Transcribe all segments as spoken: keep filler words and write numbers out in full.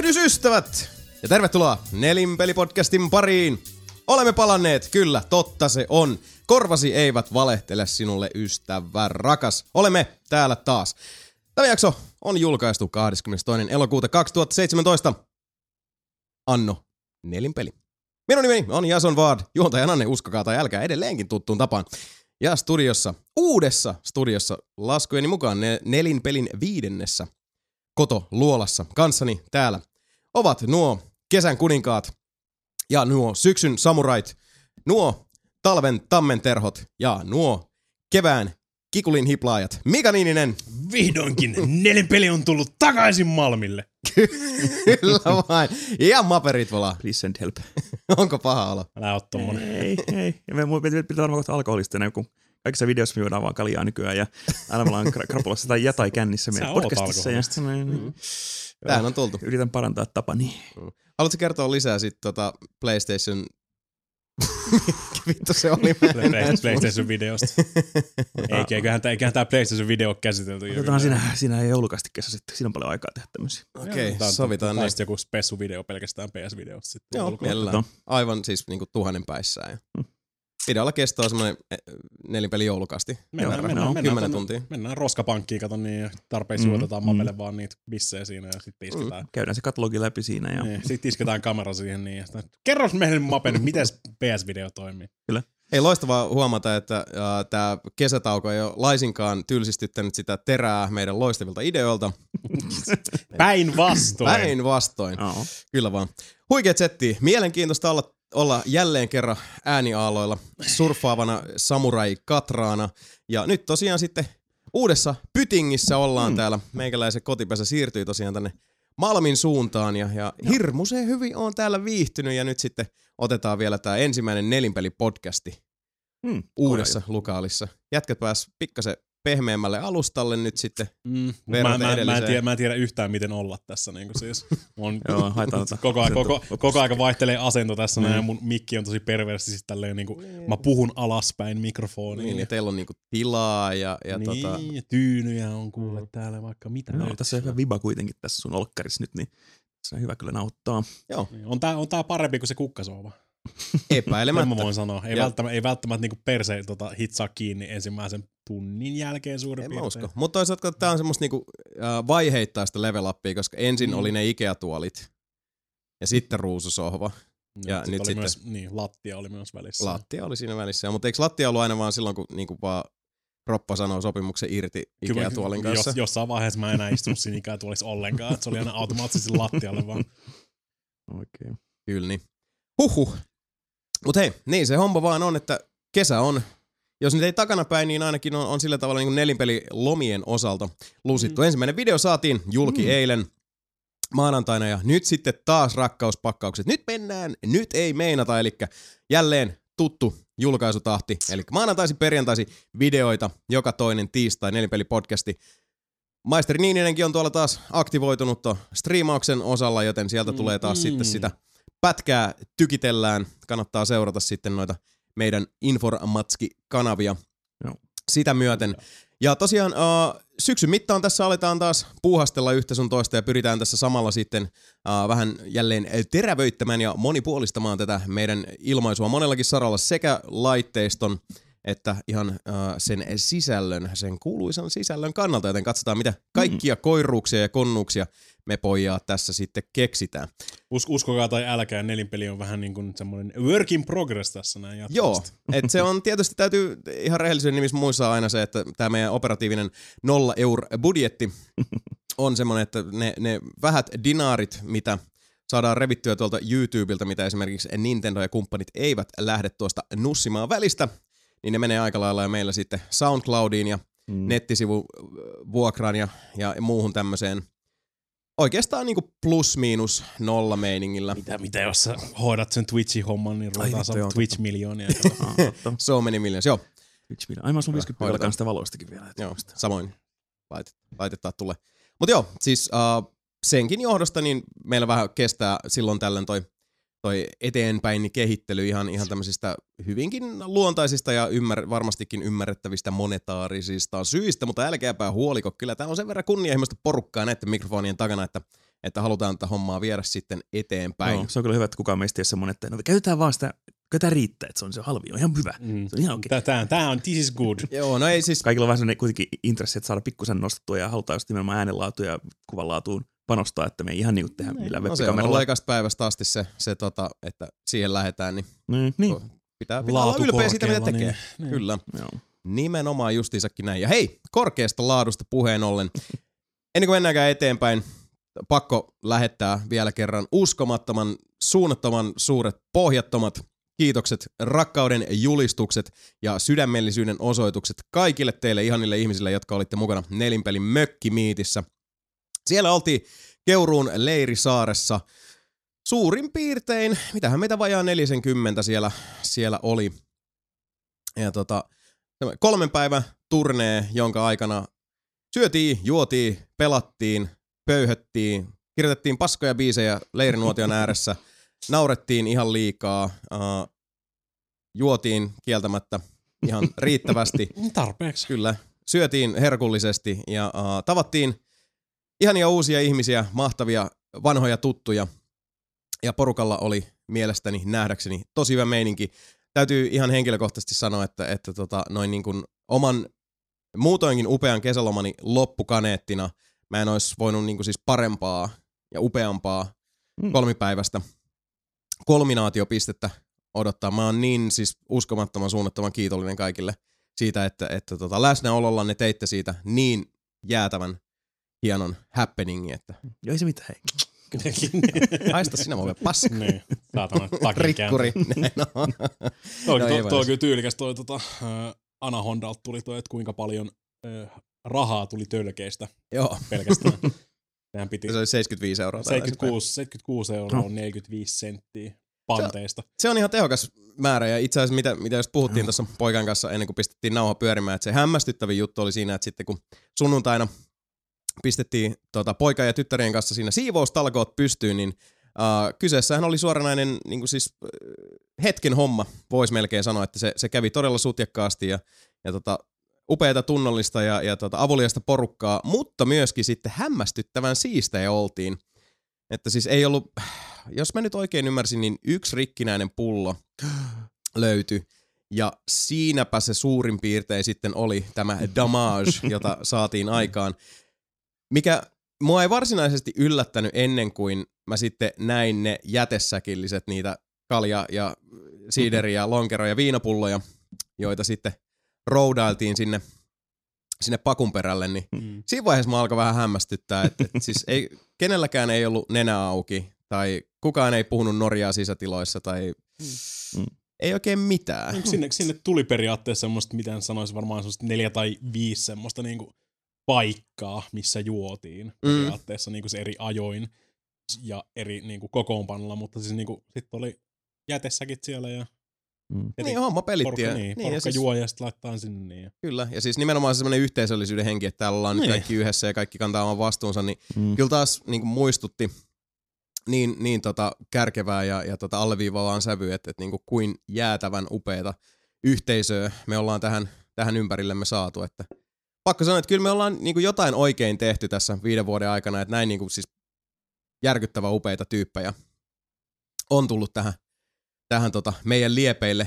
Tervehdysystävät! Ja tervetuloa Nelinpeli-podcastin pariin. Olemme palanneet, kyllä, totta se on. Korvasi eivät valehtele sinulle, ystävä rakas. Olemme täällä taas. Tämä jakso on julkaistu kahdeskymmenestoinen elokuuta kaksituhattaseitsemäntoista. Anno Nelinpeli. Minun nimeni on Jason Ward, juontajananne, uskokaa tai älkää, edelleenkin tuttuun tapaan. Ja studiossa, uudessa studiossa, laskujeni mukaan ne, Nelinpelin viidennessä kotoluolassa kanssani täällä ovat nuo kesän kuninkaat ja nuo syksyn samurait, nuo talven tammenterhot ja nuo kevään kikulin hiplaajat. Mika Niininen. Vihdoinkin Nelinpeli on tullut takaisin Malmille. Kyllä vain. Ja Maperit volaa. Please send help. Onko paha olo? Älä oo tommonen. Ei, ei. Ja me pitää varmaan kohta alkoholista, kun kaikissa videoissa me juodaan vaan kaljaa nykyään ja aina me ollaan krapulassa tai jätai kännissä meidän podcastissa. Ja mm. Tähän on tultu. Yritän parantaa tapani. Mm. Haluatko kertoa lisää sit tota PlayStation... Vittu se oli. PlayStation-videosta. Eikä, eiköhän, eiköhän tää PlayStation-video ole käsitelty. Otetaan siinä, siinä joulukastikkeessa sitten. Siinä on paljon aikaa tehdä tämmöisiä. Okei, okay, sovitaan niin. niin. joku spessu-video pelkästään P S-videosta sitten. Joo, mielellään. Aivan siis niinku tuhannen päissään. Mm. Videolla kestoo semmoinen Nelinpeli joulukasti. Mennään, Joo, mennään, mennään, kymmenen tuntia. Mennään roskapankkiin, kato niin, ja tarpeeksi mm, juotetaan mm. Mapelle vaan niitä bissejä siinä ja sitten isketään. Mm. Käydään se katalogi läpi siinä. Ja... Niin, sitten isketään kamera siihen niin. Ja sitä, kerros meille Mapen, miten P S-video toimii. Kyllä. Ei, loistavaa huomata, että äh, tämä kesätauko ei ole laisinkaan tylsistyttänyt sitä terää meidän loistavilta ideoilta. Päinvastoin. Päinvastoin. Oh. Kyllä vaan. Huikeet setti. Mielenkiintoista olla olla jälleen kerran ääniaaloilla surffaavana samurai Katraana. Ja nyt tosiaan sitten uudessa Pytingissä ollaan mm. täällä. Meikäläisen kotipesä siirtyi tosiaan tänne Malmin suuntaan ja, ja hirmuisen hyvin on täällä viihtynyt. Ja nyt sitten otetaan vielä tämä ensimmäinen Nelinpeli-podcasti mm. uudessa lokaalissa. Jätkät pääs pikkasen pehmeämmälle alustalle nyt sitten. Mm. Mä, mä, mä, en tiedä, mä en tiedä yhtään, miten olla tässä. Niin siis on, Joo, koko, aika, koko, koko aika vaihtelee asento tässä mm. ja mun mikki on tosi perversti. Siis tälleen, niin kuin, mä puhun alaspäin mikrofoniin. Niin, ja teillä on niinku tilaa ja, ja niin, tota... ja tyynyjä on kuule mm. täällä vaikka mitä. No, tässä on hyvä viba kuitenkin tässä sun olkkarissa nyt, niin se on hyvä kyllä nauttaa. Joo. On tää, on tää parempi kuin se kukkasoova. Epäilemättä. Mä voin sanoa. Ei ja. välttämättä, ei välttämättä niinku perse tota, hitsaa kiinni ensimmäisen tunnin jälkeen suurin piirtein. En mä usko. Mutta toisaalta tää on semmoista niinku, äh, vaiheittaista level upia, koska ensin mm. oli ne Ikea-tuolit ja sitten ruususohva. Ja, ja sit nyt oli sitten myös, niin, lattia oli myös välissä. Lattia oli siinä välissä. Mutta eikö lattia ollut aina vaan silloin, kun niinku vaan Roppa sanoo sopimuksen irti Ikea-tuolin kanssa? Jos, jossain vaiheessa mä enää istunut siinä Ikea-tuolissa ollenkaan. Se oli aina automaattisesti lattialle vaan. Oikein. Okay. Kyllä niin. Huhhuh. Mut hei, niin se homma vaan on, että kesä on, jos nyt ei takanapäin, niin ainakin on, on sillä tavalla niin kuin Nelinpeli lomien osalta lusittu. Mm. Ensimmäinen video saatiin julki mm. eilen maanantaina ja nyt sitten taas rakkauspakkaukset. Nyt mennään, nyt ei meinata, eli jälleen tuttu julkaisutahti. Eli maanantaisi, perjantaisi videoita, joka toinen tiistai Nelinpeli-podcasti. Maisteri Niininenkin on tuolla taas aktivoitunut striimauksen osalla, joten sieltä mm. tulee taas mm. sitten sitä pätkää tykitellään. Kannattaa seurata sitten noita meidän Informatski-kanavia Joo. sitä myöten. Ja tosiaan uh, syksyn mittaan tässä aletaan taas puuhastella yhtä sun toista ja pyritään tässä samalla sitten uh, vähän jälleen terävöittämään ja monipuolistamaan tätä meidän ilmaisua monellakin saralla sekä laitteiston että ihan uh, sen sisällön, sen kuuluisan sisällön kannalta, joten katsotaan mitä kaikkia mm. koiruuksia ja konnuuksia me pojaa tässä sitten keksitään. Us- uskokaa tai älkää, Nelinpeli on vähän niin kuin semmoinen work in progress tässä näin jatkuvasti. Joo, että se on tietysti täytyy ihan rehellisyyden nimissä muistaa aina se, että tämä meidän operatiivinen nolla eur budjetti on semmoinen, että ne, ne vähät dinaarit, mitä saadaan revittyä tuolta YouTubelta, mitä esimerkiksi Nintendo ja kumppanit eivät lähde tuosta nussimaan välistä, niin ne menee aika lailla ja meillä sitten SoundCloudiin ja mm. nettisivuvuokraan ja, ja muuhun tämmöiseen oikeastaan niinku plus miinus nolla meiningillä. Mitä, mitä jos sä hoidat sen Twitchin homman, niin ruvetaan saamaan Twitch-miljoonia. So many millions, joo. Twitch-miljoonia. Aivan sun viisikymmentä pilkaa sitä valoistakin vielä. Joo, samoin laitet, laitetaan tulee. Mut joo, siis uh, senkin johdosta niin meillä vähän kestää silloin tällöin toi toi eteenpäin kehittely ihan, ihan tämmöisistä hyvinkin luontaisista ja ymmär, varmastikin ymmärrettävistä monetaarisista syistä, mutta älkääpä huoliko, kyllä täällä on sen verran kunnianhimoista porukkaa näiden mikrofonien takana, että että halutaan tätä hommaa viedä sitten eteenpäin. No, se on kyllä hyvä, että kukaan meistä ei ole semmoinen, että no, käytetään vaan sitä, käytetään riittää, että se on se halvi, on ihan hyvä. Mm. Se on ihan okei. Tämä, tämä on, this is good. Joo, no ei siis... Kaikilla on vähän sellainen kuitenkin intressi, että saada pikkusen nostettua ja halutaan just nimenomaan äänenlaatuun ja kuvanlaatuun panostaa, että me ei ihan niin kuin tehdä millään no, se on ollut ekasta päivästä asti se, se tota, että siihen lähdetään, niin, niin, niin. pitää, pitää olla ylpeä siitä, mitä tekee. Niin, kyllä. Joo. Nimenomaan justiinsakin näin. Ja hei, korkeasta laadusta puheen ollen. Ennen kuin mennäänkään eteenpäin, pakko lähettää vielä kerran uskomattoman, suunnattoman suuret, pohjattomat kiitokset, rakkauden julistukset ja sydämellisyyden osoitukset kaikille teille ihanille ihmisille, jotka olitte mukana Nelinpelin mökkimiitissä. Siellä oltiin Keuruun Leirisaaressa suurin piirtein, mitähän meitä vajaa neljäkymmentä siellä, siellä oli. Ja tota, kolmen päivän turnee, jonka aikana syötiin, juotiin, pelattiin, pöyhöttiin, kirjoitettiin paskoja biisejä leirinuotion ääressä, naurettiin ihan liikaa, uh, juotiin kieltämättä ihan riittävästi. Tarpeeksi. Kyllä, syötiin herkullisesti ja uh, tavattiin ihania uusia ihmisiä, mahtavia vanhoja tuttuja ja porukalla oli mielestäni nähdäkseni tosi hyvä meininki. Täytyy ihan henkilökohtaisesti sanoa, että, että tota, noin niin kuin oman muutoinkin upean kesälomani loppukaneettina mä en olisi voinut niin kuin siis parempaa ja upeampaa mm. kolmipäivästä kulminaatiopistettä odottaa. Mä oon niin siis uskomattoman suunnattoman kiitollinen kaikille siitä, että, että tota, läsnäololla ne teitte siitä niin jäätävän hienon happeningin, että... Joo, ei se mitään, hei. Haista sinä voi paska. Niin, saatana takin Rikkuri. No. Toi no, to, to, on kyllä tyylikäs toi tota, uh, Anahondalta tuli toi, että kuinka paljon uh, rahaa tuli tölkeistä. Joo. Pelkästään. Sehän piti... Se oli seitsemänkymmentäviisi euroa. seitsemänkymmentäkuusi, seitsemänkymmentäkuusi euroa on neljäkymmentäviisi senttiä panteista. Se, se on ihan tehokas määrä ja itse asiassa mitä, mitä just puhuttiin tuossa poikan kanssa ennen kuin pistettiin nauha pyörimään, että se hämmästyttävin juttu oli siinä, että sitten kun sunnuntaina pistettiin tota, poika ja tyttärien kanssa siinä siivoustalkoot pystyyn, niin uh, kyseessähän oli suoranainen niin kuin siis, uh, hetken homma, voisi melkein sanoa, että se, se kävi todella sutjakkaasti ja, ja tota, upeata tunnollista ja, ja tota, avuliasta porukkaa, mutta myöskin sitten hämmästyttävän siistejä oltiin. Että siis ei ollut, jos mä nyt oikein ymmärsin, niin yksi rikkinäinen pullo löytyi. Ja siinäpä se suurin piirtein sitten oli tämä damage, jota saatiin aikaan. Mikä mua ei varsinaisesti yllättänyt ennen kuin mä sitten näin ne jätesäkilliset, niitä kalja- ja siideri- ja lonkero- ja viinapulloja, joita sitten roudailtiin sinne, sinne pakun perälle, niin mm. siinä vaiheessa mä alkoi vähän hämmästyttää, että, että siis ei, kenelläkään ei ollut nenä auki, tai kukaan ei puhunut norjaa sisätiloissa, tai mm. ei oikein mitään. Sinne, sinne tuli periaatteessa semmoista, miten sanoisin, varmaan semmoista neljä tai viisi semmoista niinku paikkaa, missä juotiin periaatteessa mm. niinku se eri ajoin ja eri niinku kokoonpanolla, mutta siis niinku sitten oli jätesäkit siellä ja Mm. Niin, homma pelittiin. Porukka, niin, niin, porukka siis, juo ja sitten laittaa sinne. Niin. Kyllä, ja siis nimenomaan semmoinen yhteisöllisyyden henki, että täällä ollaan niin. nyt kaikki yhdessä ja kaikki kantaa oman vastuunsa, niin mm. kyllä taas niin kuin muistutti niin, niin tota kärkevää ja, ja tota alleviivaavaan sävyä, että, että niin kuin kuin jäätävän upeata yhteisöä me ollaan tähän, tähän ympärillemme saatu. Että pakko sanoa, että kyllä me ollaan niin kuin jotain oikein tehty tässä viiden vuoden aikana, että näin niin kuin siis järkyttävän upeita tyyppejä on tullut tähän tähän tota meidän liepeille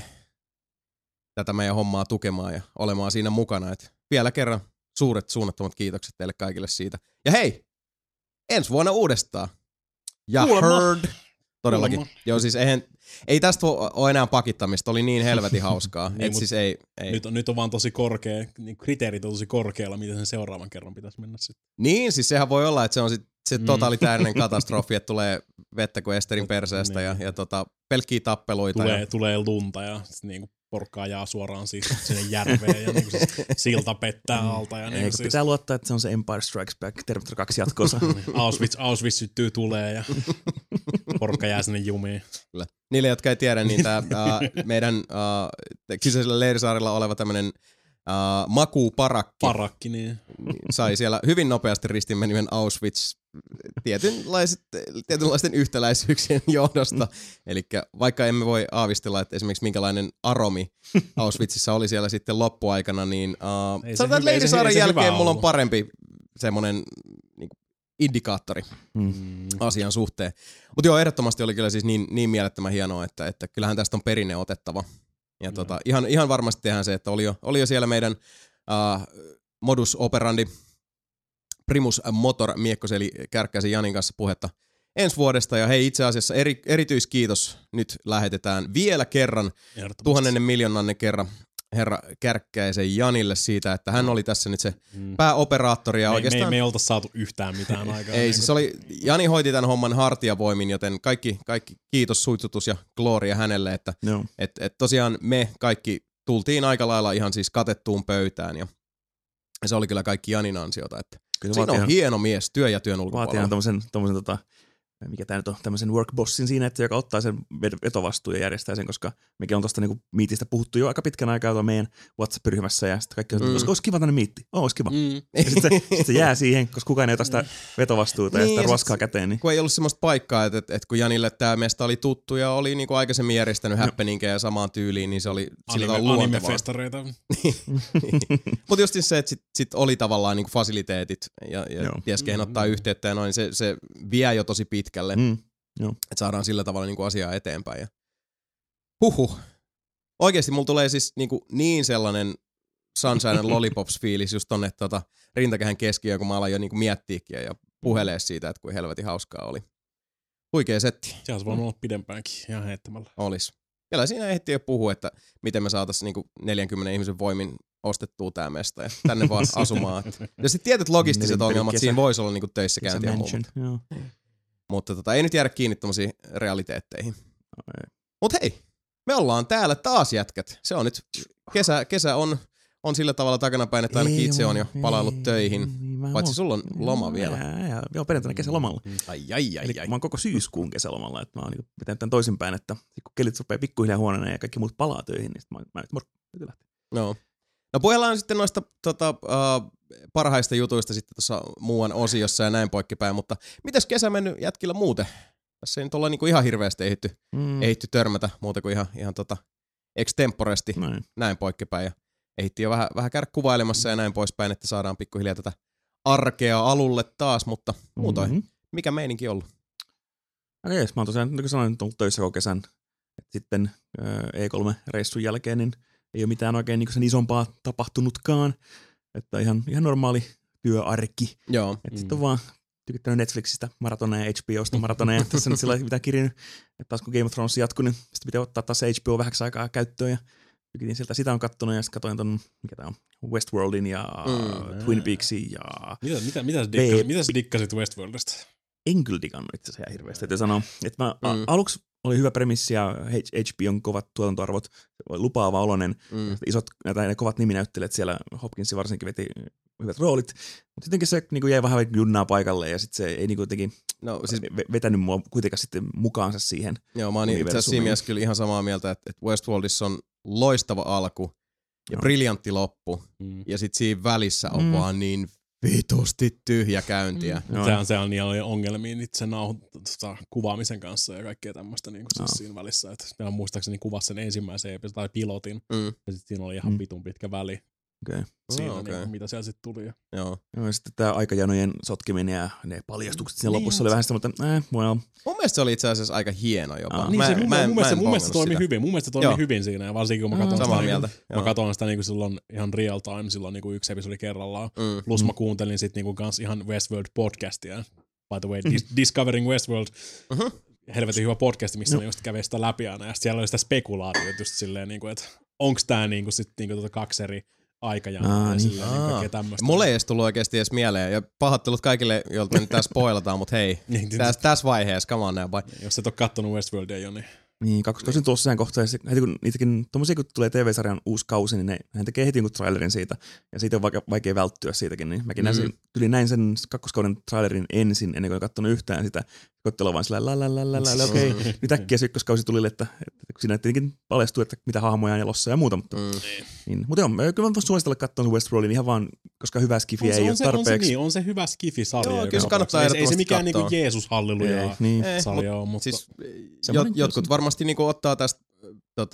tätä meidän hommaa tukemaan ja olemaan siinä mukana. Et vielä kerran suuret suunnattomat kiitokset teille kaikille siitä. Ja hei, ensi vuonna uudestaan. Ja Kuulemma. heard. Todellakin. Kuulemma. Joo, siis eihän, ei tästä ole enää pakittamista. Oli niin helvetin hauskaa. niin, Et siis ei, ei. Nyt, on, nyt on vaan tosi korkea, niin kriteerit on tosi korkealla, miten sen seuraavan kerran pitäisi mennä sitten. Niin, siis sehän voi olla, että se on sit se mm. totalitäärinen katastrofi, että tulee vettä kuin Esterin perseestä ja, ja tota, pelkkiä tappeluita. Tulee, ja... tulee lunta ja sitten niinku porukka ajaa suoraan siitä sinne järveen ja niinku siis silta pettää alta. Ja niinku siis... Pitää luottaa, että se on se Empire Strikes Back, Terminator kaksi jatkossa. Auschwitz, Auschwitz syttyy tulee ja porukka jää sinne jumiin. Kyllä. Niille, jotka ei tiedä, niin tämä uh, meidän uh, kyseisellä Leirisaarella oleva tämmöinen Uh, makuuparakki Parakki, niin. sai siellä hyvin nopeasti ristimme nimen Auschwitz tietynlaiset, tietynlaisten yhtäläisyyksien johdosta. Eli vaikka emme voi aavistella, että esimerkiksi minkälainen aromi Auschwitzissa oli siellä sitten loppuaikana, niin uh, sanotaan, että Leirisaaren jälkeen mulla on parempi semmoinen niin indikaattori Mm. asian suhteen. Mutta joo, ehdottomasti oli kyllä siis niin, niin mielettömän hienoa, että, että kyllähän tästä on perinne otettava. Ja mm. tota, ihan, ihan varmasti tehdään se, että oli jo, oli jo siellä meidän uh, modus operandi primus motor Miekkoseli Kärkkäisen Janin kanssa puhetta ensi vuodesta. Ja hei, itse asiassa eri, erityiskiitos nyt lähetetään vielä kerran, tuhannennen miljoonannen kerran herra Kärkkäisen Janille siitä, että hän oli tässä nyt se mm. pääoperaattori. Ja me, oikeastaan... me, me ei oltaisi saatu yhtään mitään aikaa. Ei, siis oli, Jani hoiti tämän homman hartiavoimin, joten kaikki, kaikki kiitos, suitsutus ja gloria hänelle, että no. et, et tosiaan me kaikki tultiin aika lailla ihan siis katettuun pöytään ja se oli kyllä kaikki Janin ansiota, että kyllä siinä on ihan hieno mies työ ja työn ulkopuolella. Vaatii ihan tommosen, tommosen tota, mikä tää nyt on, tämmöisen workbossin siinä, että joka ottaa sen vetovastuun ja järjestää sen, koska mekin on tosta niinku miitistä puhuttu jo aika pitkän aikaa tuolla meidän WhatsApp-ryhmässä ja sitten kaikki on, mm. olisiko olisi kiva tänne miitti? Oh, olisi kiva. Mm. Ja sitten se, sit se jää siihen, koska kukaan ei ota sitä vetovastuuta niin, ja sitä ruoskaa käteen. Niin. Kun ei ollut semmoista paikkaa, että, että, että kun Janille tämä mesta oli tuttu ja oli niinku aikaisemmin järjestänyt happeningeja samaan tyyliin, niin se oli sillä tavalla luontevaa. Anime-festareita. Mutta just se, että sit, sit oli tavallaan niinku fasiliteetit ja, ja ties kehen ottaa mm. yhteyttä ja noin, se, se vie jo tosi pitkälle. Mm. Että saadaan sillä tavalla niinku asiaa eteenpäin. Ja huhhuh. Oikeesti mulla tulee siis niinku niin sellainen Sunshine and Lollipops-fiilis just tonne tota rintakehän keskiöön, kun mä alan jo niinku miettiäkin ja puhelee siitä, että kuin helvetin hauskaa oli. Huikea setti. Se olisi voinut olla pidempäänkin ihan heittämällä. Olis. Kyllä siinä ehti jo puhua, että miten me saataisiin niinku neljänkymmenen ihmisen voimin ostettua tää mesta ja tänne vaan asumaan. Ja sitten tietyt logistiset ongelmat kesä. Siinä voisi olla niinku töissä käyntiä ja muuta. Mutta tota, ei nyt jäädä kiinni tommosiin realiteetteihin. Okay. Mut hei, me ollaan täällä taas jätkät. Se on nyt, kesä, kesä on, on sillä tavalla takanapäin, että ainakin itse on jo palaillut töihin. Paitsi sulla on loma vielä. Joo, perjantaina kesälomalla. Ai, ai, ai, ai. Mä oon koko syyskuun kesälomalla, että mä oon niinku pitänyt tämän toisinpäin, että kun kelit rupeaa pikkuhiljaa huononeen ja kaikki muut palaa töihin, niin sit mä, mä nyt mor... No. No puheellaan sitten noista tota, uh, parhaista jutuista sitten tuossa muuan osiossa ja näin poikkipäin, mutta mitäs kesä mennyt jätkillä muuten? Tässä ei nyt olla niinku ihan hirveästi ehitty, mm. ehitty törmätä muuta kuin ihan, ihan tota extemporesti näin, näin poikkipäin. Ja ehittiin jo vähän, vähän käydä kuvailemassa ja näin poispäin, että saadaan pikkuhiljaa tätä arkea alulle taas, mutta muutoin, mm-hmm. mikä meininki ollut? No jees, mä oon tosiaan, niin kuin sanoin, ollut töissä koko kesän. Et sitten E kolme-reissun jälkeen niin ei ole mitään oikein niin sen isompaa tapahtunutkaan. Että ihan, ihan normaali työarki. Joo. Että mm. sitten on vaan tykittänyt Netflixistä maratoneja ja H B Osta maratoneja. Tässä nyt sillä ei mitään kirjannut. Että taas kun Game of Thrones jatkui, niin sitten pitää ottaa taas H B O vähäksi aikaa käyttöön. Ja tykitin sieltä, sitä on kattonut ja sitten katsoin ton, mikä tää on, Westworldin ja mm. Twin Peaksin ja... Mitä, mitä, mitä, sä dikkasit, mitä sä dikkasit Westworldista? En kyllä digannut itse asiassa ihan hirveästi. Että sanoa, että mä mm. aluksi oli hyvä premissi ja H B O:n kovat tuotantoarvot, lupaava oloinen, mm. isot näitä kovat niminäyttelijät siellä, Hopkins varsinkin veti hyvät roolit, mutta sittenkin se niin jäi vähän junnaa paikalle ja sitten se ei niin jotenkin no, siis vetänyt mua kuitenkaan sitten mukaansa siihen. Joo, mä oon itse asiassa siinä mielessä kyllä ihan samaa mieltä, että Westworldissa on loistava alku ja no. briljantti loppu mm. ja sitten siinä välissä on mm. vaan niin vitusti tyhjä käyntiä. Mm. Sehän se on niin ongelmia itse nauhoittaa kuvaamisen kanssa ja kaikkea tämmöistä niin no. siinä välissä. Että mä muistaakseni kuvasi sen ensimmäisen episodin tai pilotin mm. ja sitten siinä oli ihan mm. vitun pitkä väli. Okay. Siinä oh, okay. niin, mitä siellä sitten tuli. Joo. Ja sitten tämä aikajanojen sotkeminen ja ne paljastukset siinä niin, lopussa oli vähän sitä, mutta eh, well. Mun mielestä se oli itse asiassa aika hieno jopa. Ah, niin mä, se, mä, mun, mä mielestä, mun mielestä se toimi hyvin. Mun mielestä se toimi Joo. hyvin siinä. Ja varsinkin kun mä katson Samaa sitä, mieltä. Niin, mä katson sitä niin silloin ihan real time, silloin niin kuin yksi episodi kerrallaan. Mm. Plus mä kuuntelin sitten niin kans ihan Westworld podcastia. By the way, Dis- Discovering Westworld. Uh-huh. Helvetin hyvä podcast, missä no. ne just kävi sitä läpi aina. Ja siellä oli sitä spekulaatiota just silleen, niin kuin, että onks tää niin kuin, sit, niin kuin, tota kaksi eri aikajanaa ja silleen niin kaikkea tämmöistä. Mulle ei edes tullut oikeesti edes mieleen. Ja pahoittelut kaikille, joilta me nyt tässä spoilataan, mutta hei, tässä täs vaiheessa, come on now, boy. Jos et ole kattonut Westworldia jo, niin... Niin, kakkoskausin tuossa sen kohtaa, heti kun niitäkin, tommosia kun tulee T V-sarjan uusi kausi, niin ne, ne tekee heti jonkun trailerin siitä, ja siitä on vaikea, vaikea välttyä siitäkin, niin mäkin mm-hmm. näin, tuli näin sen kakkoskauden trailerin ensin, ennen kuin olen kattonut yhtään sitä, kottelu vaan sillä la la la la la, okei, okay. Nyt äkkiä se ykköskausi tuli, että, että siinä tietenkin paljastui, että mitä hahmoja on elossa ja muuta, mutta, mm. niin, mutta joo, kyllä mä voin suositella katsoa Westworldin ihan vaan, koska hyvä skifi ei ole tarpeeksi. On se, niin, on se hyvä skifi-sarja. Joo, kyllä se kannattaa ei, ei se mikään niinku Jeesus-halleluja niin. sarja ole, mutta... Siis, jot, jotkut varmasti niinku ottaa tästä tota,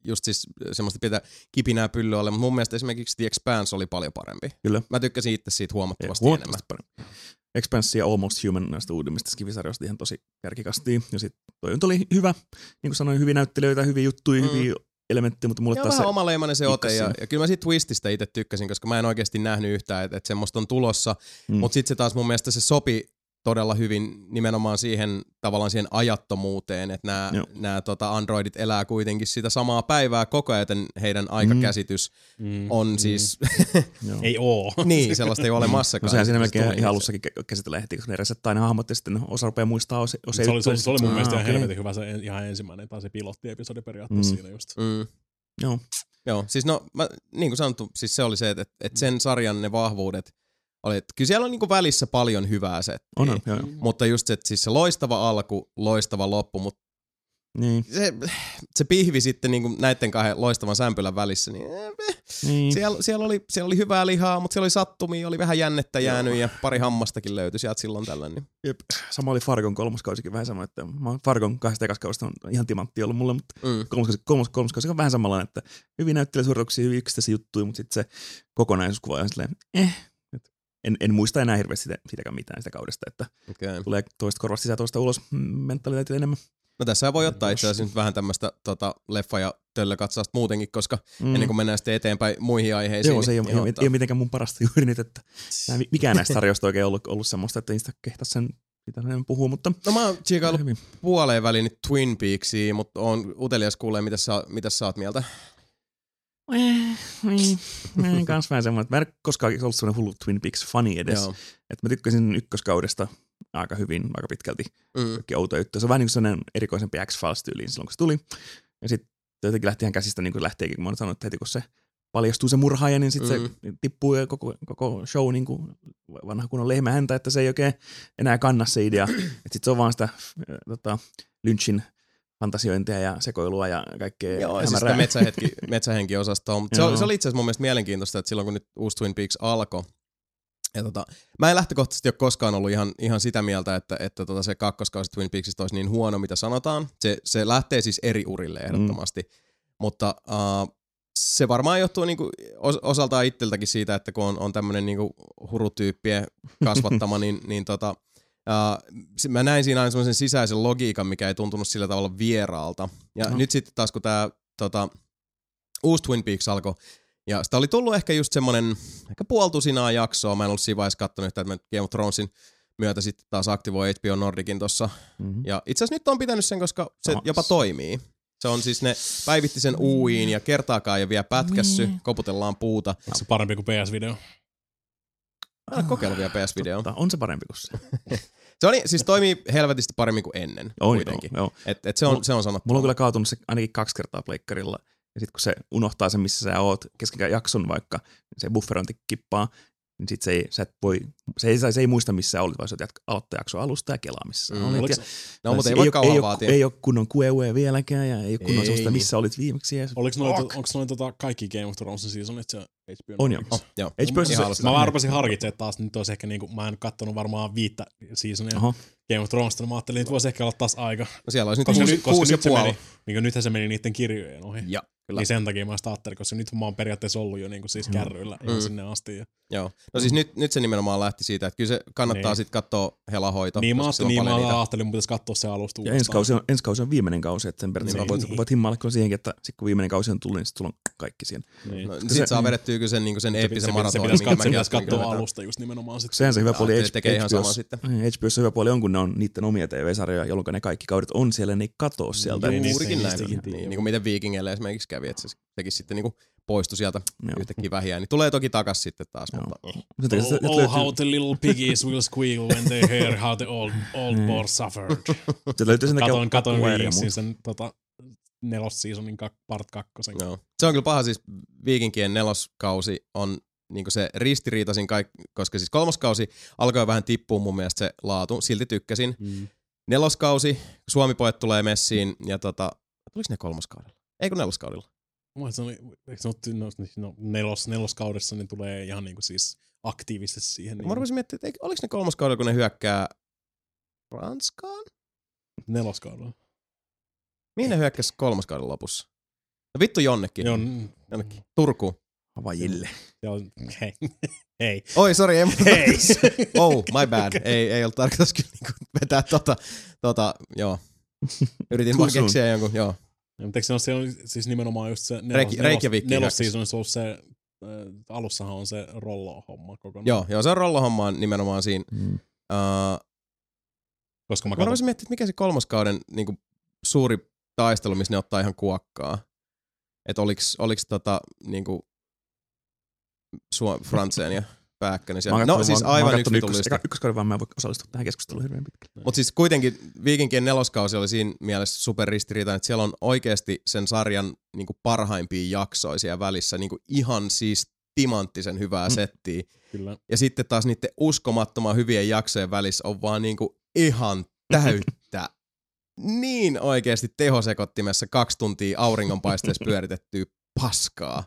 just siis semmoista pientä kipinää pyllyä alle, mutta mun mielestä esimerkiksi The Expanse oli paljon parempi. Kyllä. Mä tykkäsin itse siitä huomattavasti, huomattavasti enemmän. Parempi. Expanse ja Almost Human näistä uudimmista skivisarjoista ihan tosi kärkikastiin. Ja sit toi nyt oli hyvä, niin kuin sanoin, hyviä näyttelijöitä, hyviä juttuja, mm. hyviä elementtejä, mutta mulle ja taas vähän se omaleimainen se ote, ja, ja kyllä mä siitä Twististä itse tykkäsin, koska mä en oikeasti nähnyt yhtään, että et semmoista on tulossa, mm. mutta sitten se taas mun mielestä se sopi todella hyvin nimenomaan siihen tavallaan siihen ajattomuuteen, että nämä, nämä tota androidit elää kuitenkin sitä samaa päivää koko ajan, joten heidän aikakäsitys mm. on mm. siis... ei oo. Niin, sellaista ei ole olemassakaan. No sehän siinä melkein ihan alussakin käsitellään heti, koska ne resettää ne hahmot ja sitten osa rupeaa muistaa osa, osa se, oli, se, oli, se oli mun ah, mielestä okay. ihan helvetin hyvä se ihan ensimmäinen, tai se pilottiepisodi periaatteessa mm. siinä just. Mm. Joo. Joo, siis no, mä, niin kuin sanottu, siis se oli se, että, että sen sarjan ne vahvuudet oli, että kyllä siellä on niinku välissä paljon hyvää settiä, on, on, joo, joo. mutta just se, että siis se loistava alku, loistava loppu, mutta niin. se, se pihvi sitten niinku näiden kahden loistavan sämpylän välissä, niin, eh, niin. Siellä, siellä, oli, siellä oli hyvää lihaa, mutta siellä oli sattumia, oli vähän jännettä jäänyt joo. ja pari hammastakin löytyi sieltä silloin tällöin. Niin. Jep. Sama oli Fargon kolmoskausikin vähän sama, että Fargon kahdesta ekasta kaudesta on ihan timantti ollut mulle, mutta mm. kolmoskausi, kolmos, kolmoskausi on vähän samanlainen, että hyvin näyttelijäsuorituksia, hyvin yksittäisiä juttuja, mutta sitten se kokonaisuuskuva on silleen, eh, En, en muista enää hirveästi sitä, sitäkään mitään sitä kaudesta, että okay. tulee toista korvasta sisään toista ulos mentaliteetillä enemmän. No tässä voi ottaa itse asiassa nyt vähän tämmöistä tota, leffa- ja töllökatsausta muutenkin, koska mm. ennen kuin mennään sitten eteenpäin muihin aiheisiin. Joo, se ei, niin, ei, ei ole mitenkään mun parasta juuri nyt, että mikään näistä sarjoista oikein ollut, ollut semmoista, että ei sitä kehtaa sen sitä enemmän puhua, mutta... No mä oon tsiikaillut puoleen väliin nyt Twin Peaksia, mutta oon utelias kuulee, mitä sä, mitä sä oot mieltä. Niin, niin kans vähän semmoinen, että mä en koskaan ollut semmoinen hullu Twin Peaks-fani edes. Joo. Että mä tykkäsin ykköskaudesta aika hyvin, aika pitkälti. Mm. Kaikki outoja juttuja. Se on vähän niin kuin sellainen erikoisempi X-Files-tyyliin silloin, kun se tuli. Ja sitten jotenkin lähti ihan käsistä, niin kuin lähteekin, kun mä oon sanonut, että heti kun se paljastuu se murhaaja, niin sitten mm. se tippuu ja koko, koko show niin kuin vanha kunnon lehmä häntä, että se ei oikein enää kanna se idea. Että sitten se on vaan sitä tota, Lynchin fantasiointia ja sekoilua ja kaikkea. Joo, ja siis sitä metsähetki, metsähenkiosastoa. Mutta se, oli, se oli itse asiassa mun mielestä mielenkiintoista, että silloin kun nyt uusi Twin Peaks alkoi, ja tota, mä en lähtökohtaisesti ole koskaan ollut ihan, ihan sitä mieltä, että, että tota se kakkoskausi Twin Peaksista olisi niin huono, mitä sanotaan. Se, se lähtee siis eri urille ehdottomasti, mm. mutta uh, se varmaan johtuu niinku osaltaan itseltäkin siitä, että kun on, on tämmöinen niinku hurutyyppien kasvattama, niin, niin tota, Uh, mä näin siinä aina semmoisen sisäisen logiikan, mikä ei tuntunut sillä tavalla vieraalta. Ja no. nyt sitten taas kun tää tota, uusi Twin Peaks alkoi, ja sitä oli tullut ehkä just semmonen ehkä puoltusinaa jaksoa. Mä en ollut siinä vaiheessa kattonut yhtään, että mä Game of Thronesin myötä sitten taas aktivoi H B O Nordicin tossa. Mm-hmm. Ja itse asiassa nyt on pitänyt sen, koska se no. jopa toimii. Se on siis ne päivitti sen U I:n ja kertaakaan ei ole vielä pätkässy, mm. koputellaan puuta. Onko se parempi kuin P S-video? Mä en kokeillut vielä P S-videoa. On se parempi kuin se. Se oli, siis toimii helvetisti paremmin kuin ennen on, kuitenkin. Joo, joo. Et, et se, on, se on sanottu. Mulla on kyllä kaatunut se ainakin kaksi kertaa pleikkarilla. Ja sit kun se unohtaa sen, missä sä oot kesken jakson vaikka, se bufferointi kippaa, niin sit se ei, sä et voi, se ei, se ei muista missä sä olit, vaan sä aloittaa jakson alusta ja kelaa missä mm. olit. Ja, no, mutta ei voi kauan vaatia. Ei ole kunnon Q E U vieläkään ja ei ole kunnon sellaista, missä olit viimeksi. Oliko noin, onko noin tota kaikki Game of Thronesin seasonit se H B O? On jo. Oh, joo. H B O se, mä vaan rupesin harkitsemaan taas, nyt olisi ehkä niinku, mä en kattonut varmaan viittä seasonia Oho. Game of Thronesista, mä ajattelin, että voisi ehkä olla taas aika. No siellä olisi nyt koska kuusi, nyt, kuusi ja nyt puoli. Meni, niin nythän se meni niiden kirjojen ohi. Ja, kyllä. Niin sen takia mä sitä ajattelin, koska nyt mä oon periaatteessa ollut jo niinku siis kärryillä mm. ihan sinne asti. Ja. Joo. No siis nyt, nyt se nimenomaan lähti siitä, että kyllä se kannattaa niin. sitten katsoa helahoito. Niin mä ajattelin, niin mä ajattelin, mutta pitäisi katsoa se alusta uudestaan. Ja ensi kausi on, ensi kausi on viimeinen kausi, että sen periaatteessa niin, voit, niin. voit himmailla kyllä siihenkin, että sit kun viimeinen kausi on tullut, niin sit sulla on kaikki siinä. Niin. No, sit saa vedettyä kyllä sen, niin sen eeppisen maratonin. Se pitäisi katsoa alusta just nimenomaan. Sehän se hyvä puoli H B O:ssa hyvä puoli on, kun ne on niiden omia T V-sarjoja, jolloin ne kaikki kaudet on siellä, ne ei katoo sieltä. Juurikin näin. Niin kuin miten Vikingeille esimerkiksi kävi, että se tekisi sitten niinku poistui sieltä Joo. yhtäkkiä vähiään, niin tulee toki takas sitten taas. Mutta... Oh, oh, how the little piggies will squeal when they hear how the old, old boar suffered. Katoin, katoin viimeksi sen tota, nelosseasonin kak, part kakkosen. Joo. Se on kyllä paha, siis Viikinkien neloskausi on niinku se ristiriitaisin, kaik- koska siis kolmoskausi alkoi vähän tippua mun mielestä se laatu, silti tykkäsin. Mm. Neloskausi, Suomi-pojat tulee messiin ja tota, tuliko ne kolmoskaudella? Ei kun neloskaudella. Mä se oli, no, no, nelos, neloskaudessa ne tulee ihan niinku siis aktiivisesti siihen. Niin. Mä rupesin miettimään, että oliko ne kolmoskaudella, kun ne hyökkää Ranskaan? Neloskaudella. Mihin ne hyökkäsi kolmoskauden lopussa? No vittu jonnekin. Jon... jonnekin. Turkuun. Havajille. Hei. Hei. Oi, sori, ei Hei. Oh, my bad. Ei, ei ollut tarkoitus kyllä niinku vetää tota, tota, joo. Yritin vaan keksiä jonkun, joo. Ja, mutta eikö se ole siellä siis nimenomaan just se nelos, Reiki, Reykjavikki nelos, nelos seasonissa ollut se, äh, alussahan on se rollo-homma kokonaan. Joo, joo, se on rollohomma nimenomaan siinä. Mm. Uh, Koska mä mä voisin miettiä, että mikä se kolmoskauden niinku, suuri taistelu, missä ne ottaa ihan kuokkaa. Että oliks, oliks tota niinku Frantzen ja Pääkkönen siellä. No siis aivan yksi vitullista. Ykköskauden vaan mä en voi osallistua tähän keskusteluun hirveän pitkälle. Mutta siis kuitenkin Viikinkien neloskausi oli siinä mielessä superristiriitainen, että siellä on oikeasti sen sarjan niinku parhaimpia jaksoja siellä välissä. Niinku ihan siis timanttisen hyvää mm. settiä. Kyllä. Ja sitten taas niiden uskomattoman hyvien jaksojen välissä on vaan niinku ihan täyttä niin oikeasti tehosekottimessa kaksi tuntia auringonpaisteessa pyöritettyä paskaa.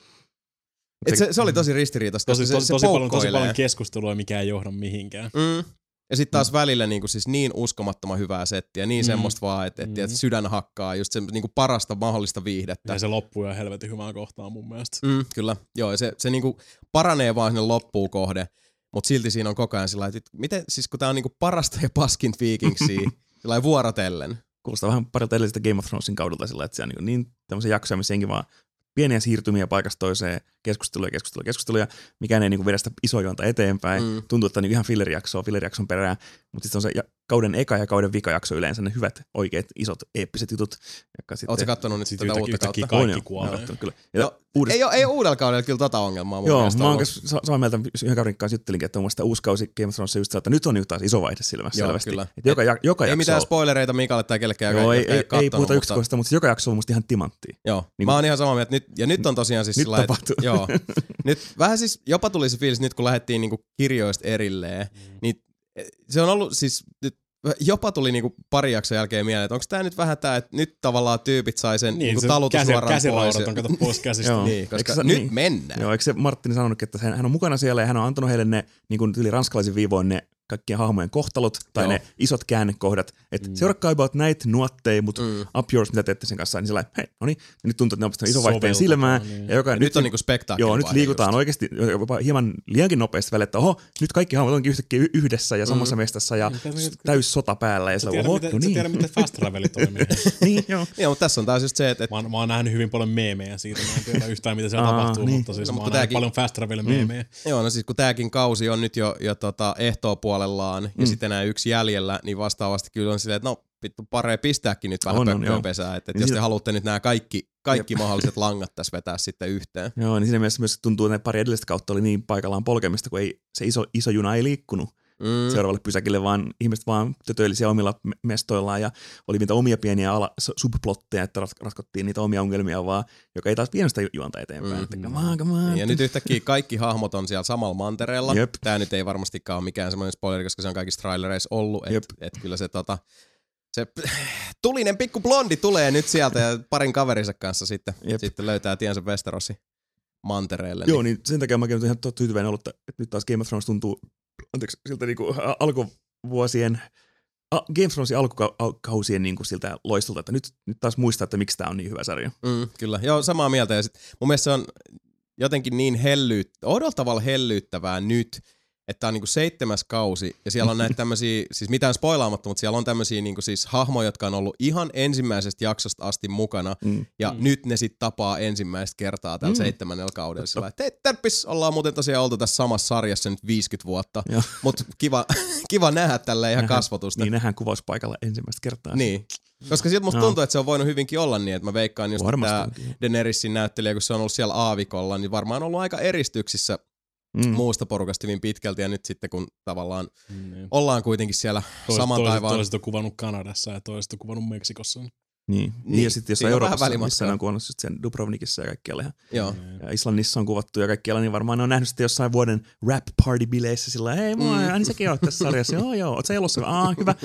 Et se, se oli tosi ristiriitaista, tosi, koska tosi, se, tosi, se paljon, tosi paljon keskustelua, mikä ei johda mihinkään. Mm. Ja sitten taas mm. välillä niinku siis niin uskomattoman hyvää settiä, niin mm. semmoista vaan, että et, et Mm. sydän hakkaa just se niinku parasta mahdollista viihdettä. Ja se loppuu ja helvetin hyvään kohtaan mun mielestä. Mm, kyllä, joo, ja se, se niinku paranee vaan sinne loppuun kohde, mutta silti siinä on koko ajan sillä että miten, siis kun tää on niinku parasta ja paskinta Vikingsia, sillä vuorotellen. Kuulostaa vähän parilta edellisestä Game of Thronesin kaudelta sillä, että se on niin, niin tämmöisiä jaksoja, missä enkin vaan pieniä siirtymiä paikasta toiseen, keskusteluja, keskusteluja, keskusteluja, mikään ei niinku vedä sitä isoa juonta eteenpäin. Mm. Tuntuu, että on niinku ihan fillerijaksoa, fillerijakson perään, mutta sitten on se ja, kauden eka ja kauden vika jakso yleensä ne hyvät, oikeat, isot, eeppiset jutut. Oletko kattonut nyt tätä uutta kautta? Kaikki kuolee. No, uudest... Ei ole ei uudella kaudella kyllä tota ongelmaa mun Joo, mielestä. Joo, mä oon samaa mieltä, yhden kauden kanssa juttelinkin, että mun mielestä uusi kausi Game of Thrones just se, että nyt on niinku taas iso vaihde silmässä Joo, selvästi. Kyllä. Joka, joka ei jakso... mitään spoilereita Mikalle tai kellekään, Joo, joka ei, ei, ei, ei puhuta yksikoista, mutta joka jakso on musta ihan timanttia. Joo, niin, mä oon ihan samaa mieltä. Nyt, ja nyt on tosiaan siis nyt sillä tapahtuu. Että, joo, nyt vähän siis jopa tuli se fiilis nyt kun lähdettiin niinku kirjoista erilleen, mm. niin se on ollut siis nyt jopa tuli niinku pari jakson jälkeen mieleen, että onko tää nyt vähän tää, että nyt tavallaan tyypit sai sen niin, niinku talutussuoran käsi, pois. Käsiraudat on kato pois käsistä. Joo, niin, koska nyt niin? mennään. Joo, eikö se Martin sanonutkin, että hän on mukana siellä ja hän on antanut heille ne niin kuin yli ranskalaisin viivoin ne kaikkien hahmojen kohtalot tai Joo. ne isot käännekohdat. Että mm. seurakkaa about näitä nuotteja, mutta mm. up yours, mitä teette sen kanssa. Niin sillä hei, no niin. Ja nyt tuntuu, että ne on pistänyt iso vaihteen silmään. Niin. Ja, joka, ja nyt, nyt on niinku spektaakkeli. Joo, nyt liikutaan just. Oikeasti jopa hieman liiankin nopeasti välillä, että oho, nyt kaikki hahmot onkin yhtäkkiä yhdessä ja samassa mm. mestassa ja täys sota päällä. Ja sä tiedät, oho, miten, no niin. Sä tiedät, miten fast travelit toimii. Niin, joo. Joo, mutta tässä on taas just se, että... Mä, mä oon nähnyt hyvin paljon meemejä siitä. Mä en tiedä yhtään, mitä siellä tapahtuu, mutta siis mä oon nähnyt paljon fast travel meemejä. Joo, no siis kun tääkin kausi on nyt jo ehtoopuolellaan ja sitten enää yksi jäljellä, niin vastaavasti kyllä on silleen, että no vittu paree pistääkin nyt vähän pökköön pesää. Että et jos te haluatte nyt nämä kaikki, kaikki mahdolliset langat tässä vetää sitten yhteen. Joo, niin siinä mielessä myös tuntuu, että ne pari edellistä kautta oli niin paikallaan polkemista, kun ei, se iso, iso juna ei liikkunut mm. seuraavalle pysäkille, vaan ihmiset vaan tötöili siellä omilla mestoillaan ja oli niitä omia pieniä ala, subplotteja, että ratkottiin niitä omia ongelmia vaan, joka ei taas vienyt sitä juonta eteenpäin. Mm. Että, come on, come on. Ja nyt yhtäkkiä kaikki hahmot on siellä samalla mantereella. Jep. Tää nyt ei varmastikaan ole mikään semmoinen spoileri, koska se on kaikissa trailereissa ollut, että et kyllä se tota... Se tulinen pikku blondi tulee nyt sieltä ja parin kaverinsa kanssa sitten, sitten löytää tiensä Westerossin mantereelle. Joo, niin sen takia mäkin olen ihan tyytyväinen ollut, että nyt taas Game of Thrones tuntuu anteeksi, siltä niinku alkuvuosien, a, Game of Thronesin alkukausien niinku siltä loistolta, että nyt, nyt taas muistaa, että miksi tämä on niin hyvä sarja. Mm, kyllä, joo, samaa mieltä. Ja sit mun mielestä se on jotenkin niin hellyyt, oudella tavalla hellyyttävää nyt, että on niinku seitsemäs kausi, ja siellä on näitä tämmöisiä, siis mitään spoilaamatta, mutta siellä on tämmöisiä niinku siis hahmoja, jotka on ollut ihan ensimmäisestä jaksosta asti mukana, mm. ja mm. nyt ne sitten tapaa ensimmäistä kertaa tällä mm. seitsemännellä kaudella. Sillä että terppis, ollaan muuten tosiaan oltu tässä samassa sarjassa nyt viisikymmentä vuotta, mutta kiva, kiva nähdä tällä ihan nähdään, kasvatusta. Niin nähdään kuvauspaikalla ensimmäistä kertaa. Niin. Koska siltä musta no. tuntuu, että se on voinut hyvinkin olla niin, että mä veikkaan just tämä Daeneryssin näyttelijä, kun se on ollut siellä aavikolla, niin varmaan on ollut aika eristyksissä Mm. muusta porukasta hyvin pitkälti, ja nyt sitten kun tavallaan mm. ollaan kuitenkin siellä toiset, saman toiset, taivaan... Toiset on kuvannut Kanadassa ja toiset on kuvannut Meksikossa. Niin, niin. ja sitten jossain Euroopassa, missä on kuvannut sen Dubrovnikissa ja kaikkialla. Ja, Joo. ja Islannissa on kuvattu ja kaikkialla, niin varmaan ne on nähnyt sitten jossain vuoden rap party-bileissä sillä hei moi, mm. niin säkin oot tässä sarjassa. Joo, joo, oot sä elossa? Aa, hyvä.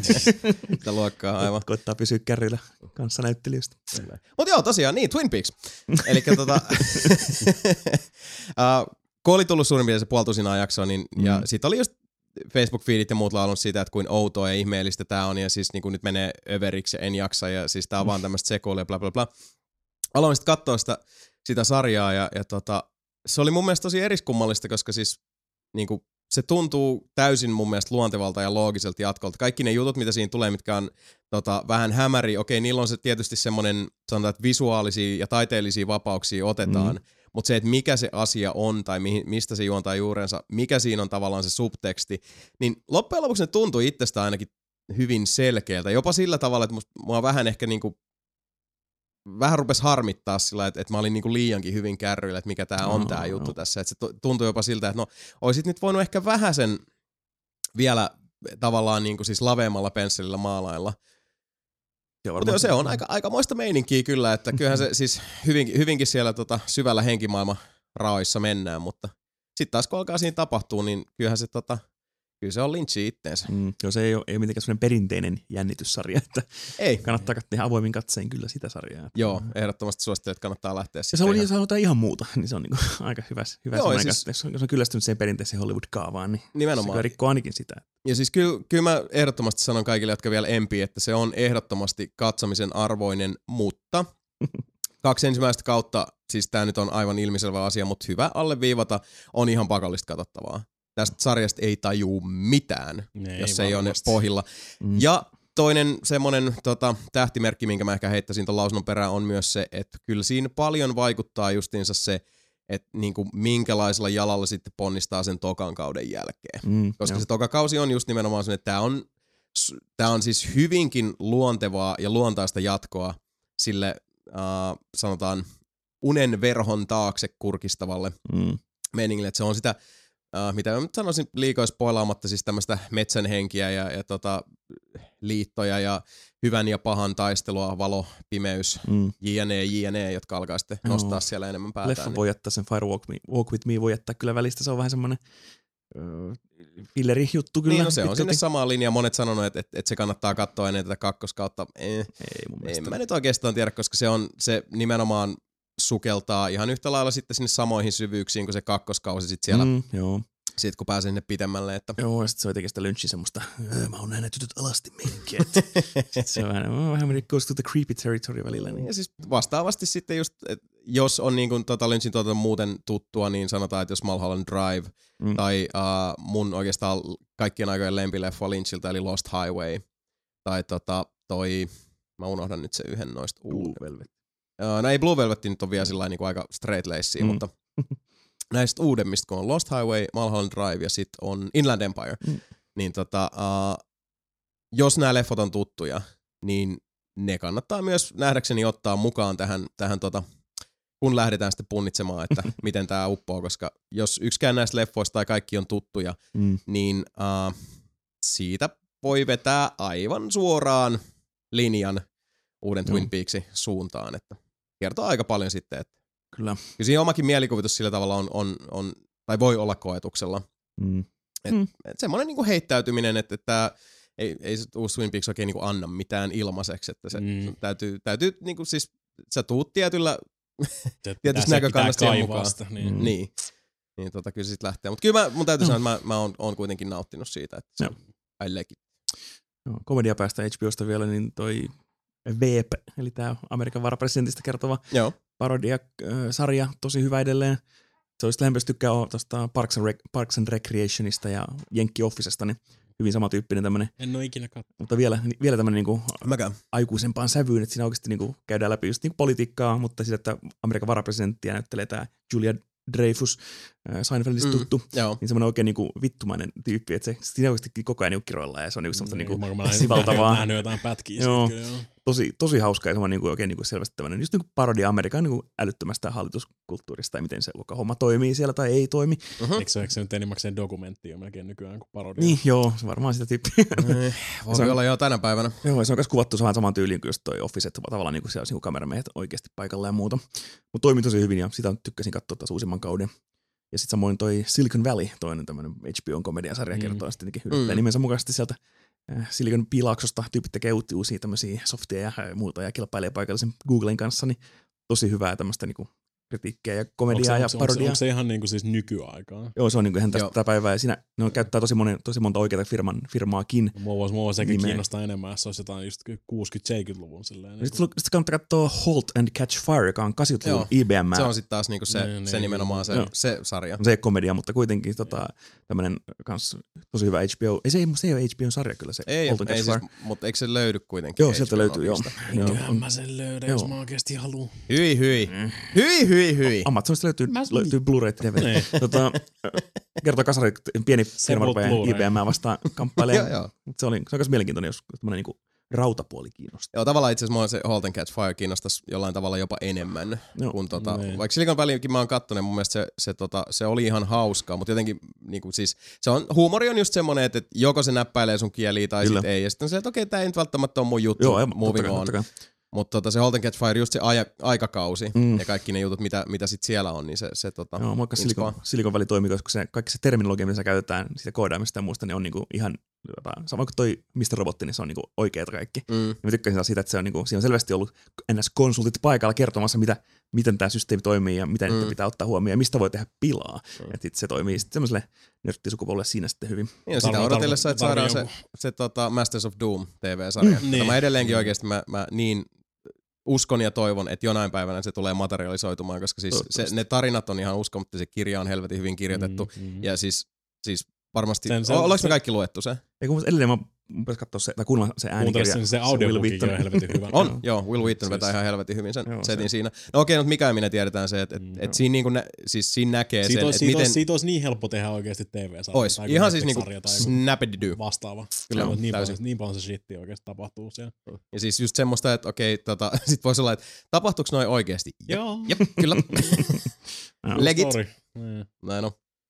Sitä luokkaa, aivan. Koittaa pysyä kärryillä kanssanäyttelijöistä. Mutta joo, tosiaan, niin, Twin Peaks. Elikkä tota... uh, kun oli tullut suurin piirtein se puolitusinaa jaksoa, niin, mm. ja siitä oli just Facebook-feedit ja muut launnut siitä, että kuin outoa ja ihmeellistä tää on, ja siis niin kuin nyt menee överiksi ja en jaksa, ja siis tää on mm. vaan tämmöistä sekoilua ja bla bla bla. aloin sitten katsoa sitä, sitä sarjaa ja, ja tota, se oli mun mielestä tosi eriskummallista, koska siis niinku, se tuntuu täysin mun mielestä luontevalta ja loogiselta jatkolta. Kaikki ne jutut, mitä siinä tulee, mitkä on tota, vähän hämäriä, okei, niillä on se tietysti semmoinen, sanotaan, että visuaalisia ja taiteellisia vapauksia otetaan, mm. mutta se, että mikä se asia on tai mi- mistä se juontaa juurensa, mikä siinä on tavallaan se subteksti, niin loppujen lopuksi ne tuntuu itsestä ainakin hyvin selkeältä. Jopa sillä tavalla, että mua vähän ehkä niinku vähän rupesi harmittaa sillä, että, että mä olin niinku liiankin hyvin kärryillä, että mikä tää on no, tää juttu no. tässä. Että se tuntui jopa siltä, että no oisit nyt voinut ehkä vähäsen vielä tavallaan niinku siis laveammalla pensselillä maalailla. Mutta se on aika, aikamoista meininkiä kyllä, että kyllähän se siis hyvinkin, hyvinkin siellä tota syvällä henkimaailman raoissa mennään, mutta sitten taas kun alkaa siinä tapahtuu, niin kyllähän se tota Kyllä se on Lynchi itteensä. Mm, joo, se ei ole, ei ole mitenkään sellainen perinteinen jännityssarja, että ei. Kannattaa katsoa ihan avoimin katsein kyllä sitä sarjaa. Joo, ehdottomasti suosittelen, että kannattaa lähteä ja se on ihan... sanotaan ihan muuta, niin se on niinku aika hyvä, hyvä joo, siis... jos, jos on kyllästynyt siihen perinteiseen Hollywood-kaavaan, niin nimenomaan. Se rikkoo ainakin sitä. Ja siis kyllä, kyllä mä ehdottomasti sanon kaikille, jotka vielä empii, että se on ehdottomasti katsomisen arvoinen, mutta kaksi ensimmäistä kautta, siis tää nyt on aivan ilmiselvä asia, mutta hyvä alleviivata, on ihan pakollista katsottavaa. Tästä sarjasta ei tajuu mitään, ne, jos ei, ei ole pohjilla. Mm. Ja toinen semmoinen tota, tähtimerkki, minkä mä ehkä heittäisin ton lausunnon perään, on myös se, että kyllä siinä paljon vaikuttaa justiinsa se, että niinku, minkälaisella jalalla sitten ponnistaa sen tokan kauden jälkeen. Mm, Koska jo. se tokakausi on just nimenomaan se, että tää on, tää on siis hyvinkin luontevaa ja luontaista jatkoa sille, uh, sanotaan, unen verhon taakse kurkistavalle mm. meningille, että se on sitä... Uh, mitä mä nyt sanoisin liikoin spoilaamatta, siis tämmöistä metsänhenkiä ja, ja tota, liittoja ja hyvän ja pahan taistelua, valo, pimeys, mm. jne, jne, jotka alkaa sitten no. nostaa siellä enemmän päätään. Leffa niin. voi jättää sen Fire Walk, me, Walk With Me voi jättää kyllä välistä, se on vähän semmoinen uh, filleri juttu kyllä. Niin no, se on sinne samaa linjaa, monet sanonut, että, että, että se kannattaa katsoa ennen tätä kakkoskautta. Eh, ei mun mielestä. En mä nyt oikeastaan tiedä, koska se on se nimenomaan sukeltaa ihan yhtä lailla sitten sinne samoihin syvyyksiin kuin se kakkoskausi sitten siellä. Mm, joo. Sitten kun pääsee sinne pitemmälle. Että... Joo, ja sitten se on jotenkin sitä Lynchiä semmoista, mä oon nähnyt tytöt alasti meininkiä. Se on vähän, vähän meni goes to the creepy territory välillä. Niin. Ja siis vastaavasti sitten just, että jos on niin kuin tota Lynchin tuota muuten tuttua, niin sanotaan, että jos Mulholland Drive mm. tai uh, mun oikeastaan kaikkien aikojen lempileffa Lynchiltä, eli Lost Highway, tai tota toi, mä unohdan nyt se yhden noista. Blue Velvet. Uh, no ei Blue Velvet nyt on vielä sillä niin kuin aika straight lacea, mm. mutta... näistä uudemmista, kun on Lost Highway, Mulholland Drive ja sitten on Inland Empire, mm. niin tota, uh, jos nämä leffot on tuttuja, niin ne kannattaa myös nähdäkseni ottaa mukaan tähän, tähän tota, kun lähdetään sitten punnitsemaan, että miten tämä uppoo, koska jos yksikään näistä leffoista tai kaikki on tuttuja, mm. niin uh, siitä voi vetää aivan suoraan linjan uuden Twin Peaksin suuntaan, että kertoo aika paljon sitten, että Kyllä. Ja siinä omakin mielikuvitus sillä tavalla on, on, on tai voi olla koetuksella. Mm. Et, mm. et semmoinen niinku heittäytyminen, että, että ei, ei se uusi Twin Peaks oikein niinku anna mitään ilmaiseksi. Että se mm. täytyy, täytyy niinku siis, sä tuut tietyllä tietystä näkökannasta sen mukaan. Niin. Mm. Niin. Niin tota kyllä se sit lähtee. Mutta kyllä mä, mun täytyy no. sanoa, että mä, mä oon, oon kuitenkin nauttinut siitä, että se on I like it. No, komedia päästä H B Osta vielä, niin toi Veep, eli tää Amerikan varapresidentistä kertova Joo. parodia-sarja, tosi hyvä edelleen. Se olisi lähempöistä tykkää tuosta Parks and, Rec- Parks and Recreationista ja Jenkki Officesta, niin hyvin samantyyppinen tämmönen. En ole ikinä katsonut. Mutta vielä, vielä tämmönen niinku aikuisempaan sävyyn, että siinä oikeasti niinku käydään läpi just niinku politiikkaa, mutta sitä, että Amerikan varapresidenttiä näyttelee tää Julia Dreyfus, äh, Seinfeldistä mm, tuttu, joo. niin semmoinen oikein niinku vittumainen tyyppi, että se siinä oikeasti koko ajan niinku kiroillaan ja se on niinku semmoista niinku sivaltavaa. Mä nähnyt jotain pätkiä. Joo. Siitä, joo. Tosi, tosi hauska ja semmoinen niinku oikein niinku selvästi tämmöinen just niinku parodia Amerikan niinku älyttömästä hallituskulttuurista ja miten se homma toimii siellä tai ei toimi. Uh-huh. Eikö se ole nyt enimmäkseen dokumentti jo melkein nykyään kuin parodia? Niin, joo, se varmaan sitä tyyppiä. Voi se olla jo tänä päivänä. Joo, se on myös kuvattu saman, saman tyyliin kuin just toi Office, että tavallaan niinku siellä olisi niinku kameramiehet oikeasti paikalla ja muuta. Mutta toimii tosi hyvin ja sitä tykkäsin katsoa taas uusimman kauden. Ja sitten samoin toi Silicon Valley, toinen tämmöinen H B O-komediasarja, mm. kertoo sitten yllättäen mm. nimensä mukaisesti sieltä äh, Silicon Pilaaksosta. Tyypit tekee uusia tämmöisiä softia ja muuta ja kilpailee paikallisen Googlen kanssa, niin tosi hyvää tämmöistä niinku kritiikkiä ja komediaa onko ja se, parodiaa. Onko se ihan niinku siis nykyaikaa? Joo, se on niinku ihan tästä tätä päivää. Ja siinä ne on, käyttää tosi, monen, tosi monta oikeaa firman, firmaakin. Mua voisi, mua voisi sekin nimeä. kiinnostaa enemmän, jos se olisi jotain just kuusikymmentä-seitsemänkymmentäluvun silleen. Sitten niin sit kannattaa katsoa Halt and Catch Fire, joka on kahdeksankymmentäluvun I B M. Se on sitten taas niinku se, Niin, se niin, nimenomaan se, joo. se sarja. Se ei komedia, mutta kuitenkin tota, tämmönen kans tosi hyvä H B O. Ei se, se ei ole H B O-sarja kyllä se Ei, Halt and ei Catch siis, Fire. mutta eikö se löydy kuitenkin? Joo, sieltä H B O löytyy, joo. Maxista? Joo. Kyllähän mä sen löydän, Joo. jos mä oikeesti haluun. Hyi, hyi. Hyi, hyi, hyi. Amazonista löytyy, Mä- löytyy Blu-ray D V D. Niin. Tota, kertoo kasari, pieni firma volt rupeaa Blu-ray. I B M vastaan Joo, kamppailemaan. joo. Mut Se oli se on myös mielenkiintoinen, jos tämmönen niinku rautapuoli kiinnostaa. Joo, tavallaan itse asiassa mua se Halt and Catch Fire kiinnostaisi jollain tavalla jopa enemmän. Joo. Kun tota, Niin. vaikka Silicon Valleykin mä oon kattonut, niin mun mielestä se, se, tota, se oli ihan hauskaa, mutta jotenkin niinku, siis, se on, huumori on just semmonen, että, että joko se näppäilee sun kieliä tai Kyllä. sit ei. Ja sitten on se, että okei, tää ei nyt välttämättä ole mun juttu, Joo, ei, totta moving kai, on. totta kai. Mutta tota, se Halt and Catch Fire, just se aja, aikakausi Mm. ja kaikki ne jutut, mitä, mitä sit siellä on, niin se, se tota, Joo, muokka Silicon, inspaa. Silicon Valley toimii, koska se, kaikki se terminologia, mitä käytetään siitä koodaamista ja muusta, niin on niinku ihan, tota, sama kuin toi mister Robotti, niin se on niinku oikeet kaikki. Mm. Ja mä tykkäsin siitä, että se on, niinku, siinä on selvästi ollut N S-konsultit paikalla kertomassa, mitä, miten tämä systeemi toimii ja mitä mm. niitä pitää ottaa huomioon ja mistä voi tehdä pilaa. Mm. Että sit se toimii sitten semmoiselle nörttisukupolvelle siinä sitten hyvin. Niin, sitä Tarvii- odotellessa, että tarvii saadaan se, jonkun- se tota Masters of Doom T V-sarja. Mm, niin. Mä edelleenkin Mm. oikeasti mä, mä niin uskon ja toivon, että jonain päivänä se tulee materialisoitumaan, koska siis se, Toivottavasti. ne tarinat on ihan uskomattomia, se kirja on helvetin hyvin kirjoitettu. Mm, mm. Ja siis, siis varmasti, Sen- sen- ollaanko me sen- kaikki luettu se? Ja kun edelleen mä mun pitäisi katsoa se, tai kuunnella se Kuuntele äänikirja. sen, se Will audiobookikin on Wheaton. helvetin hyvä. On, Joo. joo, Will Wheaton Siis- vetää ihan helvetin hyvin sen Joo, setin se- siinä. No okei, mutta mikä minä tiedetään se, että et, Mm, et joo. siinä, niinku nä, siis siinä näkee Siitä sen, olisi, että siitä, miten olisi, siitä olisi niin helppo tehdä oikeasti T V-sarja. ois. tai Ihan siis niinku Netflix-sarja tai joku snappidido. vastaava. Kyllä, Kyllä, niin, täysin. paljon, niin paljon se shitti oikeasti tapahtuu siellä. Ja siis just semmoista, että okei, tota, sit voisi olla, että tapahtuuko noin oikeasti? Jep, Joo. jep, kyllä. Joo. Legit. Story. Niin. Näin on.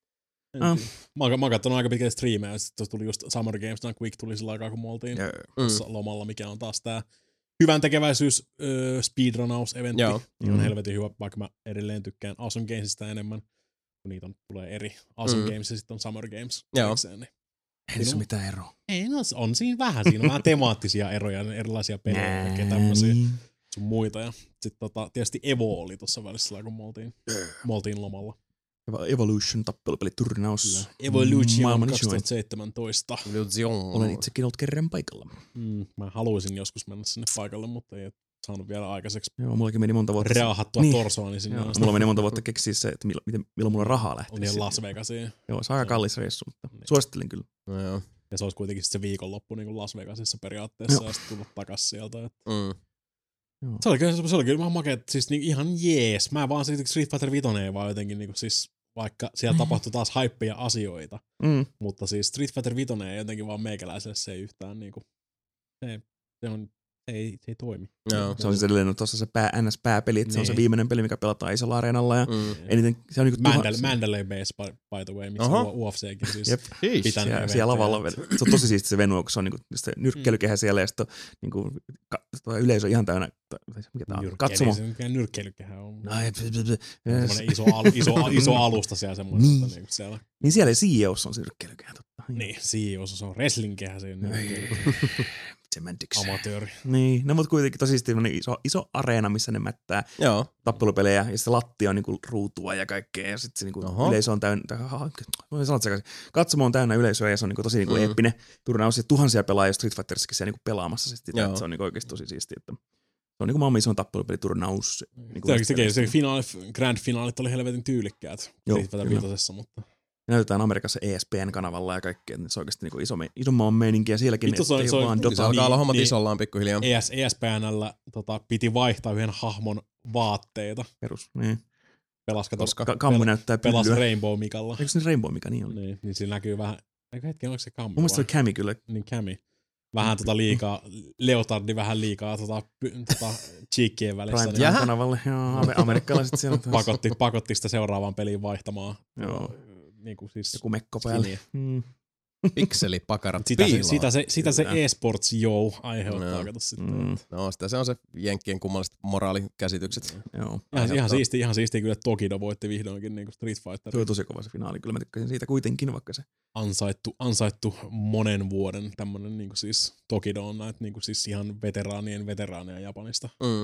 En Ah. tiedä. Mä oon, mä oon kattonut aika pitkälti striimejä, ja sit tuossa tuli just Summer Games, nämä Quick tuli sillä aikaa, kun me oltiin Joo. tuossa lomalla, mikä on taas tää hyvän tekeväisyys öö, speedrunaus-eventti. Joo. Niin on Mm. helvetin hyvä, vaikka mä edelleen tykkään Awesome Gamesista enemmän, kun niitä on, tulee eri Awesome Mm. Games ja sitten on Summer Games. Joo. erikseen, niin. Ei se ole mitään eroa. Ei, no, on siinä vähän. Siinä on vähän temaattisia eroja, erilaisia pelejä ja kaikkea tämmöisiä niin. sun muita. Ja sitten tota, tietysti Evo oli tuossa välissä, kun me oltiin, me oltiin lomalla. Evolution tappelupeliturnaus. Evolution Maailman isoin. kaksituhattaseitsemäntoista. Olen itsekin ollut kerran paikalla. Mm, mä haluaisin joskus mennä sinne paikalle, mutta ei saanut vielä aikaiseksi Joo, mullakin meni monta vuotta. raahattua Niin. torsoa, niin sinne Joo, asti. mulla meni monta vuotta keksiä se, että milloin, miten, milloin mulla on rahaa lähteä. on ihan sinne. Las Vegasiin. Joo, se on aika kallis reissu, mutta Niin. suosittelen kyllä. No joo. Ja se olisi kuitenkin sit se viikonloppu niin kuin Las Vegasissa periaatteessa Joo. ja sitten tullut takas sieltä. Et Mm. Joo. se oli kyllä, se oli kyllä ihan makea, että siis niin ihan jees. Mä vaan siitä Street Fighter viisi ei vaan jotenkin niin kuin siis, vaikka siellä tapahtui taas haippeja asioita, Mm. mutta siis Street Fighter viisi ei jotenkin vaan meikäläiselle se ei yhtään niinku, se, se on, se ei, se ei toimi. Joo. Se on siis edelleen tuossa se pää, N S-pääpeli, että se on se Niin. viimeinen peli, mikä pelataan isolla areenalla. Ja Mm. eniten, se on niinku Mandel, tuhat- Mandalay Base, by, by the way, missä Aha. U F C:kin siis Jep. Hiish. pitää siellä, ne siellä eventtejä. lavalla. Se on tosi siisti se venue, kun se on niinku just se nyrkkeilykehä siellä ja sitten on niinku, ka, tuo yleisö ihan täynnä, tai mikä tää on, Nyrkkeily- katsomo. se mikään nyrkkeilykehä on. Ai, py, py, py. Semmoinen iso, al, iso, iso alusta siellä semmoinen, Niin. että niinku siellä. Niin siellä C E O:ssa on se nyrkkeilykehä, totta. Niin, C E O, se on wrestling-kehä se nyrkkeily. Semantics. Amatööri. Niin, no mutta kuitenkin tosi siisti iso, iso areena, missä ne mättää Joo. tappelupelejä ja se lattia on niinku ruutua ja kaikkea ja sitten se niinku Oho. yleisö on täynnä, voi sanoa sekaisin, katsomo on täynnä yleisöä ja se on niinku tosi niinku Mm. eeppinen turnaus ja tuhansia pelaajia Street Fighterissakin siellä niinku pelaamassa sitä, Joo. että se on niinku oikeasti tosi siistiä, että se on niinku maailman isoin tappelupeliturnaus. Niinku Se, se, se, se westernistä. finaali, grand finaalit oli helvetin tyylikkäät Joo, Street Fighter kyllä. viitosessa, mutta Näytetään Amerikassa E S P N-kanavalla ja kaikkea, että se on oikeasti niinku iso, iso maan meininki ja sielläkin Vittu, se on- ei se ole on- vaan Kyllä se Dota. alkaa olla hommat niin- isollaan pikkuhiljaa. E S, E S P N:llä tota, piti vaihtaa yhden hahmon vaatteita. Perus, niin. Pelas, kato, Koska Ka- kammu näyttää pelas pyllyä. Rainbow Mikalla. Eikö se nyt Rainbow mikä niin oli? Niin, niin siinä näkyy vähän, eikö hetken, onko se kammu Mun mielestä se vai? oli Cami kyllä. Niin Cami. Vähän tota liikaa, Leotardi vähän liikaa tota, py- tota cheekkien välissä. Prime Niin Jaha. kanavalle. Joo, ame- amerikkalaiset siellä. taas. pakotti, pakotti sitä seuraavaan peliin vaihtamaan. Joo. Niin kuin siis Joku mekko päälle. skiniä. Mm. Pikselipakarat Sitä se, piiloon. sitä se, sitä se Kyllä. e-sports jou aiheuttaa, Joo. kato sitten. Mm. No, sitä se on se jenkkien kummalliset moraalikäsitykset. Joo. Ihan, Aiheuttaa. ihan siistiä, ihan siistiä kyllä, että Tokido voitti vihdoinkin niin kuin Street Fighter. Se oli tosi kova se finaali. Kyllä mä tykkäsin siitä kuitenkin, vaikka se. Ansaittu, ansaittu monen vuoden tämmönen niin kuin siis Tokido on näitä niin kuin siis ihan veteraanien veteraaneja Japanista. Mm.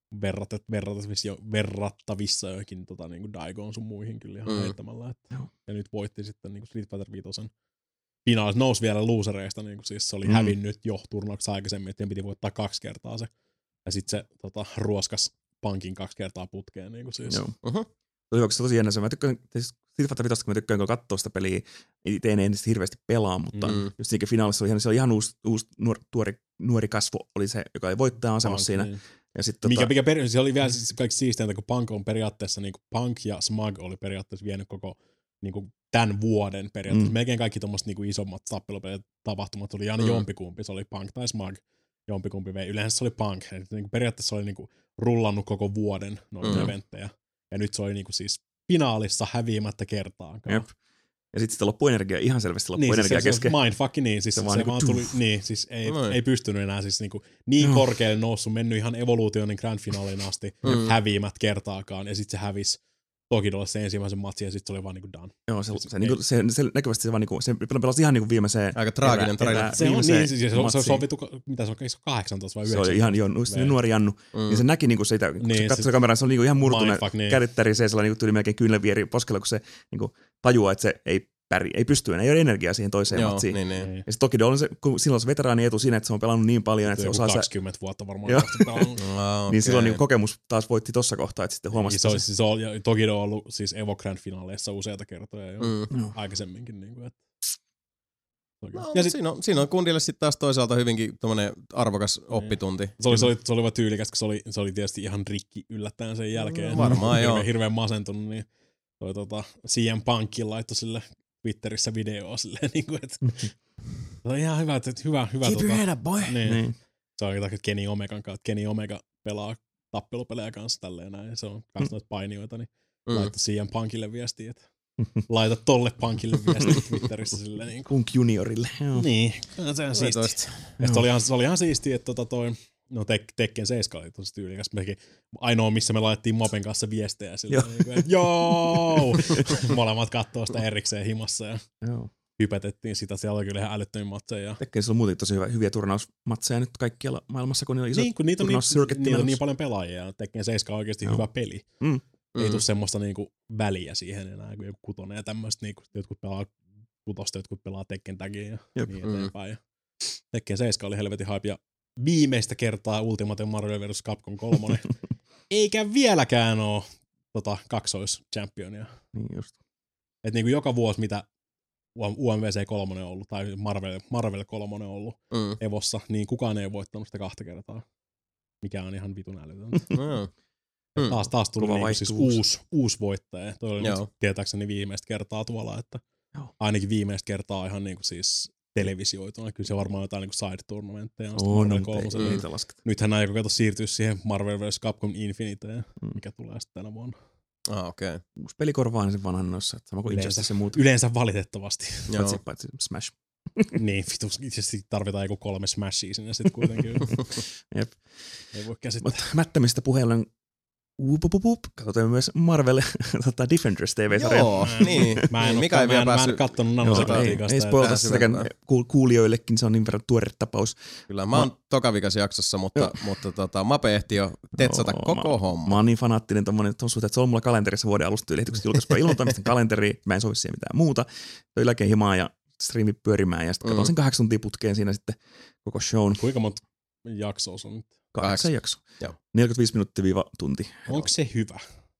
verrat, verrattavissa, jo, verrattavissa jokin tota, niin kuin Daigoon sun muihin kyllä ihan mm. heittämällä. Että, ja nyt voitti sitten niin kuin Street Fighter viisi finaalissa, nousi vielä losereista, niin kuin siis se oli mm. hävinnyt jo turnauksessa aikaisemmin, että piti voittaa kaksi kertaa se. Ja sitten se tota, ruoskas pankin kaksi kertaa putkeen. Niin kuin siis. Joo. Uh-huh. Tosi, tosi jännä se. Mä tykkään, Street Fighter viisi, kun mä tykkään kun katsoo sitä peliä, itse en ensin hirveästi pelaa, mutta mm. just siinä finaalissa oli ihan, se oli ihan uusi, uusi nuori, nuori, nuori kasvo, oli se, joka ei voittaja asemassa siinä. Niin. Ja sit, mikä, tota... mikä peri- se oli vielä siis kaikki siisteintä, kun Punk on periaatteessa, niin kuin Punk ja Smug oli periaatteessa vienyt koko niin kuin tämän vuoden periaatteessa. Mm. Melkein kaikki tuommoiset niin kuin isommat tappelupelit tapahtumat oli aina mm. jompikumpi, se oli Punk tai Smug, jompikumpi vei. Yleensä se oli Punk, eli niin kuin periaatteessa oli niin kuin rullannut koko vuoden noita mm. eventtejä. Ja nyt se oli niin kuin siis finaalissa häviämättä kertaakaan. Jep. Ja sitten sitä loppuenergia, ihan selvästi loppuenergia niin, siis kesken. Se mindfuck, niin, siis se, se vaan, se vaan tuli, niin, siis ei, ei pystynyt enää siis niinku, niin no. korkealle noussut, mennyt ihan evoluutionen grand finaalin asti, mm. häviämät kertaakaan, ja sitten se hävisi Tokidolle se ensimmäisen matsin, ja sitten se oli vaan niinku done. Joo, se, se, se, niinku, se, se näkyvästi se vaan niinku, se pelasi ihan niinku viimeiseen. Aika traaginen tarina. Se on niin, siis se, se, se on vitu, mitä se on, kahdeksantoista vai yhdeksäntoista? Se oli ihan, joo, just nuori Jannu. Mm. Niin se näki niinku sitä, kun niin, se katsoi kameraan, se on niinku ihan murtunut, niin. Kädet tärisee, sellainen niinku tuli melkein kyynelvieri poskella, kun se niinku tajuaa, että se ei päri, ei pysty enää, ei ole energiaa siihen toiseen joo, matsiin. Niin, niin. Ja sitten toki on se, kun silloin on se veteraanietu siinä, että se on pelannut niin paljon, että se osaa... kaksikymmentä vuotta varmaan. Joo. no, okay. Niin silloin niin kokemus taas voitti tossa kohtaa, että sitten huomasi... Se, se, se on, toki on ollut siis Evo Grand Finaleissa useita kertoja jo mm. aikaisemminkin. Niin kuin, että... No, ja sit, siinä, on, siinä on kundille sitten taas toisaalta hyvinkin tommonen arvokas oppitunti. Se oli, se oli, se oli vaan tyylikäs, kun se oli, se oli tietysti ihan rikki yllättäen sen jälkeen. No, varmaan hirveän, joo. Hirveän masentunut, niin toi tota, C M Punkin laittoi sille Twitterissä videoa silleen, niin kuin, että se on ihan hyvä, että hyvä, hyvä. Keep tota, your head up, boy. Niin. Niin. Se on jotakin Kenny Omegan kanssa, Kenny Omega pelaa tappelupelejä kanssa tälleen näin, se on kans noita painioita, niin mm. laittoi C M Punkille viestiä, että laita tolle Punkille viestiä Twitterissä silleen. Niin Punk juniorille. Joo. Niin, se on siistiä. Ja se oli ihan, se oli ihan siistiä, että tota toi, no Tek, Tekken seitsemän oli tosi tyylikäs. Mekin ainoa, missä me laitettiin Mopen kanssa viestejä silleen, niin kuin, että joo! Molemmat kattoo sitä erikseen himassa ja joo. Hypätettiin sitä. Siellä oli kyllä ihan älyttömiä matseja. Tekken se on muutenkin tosi hyvä, hyviä turnausmatseja nyt kaikkialla maailmassa, kun niillä on iso niin, kun niitä on niin, niitä on niin paljon pelaajia. Tekken seitsemän on oikeasti joo. hyvä peli. Mm. Ei mm. tule semmoista niinku väliä siihen enää, kuin joku kutonen ja tämmöistä. Niinku, jotkut pelaa kutosta, jotkut pelaa Tekken tagia ja Jep. niin eteenpäin. Mm. Tekken seitsemän oli helvetin hype ja viimeistä kertaa Ultimate Marvel versus. Capcom kolme. Eikä vieläkään ole tota, kaksois-championia. Niin just. Et niinku joka vuosi, mitä U M V C kolme on ollut, tai Marvel, Marvel kolme on ollut mm. Evossa, niin kukaan ei voittanut sitä kahta kertaa. Mikä on ihan vitun älytöntä. mm. Taas, taas tuli niinku siis uusi, uusi voittaja. Toi oli nyt tietääkseni viimeistä kertaa tuolla, että Joo. ainakin viimeistä kertaa ihan niinku siis televisioituna. Kyllä se varmaan jotain niinku side-tournamentteja on. Oh, no, nythän näin kato siirtyä siihen Marvel versus. Capcom Infinite, mm. mikä tulee sitten tänä vuonna. Ah, okei. Okay. Uusi peli korvaa sen vanhan noissa, sama kuin Injustice ja muut. Yleensä valitettavasti. Paitsi, paitsi Smash. niin, vitus, itse tarvitaan joku kolme Smashia sinne sitten kuitenkin. Jep. Ei voi käsittää. Mutta mättämistä puheella katsotaan myös Marvel tota Defenders T V-sarja. Joo, niin. Mä en, Mikä ei vielä päässyt. Mä en kattonut nanosataatiikasta. Ei, ei spoilata sitäkään kuulijoillekin, se on niin verran tuore tapaus. Kyllä, mä oon ma- tokavikas jaksossa, mutta, mutta tota, Mape ehti jo tetsata Joo, koko mä, homma. Mä oon niin fanaattinen tommonen, että se on mulla kalenterissa vuoden alusta yli, kun julkaistaan ilmoittamisten kalenteri, mä en sovi siihen mitään muuta. Toi yläkeen himaa ja striimi pyörimään ja sitten katson mm. sen kahdeksan tuntia putkeen siinä sitten koko shown. Kuinka monta jaksoa on nyt? Kahdeksan jakso. Joo. neljäkymmentäviisi minuuttia viiva tunti. Onko se hyvä?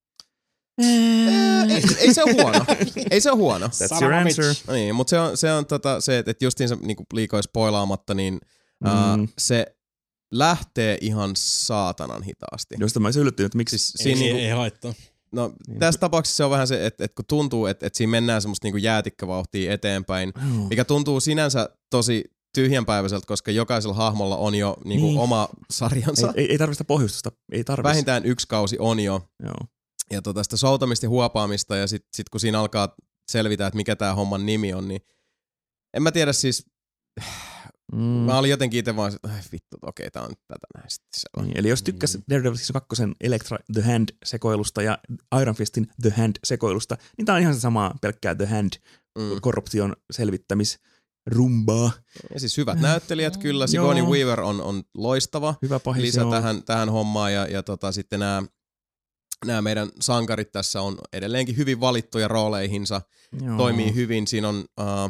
ei, ei se ole huono. Ei se ole huono. That's your answer. No niin, mutta se on, se on tota, se, että justiinsa niinku liikoin spoilaamatta, niin mm. uh, se lähtee ihan saatanan hitaasti. Josta mä olisin yllättynyt, että miksi... Siis, ei, ei, niinku, ei haittaa. No niin. Tässä tapauksessa se on vähän se, että, että kun tuntuu, että, että siinä mennään semmoista niinku jäätikkävauhtia eteenpäin, oh. mikä tuntuu sinänsä tosi tyhjänpäiväiseltä, koska jokaisella hahmolla on jo niinku niin. oma sarjansa. Ei, ei, ei tarvitse pohjustusta. Ei tarvitse. Vähintään yksi kausi on jo. Joo. Ja tota sitä soutamista ja huopaamista ja sitten sit kun siinä alkaa selvitä, että mikä tää homman nimi on, niin en mä tiedä siis... Mm. Mä olin jotenkin itse vaan, että vittu, okei, tää on tätä näin sitten. Niin, eli jos tykkäs Daredevil Season kakkosen Elektra The Hand-sekoilusta ja Iron Fistin The Hand-sekoilusta, niin tää on ihan se sama pelkkää The Hand-korruption mm. selvittämis rumbaa. Ja siis hyvät näyttelijät kyllä. Sigourney Weaver on, on loistava Hyvä pahis, lisä joo. tähän, tähän hommaan. Ja, ja tota, sitten nämä, nämä meidän sankarit tässä on edelleenkin hyvin valittuja rooleihinsa. Joo. Toimii hyvin. Siinä on uh,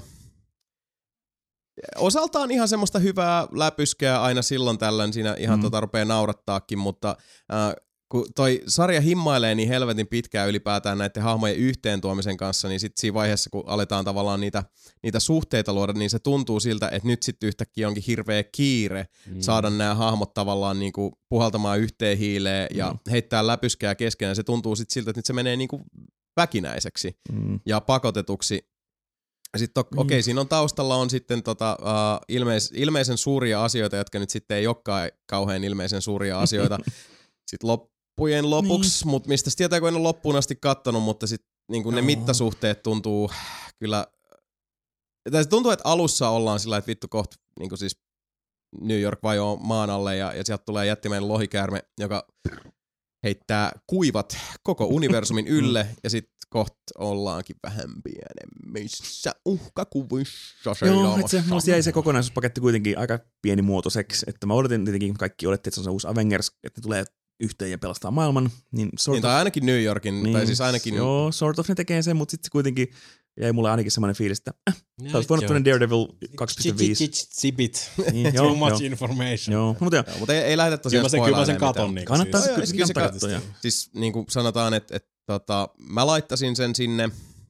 osaltaan ihan semmoista hyvää läpyskää aina silloin tällöin. Siinä ihan mm. tota rupeaa naurattaakin, mutta uh, kun toi sarja himmailee niin helvetin pitkään ylipäätään näiden hahmojen yhteen tuomisen kanssa, niin sitten siinä vaiheessa, kun aletaan tavallaan niitä, niitä suhteita luoda, niin se tuntuu siltä, että nyt sitten yhtäkkiä onkin hirveä kiire mm. saada nämä hahmot tavallaan niinku puhaltamaan yhteen hiileen ja mm. heittää läpyskää keskenään. Se tuntuu sitten siltä, että nyt se menee niinku väkinäiseksi mm. ja pakotetuksi. Sitten mm. okei, okay, siinä on taustalla on sitten tota, uh, ilmeis, ilmeisen suuria asioita, jotka nyt sitten ei olekaan kauhean ilmeisen suuria asioita. Sitten loppujen lopuksi, niin. Mutta mistä tietää, kun en ole loppuun asti kattonut, mutta sitten niin ne mittasuhteet tuntuu kyllä, tai se tuntuu, että alussa ollaan sillä, että vittu kohta niin siis New York vajoo maan alle ja, ja sieltä tulee jättimäinen lohikäärme, joka heittää kuivat koko universumin ylle ja sitten kohta ollaankin vähän pienemmissä uhkakuvissa. Joo, että se musta jäi se kokonaisuuspaketti kuitenkin aika pienimuotoiseksi, että mä odotin tietenkin, kaikki odotti, että se on se uusi Avengers, että ne tulee yhteen ja pelastaa maailman. Niin, niin tai ainakin New Yorkin, niin, tai siis ainakin... Joo, sort of ne tekee sen, mutta sitten se kuitenkin jäi mulle ainakin semmoinen fiilis, että äh, sä olis voinut tuonne Daredevil kaksi piste viisi. Zipit. Too much information. Joo, mutta, joo, mutta ei, ei lähdetä tosiaan spoilailemaan mitään. Kyllä mä sen katon. Niin kannattaa siis. kyllä, kyllä, kannattaa katsoa. Siis niin kuin sanotaan, että et, tota, mä laittasin sen sinne,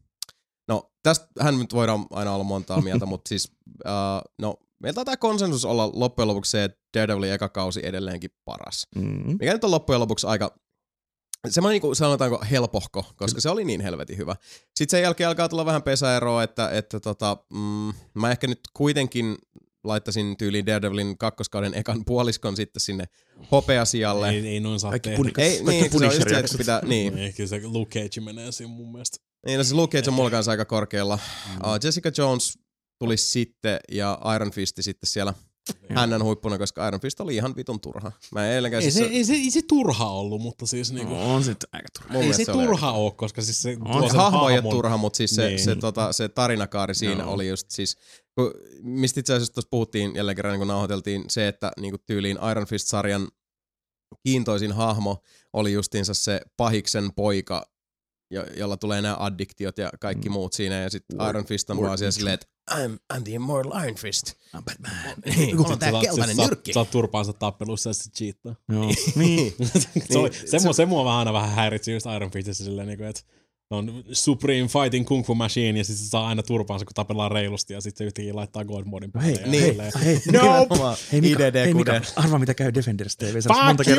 no tästä hän nyt voidaan aina olla montaa mieltä, mutta siis uh, no meillä taitaa konsensus olla loppujen lopuksi se, että Daredevilin eka kausi edelleenkin paras. Mm-hmm. Mikä nyt on loppujen lopuksi aika semmoinen niin kuin sanotaanko helpohko, koska se oli niin helvetin hyvä. Sitten sen jälkeen alkaa tulla vähän pesäeroa, että, että tota, mm, mä ehkä nyt kuitenkin laittaisin tyyliin Daredevilin kakkoskauden ekan puoliskon sitten sinne hopeasijalle. Ei, ei noin saa kaikki tehdä. Puni- ei, kaikki niin, se on just se, että pitää, niin. Ei, kyllä se Luke Cage menee siinä mun mielestä. Niin, no se Luke Cage on mulla kanssa aika korkealla. Mm. Uh, Jessica Jones tuli sitten ja Iron Fist sitten siellä hännän huippuna, koska Iron Fist oli ihan vitun turha. Mä en ei, se, ei, se, ei se turha ollut, mutta siis niinku... No, on sit aika turha. Ei se, se turha ole, koska siis se... On se hahmo ei turha, mutta siis se, niin. se, tota, se tarinakaari siinä no. oli just siis... Kun, mistä itse asiassa tuossa puhuttiin jälleen kerran, kun nauhoiteltiin se, että niinku tyyliin Iron Fist-sarjan kiintoisin hahmo oli justiinsa se pahiksen poika, jo, jolla tulee nämä addiktiot ja kaikki mm. muut siinä. Ja sitten Iron Fist on vaan siellä silleen, että I'm, I'm the immortal Iron Fist. I'm Batman. Niin, on tää keltainen nyrkki. Sä oot turpaansa tappelussa ja sit cheattaa. Joo. Niin. se, oli, se, se, se mua vähän aina vähän häiritsi just Iron Fistissä silleen, niin että on Supreme Fighting Kung Fu Machine ja sit se saa aina turpaansa, kun tapellaan reilusti ja sit se yhtäkkiä laittaa God Modin päälle. Hei, niin. hei, nope. hei, Mika, I D D hei Mika, arvaa mitä käy Defenders T V-sarjassa monta kertaa.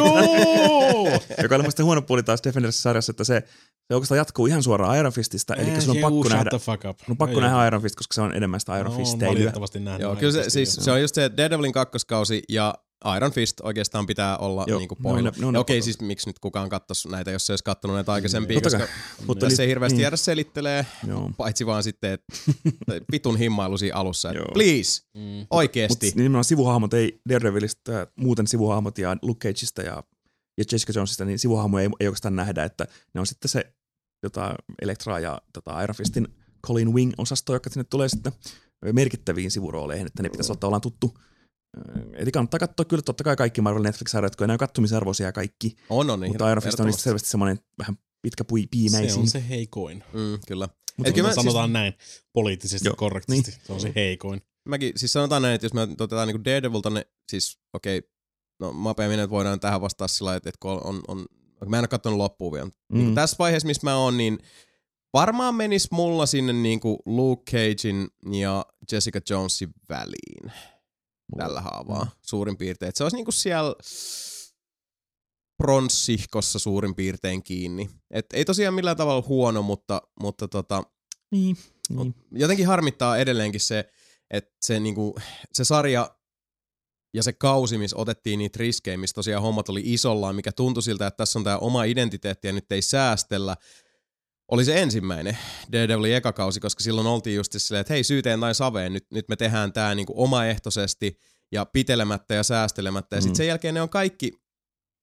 Joka oli musta huono puoli taas Defenders-sarjassa, että se, se oikeastaan jatkuu ihan suoraan Iron Fististä, eli sun on pakko nähdä, on pakko nähdä Iron Fist, koska se on enemmän sitä Iron no, Fisteilyä. On valitettavasti nähnyt. Joo, kyllä se, siis, se on just se Daredevilin kakkoskausi ja Iron Fist oikeastaan pitää olla Joo, niinku pohjalla. No, no, no, okei, okay, siis miksi nyt kukaan kattoisi näitä, jos se olisi kattonut näitä aikaisempia, koska mutta tässä ei hirveästi niin. jäädä selittelee, Joo. paitsi vaan sitten, että vitun himmailu siinä alussa, että please, mm. oikeesti. Mutta nimenomaan sivuhahmot ei Daredevilistä, muuten sivuhahmot ja Luke Cageista ja, ja Jessica Jonesista, niin sivuhahmoja ei, ei oikeastaan nähdä, että ne on sitten se jota Elektra ja tota Iron Fistin Colin Wing-osasto, joka sinne tulee sitten merkittäviin sivurooleihin, että ne pitäisi olla tavallaan tuttu. Eli kannattaa katsoa kyllä totta kai kaikki Marvel Netflix-sarjat, kun ne on kattomisarvoisia kaikki. On, on niin. Mutta Iron Fist on niistä selvästi semmoinen vähän pitkä pui, piimäisin. Se on se heikoin. Mm, kyllä. Mutta kyllä sanotaan siis näin poliittisesti Joo, korrektisti. Niin. Se on se heikoin. Mäkin, siis sanotaan näin, että jos me otetaan niinku Daredevil tonne, siis okei, okay, no mapeammin, että voidaan tähän vastaa sillä lailla, että kun on, on, mä en ole katsonut loppuun vielä. Mm. Niin tässä vaiheessa, missä mä oon, niin varmaan menis mulla sinne niinku Luke Cagein ja Jessica Jonesin väliin. Tällä haavaa mm. suurin piirtein. Et se olisi niinku siellä pronssihkossa suurin piirtein kiinni. Et ei tosiaan millään tavalla huono, mutta, mutta tota, niin, niin. jotenkin harmittaa edelleenkin se, että se, niinku, se sarja ja se kausi, missä otettiin niitä riskejä, missä tosiaan hommat oli isollaan, mikä tuntui siltä, että tässä on tämä oma identiteetti ja nyt ei säästellä, oli se ensimmäinen Daredevilin eka kausi, koska silloin oltiin just silleen, että hei, syyteen tai saveen, nyt, nyt me tehdään tämä niinku omaehtoisesti ja pitelemättä ja säästelemättä. Ja sitten sen jälkeen ne on kaikki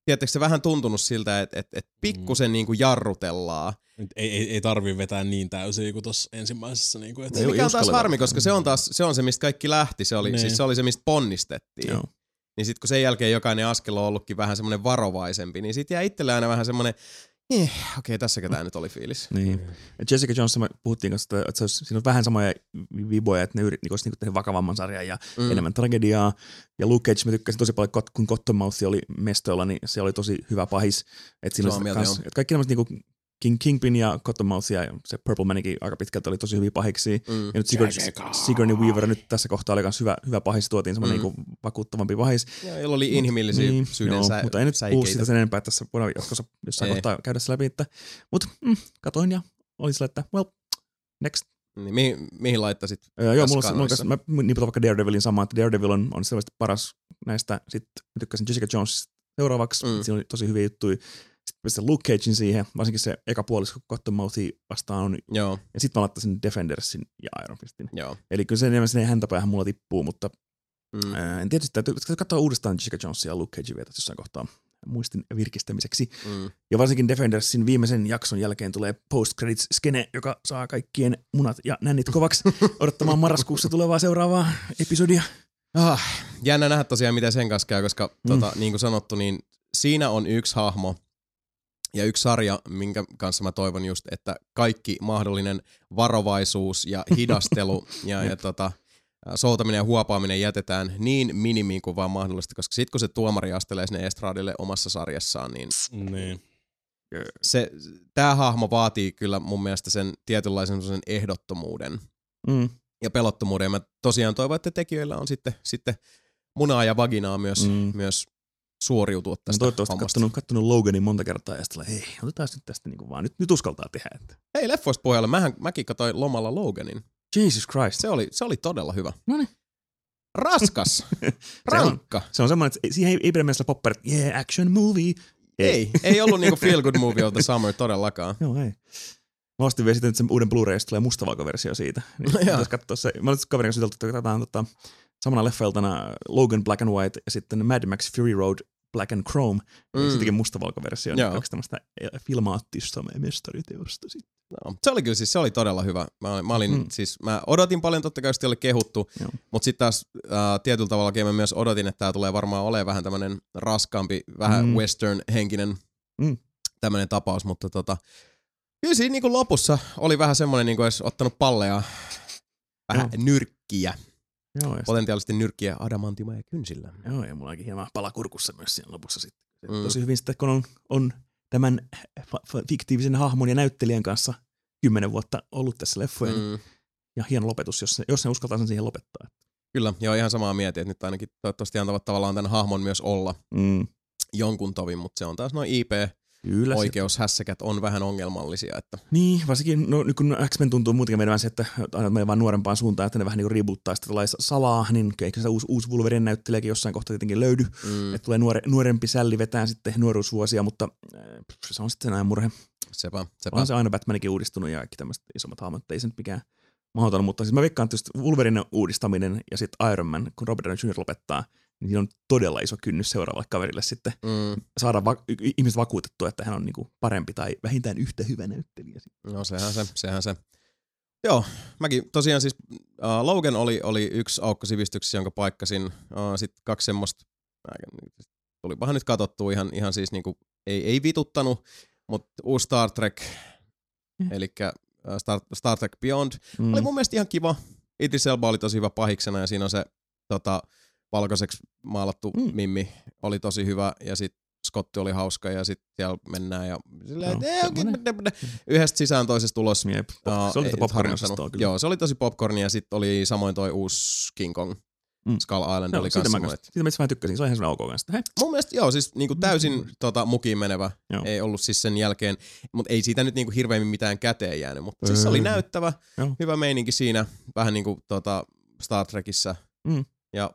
tiedättekö se vähän tuntunut siltä, että et, et pikkusen mm. niinku jarrutellaan. Nyt ei, ei, ei tarvii vetää niin täysin kuin tuossa ensimmäisessä. Niin kuin, että niin, mikä on taas harmi, koska se on taas se, on se mistä kaikki lähti. Se oli, niin. siis se, oli se, mistä ponnistettiin. Joo. Niin sit kun sen jälkeen jokainen askel on ollutkin vähän semmoinen varovaisempi, niin sit jää itselle aina vähän semmoinen, eh, okei, okay, tässäkö tää nyt oli fiilis. Niin. Ja Jessica Jones, me puhuttiin kanssa, että se olisi, siinä on vähän samoja viboja, että ne yrit, niin olisi niin tehnyt vakavamman sarjan ja mm. enemmän tragediaa. Ja Luke Cage, mä tykkäsin tosi paljon, kun Cottonmouth oli mestoilla, niin se oli tosi hyvä pahis. Että siinä mieltä, kans, että kaikki tämmöiset niin King, Kingpin ja Cottonmouth ja se Purple Manikin aika pitkältä oli tosi hyviä pahiksi. Mm. Ja nyt Sigourney Weaver nyt tässä kohtaa oli myös hyvä, hyvä pahis, tuotiin semmoinen mm. niin vakuuttavampi pahis. Joo, jolla oli inhimillisiä niin, syiden joo, sä, mutta ei nyt puhu siitä sen enempää, että tässä voidaan jatkossa jossain ei. kohtaa käydä se läpi. Että, mutta mm, katoin ja oli sillä, että well, next. Niin, mihin, mihin laittaisit? Öö, joo, mulla on, mulla on, mä niputan vaikka Daredevilin samaa, että Daredevil on, on selvästi paras näistä. Sitten mä tykkäsin Jessica Jones seuraavaksi, mm. siinä oli tosi hyviä juttuja. Sitten se Luke Cagein siihen, varsinkin se eka puolisko Cottonmouthia vastaan on. Joo. Ja sitten mä laittaisin Defendersin ja Iron Fistin. Joo. Eli kyllä se enemmän sinne häntäpäähän mulla tippuu, mutta mm. ää, en tiedä, täytyy katsoa uudestaan Jessica Jonesia ja Luke Cagein vielä jossain kohtaa muistin virkistämiseksi. Mm. Ja varsinkin Defendersin viimeisen jakson jälkeen tulee post-credits-skene, joka saa kaikkien munat ja nännit kovaksi odottamaan marraskuussa tulevaa seuraavaa episodia. Ah, jännä nähdä tosiaan, miten sen kanssa käy, koska mm. tota, niin kuin sanottu, niin siinä on yksi hahmo ja yksi sarja, minkä kanssa mä toivon just, että kaikki mahdollinen varovaisuus ja hidastelu ja, ja tota, soutaminen ja huopaaminen jätetään niin minimiin kuin vaan mahdollista, koska sit kun se tuomari astelee sinne estradille omassa sarjassaan, niin, niin. Se, tää hahmo vaatii kyllä mun mielestä sen tietynlaisen sen ehdottomuuden mm. ja pelottomuuden. Ja mä tosiaan toivon, että tekijöillä on sitten, sitten munaa ja vaginaa myös, mm. myös suoriutua tästä toivottavasti hommasta. Kattonut, kattonut Loganin monta kertaa ja sitten hei, otetaan nyt tästä niinku vaan, nyt, nyt uskaltaa tehdä. Että. Hei, leffoista pohjalla, mähän, mäkin katsoin lomalla Loganin. Jesus Christ. Se oli, se oli todella hyvä. Noniin. Raskas. Rankka. Se on, se on semmoinen, että siihen ei, ei pidä mennä sillä popperit, yeah, action movie. Ei, ei, ei ollut niinku feel good movie of the summer todellakaan. Joo, ei. Mä ostin vielä sitten, että sen uuden Blu-raysta tulee mustavalkoversio siitä. Niin no, katsoa se. Mä olin kaverin kanssa juteltu, että katsotaan tota, samana leffailtana Logan Black and White ja sitten Mad Max Fury Road Black and Chrome. Mm. Ja sittenkin mustavalkoversio. Niin kaksi tämmöistä filmaattista mestariteosta sitten. No, se oli kyllä siis, se oli todella hyvä. Mä, mä olin mm. siis, mä odotin paljon, totta kai oli kehuttu, joo. Mutta sitten taas äh, tietyllä tavalla mä myös odotin, että tää tulee varmaan olemaan vähän tämmönen raskaampi, vähän mm. western-henkinen mm. tämmönen tapaus, mutta tota, kyllä siinä niin lopussa oli vähän semmoinen, niin kuin olisi ottanut palleja, vähän joo. nyrkkiä. Joo, potentiaalisesti nyrkkiä adamantimaa ja kynsillä. Joo, ja mulla onkin hieman pala kurkussa myös siinä lopussa sitten. Mm. Tosi hyvin sitten, kun on, on tämän fiktiivisen hahmon ja näyttelijän kanssa kymmenen vuotta ollut tässä leffoja. Mm. Ja hieno lopetus, jos ne, jos ne uskaltaa sen siihen lopettaa. Kyllä, joo, ihan samaa mietin, että nyt ainakin toivottavasti antavat tavallaan tämän hahmon myös olla mm. jonkun tovin, mutta se on taas noin I P-oikeushässäkät on vähän ongelmallisia. Että. Niin, varsinkin no, nyt kun X-Men tuntuu muutenkin meidän se, että aina menee vaan nuorempaan suuntaan, että ne vähän niin kuin reboottaa sitä salaa, niin eikö se uusi, uusi Wolverine näyttelijäkin jossain kohtaa tietenkin löydy, mm. että tulee nuore, nuorempi sälli vetään sitten nuoruusvuosia, mutta äh, se on sitten aina murhe. Sepä, sepä. On se aina Batmanikin uudistunut ja kaikki tämmöiset isommat hahmot, ei se nyt mikään mahdoton, mutta siis mä veikkaan tietysti Wolverine uudistaminen ja sitten Iron Man, kun Robert Downey juniori lopettaa, niin siinä on todella iso kynnys seuraavalle kaverille sitten mm. saada va- ihmiset vakuutettua, että hän on niinku parempi tai vähintään yhtä hyvä näyttelijä. No sehän se, sehän se. Joo, mäkin tosiaan siis uh, Logan oli, oli yksi aukko sivistyksessä, jonka paikkasin. Uh, sitten kaksi semmoista, tulipahan nyt katsottua ihan, ihan siis niinku, ei, ei vituttanut, mutta uusi Star Trek, mm. eli uh, Star, Star Trek Beyond, mm. oli mun mielestä ihan kiva. Idris Elba oli tosi hyvä pahiksena ja siinä on se tota, valkoiseksi maalattu mm. Mimmi oli tosi hyvä ja sitten Scotti oli hauska ja sitten siellä mennään ja silleen, no, yhdestä sisään toisesta ulos. Jep, uh, se oli sitä popcorn-osastoa kyllä. Joo, se oli tosi popcornia ja sitten oli samoin toi uusi King Kong. Mm. Skull Island no, oli kanssa semmoinen. Siitä mä itse vähän tykkäsin, se oli ihan semmoinen ok kanssa. Hei. Mun mielestä joo, siis niinku täysin mm. tota, mukiin menevä. Joo. Ei ollut siis sen jälkeen, mutta ei siitä nyt niinku hirveämmin mitään käteen jäänyt. Mutta siis se oli näyttävä, joo. hyvä meininki siinä, vähän niinku tota Star Trekissä. Mm. Ja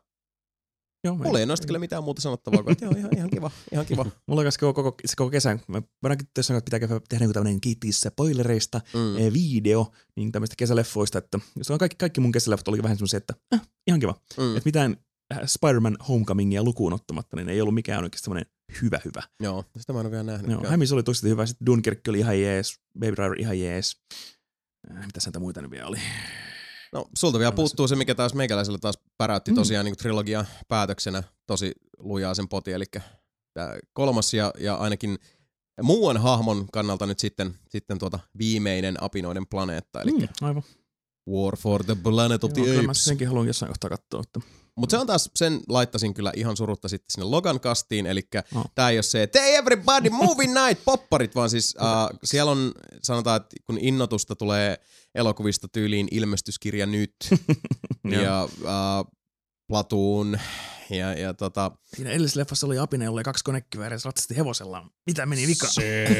joo, mulla ei noista kyllä mitään muuta sanottavaa, että joo, ihan, ihan kiva, ihan kiva. Mulla on koko, koko, koko kesän, mä voidaankin tässä sanoa, että pitää tehdä niin tämmöinen kiitis spoilereista mm. video, niin tämmöistä kesäleffoista, että jos on kaikki, kaikki mun kesäleffot oli vähän semmoisia, että äh, ihan kiva. Mm. Että mitään Spider-Man Homecomingia lukuun ottamatta, niin ei ollut mikään oikeasti semmoinen hyvä hyvä. Joo, sitä mä en ole vielä nähnyt. Joo, Hämis oli tosi hyvä, sitten Dunkirk oli ihan jees, Baby Driver ihan jees. Äh, mitä näitä muita nyt vielä oli? No, sulta vielä puuttuu se, mikä taas meikäläisellä taas päräytti tosiaan mm. niin trilogian päätöksenä tosi lujaa sen poti, eli tämä kolmas ja, ja ainakin muun hahmon kannalta nyt sitten, sitten tuota viimeinen apinoiden planeetta, eli mm, aivan. War for the Planet of Joo, the Apes. Apes. Senkin haluan jossain kohtaa katsoa. Että... Mutta se on taas, sen laittasin kyllä ihan surutta sitten sinne Logan kastiin, eli oh. tää ei ole se, että hey everybody, movie night, popparit, vaan siis uh, siellä on, sanotaan, että kun innotusta tulee elokuvista tyyliin ilmestyskirja nyt, ja uh, Platoon, ja, ja tota... Siinä edellisessä leffassa oli apina, jolla oli kaksi konekivääriä, ja ratsasti hevosellaan. Mitä meni vikaan?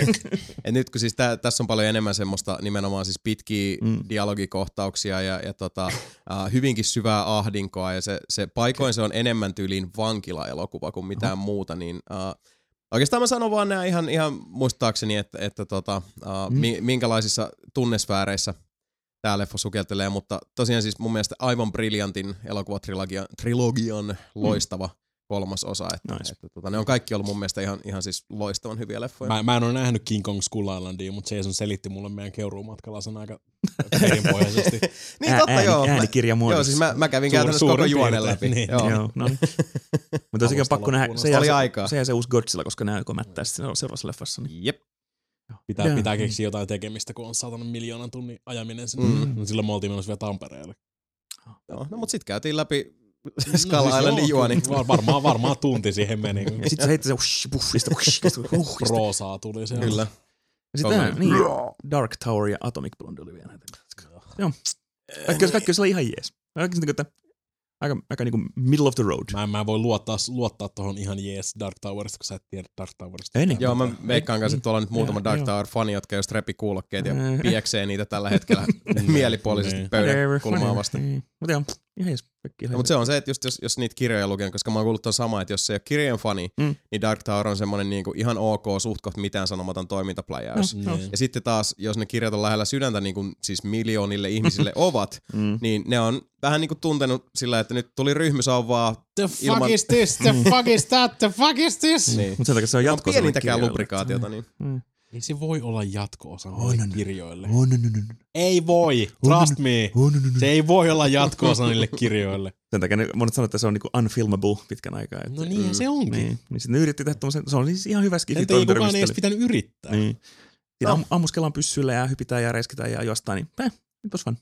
Et nyt kun siis tä, tässä on paljon enemmän semmoista nimenomaan siis pitkiä mm. dialogikohtauksia ja, ja tota, uh, hyvinkin syvää ahdinkoa, ja se, se paikoin se on enemmän tyyliin vankila-elokuva kuin mitään uh-huh. muuta, niin uh, oikeastaan mä sanon vaan nää ihan, ihan muistaakseni, että, että tota, uh, mm. mi, minkälaisissa tunnesfääreissä tää leffa sukeltelee, mutta tosiaan siis mun mielestä aivan briljantin elokuvatrilogian trilogian loistava mm. kolmas osa, että, nice. että tota, ne on kaikki ollut mun mielestä ihan, ihan siis loistavan hyviä leffoja. Mä, mä en ole nähnyt King Kong Skull Islandia, mutta Jason selitti mulle meidän keuruumatkalla sen aika perinpohjaisesti. Niin totta Ääni, joo. Äänikirja muodossa. Joo, siis mä, mä kävin käytännössä koko juonen läpi. Niin. Joo, joo no niin. Mutta tosiaan pakko nähdä, se jää, se, se jää se uusi Godzilla, koska ne aikoo mättää sitten seuraavassa leffassa. Niin. Jep. Pitää, yeah. pitää keksiä jotain tekemistä, kun on saatana miljoonan tunnin ajaminen sinne. Mm. Silloin me oltiin menossa vielä Tampereelle. Joo, no mut sit käytiin läpi Skull Islandin juoni. Var, varmaan, varmaan tunti siihen meni. Ja sit se heitti se ush, puff, lista, ush, ush, Roosaa tuli siellä. Kyllä. Ja sitten niin, Dark Tower ja Atomic Blonde oli vielä näitä. Joo. Kaikki, kaikki oli ihan jees. Kaikki että aika, aika niinku middle of the road. Mä, mä voin luottaa, luottaa tohon ihan jees Dark Towerista, kun sä et tiedä Dark Towerista. Ei niin. Joo, mä veikkaan kanssa, että tuolla on nyt muutama Dark Tower-fani, jotka just repi kuulokkeet ja pieksee niitä tällä hetkellä mielipuolisesti pöydän kulmaa vasten. Mutta joo, ihan jees. No, mutta se on se, että just jos, jos niitä kirjoja lukee, koska mä oon kuullut ton sama, että jos se ei ole kirjan fani, mm. niin Dark Tower on semmonen niinku ihan ok suht koht mitään sanomaton toimintapläjäys. No, no. Ja sitten taas, jos ne kirjat on lähellä sydäntä, niin kuin siis miljoonille ihmisille ovat, mm. niin ne on vähän niinku tuntenut sillä, että nyt tuli ryhmysauvaa. The fuck ilman... is this? The fuck is that? The fuck is this? Niin. Mutta sen takia se on jatko-osa pienintäkään lubrikaatiota. Niin. Mm. Ei se voi olla jatko-osa oh, niille no, kirjoille. Oh, no, no, no. Ei voi. Trust oh, me. Oh, no, no, no. Se ei voi olla jatko-osa niille kirjoille. Sen takia ne monet sanoo, että se on niinku unfilmable pitkän aikaa. Että, no niin, mm, se onkin. Niin, niin sitten ne yritti tehdä tommosen, se on siis ihan hyvä skifi. Entä ei kukaan edes pitänyt yrittää. Niin. Siinä no. ammuskellaan pyssyllä ja hypitään ja reskitään ja jostain, niin eh, nyt olisi vaan.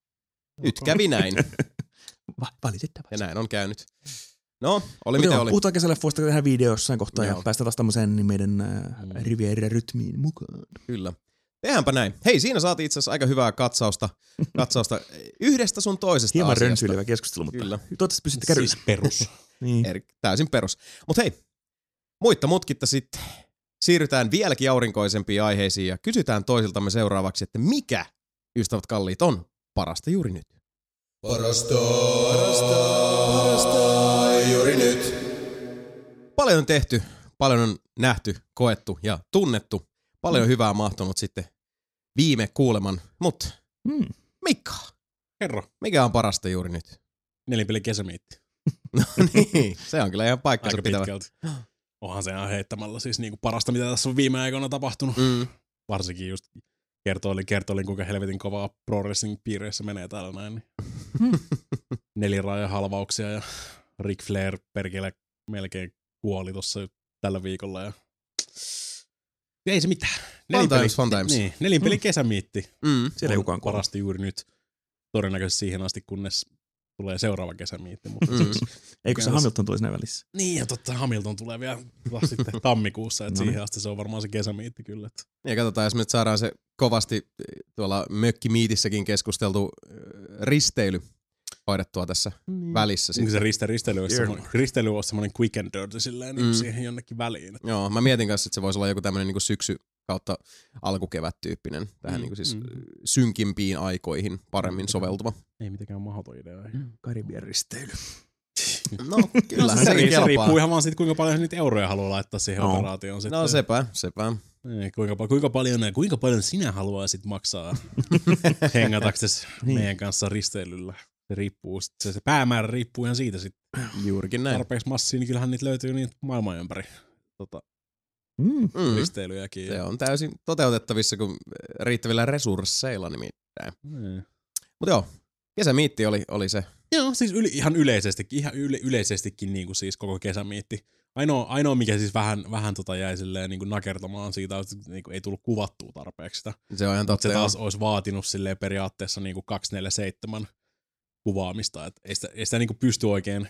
Nyt kävi näin. Va- valitettavasti. Ja näin on käynyt. No, oli miten oli. Puhutaan kesäleffoista tehdään video jossain kohtaa ja päästään taas tämmöiseen niin meidän äh, mm. Riviera-rytmiin mukaan. Kyllä. Tehdäänpä näin. Hei, siinä saatiin itse asiassa aika hyvää katsausta, katsausta yhdestä sun toisesta hieman asiasta. Hieman rönsyilevä keskustelu, mutta kyllä. Toivottavasti pysytte kärryillä. Siis perus. niin. Er, täysin perus. Mut hei, muitta mutkitta sitten siirrytään vieläkin aurinkoisempiin aiheisiin ja kysytään toisiltamme seuraavaksi, että mikä, ystävät kalliit, on parasta juuri nyt? Parasta, parasta, parasta juuri nyt. Paljon on tehty, paljon on nähty, koettu ja tunnettu. Paljon mm. hyvää mahtunut sitten viime kuuleman, mutta mm. Mikka, kerro. Mikä on parasta juuri nyt? Nelinpeli kesämiitti. No niin, se on kyllä ihan paikkansa pitävä. Onhan se ihan heittämällä siis niinku parasta, mitä tässä on viime aikoina tapahtunut. Mm. Varsinkin just kertoilin, kertoilin, kuinka helvetin kovaa pro wrestling piireissä menee täällä näin. Niin. Neliraajan halvauksia ja Ric Flair perkele melkein kuoli tossa tällä viikolla. Ja... Ei se mitään. Fun times, fun times. Niin, nelinpeli mm. kesämiitti. Mm. Siellä ei kukaan parasti juuri nyt. Todennäköisesti siihen asti, kunnes tulee seuraava kesämiitti. Mutta mm. Eikö se Hamilton tule sinne välissä? Niin, ja totta Hamilton tulee vielä sitten tammikuussa, että no siihen asti se on varmaan se kesämiitti kyllä. Että. Ja katsotaan, jos me nyt saadaan se kovasti tuolla mökkimiitissäkin keskusteltu risteily hoidettua tässä mm. välissä. Onko se riste, risteily, olisi semmoinen, risteily olisi semmoinen quick and dirty silleen, niin mm. siihen jonnekin väliin. Että. Joo, mä mietin kanssa, että se voisi olla joku tämmöinen niin syksy kautta alkukevät tyyppinen, tähän mm. niin siis mm. synkimpiin aikoihin paremmin soveltuva. Ei mitenkään mahdoton idea. Mm. Karibian risteily. No kyllä, no, se, se, se riippuu ihan vaan siitä, kuinka paljon niitä euroja haluaa laittaa siihen no. operaatioon. Sitten. No sepä, sepä. Ei, kuinka, kuinka, paljon, kuinka paljon sinä haluaisit maksaa hengataksesi niin. meidän kanssa risteilyllä? Se riippuu, se, se päämäärä riippuu ihan siitä sitten. Juurikin näin. tarpeeksi massia, niin kyllähän niitä löytyy niin maailman ympäri. Tota, Mm. Mm. risteilyjäkin. Se on täysin toteutettavissa, kun riittävillä resursseilla nimittäin. Mm. Mutta joo, kesämiitti oli, oli se. Joo, siis yli, ihan yleisestikin, ihan yle, yleisestikin niin kuin siis koko kesämiitti. Ainoa, ainoa mikä siis vähän, vähän tota jäi silleen niin kuin nakertamaan siitä, että niin kuin ei tullut kuvattua tarpeeksi sitä. Se on ihan totta. Se taas olisi vaatinut silleen periaatteessa niin kuin kaksikymmentäneljä seitsemän kuvaamista. Et ei sitä, ei sitä niin kuin pysty oikein,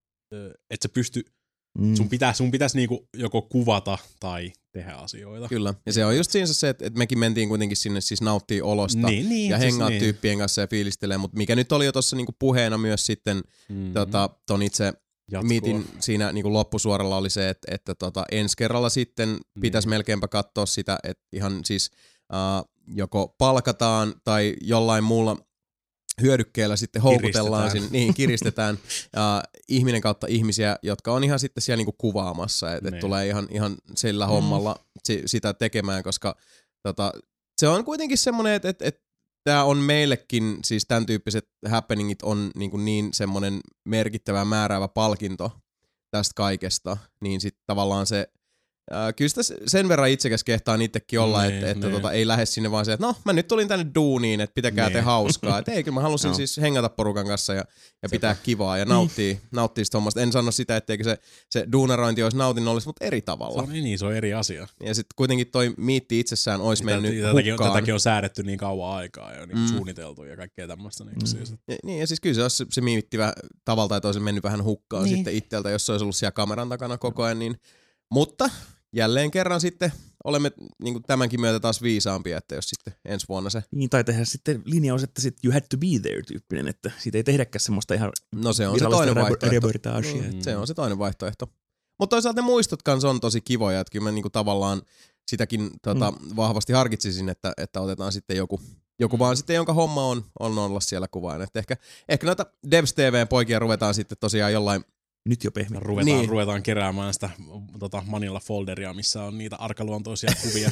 että se pysty, Mm. sun, pitää, sun pitäisi niin kuin joko kuvata tai tehdä asioita. Kyllä. Ja se on just siinä se, että, että mekin mentiin kuitenkin sinne siis nauttii olosta Niin, niin, ja siis hengaa niin. tyyppien kanssa ja fiilistelee. Mutta mikä nyt oli jo tuossa niinku puheena myös sitten Mm-hmm. tota, ton itse Jatkoa. miitin siinä niinku loppusuoralla oli se, että, että tota, ensi kerralla sitten pitäisi Niin. melkeinpä katsoa sitä, että ihan siis uh, joko palkataan tai jollain muulla hyödykkeellä sitten houkutellaan Kiristetään. sinne, niin kiristetään uh, ihminen kautta ihmisiä, jotka on ihan sitten siellä niinku kuvaamassa, että et Niin. tulee ihan, ihan sillä Mm. hommalla si, sitä tekemään, koska tota, se on kuitenkin semmoinen, että et, et, tämä on meillekin, siis tämän tyyppiset happeningit on niin, kuin niin semmoinen merkittävä määräävä palkinto tästä kaikesta, niin sitten tavallaan se, ää, kyllä sitä sen verran itsekäs kehtaa itsekin olla, Niin, että, että niin. tota, ei lähde sinne vaan se, että no mä nyt tulin tänne duuniin, että pitäkää Niin. te hauskaa. Että ei, kyllä mä halusin Joo. siis hengata porukan kanssa ja, ja pitää kivaa ja nauttia, nauttia sitä hommasta. En sano sitä, etteikö se, se duunarointi olisi nautinnollista, mutta eri Se tavalla. on, niin, se on eri asia. Ja sitten kuitenkin toi miitti itsessään olisi mennyt Tätäkin, hukkaan. tätäkin on säädetty niin kauan aikaa ja niin Mm. suunniteltu ja kaikkea tämmöistä. Niin Mm. siis, Ja, niin, ja siis kyllä se olisi se, se miimitti vähän tavalla, että olisi mennyt vähän hukkaan Niin. sitten itseltä, jos se olisi ollut siellä kameran takana koko ajan. Niin. Mutta jälleen kerran sitten olemme niin kuin tämänkin myötä taas viisaampia, että jos sitten ensi vuonna se... Niin, tai tehdä sitten linjaus, että sit you had to be there -tyyppinen, että siitä ei tehdäkään semmoista ihan No se on se virallista toinen rebo- vaihtoehto. reportagea. Niin, se on se toinen vaihtoehto. Mutta toisaalta ne muistot kanssa on tosi kivoja, että kyllä mä niinku tavallaan sitäkin tota, mm. vahvasti harkitsisin, että, että otetaan sitten joku, joku mm. vaan sitten, jonka homma on, on olla siellä kuvaajana. Että ehkä, ehkä noita Devs T V:n poikia ruvetaan sitten tosiaan jollain... Nyt jo pehmi. ruvetaan, Niin. niin. ruvetaan keräämään sitä tota, Manila-folderia, missä on niitä arkaluontoisia kuvia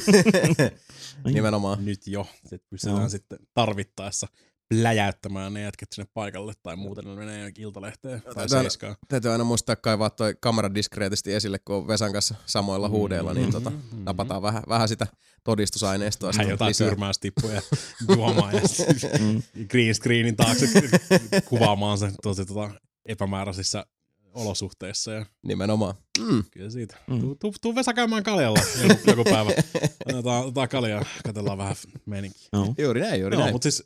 Nimenomaan. nyt jo. Sitten pystytään Joo. sitten tarvittaessa pläjäyttämään ne jätket sinne paikalle tai muuten ne menee jonnekin Iltalehteen tai Tätä- Seiskaan. Täytyy aina muistaa kaivaa toi kamera diskreetisti esille, kun on Vesan kanssa samoilla huudeilla, niin tota, Mhm. napataan vähän, vähän sitä todistusaineistoa. Vähän sitten jotain lisää. tyrmäystippuja juomaan ja sitten Mm. green screenin taakse kuvaamaan se tosi tota, epämääräisissä olosuhteissa. Ja Nimenomaan. Mm. kyllä siitä. Mm. Tuu, tuu, tuu Vesa käymään kaljalla joku, joku päivä. Otetaan, otetaan kaljaa, katsellaan vähän meininkiä. Joo. Juuri näin, juuri Joo, näin. mutta siis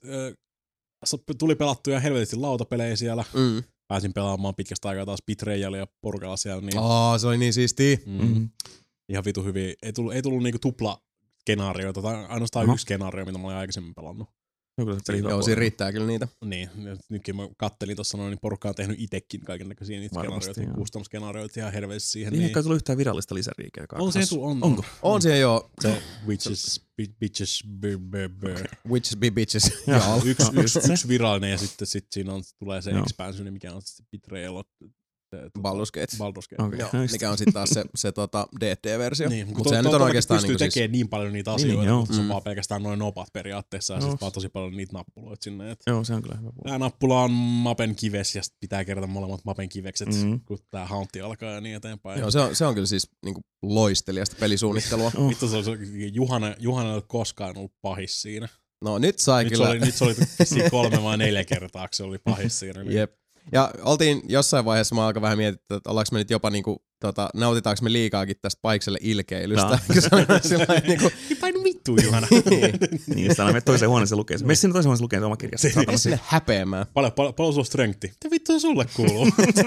äh, tuli pelattuja helvetisti lautapelejä siellä. Mm. Pääsin pelaamaan pitkästä aikaa taas Betrayalia porukalla siellä. Niin, Aa, se oli niin siistiä. mm, Mm. ihan vitu hyvin. Ei tullut, ei tullut niinku tupla skenaarioita, tai ainoastaan Aha. yksi skenaario, mitä mä olin aikaisemmin pelannut. Se on kyllä se peli hyvä Joo, puoli. siinä riittää kyllä niitä. Niin, ja nytkin mä kattelin tuossa noin, niin porukka on tehnyt itekin kaikennäköisiä niitä Varmasti, skenaarioita, joo. custom-skenaarioita ihan helvetisti siihen. Niin, Niin, eikä tullut yhtään virallista lisäriikeä. on se etu, on. Onko? On siellä joo. Se Witches, bi- Bitches, br, br, br. Witches be bitches. Joo. Joo. Yksi, No, yksi, just se. yksi virallinen ja sitten sit siinä on, tulee se Joo. expansioni, mikä on sitten Betrayal. Baldur's Gate. Baldur's Gate. Okei. Joo, No just. mikä on sitten taas se, se tota D D-versio. Niin, Mutta sehän nyt on oikeastaan pystyy niinku tekemään siis... niin paljon niitä Niin, asioita, joo. mutta se on Mm. vaan pelkästään noin nopat periaatteessa ja Joo. sitten vaan tosi paljon niitä nappuloita sinne. Et Joo, se on kyllä hyvä puoli. tää nappula on mapen kives ja sit pitää kerätä molemmat mapen kivekset, Mm. kun tää hauntti alkaa ja niin eteenpäin. Joo, se on, se on kyllä siis niinku loisteliasta pelisuunnittelua. Oh. Vittu se on se, Juhana, Juhana ei ole koskaan ollut pahis siinä. No nyt sai Nyt se kyllä... oli, nyt se oli vissiin kolme vai neljä kertaa, kun se oli pahis siinä. Niin Jep. Ja oltiin jossain vaiheessa, mä alkoin vähän miettiä, että ollaanko me nyt jopa niinku, tota, nautitaanko me liikaakin tästä paikselle ilkeilystä. No. Kun se on sillain niinku, painu vittu, Juhana. Niin, sitten aina mene toiseen huoneeseen lukee. Mene sinne toiseen huoneeseen lukee se oma kirja. Se- Saatana. sinne häpeämään. Paljon, paljon, paljon sulla on strengthi. Mitä vittu se sulle kuuluu?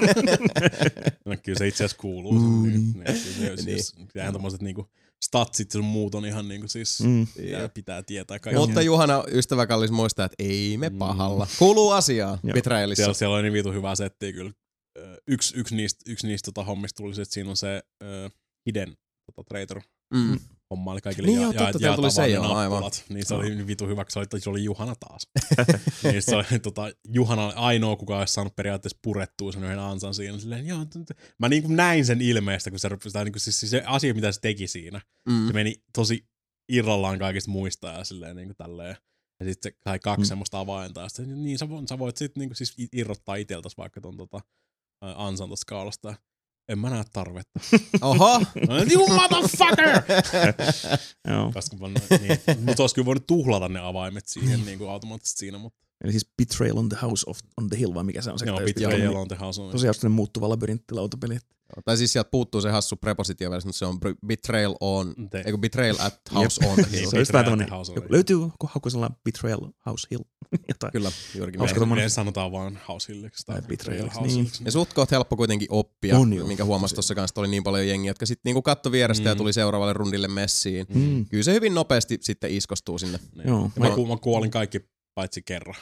No, kyllä se itse asiassa kuuluu. Mm, Niin, niin. niin, niin, Niin. siis, kyllähän tommoset niinku statsit sun muut on ihan niinku siis Mm. pitää, pitää tietää kaikki. Mutta Juhana ystäväkallis muistaa, että ei me Mm. pahalla. Kuuluu asiaan Joo. Betrayalissa. Siellä, siellä oli niin vitu hyvää settiä kyllä. Ö, Yksi, yksi niistä, yksi niistä tota, hommista tuli se, että siinä on se uh, Hidden tota, Traitor Mm. homma, eli kaikille Niin ja, joo, ja, totta, täällä tuli se ne joo, aivan. nappulat. Niin se oli niin vitu hyvä, kun se oli, se oli Juhana taas. niin se oli tota, Juhana oli ainoa, kuka olisi saanut periaatteessa purettua sen yhden ansan siinä. Silleen, joo, t- t- mä niin kuin näin sen ilmeestä, kun se, sitä, niin kuin, siis se asia, mitä se teki siinä, Mm. se meni tosi irrallaan kaikista muista ja silleen niin kuin tälleen. Ja sitten se sai kaksi Mm. semmoista avainta. Ja sitten, niin sä, voit, sä voit sitten niin kuin, siis irrottaa iteltäs vaikka ton tota, ansaintaskaalasta. En mä näe tarvetta. Oho! You motherfucker! Joo. niin, mutta olisi kyllä voinut tuhlata ne avaimet siihen niin kuin automaattisesti siinä, mutta... Eli siis Betrayal on the House of on the Hill, vai mikä se on? Se Joo, Betrayal on the House on the Hill. Tosiaan sellainen muuttuva labyrinttilautapeli. Tai siis sieltä puuttuu se hassu prepositio välissä, mutta se on Betrayal on, Te. eikö Betrayal at House on the Hill. Se olisi vähän tämmönen, löytyy hakusella Betrayal House Hill. Jotain. Kyllä, juurikin. Yleensä sanotaan vaan House Hilliksi tai Betrayal House Hilliksi. Ja suht koht helppo kuitenkin oppia, on jo, minkä huomasi tuossa kanssa, että oli niin paljon jengiä, jotka sitten niinku katto vierestä mm. ja tuli seuraavalle rundille messiin. Mm. Kyllä se hyvin nopeasti sitten iskostuu sinne. Joo. Mä, ku, mä kuolin kaikki paitsi kerran.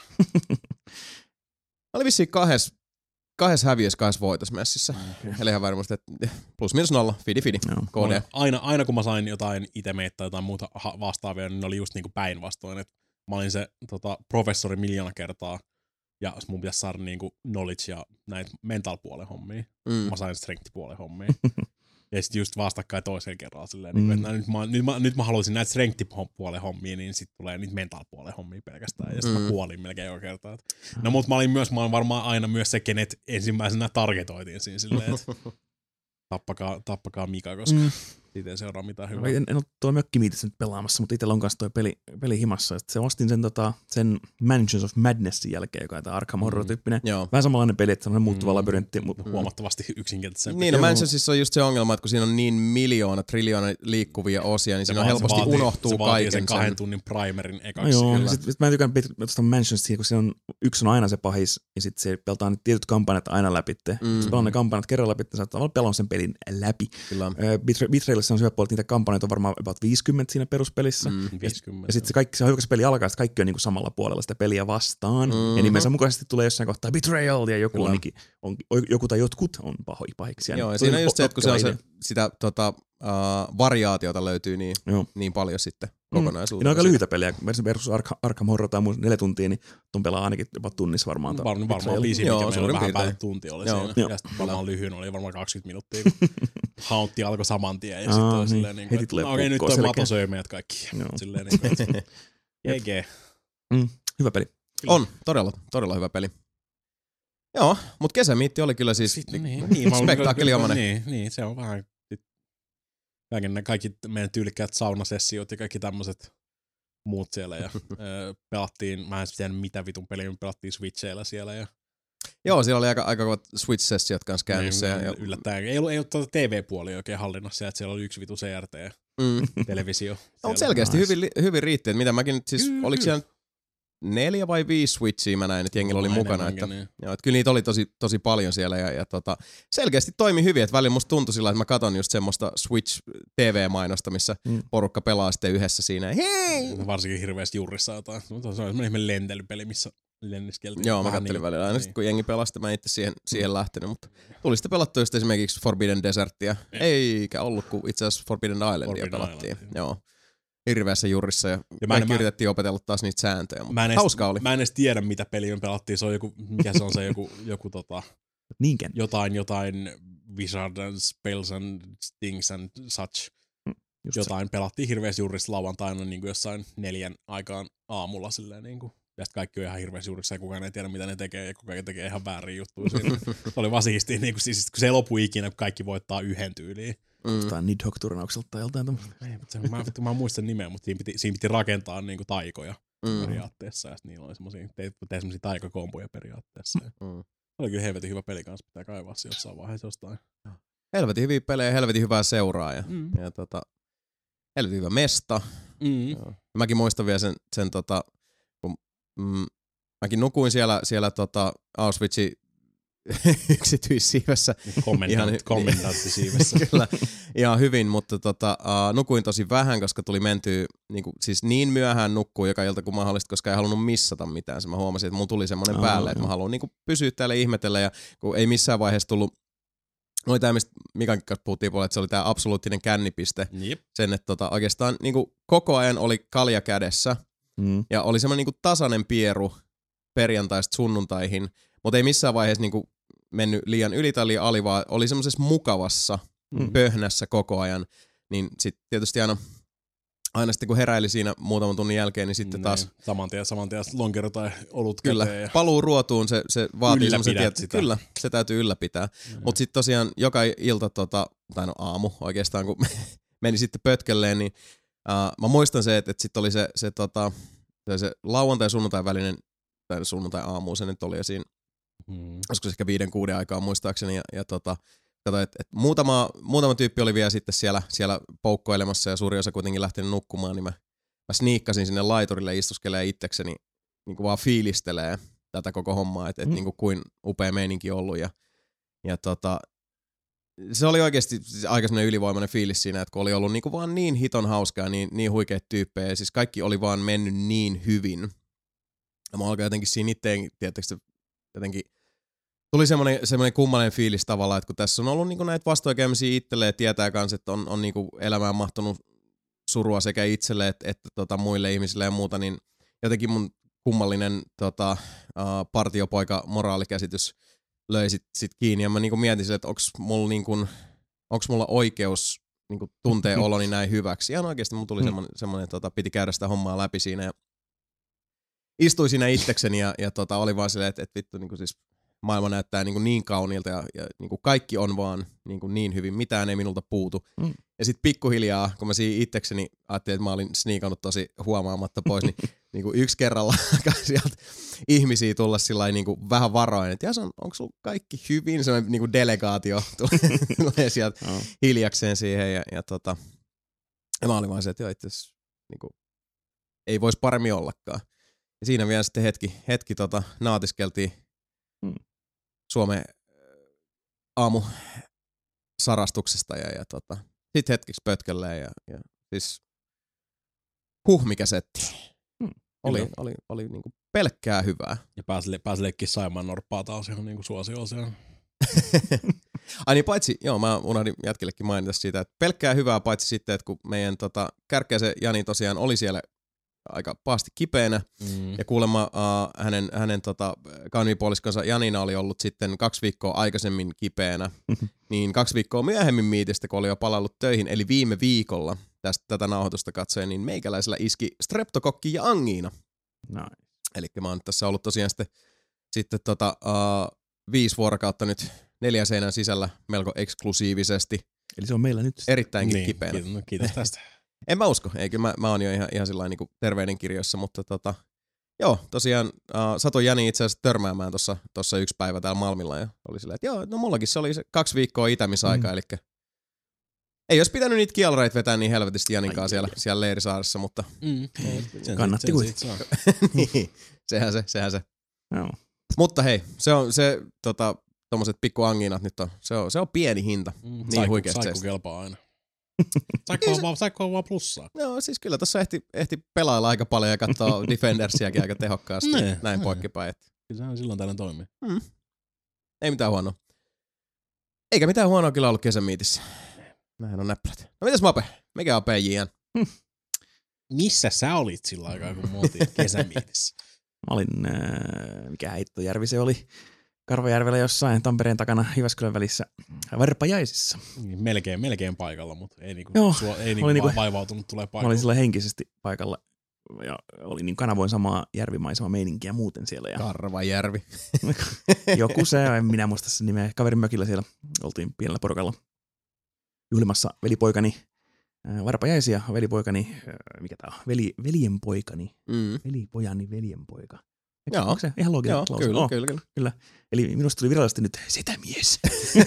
Mä olin vissiin kahdessa Kahdessa häviössä, kahdessa voitossa messissä. Okay. Eli ihan varmasti, että plus minus nolla, fidi fidi, Joo. K D. Aina, aina kun mä sain jotain itemeitä tai jotain muuta vastaavia, niin ne oli just niinku päinvastoin. Et mä olin se tota, professori miljoona kertaa, ja mun pitäisi saada niinku knowledge ja näitä mental-puolen hommia. Mm. Mä sain strength-puolen hommia. Ja sitten just vastakkain toiseen kerralla silleen, mm. että nyt, mä, nyt, mä, nyt mä haluaisin näitä strength-puolen hommia, niin sitten tulee niitä mental-puolen hommia pelkästään. Ja sitten mm. mä kuolin melkein joka kerta. No mut mä olin myös, mä olin varmaan aina myös se, kenet ensimmäisenä targetoitiin siinä silleen, että tappakaa, tappakaa Mika, koska mm. siitä ei seuraa mitään hyvää. En, en ole tuolla mökkimiitissä nyt pelaamassa, mutta itsellä on kanssa toi peli, peli himassa. Se ostin sen, tota, sen Mansions of Madnessin jälkeen, joka on tämä Arkham Horror-tyyppinen. Mm. Vähän samanlainen peli, että se on muuttuva mm. labyrintti. Mutta huomattavasti yksinkertaisempi. Niin, no Mansionsissa on just se ongelma, että kun siinä on niin miljoona, triljoona liikkuvia osia, niin se siinä on helposti vaatii, unohtuu se kaiken sen kahden tunnin primerin ekaksi. No joo, sit, sit mä tykkään tuosta Mansionsista, kun se on, yksi on aina se pahis, ja sitten se pelataan ne tietyt kampanjat aina läpi. Mm-hmm. Se pelaa ne kampanjat kerran läpi, että saattaa pelaa sen pelin läpi. Kyllä. Betrayalissa on se hyvä puoli, että niitä kampanjoita on varmaan about viisikymmentä siinä peruspelissä. Mm, viisikymmentä. Ja sitten se, kaikki, se on hyvä, kun se peli alkaa, että kaikki on niinku samalla puolella sitä peliä vastaan. Mm-hmm. Ja nimensä mukaisesti tulee jossain kohtaa Betrayal, ja joku, on, on, joku tai jotkut on paho, pahiksi. Joo, ja siinä on just se, että kun se on se, sitä tota, uh, variaatiota löytyy niin, niin paljon sitten kokonaisuudessa. Mm. Ne on aika lyhyitä pelejä. Versus Arkham Horror tai muu neljä tuntia, niin tuon pelaa ainakin jopa tunnissa varmaan. Var, varmaan viisi, mikä meillä vähän päälle tunti oli joo. siinä. Joo. Ja sitten varmaan lyhyin oli varmaan kaksikymmentä minuuttia, kun hauntti alkoi saman tien. Ja sitten oli silleen, niin, että no, okei, nyt toi mato söi meidät kaikki. Silleen niin kuin, G G. Mm, hyvä peli. On, todella, todella hyvä peli. Joo, mutta kesämiitti oli kyllä siis sitten, niin, niin, spektaakkeliomainen. Niin, niin, se on vähän kaikki, kaikki meidän tyylikkäät saunasessiot ja kaikki tämmöiset muut siellä. Ja ö, pelattiin, mä en tiedä mitä vitun peliä, me pelattiin Switcheillä siellä. Ja joo, siellä oli aika, aika kovat Switch-sessiot kanssa käynnissä. Niin, ja yllättäen. Ei ollut, ei ollut tuota T V-puolia oikein hallinnassa, että siellä oli yksi vitu C R T-televisio. Mm. No, mutta selkeästi nice. hyvin, hyvin riitti. Että mitä mäkin nyt siis, kyllä, oliko siellä neljä vai viisi Switchia mä näin, että jengillä oli mukana. Että, niin. joo, että kyllä niitä oli tosi, tosi paljon siellä ja, ja tota, selkeästi toimi hyvin. Että välillä musta tuntui sillä, että mä katon just semmoista Switch-T V-mainosta, missä mm. porukka pelaa sitten yhdessä siinä. Hei! Varsinkin hirveästi juurissa jotain. Se on semmoinen lentelypeli, missä lenniskeltiin. Joo, mä kattelin niin, välillä. Aina niin. Sitten kun jengi pelasi, mä en itse siihen, siihen mm. lähtenyt. Mutta tuli sitten pelattua just esimerkiksi Forbidden Desertia. Ei. Eikä ollut, kun itse asiassa Forbidden Islandia Forbidden pelattiin. Island, joo. Hirveässä jurissa ja, ja kaikki mä, yritettiin opetella taas niitä sääntöjä, mutta edes, hauskaa oli. Mä en edes tiedä, mitä peliä me pelattiin. Se on joku, mikä se on se joku, joku tota, Niinkään. jotain, jotain Wizard and Spells and Things and such. Just jotain se. Pelattiin hirveässä jurissa lauantaina niin kuin jossain neljän aikaan aamulla silleen niin kuin. Ja sitten kaikki on ihan hirveässä juurissa ja kukaan ei tiedä, mitä ne tekee ja kukaan tekee ihan väärin juttuja siinä. Se oli vaan siistiä, niin kuin, siis, kun se ei lopu ikinä, kun kaikki voittaa yhden tyyliin. Jostain mm. Nidhogg-turnaukselta tai joltain tämmöistä. Ei, mutta se, mä, mä muistan nimeä, mutta siinä piti, siinä piti rakentaa niinku taikoja mm. periaatteessa. Ja niillä oli semmosia, tein semmosia taikakomboja periaatteessa. Mm. Oli kyllä helvetin hyvä peli kanssa, pitää kaivaa se jossain vaiheessa jostain. Helvetin hyviä pelejä, helvetin hyvää seuraa ja, mm. ja tota, helvetin hyvä mesta. Mm. Mäkin muistan vielä sen, sen tota, kun mm, mäkin nukuin siellä, siellä tota Auschwitzin yksityissiivessä. Kommendantisiivessä. Kyllä, ihan hyvin, mutta tota, uh, nukuin tosi vähän, koska tuli mentyä niin, kuin, siis niin myöhään nukkuu joka ilta kuin mahdollista, koska ei halunnut missata mitään. Se mä huomasin, että mulla tuli semmoinen oh, päälle, että mä haluan niin kuin, pysyä täällä ihmetellä ja kun ei missään vaiheessa tullut oli tämä, mistä Mikankin kanssa puhuttiin puolella, että se oli tämä absoluuttinen kännipiste. Jep. Sen, että tota, oikeastaan niin kuin, koko ajan oli kalja kädessä mm. ja oli semmoinen niin kuin, tasainen pieru perjantaista sunnuntaihin, mutta ei missään vaiheessa niin kuin, mennyt liian yli tai liian ali, vaan oli semmoisessa mukavassa mm. pöhnässä koko ajan. Niin sitten tietysti aina aina sitten kun heräili siinä muutaman tunnin jälkeen, niin sitten taas... Saman tien, saman tien lonkero tai olut Kyllä, käteen. Ja... paluu ruotuun, se, se vaatii semmoisen tiedät, sitä. Kyllä, se täytyy ylläpitää. Mm. Mutta sitten tosiaan joka ilta, tota, tai no aamu oikeastaan, kun meni sitten pötkelleen, niin uh, mä muistan se, että, että sitten oli se, se, tota, se, se lauantai- ja sunnuntai välinen, tai sunnuntai-aamu se nyt oli jo siinä, mm. olisiko se ehkä viiden, kuuden aikaa muistaakseni, ja, ja tota, katsoin, että, että muutama, muutama tyyppi oli vielä sitten siellä, siellä poukkoilemassa, ja suuri osa kuitenkin lähtenyt nukkumaan, niin mä, mä sniikkasin sinne laiturille istuskelee itsekseni, niin kuin vaan fiilistelee tätä koko hommaa, että, mm. että niin kuin kuin upea meininki ollut, ja, ja tota, se oli oikeasti aika semmoinen ylivoimainen fiilis siinä, että kun oli ollut niin kuin vaan niin hiton hauskaa, niin, niin huikeat tyyppejä, ja siis kaikki oli vaan mennyt niin hyvin. Ja mä alkoin jotenkin siinä itteen, tietysti jotenkin tuli semmoinen, semmoinen kummallinen fiilis tavallaan, että kun tässä on ollut niin kuin näitä vastoinkäymisiä itselleen ja tietää kanssa, että on, on niin kuin elämään mahtunut surua sekä itselle että, että tota muille ihmisille ja muuta, niin jotenkin mun kummallinen tota, uh, partiopoika moraalikäsitys löi sit, sit kiinni ja mä niinku mietin sille, että onks mulla, niinku, onks mulla oikeus niinku tuntea oloni näin hyväksi. Ihan oikeesti mulla tuli mm. semmonen, semmonen tota, piti käydä sitä hommaa läpi siinä ja istuin siinä itsekseni ja, ja tota, oli vaan silleen, että et vittu niinku siis maailma näyttää niinku niin kauniilta ja, ja niinku kaikki on vaan niinku niin hyvin, mitään ei minulta puutu. Mm. Ja sit pikkuhiljaa, kun mä siinä itsekseni ajattelin, että mä olin sniikannut tosi huomaamatta pois, niin niinku yksi kerralla sieltä ihmisiä tulla sillä niinku vähän varoin, että Jason, onko sulla kaikki hyvin? Sellainen niinku delegaatio tulee sieltä oh. hiljakseen siihen ja, ja, tota, ja mä olin vaan se, että joo, itse asiassa niinku, ei voisi paremmin ollakaan. Ja siinä vielä sitten hetki, hetki tota, naatiskeltiin hmm. Suomen aamu sarastuksesta ja, ja tota, sitten hetkeksi pötkelleen ja, ja siis huh mikä setti. Hmm. Oli, oli, oli, oli niinku pelkkää hyvää. Ja pääsi, pääsi leikkiä Saimaan Norppaa taas ihan niinku suosioon siellä. Ai niin paitsi, joo mä unohdin jätkillekin mainita siitä, että pelkkää hyvää paitsi sitten, että kun meidän tota, Kärkkäisen Jani tosiaan oli siellä aika pahasti kipeänä mm. ja kuulemma uh, hänen, hänen tota, kauniipuoliskonsa Janina oli ollut sitten kaksi viikkoa aikaisemmin kipeänä, niin kaksi viikkoa myöhemmin miitistä, kun oli jo palannut töihin, eli viime viikolla tästä tätä nauhoitusta katsoen, niin meikäläisellä iski streptokokki ja angiina. Nice. Eli mä oon tässä ollut tosiaan sitten, sitten tota, uh, viisi vuorokautta nyt neljän seinän sisällä melko eksklusiivisesti. Eli se on meillä nyt. Erittäinkin niin, kipeänä. Kiitos, kiitos tästä. En mä usko, ei kyllä mä, mä oon jo ihan, ihan sellainen niin terveyden kirjoissa, mutta tota, joo, tosiaan uh, satuin Jani itse asiassa törmäämään tossa, tossa yksi päivä täällä Malmilla ja oli silleen, että joo, no mullakin se oli se kaksi viikkoa itämisaika, mm. eli ei olisi pitänyt niitä kielreitä vetää niin helvetisti Janinkaan siellä, siellä Leirisaaressa, mutta mm. sen kannatti kuitenkin. Niin, sehän se, sehän se. Joo. Mutta hei, se on se, tota, tommoset pikku angiinat nyt on, se on, se on pieni hinta, mm. niin Saiku, huikeasti. Saikku kelpaa aina. Saikko on, vaan, saikko on vaan plussaa. No siis kyllä tuossa ehti, ehti pelailla aika paljon ja katsoa Defendersiäkin aika tehokkaasti. Ne, näin ne. poikkipäin. Kyllä sehän silloin tällöin toimii. Mm. Ei mitään huonoa. Eikä mitään huonoa kyllä ollut kesämiitissä. Näin on näppälät. No mitäs Mape? Mikä on P J N? Hm. Missä sä olit sillä aikaa, kun me oltiin kesämiitissä? Mä olin, äh, mikä Heittojärvi se oli, Karvajärvellä jossain Tampereen takana Jyväskylän välissä Varpajaisissa. Melkein, melkein paikalla, mutta ei niinku, Joo, sua, ei niinku, niinku, vaivautunut tulee paikalla. Mä olin sillä henkisesti paikalla ja oli niin kanavoin samaa järvimaisema meininkiä muuten siellä. Ja Karvajärvi. joku se, en minä muista sen nimeä. Kaverin mökillä siellä oltiin pienellä porukalla juhlimassa velipoikani Varpajaisia, velipoikani, mikä tää on, Veli, veljenpoikani, mm. velipojani veljenpoika. Eikö, joo. Onko se ihan looginen joo, lause? Kyllä, oh, kyllä, kyllä. kyllä. Eli minusta tuli virallisesti nyt setämies.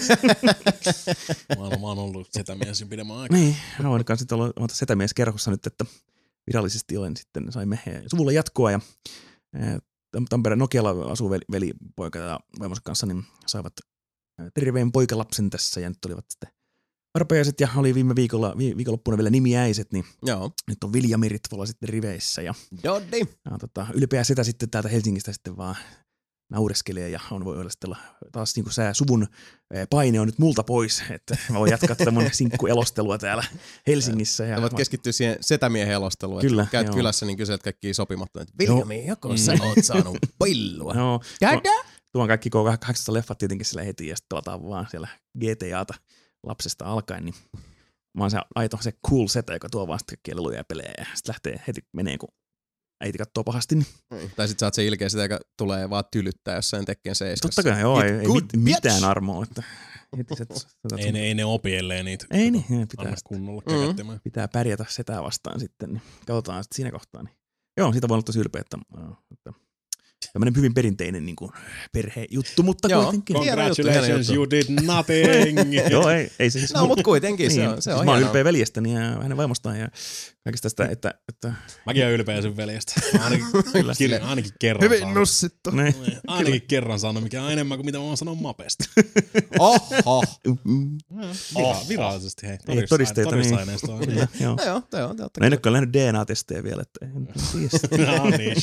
mä, oon, mä oon ollut setämies jo pidemmän aikaa. Niin, mä voin kanssa olla, olla setämies kerhossa nyt, että virallisesti olen sitten, saimme suvulla jatkoa ja Tampereen Nokialla asuu veli, velipoika ja vaimonsa kanssa, niin saivat terveen poikalapsen tässä ja nyt olivat sitten Varpajaiset ja oli viime viikolla, vi, viikonloppuna vielä nimiäiset, niin joo. Nyt on Viljamirit tuolla sitten riveissä. Ja, ja tota, ylpeä sitä sitten täältä Helsingistä sitten vaan naureskelee ja on voi olla taas niin kuin sää suvun paine on nyt multa pois, että mä voin jatkaa tätä mun sinkkuelostelua täällä Helsingissä. Ja voit keskittyä siihen setämiehen elosteluun, kyllä, että käyt joo. kylässä niin kyselet kaikkia sopimattomia, että Viljami, joko mm. sä oot saanut pillua? No, tuon kaikki K kahdeksantoista leffat tietenkin sillä heti ja sitten pelataan vaan siellä G T A:ta lapsesta alkaen, niin mä oon se aito se cool setä, joka tuo vaan sitten kaikkia leluja ja pelejä ja sitten lähtee heti menee, kun äiti katsoo pahasti. Niin. Tai sit sä oot se ilkeä sitä, joka tulee vaan tylyttää jossain Tekken seiskassa. Totta kai, joo, ei, ei good, mit, mitään armoa. Että heti set, set, ei, ne, ei ne opi, ellei niitä ei niin, pitää, anna kunnolla Mm. käkättemään. pitää pärjätä setää vastaan sitten. Niin katsotaan sitten siinä kohtaa. Niin. Joo, siitä voi olla tosi ylpeä, että, että tämmöinen hyvin perinteinen niin kuin perhejuttu, mutta Joo. kuitenkin. Congratulations, you did nothing! Joo, ei, ei se siis. No, mut kuitenkin, se niin, on, se siis on mä oon hienoa. ylpeä veljestäni ja hänen vaimostaan ja kaikista sitä, että... että Mäkin oon ylpeä sun veljestä. Ainakin, kyllä, ainakin kerran Hyvin saanut. nussittu. ne, Ainakin kerran saanut, mikä on enemmän kuin mitä mä oon sanonut Mapesta. Oho. mm, Vira, virallisesti, hei. Ei, todisteita, niin. Todistaineistoa. kyllä, joo. No joo, joo, joo. No en olekaan nähnyt D N A-testejä vielä, että en tiedä. No niin.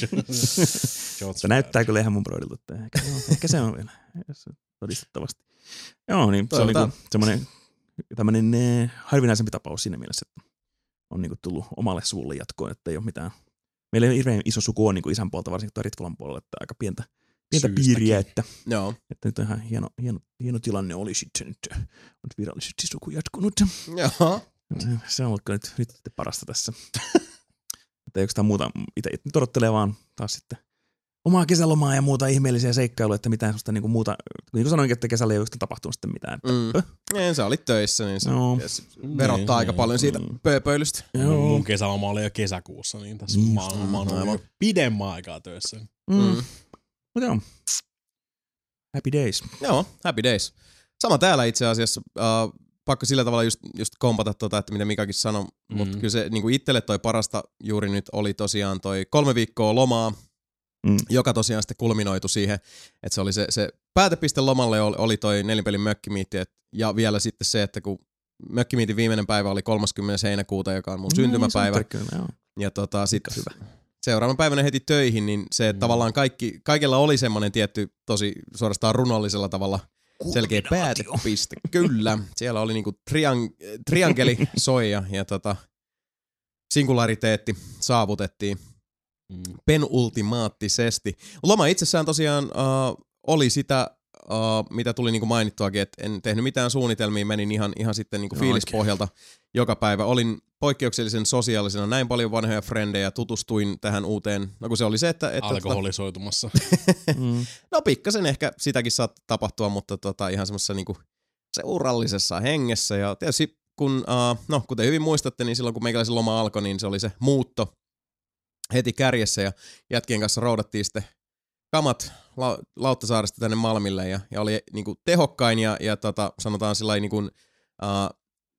Se näyttää kyllä ihan mun broidilta, että ehkä, joo, ehkä se on vielä jos todistettavasti. Joo, niin se on Toivotaan. niinku semmoinen tämmöinen eh, harvinaisempi tapaus siinä mielessä, että on niinku tullut omalle suulle jatkoon, että ei ole mitään. Meillä ei hirveän iso suku on niinku isän puolta, varsinkin tuo Ritvolan puolella, että aika pientä, pientä Syystäkin. piiriä, että, Joo. että nyt on ihan hieno, hieno, hieno tilanne oli sitten, nyt on virallisesti suku jatkunut. Joo. Se on ollut kyllä nyt, nyt sitten parasta tässä. Että ei oikeastaan muuta, itse nyt odottelee vaan taas sitten omaa kesälomaa ja muuta ihmeellisiä seikkailuja, että mitään sellaista niinku muuta, niin kuin sanoinkin, että kesällä ei ole oikeastaan tapahtunut sitten mitään. Että, Mm. Ei, sä olit töissä, niin se Joo. se verottaa Niin, aika niin. paljon siitä Mm. pööpöilystä. Mun, mun kesäloma oli jo kesäkuussa, niin tässä Niin mä, oon- mä oon ollut aivan. jo pidemmän aikaa töissä. Mm. Mm. Mutta joo, happy days. Joo, happy days. Sama täällä itse asiassa. Uh, pakko sillä tavalla just, just kompata tota, että mitä Mikakin sanoi, mm. mutta kyllä se niin itselle toi parasta juuri nyt oli tosiaan toi kolme viikkoa lomaa, Mm. joka tosiaan sitten kulminoitu siihen, että se oli se, se päätepiste lomalle oli, oli toi nelinpelin mökkimiitti, et, ja vielä sitten se, että kun mökkimiitin viimeinen päivä oli kolmaskymmenes heinäkuuta, joka on mun Mm, syntymäpäivä, se on tärkeää, joo. ja tota, sit Hyvä. seuraavan päivänä heti töihin, niin se mm. tavallaan kaikki, kaikilla oli semmoinen tietty tosi suorastaan runollisella tavalla selkeä päätepiste. Kyllä, siellä oli niinku triang- triangeli soi ja, ja tota, singulariteetti saavutettiin Mm. penultimaattisesti. Loma itsessään tosiaan uh, oli sitä, uh, mitä tuli niinku mainittuakin, että en tehnyt mitään suunnitelmia, menin ihan, ihan sitten niinku No fiilispohjalta joka päivä. Olin poikkeuksellisen sosiaalisena, näin paljon vanhoja frendejä, tutustuin tähän uuteen, no kun se oli se, että... että Alkoholisoitumassa. Mm. no pikkasen ehkä sitäkin saattaa tapahtua, mutta tota, ihan semmoisessa niinku seurallisessa hengessä. Ja tietysti kun, uh, no kuten hyvin muistatte, niin silloin kun meikäläisen loma alkoi, niin se oli se muutto heti kärjessä ja jätkien kanssa roudattiin sitten kamat la- Lauttasaaresta tänne Malmille ja, ja oli niinku tehokkain ja, ja tota, sanotaan sillä niinku, uh,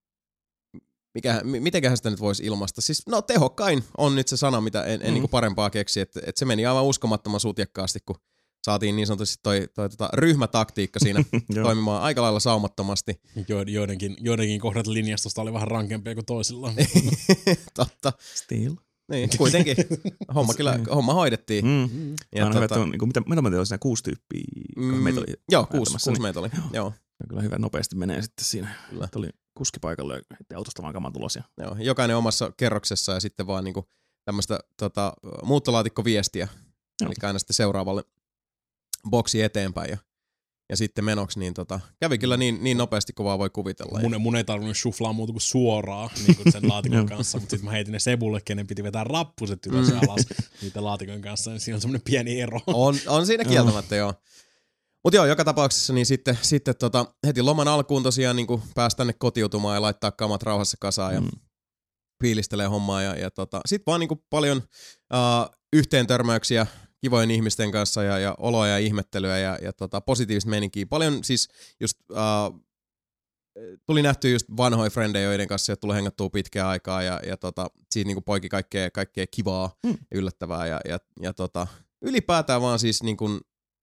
mikä, m- mitenköhän sitä nyt voisi ilmaista. Siis no tehokkain on nyt se sana, mitä en, en Mm. niinku parempaa keksi, että et se meni aivan uskomattoman sutjakkaasti, kun saatiin niin sanotusti toi, toi tota, ryhmätaktiikka siinä Joo. toimimaan aika lailla saumattomasti. Jo, joidenkin, joidenkin kohdat linjastosta oli vähän rankempia kuin toisilla. Totta. Still. Niin, kuitenkin. Homma, kyllä, homma hoidettiin. Mm. Ja Aina hyvä, tota- että on, niin kuin, mitä, mitä mä tein, oli siinä kuusi tyyppiä, mm, meitä oli joo, kuusi, päättämässä, kuusi niin meitä oli. Joo. Joo. on kyllä hyvä, nopeasti menee sitten siinä. Kyllä. Oli kuski paikalla ja heti autosta vaan kamat ulos. Ja... Joo, jokainen omassa kerroksessa ja sitten vaan niinku tämmöistä tota, muuttolaatikkoviestiä. Joo. Eli aina sitten seuraavalle boksi eteenpäin ja, ja sitten menoksi, niin tota, kävi kyllä niin, niin nopeasti kuin vaan voi kuvitella. Mun, mun ei tarvinnut shuflaa muuta kuin suoraan niin kuin sen laatikon Joo. kanssa, mutta sitten mä heitin ne Sebulle, kenen piti vetää rappuset ylös ja alas niiden laatikon kanssa, niin siinä on semmoinen pieni ero. On, on siinä kieltämättä, joo. Mutta joo, joka tapauksessa niin sitten, sitten tota, heti loman alkuun tosiaan niin pääsi tänne kotiutumaan ja laittaa kamat rauhassa kasaan ja Mm. fiilistelee hommaa. Ja, ja tota, sitten vaan niin paljon uh, yhteentörmäyksiä kivojen ihmisten kanssa ja, ja oloja ja ihmettelyä ja, ja tota, positiivista meininkiä. Paljon siis just uh, tuli nähty just vanhoja frendejä, joiden kanssa tuli hengattua pitkään aikaa ja, ja tota, siitä niin poiki kaikkea, kaikkea kivaa Mm. ja yllättävää. Ja, ja, ja tota, ylipäätään vaan siis niin kuin,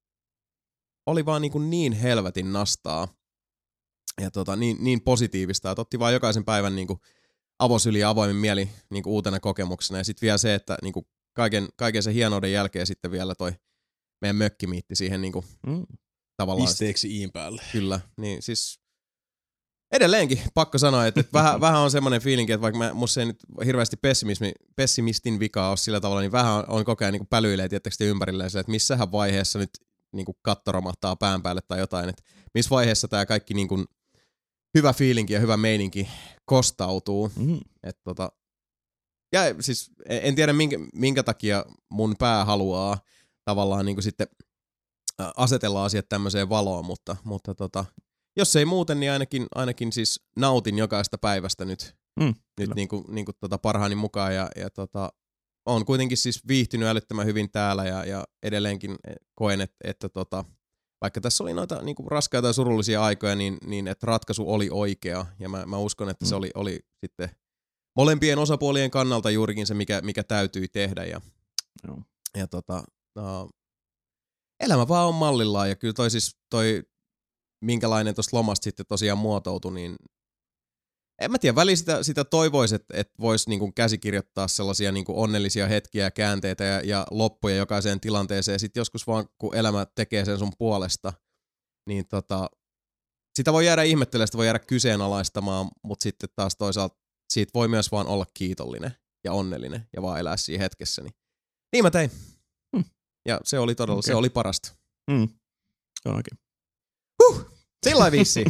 oli vaan niin, niin helvetin nastaa ja tota, niin, niin positiivista, että otti vaan jokaisen päivän niin kuin avosyli ja avoimin mieli niin kuin uutena kokemuksena. Ja sitten vielä se, että niin kuin kaiken, kaiken sen hienouden jälkeen sitten vielä toi meidän mökkimiitti siihen niin kuin, Mm. tavallaan. Pisteeksi iin päälle. Kyllä, niin siis edelleenkin pakko sanoa, että, että vähän, vähän on semmoinen fiilinki, että vaikka mä, musta ei nyt hirveästi pessimismi, pessimistin vikaa ole sillä tavalla, niin vähän on, on koko ajan niin kuin pälyilee tietysti ympärilleen sille, että missähän vaiheessa nyt niin kuin katto romahtaa pään päälle tai jotain, että missä vaiheessa tämä kaikki niin kuin hyvä fiilinki ja hyvä meininki kostautuu. Mm. Et tota, ja siis en tiedä minkä, minkä takia mun pää haluaa tavallaan niinku sitten asetella asiat tämmöiseen valoon, mutta, mutta tota, jos ei muuten, niin ainakin, ainakin siis nautin jokaista päivästä nyt, Mm, nyt niinku, niinku tota parhaani mukaan ja, ja tota, on kuitenkin siis viihtynyt älyttömän hyvin täällä ja, ja edelleenkin koen, että, että tota, vaikka tässä oli noita niinku raskaita ja surullisia aikoja, niin, niin että ratkaisu oli oikea ja mä, mä uskon, että mm. se oli, oli sitten molempien osapuolien kannalta juurikin se, mikä, mikä täytyi tehdä ja, Joo. ja tota, uh, elämä vaan on mallillaan ja kyllä toi siis toi, minkälainen tuosta lomasta sitten tosiaan muotoutui, niin en mä tiedä, väliin sitä, sitä toivoisi, että, että voisi niinku käsikirjoittaa sellaisia niinku onnellisia hetkiä, käänteitä ja, ja loppuja jokaiseen tilanteeseen. Sitten joskus vaan, kun elämä tekee sen sun puolesta, niin tota, sitä voi jäädä ihmettelemään, sitä voi jäädä kyseenalaistamaan, mutta sitten taas toisaalta siitä voi myös vaan olla kiitollinen ja onnellinen ja vaan elää siinä hetkessä. Niin, niin mä tein. Hmm. Ja se oli todella, okay. se oli parasta. Mm. Se on oikein. Huh! Sillä vissiin.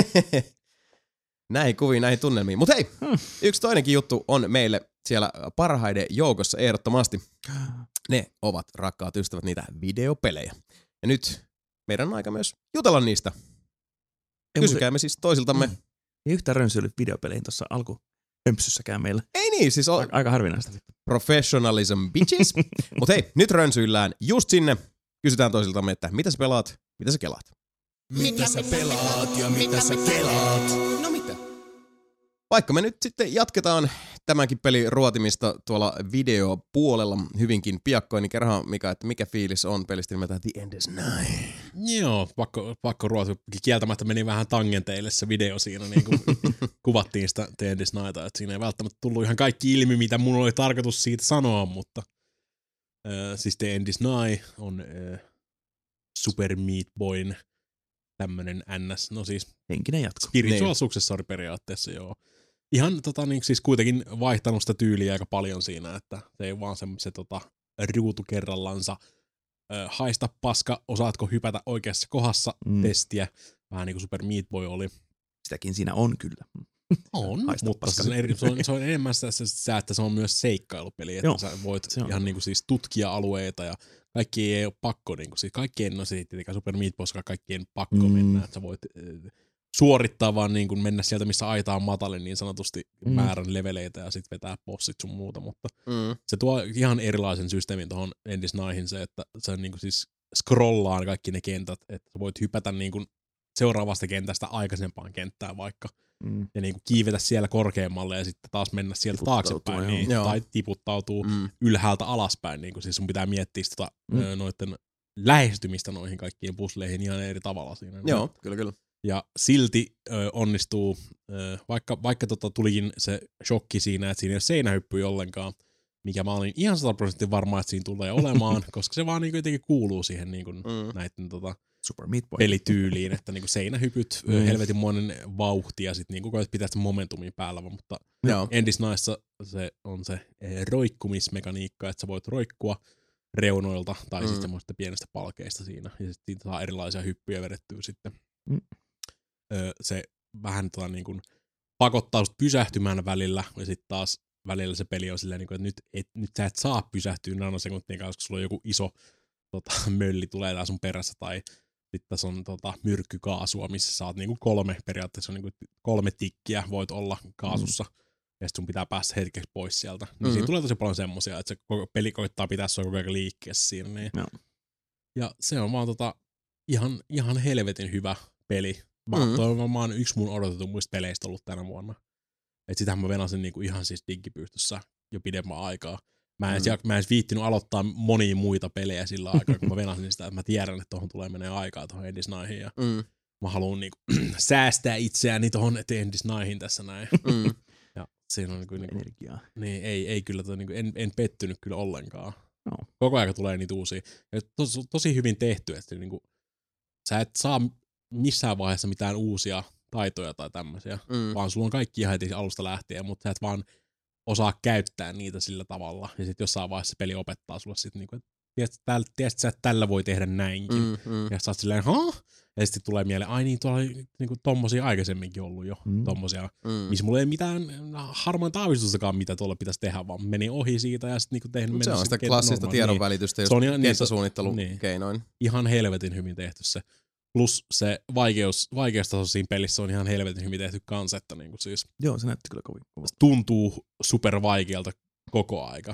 Näihin kuviin, näihin tunnelmiin. Mutta hei, hmm. yksi toinenkin juttu on meille siellä parhaiden joukossa ehdottomasti. Ne ovat, rakkaat ystävät, niitä videopelejä. Ja nyt meidän on aika myös jutella niistä. Kysykäämme siis toisiltamme. Mm. Ei yhtään rönsyillyt videopeleihin tuossa alkuhömpsyssäkään meillä. Ei niin, siis on aika harvinaista. Professionalism bitches. Mutta hei, nyt rönsyillään just sinne. Kysytään toisiltamme, että mitä sä pelaat, mitä sä kelaat. Mitä sä pelaat ja mitä sä kelaat? No mitä? Vaikka me nyt sitten jatketaan tämänkin pelin ruotimista tuolla videopuolella hyvinkin piakkoin, niin kerrohan Mika, että mikä fiilis on pelistä nimeltään The End is Nigh. Joo, pakko, pakko ruotia. Kieltämättä meni vähän tangenteille se video siinä, niin kuin kuvattiin sitä The End is Nighta, että siinä ei välttämättä tullut ihan kaikki ilmi, mitä mun oli tarkoitus siitä sanoa, mutta äh, siis The End is Nigh on äh, Super Meat Boyn tämmönen ns, no siis henkinen jatko. Spiritual niin. Successor periaatteessa, joo. Ihan tota niin siis kuitenkin vaihtanut sitä tyyliä aika paljon siinä, että se ei vaan se, se tota, ruutu kerrallansa ö, haista paska, osaatko hypätä oikeassa kohdassa mm. testiä, vähän niin kuin Super Meat Boy oli. Sitäkin siinä on kyllä. On, Haista mutta paska. se on, eri, se, on, se on enemmän sitä, se, että se on myös seikkailupeli, että Joo, sä voit on. ihan niin kuin siis tutkia alueita ja kaikki ei ole pakko, niin kuin, siis kaikkien, no se tietenkään Super Meat Boyssa kaikkien pakko mm. mennä, että sä voit äh, suorittaa vaan niin kuin mennä sieltä, missä aita on matalin niin sanotusti mm. määrän leveleitä ja sitten vetää bossit sun muuta, mutta mm. se tuo ihan erilaisen systeemin tuohon End is Nightin se, että se niin kuin siis scrollaan kaikki ne kentät, että sä voit hypätä niin kuin seuraavasta kentästä aikaisempaan kenttään vaikka mm. ja niin kuin kiivetä siellä korkeammalle ja sitten taas mennä sieltä taaksepäin niin, tai tiputtautuu mm. ylhäältä alaspäin, niin kuin siis sun pitää miettiä sitä mm. noiden lähestymistä noihin kaikkiin pusleihin ihan eri tavalla siinä. Joo, niin. kyllä kyllä. Ja silti ö, onnistuu, ö, vaikka, vaikka tota tulikin se shokki siinä, että siinä ei ole seinähyppyä ollenkaan, mikä mä olin ihan sata prosenttia varma, että siinä tulee olemaan, koska se vaan niin jotenkin kuuluu siihen niin kuin mm. näiden tota, Super Meat Boy pelityyliin, että niin kuin seinähypyt, mm. helvetinmoinen vauhti ja sitten niin koet pitää sitä momentumia päällä, mutta Joo. End is Nightissa se on se eh, roikkumismekaniikka, että sä voit roikkua reunoilta tai mm. sitten semmoista pienestä palkeista siinä ja sitten siitä saa erilaisia hyppyjä vedettyä sitten. Mm. Öö, se vähän tota, niin kuin pakottaa sut pysähtymään välillä ja sitten taas välillä se peli on silleen, niin kuin, että nyt, et, nyt sä et saa pysähtyä nanosekuntien kanssa, koska sulla on joku iso tota, mölli tulee tää sun perässä tai sitten tässä on tota, myrkkykaasua, missä saat niinku kolme, periaatteessa niinku kolme tikkiä voit olla kaasussa, mm. ja sitten sun pitää päästä hetkeksi pois sieltä. Niin mm-hmm. siinä tulee tosi paljon semmosia, että se koko peli koittaa pitää sua koko ajan liikkeessä siinä. Niin. No. Ja se on vaan tota, ihan, ihan helvetin hyvä peli. Mä, mm-hmm. toi on varmaan yksi mun odotetummista peleistä ollut tänä vuonna. Et sitähän mä venasin niinku ihan siis digipystyssä jo pidemmän aikaa. Mä en, mm. mä en viittinyt aloittaa monia muita pelejä sillä aikaa, kun mä venasin sitä, että mä tiedän, että tuohon tulee menee aikaa tuohon End is Nightiin. Ja mm. mä haluan niinku säästää itseäni tuohon End is Nightiin tässä näin. Mm. Ja siinä on niinku, energiaa. Niin, ei, ei kyllä, toi, niinku, en, en pettynyt kyllä ollenkaan. No. Koko ajan tulee niitä uusia. Ja tos, tosi hyvin tehty, että niinku, sä et saa missään vaiheessa mitään uusia taitoja tai tämmöisiä, mm. vaan sulla on kaikki ihan heti alusta lähtien, mutta sä et vaan osaa käyttää niitä sillä tavalla. Ja sitten jossain vaiheessa peli opettaa sulle sitten, niinku, että tiedät, tiedät sä, että tällä voi tehdä näinkin. Mm, mm. Ja sä oot silleen, haa? Ja sitten tulee mieleen, ai niin, tuolla oli niinku tommosia aikaisemminkin ollut jo, mm. tommosia, Mm. missä mulla ei mitään harmainta aavistustakaan, mitä tuolla pitäisi tehdä, vaan meni ohi siitä ja sitten niinku tehnyt Mut se mennä on sitä kenttä klassista normaali. tiedonvälitystä, just Se on ihan- niin, se- kenttäsuunnittelun niin. keinoin. Ihan helvetin hyvin tehty se. Plus se vaikeus, vaikeustaso siinä pelissä on ihan helvetin hyvin tehty kanssa, että niinku siis Joo, se näytti kyllä kovin kovin. tuntuu super vaikealta koko aika.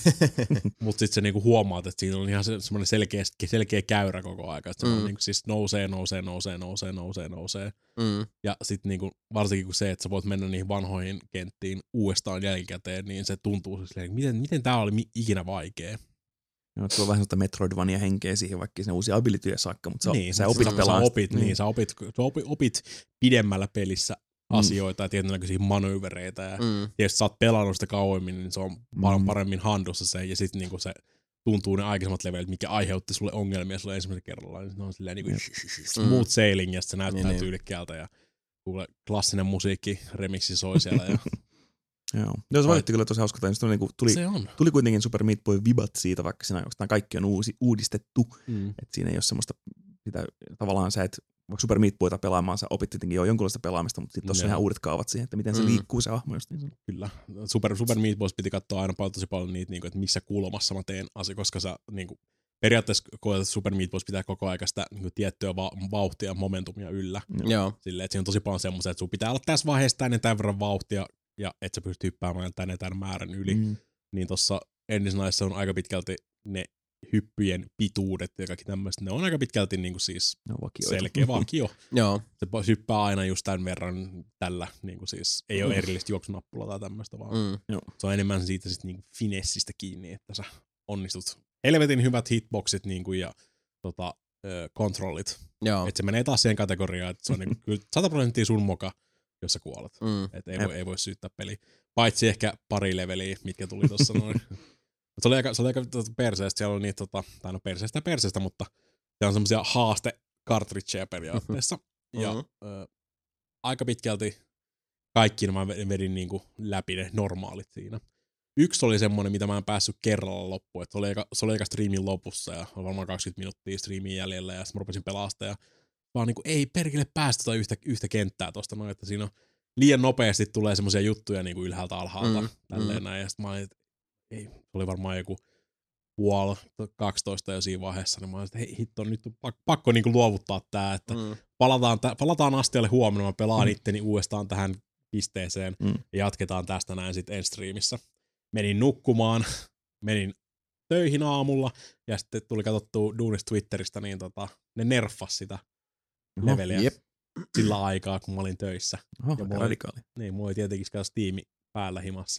Mutta sitten se niinku huomaat, että siinä on ihan se, semmoinen selkeä, selkeä käyrä koko aika. Että se Mm. on niinku siis nousee, nousee, nousee, nousee, nousee, nousee. Mm. Ja sitten niinku, varsinkin kun se, että sä voit mennä niihin vanhoihin kenttiin uudestaan jälkikäteen, niin se tuntuu silleen, miten, miten tää oli mi- ikinä vaikea. Joo, tuo on vähän sellaista Metroidvania-henkeä siihen, vaikka sinne uusia abilityjä saakka, mutta sä, niin, sä opit sä, pelaamaan. sä opit, niin. sä opit, sä opit, opit pidemmällä pelissä Mm. asioita ja tietynlaisia manöövereitä. Ja Mm. jos sä oot pelannut sitä kauemmin, niin se on paljon Mm. paremmin handussa se, ja sitten niinku se tuntuu ne aikaisemmat levelit, mikä aiheutti sulle ongelmia sulle ensimmäisen kerralla, niin ne on silleen niinku smooth sailing, ja se näyttää Niin, niin. tyylikkäältä, ja kuule, klassinen musiikki, remixi soi siellä, ja Joo. Joo, se vaikutti kyllä tosi hauskalta. Niin niinku tuli, se on. tuli kuitenkin Super Meat Boy vibat siitä, vaikka siinä oikeastaan kaikki on uusi, uudistettu. Mm. Et siinä ei ole semmoista, sitä, tavallaan sä et, vaikka Super Meat Boyta pelaamaan, sä opit tietenkin jo jonkunlaista pelaamista, mutta sitten tuossa on Joo. ihan uudet kaavat siihen, että miten se Mm. liikkuu se hahmo just niin. Kyllä. Super, Super Meat Boys piti katsoa aina paljon, tosi paljon niitä, niinku, että missä kulmassa mä teen asia, koska sä niinku, periaatteessa koet, että Super Meat Boys pitää koko ajan sitä niinku, tiettyä va- vauhtia ja momentumia yllä. Joo. Silleen, että siinä on tosi paljon semmoisia, että sun pitää olla tässä vaiheessa tänne tämän verran vauhtia, ja että sä pystyt hyppäämään tänne tämän määrän yli. Mm. Niin tossa Endless on aika pitkälti ne hyppyjen pituudet ja kaikki tämmöiset, ne on aika pitkälti niinku siis Ne on vakioita. selkeä vakio. Joo. Se hyppää aina just tämän verran tällä, niinku siis ei ole erillistä juoksunappulaa tai tämmöistä, vaan Mm. se on enemmän siitä sit niinku finessistä kiinni, että sä onnistut. Helvetin hyvät hitboxit niinku ja tota, ö, kontrollit. Joo. Että se menee taas siihen kategoriaan, että se on niinku kyllä sata prosenttia sun moka, jos sä kuolet. Mm. Että ei, voi, ei voi syyttää peliä. Paitsi ehkä pari leveliä, mitkä tuli tuossa noin. Mut se oli aika, se oli aika tota, perseestä. Siellä oli niitä, tota, tai no perseestä ja perseestä, mutta siellä on semmosia haaste-kartridgeja periaatteessa. Ja Mhm. ö, aika pitkälti kaikki mä vedin niinku läpi ne normaalit siinä. Yksi oli semmonen, mitä mä en päässyt kerralla loppuun. Et se oli eka, se oli eka striimin lopussa ja oli varmaan kaksikymmentä minuuttia striimin jäljellä ja sitten mä rupesin pelastaa ja vaan niinku ei perkele päästä tota yhtä, yhtä kenttää tosta noin, että siinä on liian nopeasti tulee semmosia juttuja niinku ylhäältä alhaalta Mm, tälleen mm. näin ja sit mä olin, että ei, se oli varmaan joku puoli kaksitoista jo siinä vaiheessa, niin mä olin, että hei hitto, nyt on pakko, pakko niinku luovuttaa tää, että Mm. palataan, tä, palataan astialle huomenna, mä pelaan Mm. itteni uudestaan tähän pisteeseen Mm. ja jatketaan tästä näin sitten Endstreamissä. Menin nukkumaan, menin töihin aamulla ja sitten tuli katsottua duunista Twitteristä, niin tota, ne nerffas sitä Oho, leveliä jep. sillä aikaa, kun mä olin töissä. Oho, Ja aika mulla oli- radikaali. Niin, mulla oli tietenkin myös Steam päällä himassa.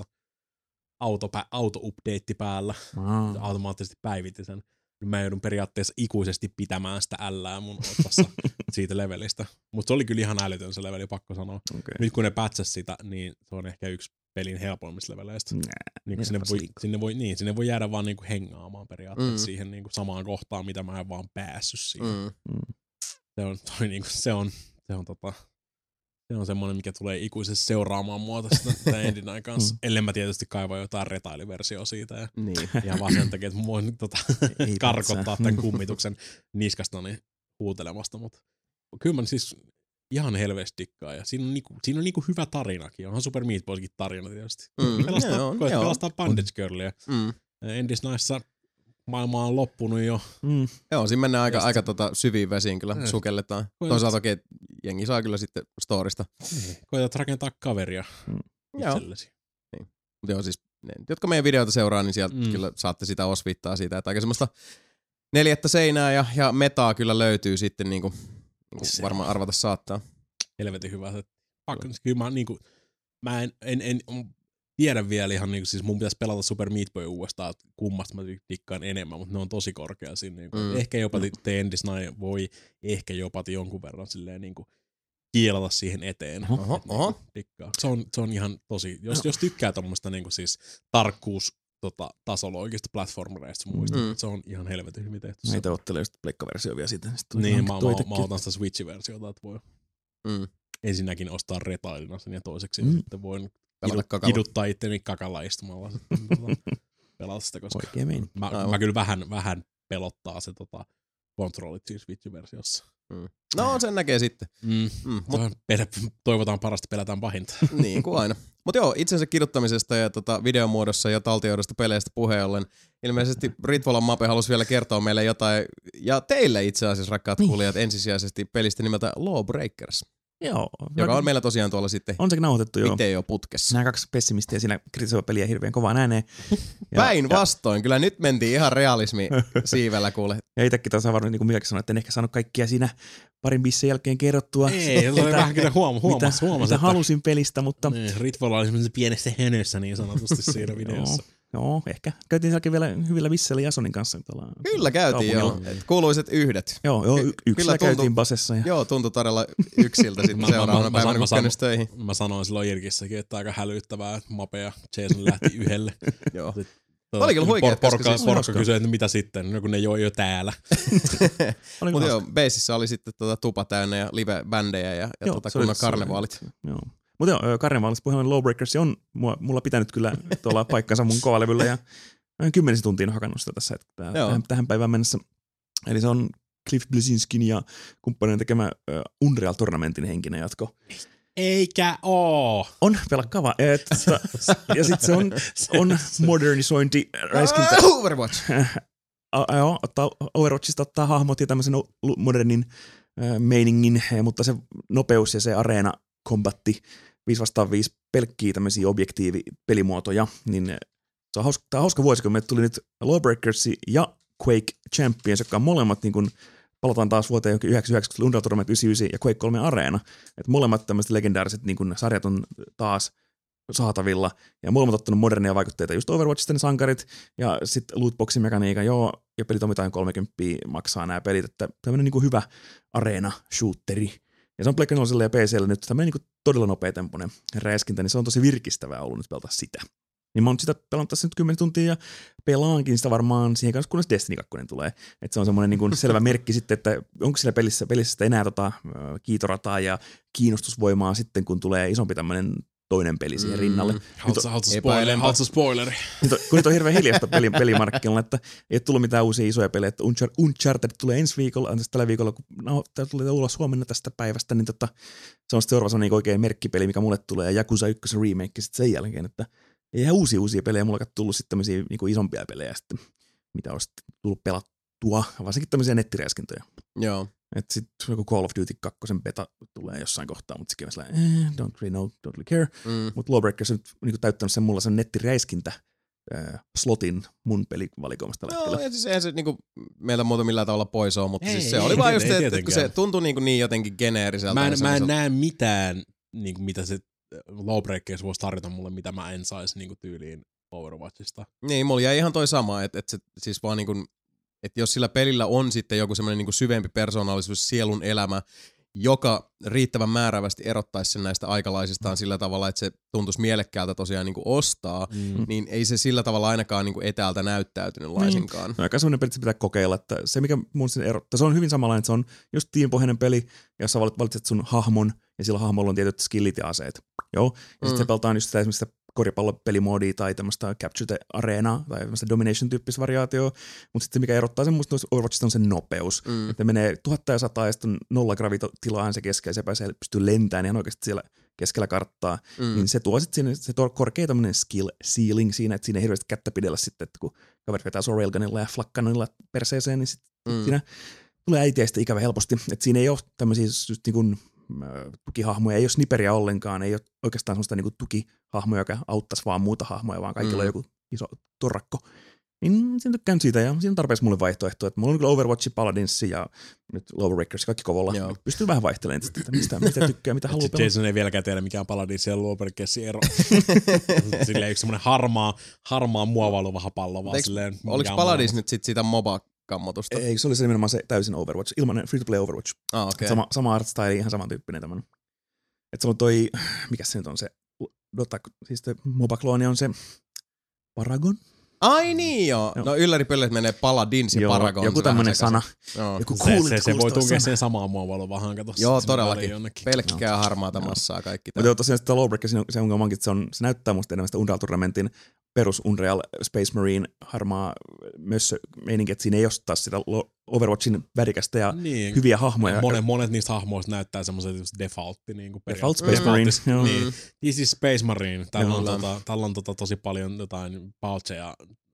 Auto, auto-update päällä. Aa. Se automaattisesti päivitti sen. Nyt mä joudun periaatteessa ikuisesti pitämään sitä ällää mun otassa siitä levelistä. Mutta se oli kyllä ihan älytön se leveli, pakko sanoa. Okay. Nyt kun ne patchas sitä, niin se on ehkä yksi pelin helpoimmista leveleistä. Nää, Niin ne sinne, taas voi, liikkuu. sinne, voi, niin, sinne voi jäädä vaan niinku hengaamaan periaatteessa Mm. siihen niinku samaan kohtaan, mitä mä en vaan päässyt siihen. Mm. Mm. Se on, toi niinku, se on, se on tota, se on semmoinen, mikä tulee ikuisesti seuraamaan mua tästä tämän Endin kanssa. Mm. Ellen mä tietysti kaivaa jotain retailiversioa siitä ja Niin. ihan vaan sen takia, että mä voin tota, Ei karkottaa patsaa. tämän kummituksen niskastani huutelemasta, mutta kyllä mä siis ihan helveesti dikkaa ja siinä on, niinku, siinä on niinku hyvä tarinakin. Onhan Super Meat Boyskin tarina tietysti. Mm. Pelastaa, Joo, koet joo. pelastaa Bandage Girlia. Mm. Endis Niceissa maailma on loppunut jo. Mm. Joo, siinä mennään aika, Ja sit- aika tota syviin vesiin kyllä, Mm. sukelletaan. Koetat- Toisaalta okei, jengi saa kyllä sitten storista. Koetat rakentaa kaveria Joo. itsellesi. Mutta joo, siis ne, jotka meidän videoita seuraa, niin sieltä Mm. mm. kyllä saatte sitä osviittaa siitä, että aika semmoista neljättä seinää ja, ja metaa kyllä löytyy sitten niinku, niinku Se varmaan on. arvata saattaa. Helvetin hyvä. Se- Pakko, kyllä mä, niinku, mä en, en, en tiedä vielä ihan, niinku, siis mun pitäisi pelata Super Meat Boy uudestaan, että kummasta mä dikkaan enemmän, mutta ne on tosi korkea siinä. Niinku. Mm. Ehkä jopa The Endless Night voi ehkä jopa jonkun verran silleen niinku kiilata siihen eteen. Oho, Et oho. Niinku, dikkaa. Se, on, se on ihan tosi, jos, jos tykkää tommoista niinku siis tarkkuus tota, tasolla oikeista platformereista muista, Mm. se on ihan helvetin hyvin tehty. Mä Se- itse ottelen just pleikkaversio vielä siitä. Sitten Niin, mä, toi mä, tekee. mä otan sitä Switch-versiota, että voi Mm. ensinnäkin ostaa retailina sen ja toiseksi Mm. mm. sitten voin Pelata kidu- kakalla. kiduttaa itteni kakalla istumalla sitten, tota, pelata sitä, koska Oikein meni. mä, Aivan. mä kyllä vähän, vähän pelottaa se tota, kontrollit siinä Switch-versiossa. Mm. No sen näkee sitten. Mm. Mm, mut, Toivotaan parasta, pelätään pahinta. niin kuin aina. Mutta joo, itsensä kiduttamisesta ja tota videomuodossa ja taltioidusta peleistä puheen ollen. Ilmeisesti Ritvolan Mape halusi vielä kertoa meille jotain, ja teille itse asiassa, rakkaat niin. kuulijat, ensisijaisesti pelistä nimeltä Lawbreakers. Joo. Joka on meillä tosiaan tuolla sitten on sekin nauhoitettu, joo. video putkessa. Nämä kaksi pessimistiä siinä kritisoivat peliä hirveän kovaan ääneen. Päinvastoin, kyllä nyt mentiin ihan realismi siivellä kuule. Ja itsekin taas varmaan, niin kuin Mikakin sanoi, että en ehkä saanut kaikkia siinä parin bissen jälkeen kerrottua. Ei, se oli vähän kyllä huom- huomas, mitä, huomas, mitä halusin pelistä, mutta... Niin, Ritvolla oli semmoisessa pienessä hönössä niin sanotusti siinä videossa. Joo, ehkä. Käytiin sielläkin vielä hyvillä Vissellä Jasonin kanssa. Kyllä käytiin joo. Kuuluiset yhdet. Joo, joo y- yksillä käytiin basessa. Ja... Joo, tuntui todella yksiltä sitten seuraavana päivänä, kun könnysi töihin. Mä sanoin silloin Irkissäkin, että aika hälyttävää, että Mape ja Jason lähti yhdelle. Joo. Oli kyllä huikeet, koska Porka, siis porka kysyi, että mitä sitten, no kun ne joi jo täällä. Mutta joo, Basissa oli sitten tuota tupa täynnä ja live-bändejä ja, ja tuota kunnon karnevaalit. Joo. Mutta joo, karnevaalissa puheen Lawbreakers on mulla, mulla pitänyt kyllä tuolla paikkansa mun kovalevyllä ja noin kymmenisen tuntia hakannut sitä tässä että tähän, tähän päivään mennessä. Eli se on Cliff Bleszinskin ja kumppanin tekemä uh, Unreal Tournamentin henkinen jatko. Eikä oo. On pelkkava. Ja sit se on, on modernisointi, räiskintä. Overwatch. Joo, ottaa Overwatchista ottaa hahmot ja tämmöisen modernin äh, meiningin, mutta se nopeus ja se areena kombatti viisi vastaan viisi pelkkiä tämmöisiä objektiivipelimuotoja, niin se on hauska, tää on hauska vuosi, kun meille tuli nyt Lawbreakers ja Quake Champions, jotka on molemmat niin kuin palataan taas vuoteen jonkin yhdeksänkymmentäyhdeksän, Unreal Tournament yhdeksänkymmentäyhdeksän ja Quake kolme Areena. Et molemmat tämmöiset legendaariset niin kun sarjat on taas saatavilla. Ja molemmat ottanut modernia vaikutteita, just Overwatchista ne sankarit ja sitten lootboxin mekaniikka, joo, ja pelit on mitään kolmekymmentä maksaa nämä pelit, että tämmöinen niin kuin hyvä areena-shooteri. Ja se on Pleikka neloselle ja P C:lle nyt tämmöinen niin todella nopeatempoinen räiskintä, niin se on tosi virkistävää ollut nyt pelata sitä. Niin mä oon sitä pelannut tässä nyt kymmenen tuntia ja pelaankin sitä varmaan siihen kanssa, kunnes Destiny kaksi tulee. Että se on semmoinen niin kuin selvä merkki sitten, että onko siellä pelissä, pelissä enää tota, kiitorataa ja kiinnostusvoimaa sitten, kun tulee isompi tämmöinen toinen peli siihen rinnalle. Mm, Haltsa spoileri. Kun nyt on hirveän hiljaista peli, pelimarkkinoilla, että ei ole tullut mitään uusia isoja pelejä, että Uncharted tulee ensi viikolla, anteeksi tällä viikolla, kun no, tämä tulee ulos huomenna tästä päivästä, niin tota, se on sitten seuraava niin oikein merkkipeli, mikä mulle tulee, ja Yakuza yksi remake sitten sen jälkeen, että ei ihan uusia uusia pelejä, mulla on tullut sitten tämmöisiä niin isompia pelejä sitten, mitä on sitten tullut pelattua, varsinkin tämmöisiä nettiräiskintöjä. Joo. Että sitten joku Call of Duty kaksi beta tulee jossain kohtaa, mutta sekin on sellainen, eh, don't really know, don't really care. Mm. Mutta Lawbreakers on nyt niin täyttänyt sen mulla sen nettiräiskintä äh, slotin mun pelivalikoimasta tällä hetkellä. Joo, ja siis eihän se niinku meiltä muuta millään tavalla pois ole, mutta ei, siis se ei, oli ei, vaan ei, just, ei, että kun se tuntui niinku niin jotenkin geneeriseltä. Mä en, mä en näe mitään, niinku, mitä se Lawbreakers voisi tarjota mulle, mitä mä en saisi niinku, tyyliin Overwatchista. Niin, mulla jäi ihan toi sama, että et se siis vaan niinku, että jos sillä pelillä on sitten joku semmoinen niinku syvempi persoonallisuus, sielun elämä, joka riittävän määräävästi erottaisi sen näistä aikalaisistaan mm. sillä tavalla, että se tuntuisi mielekkäältä tosiaan niinku ostaa, mm. niin ei se sillä tavalla ainakaan niinku etäältä näyttäytynyt laisinkaan. No aika semmoinen peli, että se pitää kokeilla, että se mikä mun sen erottaa, se on hyvin samanlainen, että se on just tiimipohjainen peli, jossa valitset sun hahmon, ja sillä hahmolla on tietyt skillit ja aseet. Joo, ja mm. sitten se pelataan just sitä esimerkiksi sitä koripallopelimodia tai tämmöistä Capture Arena tai tämmöistä Domination-tyyppistä variaatioa, mutta sitten mikä erottaa sen musta Overwatchista on sen nopeus. Mm. Että menee tuhatta ja sataa ja sitten nolla gravitotilaan se keskellä, se pääsee pystyy lentämään ihan oikeasti siellä keskellä karttaa, mm. niin se tuo sitten sinne, se tuo korkea tämmöinen skill ceiling siinä, että siinä ei hirveästi kättä pidellä sitten, että kun kaverit vetää sun railgunilla ja flakkanilla perseeseen, niin sitten mm. siinä tulee äitiäistä ikävä helposti, että siinä ei ole tämmöisiä just niin kuin tukihahmoja, ei ole sniperiä ollenkaan, ei ole oikeastaan semmoista niinku tukihahmoja, joka auttaisi vaan muuta hahmoja, vaan kaikilla mm. on joku iso torrakko. Niin siinä tykkään siitä ja siinä on tarpeeksi mulle vaihtoehtoja. Mulla on kyllä Overwatch, Paladins ja nyt Lawbreakers, kaikki kovalla. Joo. Pystyy vähän vaihtelemaan tästä, että mistä, mistä tykkää, mitä haluaa pelata. Jason ei vieläkään tiedä, mikä on Paladins ja Lawbreakersin ero. Silleen yksi semmoinen harmaa, harmaa muovailuvaha pallo vaan silleen. Oliko Paladins nyt sit sitä MOBA kammotusta? Ei, se oli se nimenomaan se täysin Overwatch, ilmanen free-to-play Overwatch. Ah, okay. Sama, sama art style, ihan samantyyppinen tämmönen. Että se on toi, mikä se nyt on se, Dota, siis toi MOBA-klooni on se Paragon? Ai niin joo. joo. No ylläripöllet menee Paladins ja Paragon. Joku tämmönen sana. Joo. Joku se, se, se voi tunkea siihen samaan muovailuvahaan. Joo, todellakin. Pelkkää no. harmaata massaa kaikki. Mutta joo, tosiaan sitä Lawbreaker, se ongelma onkin, että se, on, se näyttää musta enemmän sitä Unreal Tournamentin perus Unreal Space Marine harmaa mössö meininki, että siinä ei ole taas sitä Overwatchin värikästä ja niin. hyviä hahmoja. Monet, monet niistä hahmoista näyttää semmoiset defaultti. Niin kuin Default Space Marine. Mm. Niin. This is Space Marine. Tällä Joo. on, tota, tällä on tota, tosi paljon jotain poucheja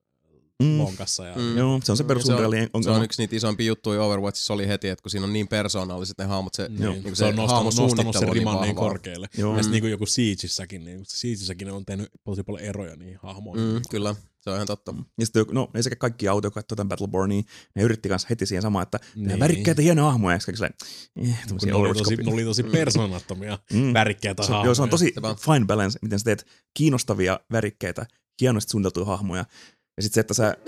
Mm. lonkassa. Ja... Mm. Joo, se on se perus Se on, Unrealin se ongelma. on yksi niitä isompia juttuja Overwatchissa oli heti, että kun siinä on niin persoonalliset ne hahmot, se, Niin. niin Se, se on nostanut, nostanut sen on riman niin niin vahvaa. korkealle. Joo. Ja sitten Mm. niin joku Siegessäkin, niin Siegessäkin ne on tehnyt tosi paljon eroja niihin hahmoihin. Mm, kyllä, se on ihan totta. Ja sitten, no ei sekä kaikki auto, jotka katsoo tämän Battlebornia, ne yritti kanssa heti siihen samaan, että Niin. niin. värikkäitä hienoja hahmoja, ja sitten kaikki silleen, eh, Kun tommosia ne oli, Overwatch tosi, copy. ne oli tosi persoonattomia, Mm. värikkäitä Se, hahmoja. joo, se on tosi Sepä. fine balance, miten sä teet kiinnostavia, värikkäitä, hienosti suunniteltuja hahmoja. Ja sitten se, että sä,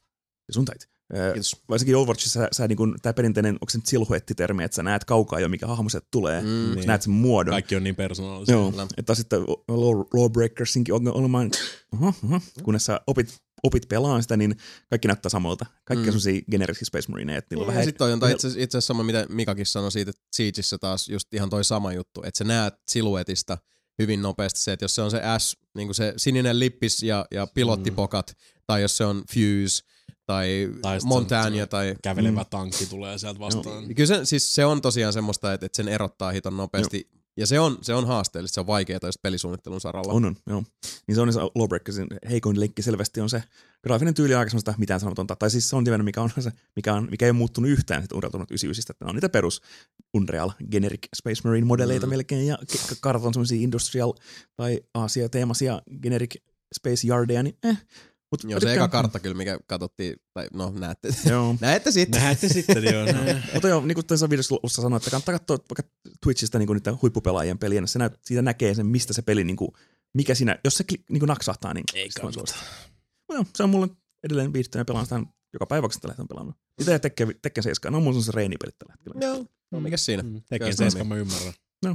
sun tait, Kiitos. varsinkin Overwatchissa sä, sä niin kun, tää perinteinen, onko se nyt silhuettitermi, että sä näet kaukaa jo, mikä hahmo sieltä tulee, Mm. mm. Niin. näet sen muodon. Kaikki on niin persoonallisia. Joo, Kyllä. että sitten Law- Lawbreakersinkin ongelma, oho, oho, kunnes sä opit, opit pelaamaan sitä, niin kaikki näyttää samalta. Kaikki Mm. on sellaisia generisiä Space Marineja, että niillä on Ja vähän... sitten toi on toi itse, itse asiassa sama, mitä Mikakin sanoi siitä, että Siegissä taas just ihan toi sama juttu, että sä näet siluetista hyvin nopeasti se, että jos se on se S, niin kuin se sininen lippis ja, ja pilottipokat, mm. tai jos se on Fuse, tai, Tai sit Montagna, se- tai... Kävelevä Mm. tankki tulee sieltä vastaan. Kyllä se, siis se on tosiaan semmoista, että, että sen erottaa hiton nopeasti, ja se on, se on haasteellista, se on vaikeaa just pelisuunnittelun saralla. On, on, joo. Niin se on se Lawbreakersin heikoin leikki selvästi on se graafinen tyyli on aika semmoista mitään sanomatonta. Tai siis se on nimenomaan, mikä, on se, mikä, on, mikä ei ole muuttunut yhtään sit Unreal yhdeksänkymmentäyhdeksän, että ne on niitä perus Unreal generic Space Marine modeleita mm. melkein, ja k- kartat on semmoisia industrial tai Aasia-teemaisia generic Space Yardeja, niin eh. Mut Joo, se eka kartta kyllä, mikä katsottiin, tai no näette, Joo. näette sitten. Näette sitten, joo. Mutta joo, niin kuin tässä videossa sanoin, että kannattaa katsoa vaikka Twitchistä niin niitä huippupelaajien peliä, niin se näyt, siitä näkee sen, mistä se peli, niin kuin, mikä siinä, jos se niin kuin naksahtaa, niin Ei sit voin kannata. suositella. Mutta joo, se on mulle edelleen viihdyttävä ja pelaan sitä joka päivä, kun sitä lähdetään pelaamaan. Sitä ja Tekken, Tekken seitsemän, no mulla on se reenipelit tällä hetkellä. Joo, no mikäs siinä. Mm, Tekken Kyllä seitsemän toimii. mä ymmärrän.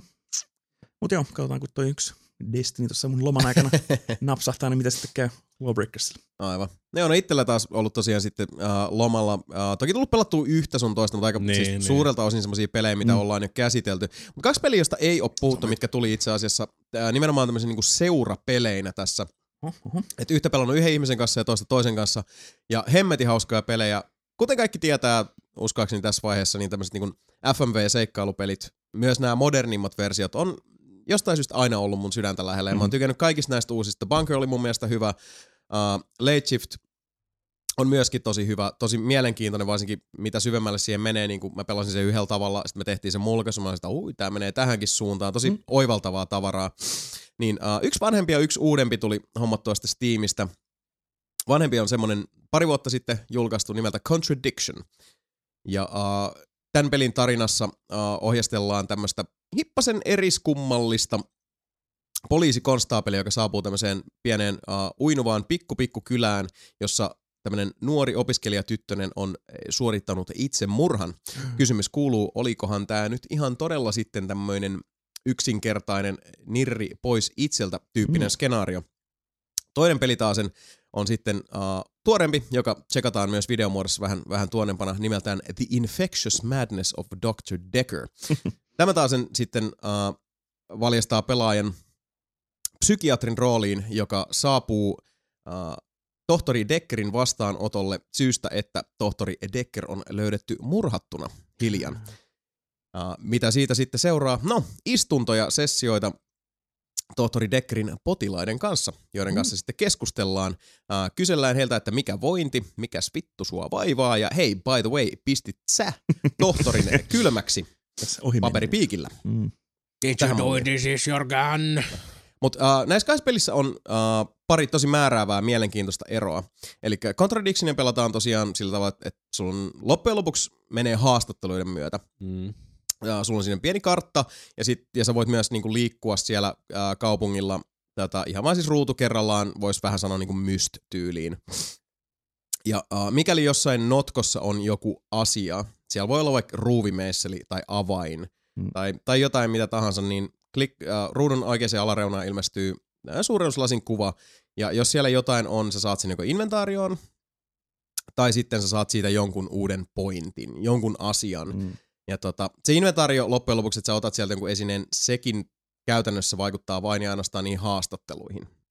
Mutta joo, katsotaan, kun toi yksi Destiny tuossa mun loman aikana napsahtaa, niin mitä sitten käy Lawbreakersilla. Aivan. Ne on itsellä taas ollut tosiaan sitten äh, lomalla. Äh, toki tullut pelattua yhtä sun toista, mutta aika Niin, siis niin. suurelta osin semmosia pelejä, mitä Mm. ollaan jo käsitelty. Mutta kaksi peliä, josta ei ole puhuttu, mitkä tuli itse asiassa äh, nimenomaan tämmöisen niinku seurapeleinä tässä. Oho. Että yhtä pelannut yhden ihmisen kanssa ja toista toisen kanssa. Ja hemmetin hauskoja pelejä. Kuten kaikki tietää, uskoakseni tässä vaiheessa, niin tämmöiset niinku F M V-seikkailupelit, myös nämä modernimmat versiot on jostain syystä aina ollut mun sydäntä lähellä. Ja mä oon tykännyt kaikista näistä uusista. Bunker oli mun mielestä hyvä. Uh, Late Shift on myöskin tosi hyvä, tosi mielenkiintoinen, varsinkin mitä syvemmälle siihen menee, niin kuin mä pelasin sen yhdellä tavalla, sitten me tehtiin sen mulkaisu, mä olin sitä, ui, tää menee tähänkin suuntaan, tosi mm. oivaltavaa tavaraa. Niin uh, yksi vanhempi ja yksi uudempi tuli hommattua sitten Steamista. Vanhempi on semmonen pari vuotta sitten julkaistu nimeltä Contradiction. Ja uh, tämän pelin tarinassa uh, ohjastellaan tämmöistä hippasen eriskummallista poliisikonstaapeli, joka saapuu tämmöiseen pieneen uh, uinuvaan pikku pikku kylään, jossa tämmöinen nuori opiskelijatyttönen on suorittanut itsemurhan. Kysymys kuuluu, olikohan tämä nyt ihan todella sitten tämmöinen yksinkertainen nirri pois itseltä tyyppinen mm. skenaario. Toinen peli taasen on sitten uh, tuorempi, joka tsekataan myös videomuodossa vähän, vähän tuonnempana, nimeltään The Infectious Madness of doctor Decker. Tämä taasen sitten uh, valjastaa pelaajan psykiatrin rooliin, joka saapuu uh, tohtori Deckerin vastaanotolle syystä, että tohtori Decker on löydetty murhattuna hiljan. Uh, mitä siitä sitten seuraa? No, istuntoja, sessioita tohtori Deckerin potilaiden kanssa, joiden kanssa mm. sitten keskustellaan. Uh, kysellään heiltä, että mikä vointi, mikäs vittu sua vaivaa, ja hei, by the way, pistit sä tohtorin kylmäksi paperipiikillä. Mm. Did you know this is your gun? Mutta uh, näissä kahdessa pelissä on uh, pari tosi määräävää mielenkiintoista eroa. Eli Contradictionia pelataan tosiaan sillä tavalla, että sulla on loppujen lopuksi menee haastatteluiden myötä. Mm. Ja sulla on siinä pieni kartta, ja, sit, ja sä voit myös niinku liikkua siellä ää, kaupungilla tätä, ihan vaan siis ruutu kerrallaan, vois vähän sanoa niinku myst-tyyliin. Ja ää, mikäli jossain notkossa on joku asia, siellä voi olla vaikka ruuvimeisseli tai avain, hmm. tai, tai jotain mitä tahansa, niin klik, ää, ruudun oikeaan alareunaan ilmestyy ää, suurennuslasin kuva, ja jos siellä jotain on, sä saat sen joko inventaarioon, tai sitten sä saat siitä jonkun uuden pointin, jonkun asian. Hmm. Ja tota, se inventaario loppujen lopuksi, että sä otat sieltä jonkun esineen, sekin käytännössä vaikuttaa vain ja ainoastaan niihin haastatteluihin.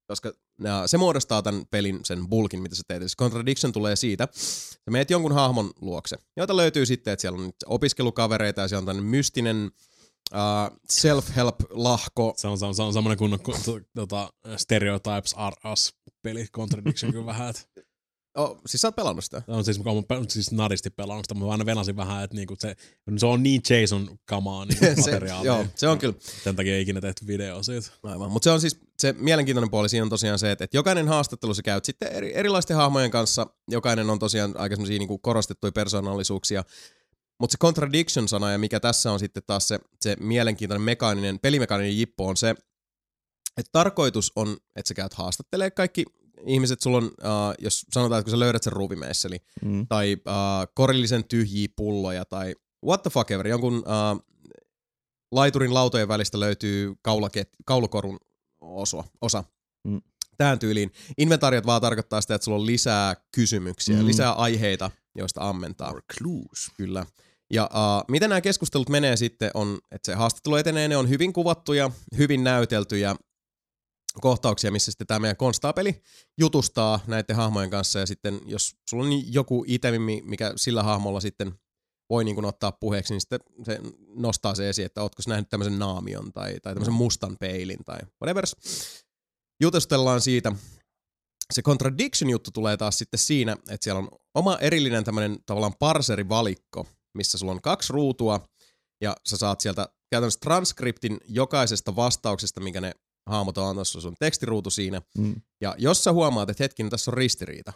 koska ja, se muodostaa tämän pelin sen bulkin, mitä sä teet. Siis Contradiction tulee siitä, sä meet jonkun hahmon luokse, joita löytyy sitten, että siellä on opiskelukavereita ja siellä on tämmöinen mystinen uh, self-help-lahko. Se on, se on, se on semmoinen kun tota, Stereotypes Are Us-peli, Contradiction kyllä vähän, että Oh, siis sä oot pelannut sitä? on siis, mä siis nadisti pelannut sitä, mutta aina venasin vähän, että niinku se, se on niin Jason-kamaa niinku materiaalia. Joo, se on kyllä. Sen takia ei ikinä tehty video siitä. Aivan, mutta se on siis, se mielenkiintoinen puoli siinä on tosiaan se, että, että jokainen haastattelu sä käyt sitten eri, erilaisten hahmojen kanssa, jokainen on tosiaan aika semmosia niinku korostettuja persoonallisuuksia, mutta se contradiction-sana ja mikä tässä on sitten taas se, se mielenkiintoinen mekaaninen, pelimekaaninen jippo on se, että tarkoitus on, että sä käyt haastattelee kaikki ihmiset, sulla on, uh, jos sanotaan, että kun sä löydät sen ruuvimeisseli, mm. tai uh, korillisen tyhjiä pulloja, tai what the fuck ever, jonkun uh, laiturin lautojen välistä löytyy kaulaket, kaulukorun osa, osa. Mm. tähän tyyliin. Inventaariot vaan tarkoittaa sitä, että sulla on lisää kysymyksiä, mm. lisää aiheita, joista ammentaa. Or clues. Kyllä. Ja uh, miten nämä keskustelut menee sitten on, että se haastattelu etenee, ne on hyvin kuvattuja, hyvin näyteltyjä kohtauksia, missä sitten tämä meidän konstaapeli jutustaa näiden hahmojen kanssa ja sitten jos sulla on joku itemi, mikä sillä hahmolla sitten voi niin kuin ottaa puheeksi, niin sitten se nostaa se esiin, että ootko nähnyt tämmöisen naamion tai, tai tämmöisen mustan peilin tai whatever. Jutustellaan siitä. Se contradiction-juttu tulee taas sitten siinä, että siellä on oma erillinen tämmöinen tavallaan parserivalikko, missä sulla on kaksi ruutua ja sä saat sieltä käytännössä transkriptin jokaisesta vastauksesta, minkä ne hahmot on antanut, sun tekstiruutu siinä. Mm. Ja jos sä huomaat, että hetkinen, tässä on ristiriita.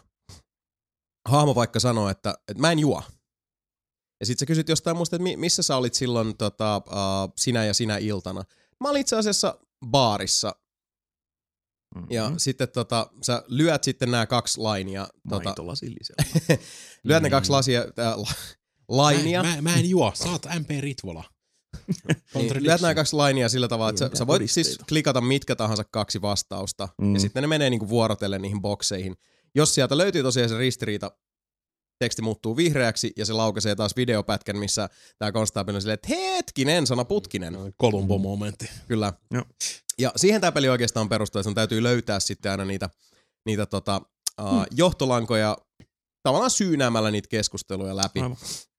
Hahmo vaikka sanoo, että, että mä en juo. Ja sit sä kysyt jostain muusta, että missä sä olit silloin tota, uh, sinä ja sinä iltana. Mä olin itse asiassa baarissa. Mm-hmm. Ja sitten tota, sä lyöt sitten nämä kaksi lainia. Tota, Maitolasillisella. lyöt ne kaksi lasia, äh, la, lainia. Mä, mä, mä en juo, sä oot M P Ritvola. Niin, lyöt nämä kaksi lainia sillä tavalla, että sä, sä voit siis klikata mitkä tahansa kaksi vastausta. Mm. Ja sitten ne menee niinku vuorotellen niihin bokseihin. Jos sieltä löytyy tosiaan se ristiriita, teksti muuttuu vihreäksi ja se laukaisee taas videopätkän, missä tää konstaapeli on silleen, että hetkinen, sana putkinen. Columbo-momentti. Kyllä. No. Ja siihen tää peli oikeastaan perustuu, että sun täytyy löytää sitten aina niitä, niitä tota, uh, hmm. johtolankoja tavallaan syynäämällä niitä keskusteluja läpi. Aivan.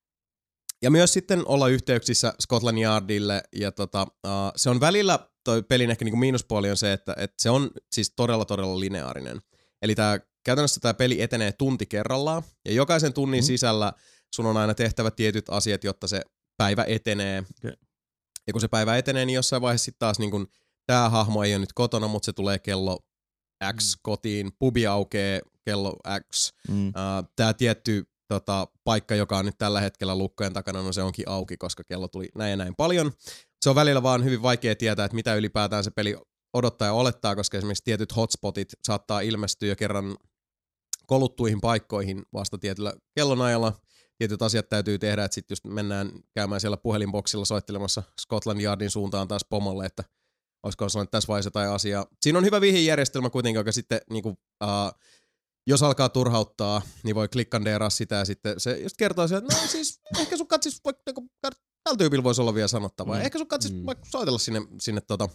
Ja myös sitten olla yhteyksissä Scotland Yardille ja tota, uh, se on välillä, toi pelin ehkä niinku miinuspuoli on se, että et se on siis todella todella lineaarinen. Eli tää käytännössä tämä peli etenee tunti kerrallaan, ja jokaisen tunnin mm. sisällä sun on aina tehtävä tietyt asiat, jotta se päivä etenee. Okay. Ja kun se päivä etenee, niin jossain vaiheessa sitten taas niin kun, tää hahmo ei ole nyt kotona, mutta se tulee kello X mm. kotiin, pubi aukeaa kello X. Mm. Uh, tää tietty tota, paikka, joka on nyt tällä hetkellä lukkojen takana, no se onkin auki, koska kello tuli näin ja näin paljon. Se on välillä vaan hyvin vaikea tietää, että mitä ylipäätään se peli odottaa ja olettaa, koska esimerkiksi tietyt hotspotit saattaa ilmestyä jo kerran koluttuihin paikkoihin vasta tietyllä kellonajalla. Tietyt asiat täytyy tehdä, että sitten just mennään käymään siellä puhelinboksilla soittelemassa Scotland Yardin suuntaan taas pomolle, että olisiko sanonut tässä vaiheessa tai asiaa. Siinä on hyvä vihjejärjestelmä kuitenkin, joka sitten niinku, uh, jos alkaa turhauttaa, niin voi klikkandeeraa sitä ja sitten se just kertoo sieltä, että no siis ehkä sun katsis, vaikka tällä tyypillä voisi olla vielä sanottavaa. Mm. Ehkä sun katsis mm. vaikka soitella sinne, sinne tota,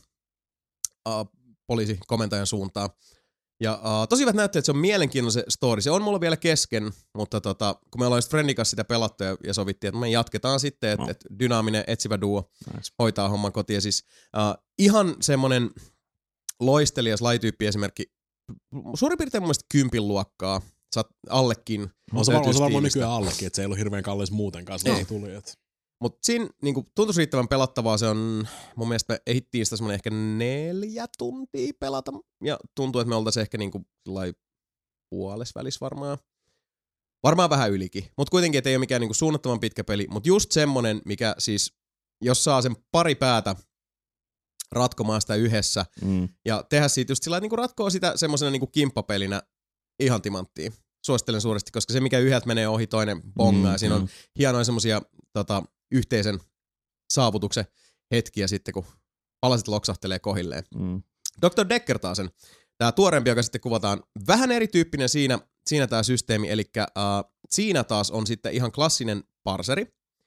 uh, poliisikomentajan suuntaan. Ja uh, tosi hyvät näyttää, että se on mielenkiintoinen se story. Se on mulla vielä kesken, mutta tota, kun me ollaan just Friendin kanssa sitä pelattu ja, ja sovittiin, että me jatketaan sitten, että no. et dynaaminen etsivä duo nice. Hoitaa homman kotiin. Ja siis uh, ihan semmonen loistelias lajityyppi esimerkki, suurin piirtein mun mielestä kympin luokkaa, sä oot allekin. On se, on se varmaan nykyään allekin, että se ei ollut hirveän kallis muutenkaan, se tuli. Et. Mutta siinä niinku, tuntuisi riittävän pelattavaa, se on, mun mielestä me ehittiin sitä semmoinen ehkä neljä tuntia pelata, ja tuntuu, että me oltaisiin ehkä niinku puolessa välissä varmaan. Varmaan vähän ylikin, mutta kuitenkin, että ei ole mikään niinku suunnattoman pitkä peli, mutta just semmonen, mikä siis, jos saa sen pari päätä ratkomaan sitä yhdessä, mm. ja tehdä siitä just sillä että niinku ratkoo sitä semmoisena niinku kimppapelinä ihan timanttiin. Suosittelen suuresti, koska se mikä yhdeltä menee ohi, toinen bongaa, mm, ja siinä on mm. hienoja semmosia tota, yhteisen saavutuksen hetkiä sitten, kun palaset loksahtelee kohilleen. Mm. doktor Decker taasen, tää tuoreempi, joka sitten kuvataan vähän erityyppinen siinä, siinä tää systeemi, eli uh, siinä taas on sitten ihan klassinen parseri,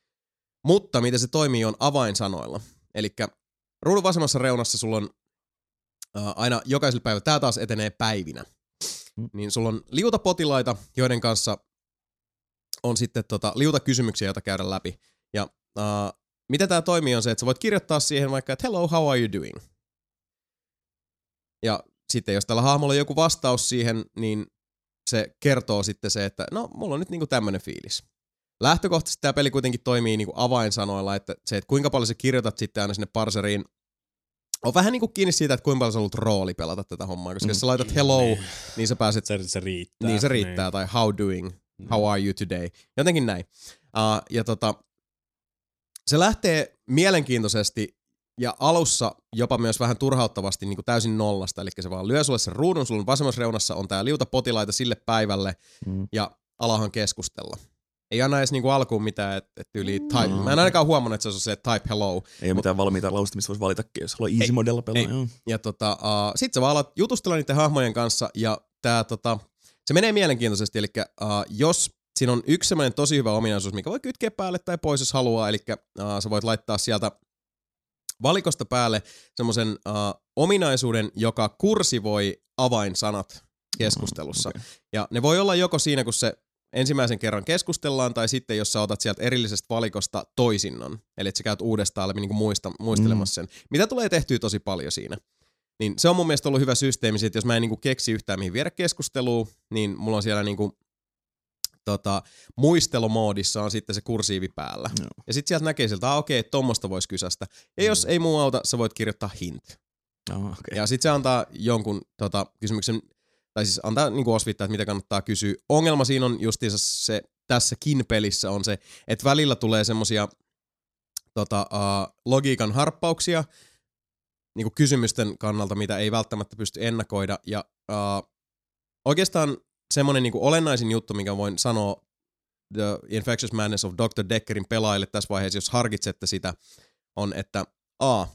mutta miten se toimii on avainsanoilla. Eli ruudun vasemmassa reunassa sulla on uh, aina jokaisella päivällä, tää taas etenee päivinä, mm. niin sulla on liutapotilaita, joiden kanssa on sitten tota, liutakysymyksiä, joita käydä läpi. Ja uh, miten tää toimii on se, että sä voit kirjoittaa siihen vaikka, että hello, how are you doing? Ja sitten jos tällä hahmolla on joku vastaus siihen, niin se kertoo sitten se, että no, mulla on nyt niinku tämmönen fiilis. Lähtökohtaisesti tämä peli kuitenkin toimii niinku avainsanoilla, että se, että kuinka paljon sä kirjoitat sitten aina sinne parseriin, on vähän niinku kiinni siitä, että kuinka paljon sä haluat rooli pelata tätä hommaa, koska mm. jos sä laitat hello, niin, niin sä pääset... Se, se riittää. Niin se riittää, niin. Tai how doing, how are you today, jotenkin näin. Uh, ja tota, se lähtee mielenkiintoisesti ja alussa jopa myös vähän turhauttavasti niin kuin täysin nollasta, eli se vaan lyö sulle sen ruudun, sulla vasemmassa reunassa on tää liuta potilaita sille päivälle, mm. ja alahan keskustella. Ei anna edes niinku alkuun mitään, että et yli type. Mm. Mä en ainakaan huomannut, että se on se type hello. Ei Mut, ole mitään valmiita lausta, mistä voisi valitakin, jos haluaa easy modella pelaa. Ja tota, uh, sit sä vaan alat jutustella niiden hahmojen kanssa, ja tää tota, se menee mielenkiintoisesti, eli uh, jos siinä on yksi semmoinen tosi hyvä ominaisuus, mikä voi kytkeä päälle tai pois, jos haluaa, eli uh, sä voit laittaa sieltä valikosta päälle semmoisen uh, ominaisuuden, joka kursivoi avainsanat keskustelussa. Mm, okay. Ja ne voi olla joko siinä, kun se ensimmäisen kerran keskustellaan, tai sitten jos sä otat sieltä erillisestä valikosta toisinnon. Eli että sä käyt uudestaan läpi niin muista, muistelemassa sen. Mitä tulee tehtyä tosi paljon siinä. Niin se on mun mielestä ollut hyvä systeemi, että jos mä en niin kuin keksi yhtään mihin viedä keskusteluun, niin mulla on siellä niin kuin, tota, muistelumoodissa on sitten se kursiivi päällä. No. Ja sitten sieltä näkee sieltä, että okei, okay, tommosta voisi kysästä. Ja mm. jos ei muu auta, sä voit kirjoittaa hint. Oh, okay. Ja sitten se antaa jonkun tota, kysymyksen, tai siis antaa niin kuin osviittaa, että mitä kannattaa kysyä. Ongelma siinä on justiinsa se, tässäkin pelissä on se, että välillä tulee semmosia tota, uh, logiikan harppauksia niin kuin kysymysten kannalta, mitä ei välttämättä pysty ennakoida. Ja uh, oikeastaan semmoinen niin kuin olennaisin juttu, minkä voin sanoa The Infectious Madness of doctor Deckerin pelaajille tässä vaiheessa, jos harkitsette sitä, on, että a.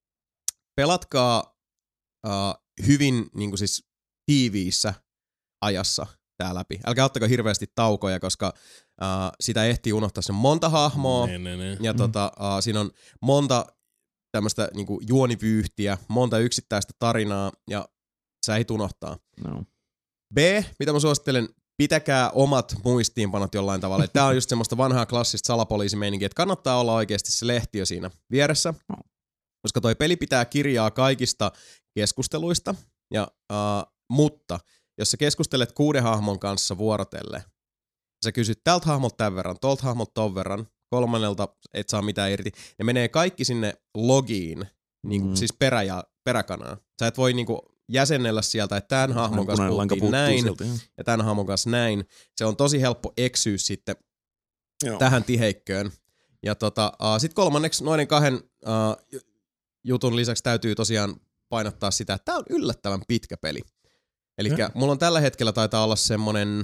Pelatkaa uh, hyvin niin kuin siis tiiviissä ajassa tää läpi. Älkää ottako hirveästi taukoja, koska uh, sitä ehtii unohtaa sen monta hahmoa. Ne, ne, ne. Ja mm. tota, uh, siinä on monta tämmöistä niinku juonivyyhtiä, monta yksittäistä tarinaa, ja sä ehdit unohtaa. No. B, mitä mä suosittelen, pitäkää omat muistiinpanot jollain tavalla. Tää on just semmoista vanhaa klassista salapoliisimeininkiä, että kannattaa olla oikeasti se lehtiö siinä vieressä, no. koska toi peli pitää kirjaa kaikista keskusteluista, ja uh, mutta jos sä keskustelet kuuden hahmon kanssa vuorotelle, sä kysyt tältä hahmolta tämän verran, tolta hahmolta ton verran, kolmannelta et saa mitään irti, ne menee kaikki sinne logiin, niin kuin, mm. siis perä ja, peräkanaan. Sä et voi niin kuin, jäsennellä sieltä, että tämän hahmon kanssa puhuttiin näin, sieltä, ja tämän hahmon kanssa näin. Se on tosi helppo eksyä sitten Joo. tähän tiheikköön. Ja tota, uh, sit kolmanneksi noiden kahden uh, jutun lisäksi täytyy tosiaan painottaa sitä, että tää on yllättävän pitkä peli. Elikkä mulla on tällä hetkellä taitaa olla semmonen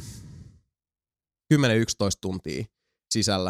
kymmenen yksitoista tuntia sisällä.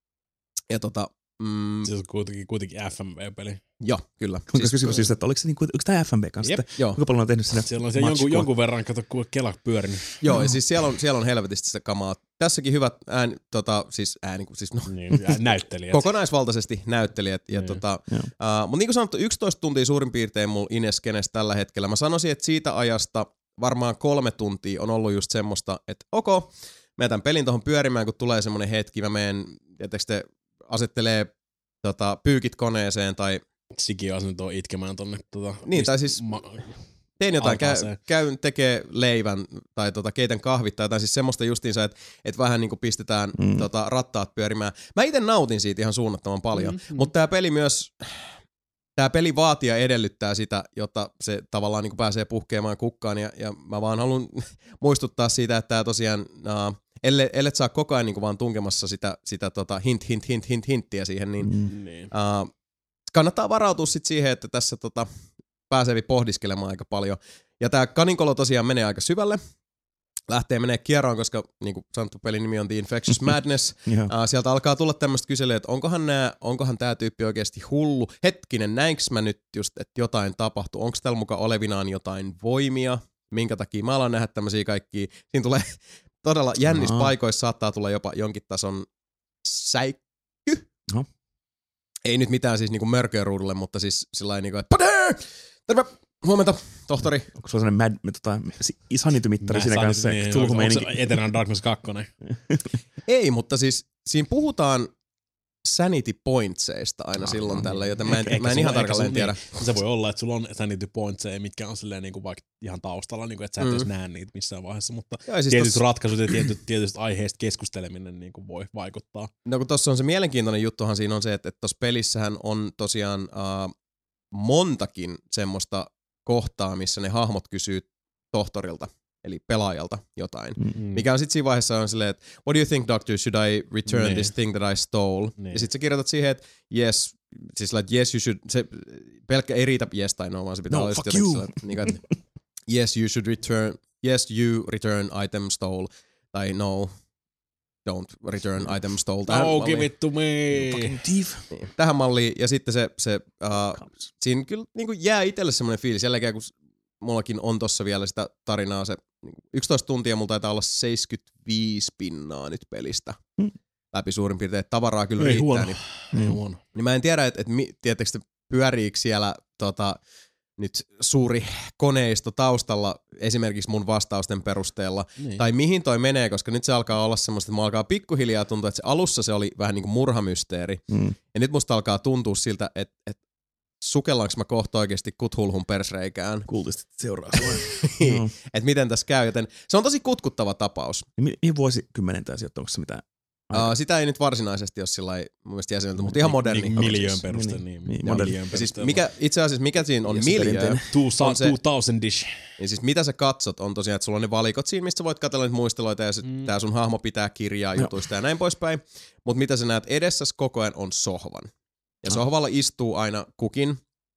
Ja tota... Mm, se on kuitenkin, kuitenkin F M V-peli. Joo, kyllä. Kuinka siis, kysymys siis, että oliko se niinku, onko tää F M V kanssa? Jep, joo. Kuinka paljon on tehnyt sinne siellä on siellä jonkun, jonkun verran, kato, kun Kela pyörinyt. Joo, no. ja siis siellä on, siellä on helvetisti sitä kamaa. Tässäkin hyvät ääni, tota, siis ääni, siis no. Niin, näyttelijät. Kokonaisvaltaisesti näyttelijät. Ja niin. tota, uh, mutta niin kuin sanottu, yksitoista tuntia suurin piirtein mulla Ines-kenes tällä hetkellä. Mä sanoisin, että siitä ajasta varmaan kolme tuntia on ollut just semmoista, että ok, mä jätän pelin tohon pyörimään, kun tulee semmonen hetki, mä menen, etteikö te asettelee tota, pyykit koneeseen tai... Siki asentoo itkemään tonne tota... Niin, tai siis ma- tein jotain, käy, käyn tekee leivän tai tota, keitän kahvit tai jotain siis semmoista justiinsa, että et vähän niinku pistetään mm. tota, rattaat pyörimään. Mä ite nautin siitä ihan suunnattoman paljon, mm, mm. mutta tää peli myös... Tää peli vaatii ja edellyttää sitä, jotta se tavallaan niinku pääsee puhkeamaan kukkaan ja, ja mä vaan haluan muistuttaa siitä, että tää tosiaan... Uh, Elle, ellet saa koko ajan niinku vaan tunkemassa sitä, sitä tota hint, hint, hint, hint, hinttiä siihen, niin, mm. uh, kannattaa varautua sit siihen, että tässä tota, pääsee pohdiskelemaan aika paljon. Ja tää kaninkolo tosiaan menee aika syvälle. Lähtee menee kierroon, koska niin kuin sanottu pelin nimi on The Infectious Madness. uh, sieltä alkaa tulla tämmöistä kyselyä, että onkohan, nää, onkohan tää tyyppi oikeasti hullu. Hetkinen, näinkö mä nyt just, että jotain tapahtuu? Onko täällä muka olevinaan jotain voimia? Minkä takia mä alan nähdä tämmöisiä kaikkia? Siinä tulee... Todella jännissä no. paikoissa saattaa tulla jopa jonkin tason säikky. No. Ei nyt mitään siis niinku mörköä ruudulle, mutta siis sillain niinku, että Pade! Terve! Huomenta, tohtori. Onko sulla sellainen mad, tota, sanity-mittari siinä kanssa? Niin, Se onko se meininki. Eternal Darkness kaksi? Ei, mutta siis siinä puhutaan sanity pointseista aina Ah, silloin no, tällä, niin. joten mä en, Ehkä- mä en ehkä ihan sulla- tarkalleen ehkä tiedä. sulla- Niin, se voi olla, että sulla on sanity pointseja, mitkä on silleen niinku vaikka ihan taustalla, niinku, että sä et Mm. edes näe niitä missään vaiheessa, mutta Joo, ja siis tietyt tossa, ratkaisut ja tietyt, tietystä aiheista keskusteleminen niinku voi vaikuttaa. no kun tossa on se mielenkiintoinen juttuhan siinä on se, että tuossa pelissähän on tosiaan uh, montakin semmoista kohtaa, missä ne hahmot kysyy tohtorilta, eli pelaajalta jotain. Mm. Mikä on sitten siinä vaiheessa on silleen, että what do you think, doctor, should I return Niin. this thing that I stole? Niin. Ja sitten sä kirjoitat siihen, että yes, siis like, yes you should, se pelkkä ei riitä yes tai no, vaan se pitää No, olla fuck just jotenkin you. sellainen, että, niin kuin, että yes you should return, yes you return item stole, tai no, don't return item stole. Tähän Oh, malliin. give it to me! Fucking thief. Niin, tähän malliin, ja sitten se, se uh, siinä kyllä niin kuin jää itselle semmoinen fiilis, jälleen kun mullakin on tossa vielä sitä tarinaa, se niin kuin yksitoista tuntia, mulla taitaa olla seitsemänkymmentäviisi pinnaa nyt pelistä. Hmm. Läpi suurin piirtein, että tavaraa kyllä Ei riittää. huono. Niin, Ei Mm. huono. niin mä en tiedä, että et, tiedättekö te, pyöriikö siellä tota, nyt suuri koneisto taustalla esimerkiksi mun vastausten perusteella, Niin. tai mihin toi menee, koska nyt se alkaa olla semmoista, että mä alkaa pikkuhiljaa tuntua, että se alussa se oli vähän niin kuin murhamysteeri, Mm. ja nyt musta alkaa tuntua siltä, että, että sukellaanko mä kohta oikeasti Cthulhun persreikään, Kultisesti seuraa sua. Niin. Joo. että miten tässä käy, joten se on tosi kutkuttava tapaus. Niin mi- Mihin vuosikymmenen tämä sijoittuu? Onko se mitään? Uh, sitä ei nyt varsinaisesti ole sillä lailla mun mielestä jäseneltä, mutta ihan moderni. Niin, miljöön Siis- peruste. Niin, Niin, niin, Joo. moderni. miljöön Ja siis perusteella. mikä, itse asiassa mikä siinä on Ja se miljöö, perinteinen. Two, on se- two thousand-ish. niin siis mitä sä katsot on tosiaan, että sulla on ne valikot siinä, mistä sä voit katsella niitä muisteloita ja Mm. mm. tää sun hahmo pitää kirjaa Joo. jutuista ja näin poispäin. Mutta mitä sä näet edessäs koko ajan on sohvan. Ja Ah. sohvalla istuu aina kukin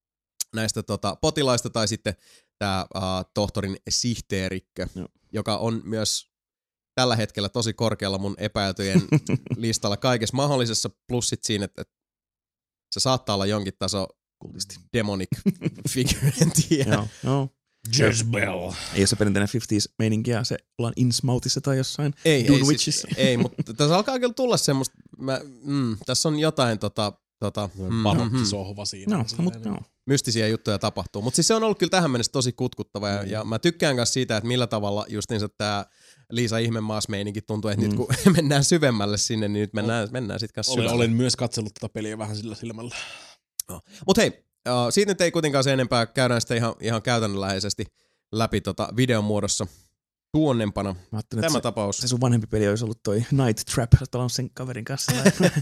näistä tota, potilaista tai sitten tää uh, tohtorin sihteerikkö, Joo. joka on myös tällä hetkellä tosi korkealla mun epäiltyjen listalla kaikessa mahdollisessa, plus sit siinä, että, että se saattaa olla jonkin taso Kultisti. demonic figure, en tiedä. Joo, joo. Jezebel. Ei ole se perinteinen fifties-meininkiä, se ollaan Innsmoutissa tai jossain. Ei, ei, Dunwichissa. siis, ei, mutta tässä alkaa kyllä tulla semmoista, mä, mm, tässä on jotain tota, tota, mm, Barokkisohva siinä. No, Silleen, mutta niin. joo. mystisiä juttuja tapahtuu. Mutta siis se on ollut kyllä tähän mennessä tosi kutkuttava ja, Mm. ja mä tykkään myös siitä, että millä tavalla justiinsa tää Liisa Ihmemaas-meininki tuntuu, että Mm. nyt kun mennään syvemmälle sinne, niin nyt mennään, mennään sit kanssa Olen, syvemmälle. olen myös katsellut tätä peliä vähän sillä silmällä. Mutta hei, uh, siitä nyt ei kuitenkaan se enempää, käydään sitä ihan, ihan käytännönläheisesti läpi tota videon muodossa tuonnempana. Mä ajattelin, Tämä että tapaus. se, se sun vanhempi peli olisi ollut toi Night Trap, pelannut sen kaverin kanssa.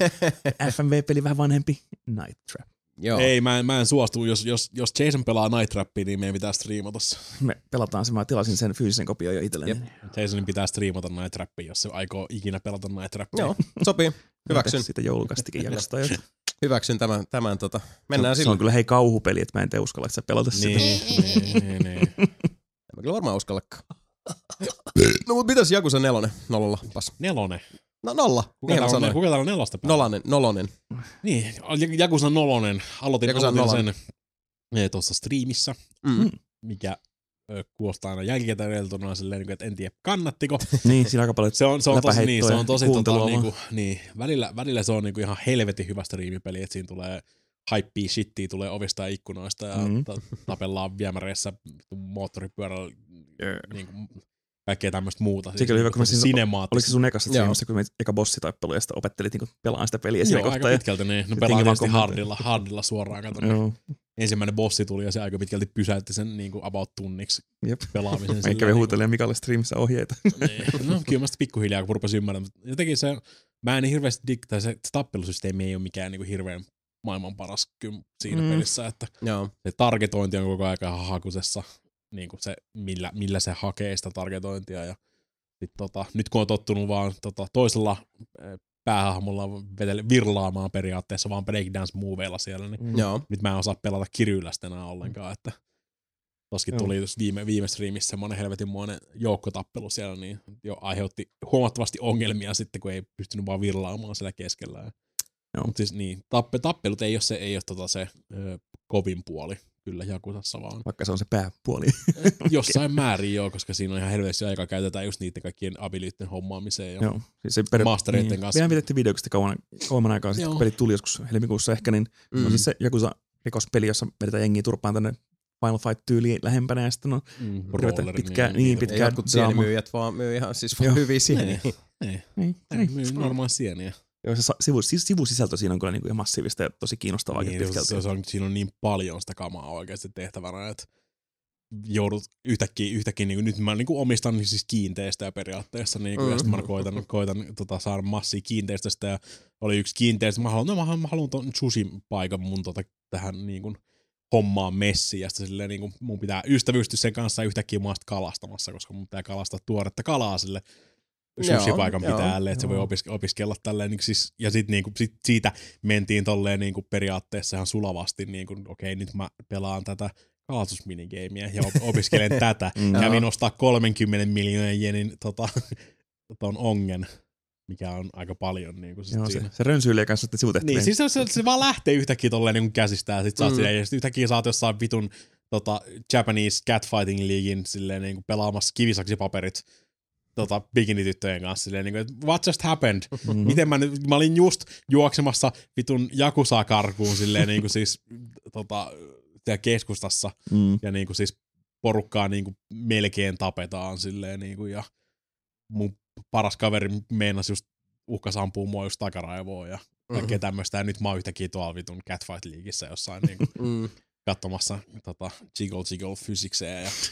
F M V-peli vähän vanhempi, Night Trap. Joo. Ei, mä en, mä en suostu. Jos, jos, jos Jason pelaa Night Trappia, niin meidän pitää striimata se. Me pelataan se, mä tilasin sen fyysisen kopion jo itselleni. Jep. Jasonin pitää striimata Night Trappia, jos se aikoo ikinä pelata Night Trappia. Joo, sopii. Hyväksyn. Siitä joulukastikin jakosta. jo. Hyväksyn tämän, tämän tota. Mennään se, se sillä. on kyllä hei kauhupeli, että mä en te uskalla, että sä pelata sitä. Niin, niin, niin, niin. En mä kyllä varmaan uskallakaan. No mut mitäs Jakusa nelonen? Nololla, pas. Nelonen. No nolla. Kuka Niin täällä mä on, sanoin. kuka täällä on nelosta päällä? Nolanen, nolonen. Niin, Jakusa nolonen. Aloitin, Yakuza aloitin nolonen. sen tuossa striimissä, Mm. mikä ö, kuulostaa aina jälkikäteen silleen, että en tiedä kannattiko. Niin, siinä aika paljon Se on, se on tosi, niin, se on tosi tota, kuuntelua niinku, niin, välillä, välillä se on niinku ihan helvetin hyvä striimipeli, että siinä tulee hypeä shittiä tulee ovista ja ikkunoista ja Mhm. ta- tapellaan viemäreissä moottoripyörällä Jee. niinku, kaikkea tämmöistä muuta. Sekin oli hyvä, kun mä siinä- sinemaattista. Oliko se sun ekassa Joo. striimissa, kun me eka bossitappelu ja sitten opettelit niin pelaan sitä peliä siinä Joo, aika kohtaa? Ja, pitkälti niin. No Tingi pelaan vaan tietysti kommentoi. hardilla, hardilla suoraan. Kato, joo, ensimmäinen bossi tuli ja se aika pitkälti pysäytti sen niin kuin about tunniksi jep. pelaamisen. Mä silleen kävin niinku- huutelemaan Mikalle striimissä ohjeita. Niin. No kyllä mä sitten pikkuhiljaa, kun rupesin ymmärtämään. Mutta jotenkin se, mä en niin hirveästi dig, tai se, se tappelusysteemi ei ole mikään niin kuin hirveän maailman paras kyllä siinä Mm. mm. pelissä, että Joo. se targetointi on koko ajan ihan hakusessa, niin kuin se, millä, millä se hakee sitä targetointia. Ja sit, tota, nyt kun on tottunut vaan tota, toisella eh, päähahmolla vetele, virlaamaan periaatteessa vaan breakdance-moveilla siellä, niin Mm. Joo. nyt mä en osaa pelata kiryylästä enää ollenkaan, että toskin Joo. tuli just viime, viime streamissä semmoinen helvetinmoinen joukkotappelu siellä, niin jo aiheutti huomattavasti ongelmia sitten, kun ei pystynyt vaan virlaamaan siellä keskellä. Joo. Mutta siis niin, tappe, tappelut ei ole se, ei ole tota se ö, kovin puoli kyllä Jakusassa vaan. Vaikka se on se pääpuoli. Jossain määrin joo, koska siinä on ihan helvetisti aikaa käytetään just niiden kaikkien abiliytten hommaamiseen. Ja Joo. Siis se per... Mastereitten kanssa. Mehän pidettiin videoksi kauan, kauan aikaa sitten, Joo. kun pelit tuli joskus helmikuussa ehkä, niin Mm. on siis se Yakuza rikospeli, jossa vedetään jengiä turpaan tänne Final Fight-tyyliin lähempänä ja sitten on Mm, pitkää, niin, niin, pitkää Ja jotkut sienimyyjät vaan myy ihan siis vaan hyviä sieniä. Ei, Niin, ei, niin. myy normaali sieniä. Joo, se sivu, siis sivusisältö siinä on kyllä niinku ihan massiivista ja tosi kiinnostavaa Niin, pitkälti. se, se on, siinä on niin paljon sitä kamaa oikeasti tehtävänä, että joudut yhtäkkiä, yhtäkkiä niin kuin, nyt mä niin kuin omistan niin siis kiinteistöjä periaatteessa, niin kuin, mm. ja sitten mä koitan, koitan tota, saada massia kiinteistöstä, ja oli yksi kiinteistö, mä haluan, no, mä haluan, mä haluan ton sushi-paikan mun tota, tähän niin kuin, hommaan messiin, ja sitten silleen, niin kuin, mun pitää ystävystyä sen kanssa yhtäkkiä mua kalastamassa, koska mun pitää kalastaa tuoretta kalaa sille sushi-paikan pitäälle, että se voi opiske- opiskella tälleen, niin siis, ja sitten niin sit siitä mentiin tolleen niin kuin periaatteessa ihan sulavasti, niin kuin, okei, nyt mä pelaan tätä kalastusminigameä ja opiskelen tätä. Kävin ostaa kolmenkymmenen miljoonan jenin tota, ton ongen, mikä on aika paljon. Niin kuin Joo, se, se rönsyilee kanssa sitten sivutehtäviin. Niin, siis se, se, se vaan lähtee yhtäkkiä tolleen niin käsistä ja sit saat mm. silleen, ja sit yhtäkkiä saat jossain vitun tota, Japanese Catfighting Leaguein silleen niin kuin pelaamassa kivisaksipaperit tota, bikinityttöjen kanssa silleen niin kuin, että what just happened? Mm-hmm. Miten mä nyt, mä olin just juoksemassa vitun Yakuza-karkuun silleen niin kuin siis tota, siellä keskustassa, mm. ja niinku siis porukkaa niinku melkein tapetaan silleen niinku, ja mun paras kaveri meinasi just uhkas ampuu mua just takaraivoon ja kaikkea mm-hmm. tämmöistä, ja nyt mä oon yhtäkkiä tuolla vitun Catfight Leagueissä jossain niinku mm. katsomassa tota Jiggle Jiggle Physicseä, ja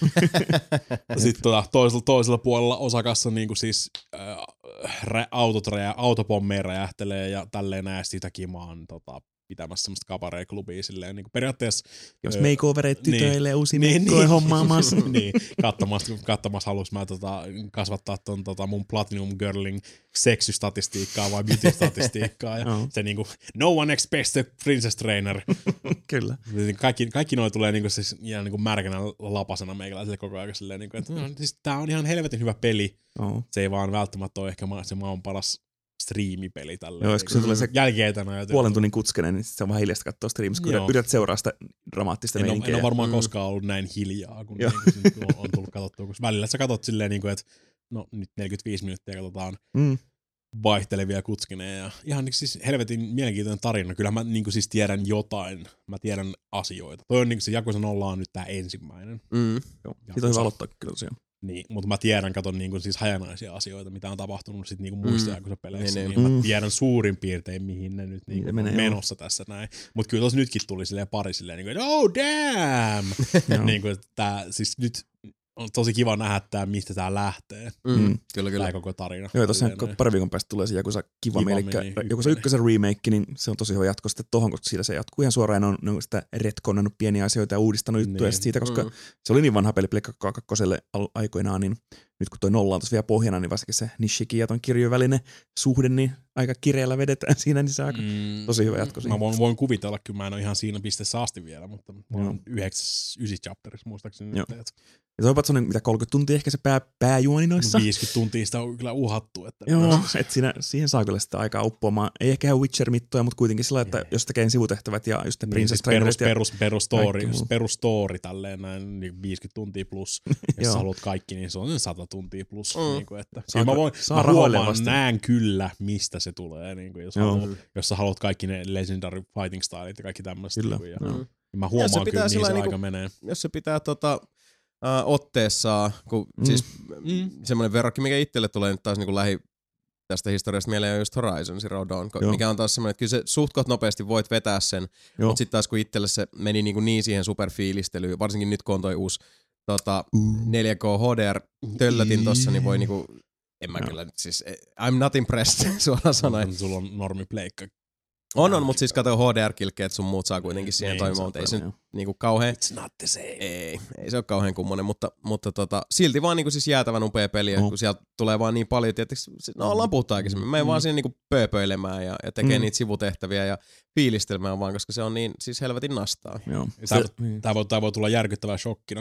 sitten tota, toisella, toisella puolella Osakassa niinku siis äh, rä, autot räjä, autopommeja räjähtelee ja tälleen näin, ja sitten yhtäkkiä mä oon tota pitämässä semmoista kabaree-klubia silleen niin kuin periaatteessa. Jos öö, makeovereet tytöille, niin, uusia niin, meikkoja niin, hommaamassa. niin, katsomassa, katsomassa haluais mä tota, kasvattaa ton tota, mun Platinum Girlin seksystatistiikkaa vai beauty-statistiikkaa. Ja se niinku, no one expects the princess trainer. Kyllä. Kaikki, kaikki noi tulee niinku, siis, ihan niinku märkänä lapasena meikäläiselle koko ajan silleen, niinku, että no, siis tää on ihan helvetin hyvä peli. Oh. Se ei vaan välttämättä ole ehkä ma- se maan paras striimipeli tälleen. Joo, kun se tulee se jälkeetänä. Puolen tunnin kutskeinen, niin se on vähän hiljaista katsoa striimissä, kun Joo. yrität seuraa sitä dramaattista meininkiä. En ole varmaan mm. koskaan ollut näin hiljaa, kun niin, on, on tullut katsottua. Koska välillä sä katsot silleen, niin kuin, että no nyt neljäkymmentäviisi minuuttia katsotaan mm. vaihtelevia kutskeneja. Ja ihan niin, siis helvetin mielenkiintoinen tarina. Kyllä mä niin kuin, siis tiedän jotain. Mä tiedän asioita. Toi on niin kuin se Yakuza nolla on nyt tää ensimmäinen. Mm. Joo. Siitä on hyvä aloittaa kyllä tosiaan. Niin, mutta mä tiedän, katon niinku siis hajanaisia asioita, mitä on tapahtunut sit niinku muissa mm. peleissä, niin, niin mm. mä tiedän suurin piirtein, mihin ne nyt niinku niin, on menossa joo. tässä näin. Mut kyllä tos nytkin tuli silleen pari silleen, niinku, oh damn! niinku, tää, siis nyt on tosi kiva nähdä tää, mistä tää lähtee. Mm. Kyllä, kyllä. Tää koko tarina. Joo, tosiaan pari viikon päästä tulee se Yakuza kiva mielikkä. Yakuza ykkösen remake, niin se on tosi hyvä jatko sitten tohon, koska siitä se jatkuu ihan suoraan. On, on sitä retconnannut pieniä asioita ja uudistanut niin. juttuja siitä, koska mm. se oli niin vanha peli Pleikka kakkoselle aikoinaan, niin nyt kun toi nolla on tossa vielä pohjana, niin varsinkin se Nishiki ja ton kirjojen välinen suhde, niin aika kireellä vedetään siinä, niin se on aika mm. tosi hyvä jatko siinä. Mä voin, voin kuvitella, kyllä mä en ole ihan siinä pisteessä asti vielä, mutta mä oon yhdeksäs, ysi chapterissa muistaakseni. Nyt, ja se on patsonen, mitä kolmekymmentä tuntia ehkä se pää, pääjuoni noissa. viisikymmentä tuntia sitä on kyllä uhattu. Että joo, että siinä, siihen saa kyllä sitä aikaa uppoamaan. Ei ehkä ihan Witcher-mittoja, mutta kuitenkin sillä, että jos tekee sivutehtävät ja just niin, Princess Trainerit siis perus, perus, perus, story, perus story tälleen näin niin viisikymmentä tuntia plus. Jos sä haluat kaikki, niin se on sata tuntia plus. Mm. Niin kuin, että saa, mä voin, mä huomaan, näen kyllä, mistä se tulee. Niin kuin, jos, haluat, jos sä haluat kaikki ne Legendary Fighting Stylet ja kaikki tämmöistä. Niin kuin, ja, mm. Mä huomaan kyllä, mihin se aika menee. Jos se pitää tota... Uh, otteessa, kun mm. siis mm. semmoinen verrokki, mikä itselle tulee nyt taas niin kuin lähi tästä historiasta mieleen on just Horizon Zero Dawn, Joo. mikä on taas semmoinen, että kyllä se suht kohta nopeasti voit vetää sen, Joo. mutta sitten taas kun itselle se meni niin, kuin niin siihen superfiilistelyyn, varsinkin nyt kun on toi uusi tota, uh. neljä K H D R-töllötin tossa, niin voi niinku, en mä Joo. kyllä, siis I'm not impressed, suoraan sanoen. Sulla on normi pleikka. On, on, mutta siis kato H D R-kilkkeet sun muut saa kuitenkin siihen ei, toimimaan, mutta ei se niinku kauhean... It's not the same. Ei, ei se ole kauhean kummonen, mutta, mutta tota, silti vaan niinku siis jäätävän upea peli, oh. kun sieltä tulee vaan niin paljon, tietysti, no ollaan puhuttu aikaisemmin, me ei mm. vaan siihen niinku pööpöilemään ja, ja tekee mm. niitä sivutehtäviä ja fiilistelmään vaan, koska se on niin siis helvetin nastaa. Joo. Tää, se, tää, voi, tää voi tulla järkyttävää shokkina.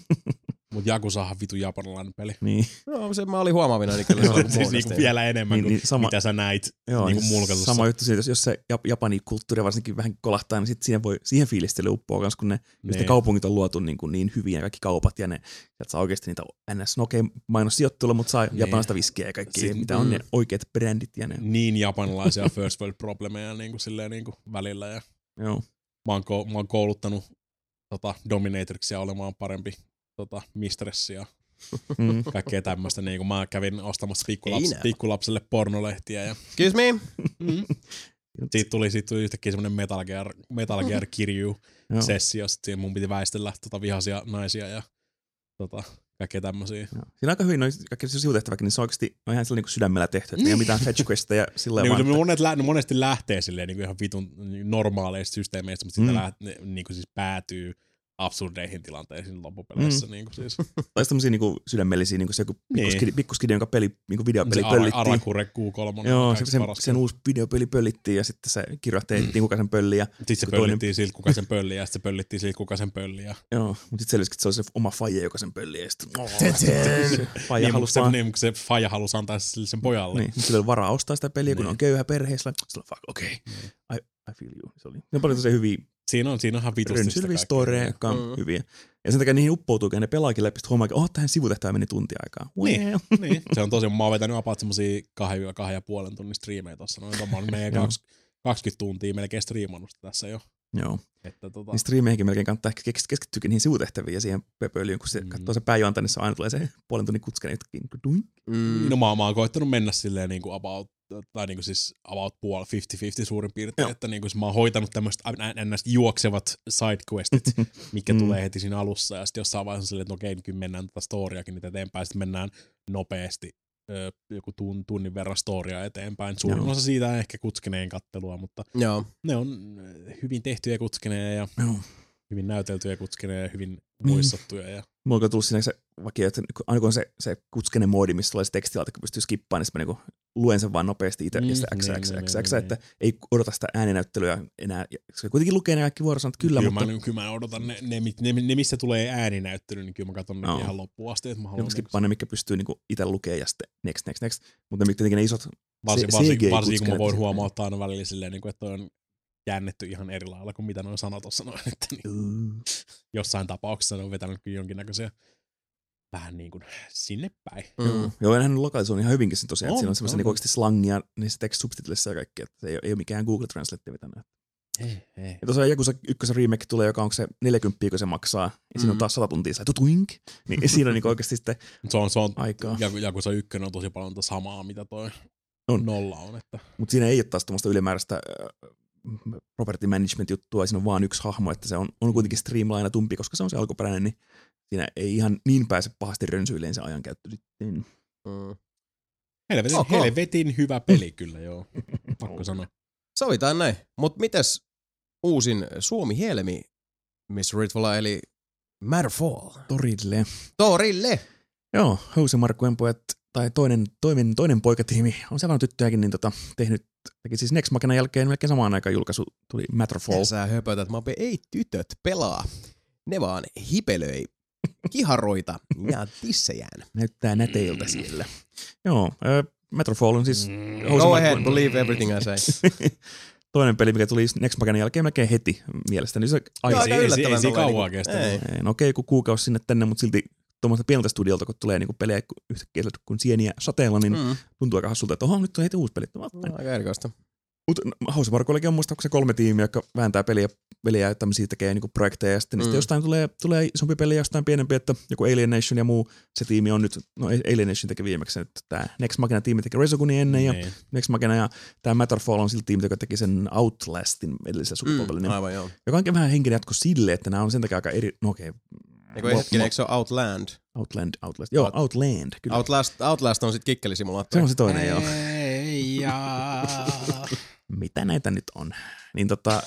Mut Yakuzahan vitu japanilainen peli. Niin. No se mä olin huomaavina, niin kyllä se on siis niinku vielä enemmän niin, kuin niin, sama, mitä sä näit joo, niinku mulkaisussa. Sama juttu siitä, jos se Japanin kulttuuri varsinkin vähän kolahtaa, niin sit siihen voi siihen fiilistely uppoa kans, kun ne, ne kaupungit on luotu niin, kuin niin hyvin ja kaikki kaupat ja ne, että saa oikeesti niitä ns. No okei, okay, mainossijoittuilla, mutta saa ne. Japanilaista viskiä ja kaikki, sit, mitä on mm. ne oikeat brändit. Ja ne. Niin japanilaisia first world problemeja niin kuin silleen niin kuin välillä. Ja joo. Mä oon, ko- mä oon kouluttanut tota, Dominatrixia olemaan parempi tota, mistress ja Mm. kaikkea tämmöistä. Niin kuin mä kävin ostamassa pikkulaps, pikkulapselle pornolehtiä. Ja Excuse me? mm. Siitä tuli, siitä tuli yhtäkkiä semmoinen Metal Gear, Metal Gear Kiryu-sessio. Sitten mun piti väistellä tota, vihaisia naisia ja tota, kaikkea tämmöisiä. Joo. Siinä on aika hyvin, noin kaikki sivutehtäväkin, niin se on oikeasti on ihan niin sydämellä tehty, että ei ole mitään fetch questeja silleen niin, vaan. Monet, lä- monesti lähtee silleen niin kuin ihan vitun normaaleista systeemeistä, mutta mm. sitten läht, ne, niin kuin siis päätyy absurdeihin tilanteisiin loppupeleissä. Mm. Niin kuin siis. Tai tämmöisiä niin kuin sydämellisiä, niin kuin se joku pikkuskidi, niin. pikkuskidi, jonka peli, niin kuin videopeli se pöllittiin. Arakure Q kolme. Joo, se, sen, sen uusi videopeli pöllittiin ja sitten se kirjoitti, mm. kuka sen pölli. Sitten se pöllittiin toinen... siltä, kuka sen pölli ja sitten se pöllittiin siltä, kuka sen pölli. Ja... Joo, mutta sitten selvisikin, että se oli se oma faija, joka sen pölli. Ja sitten faija halusi vaan... Niin, se faija halusi antaa sen pojalle. Niin, sillä oli varaa ostaa sitä peliä, kun niin. on köyhä perheessä. Sillä on fuck, okei, okay. I, I feel you. Se oli ne paljon tosi hyviä. Siinä on, siinä on ihan vitusti sitä kaikkea. Storeja, jotka on mm. hyviä. Ja sen takia niihin uppoutuu, kun ne pelaakin läpi, sitten huomaa, että oh, tähän sivutehtävään meni tunti aikaa. Niin, niin. Se on tosi, mä oon vetänyt apaat semmosia kahden kahden ja puolen tunnin striimejä tossa. Noin, mä oon meidän kaksikymmentä tuntia melkein striimannut tässä jo. Joo. Että, tota... niin striimeihinkin melkein kannattaa ehkä keskittyäkin niihin sivutehtäviin ja siihen pöpöilyyn, kun se mm. katsoo se pääjuonta, niin se aina tulee se puolen tunnin kutskene yhtäkkiä. Mm. No mä, mä oon koittanut mennä silleen niin kuin about, tai niin kuin siis about puol viisikymmentä viisikymmentä suurin piirtein, Joo. että niin kuin mä oon hoitanut tämmöiset ns. Juoksevat sidequestit, mitkä mm. tulee heti siinä alussa, ja sitten jossain vaiheessa silleen, että no okei, kyllä mennään tätä storiakin nyt eteenpäin, sitten mennään nopeasti ö, joku tun, tunnin verran storia eteenpäin. Suurin Joo. osa siitä on ehkä kutskeneen kattelua, mutta Joo. ne on hyvin tehtyjä kutskeneja ja Joo. hyvin näyteltyjä kutskeneja ja hyvin muistottuja. Ja... Mulla on tullut siinä se vakio, että aina kun on se, se kutskene moodi, missä tulee se tekstialta, kun pystyy skippaamaan, niin sitten mä niinku luen sen vaan nopeasti itse, mm, ja sitten x, x, x, x, että ei odota sitä ääninäyttelyä enää. Se kuitenkin lukee ne kaikki vuorosanat, kyllä, kyllä mutta... Mä, kyllä mä odotan ne, ne, ne, ne, missä tulee ääninäyttely, niin kyllä mä katson ne no. ihan loppuun asti, että mä haluan... Skippaan ne, mikä pystyy niinku itse lukemaan, ja sitten next, next, next. Mutta ne tietenkin ne isot varsin, varsin, varsin kun mä voin huomauttaa aina välillä silleen, että toi on käännetty ihan eri lailla kuin mitä noin sanat tuossa noin, että niin, mm. jossain tapauksessa ne on vetänyt kyllä jonkinnäköisiä vähän niin kuin sinne päin. Mm. Joo, ja hän lokalisoinut ihan hyvinkin sen tosiaan, on, että siinä on semmoisia niin oikeasti slangia niissä text-subtitlissa ja kaikkea, että se ei ole, ei ole mikään Google Translate vetänyt. Ei, ei. Ja tosiaan Yakuza ykkösen remake tulee, joka onko se neljäkymmentä, kun se maksaa, ja mm. siinä on taas sata tuntia sillä tutuink, niin siinä on niin oikeasti sitten se on, se on, aikaa. Yakuza ykkönen on tosi paljon samaa, mitä toi on. nolla on. Että. Mutta siinä ei ole taas tuommoista ylimääräistä property management juttua, siinä on vaan yksi hahmo, että se on, on kuitenkin streamlineatumpi, koska se on se alkuperäinen, niin siinä ei ihan niin pääse pahasti rönsyilleen se ajankäyttö sitten. Mm. Helvetin, okay. helvetin hyvä peli kyllä, joo. Pakko sanoa. Sovitaan näin. Mutta mites uusin Suomi-helmi Miss Ritvola, eli Matterfall? Torille. Torille! Joo, Jose Markkujen pojat, tai toinen, toinen, toinen poikatiimi, on sellainen tyttöjäkin, niin tota, tehnyt, teki siis Next Machinan jälkeen melkein samaan aikaan julkaisu tuli Matterfall. Ja sä höpötät, mä opin, ei tytöt pelaa. Ne vaan hipelöi kiharoita ja tissejään. Näyttää näteiltä siellä. Joo, äh, Matterfall on siis... Mm, go ahead, believe everything I say. Toinen peli, mikä tuli Next Machinan jälkeen melkein heti mielestäni. Se aika aika yllättävän. Ei kauaa kestänyt. No okei, kun kuukausi sinne tänne, mutta silti tuommoista pieneltä studiolta, kun tulee niinku pelejä yhtäkkiä kuin sieniä sateella, niin mm. tuntuu aika hassulta, että oho, nyt on heti uusi peli. No, aika erikoista. Mutta House Markollakin on muistaakseni kolme tiimiä, jotka vääntää peliä, peliä ja tämmöisiä tekee niinku projekteja. Ja sitten, mm. sitten jostain tulee, tulee isompi peli, jostain pienempi, että joku Alien Nation ja muu, se tiimi on nyt, no Alien Nation teki viimeksi, että tämä Next Machina tiimi teki Resogunin ennen ja nee. Next Machina ja tämä Matterfall on sillä tiimi, joka teki sen Outlastin edellisellä sukupolvella. Mm, aivan joo. Joka onkin vähän henkinen jatko sille, että nämä on sen takia aika eri, no okei. Okay. Eikö hetkinen, eikö se ole Outland? Outland, Outlast. Joo, Out, Outland, kyllä. Outlast, Outlast on sitten kikkelisimulaattori. Se on se toinen, ei, joo. Ei, jaa. Mitä näitä nyt on? Niin tota...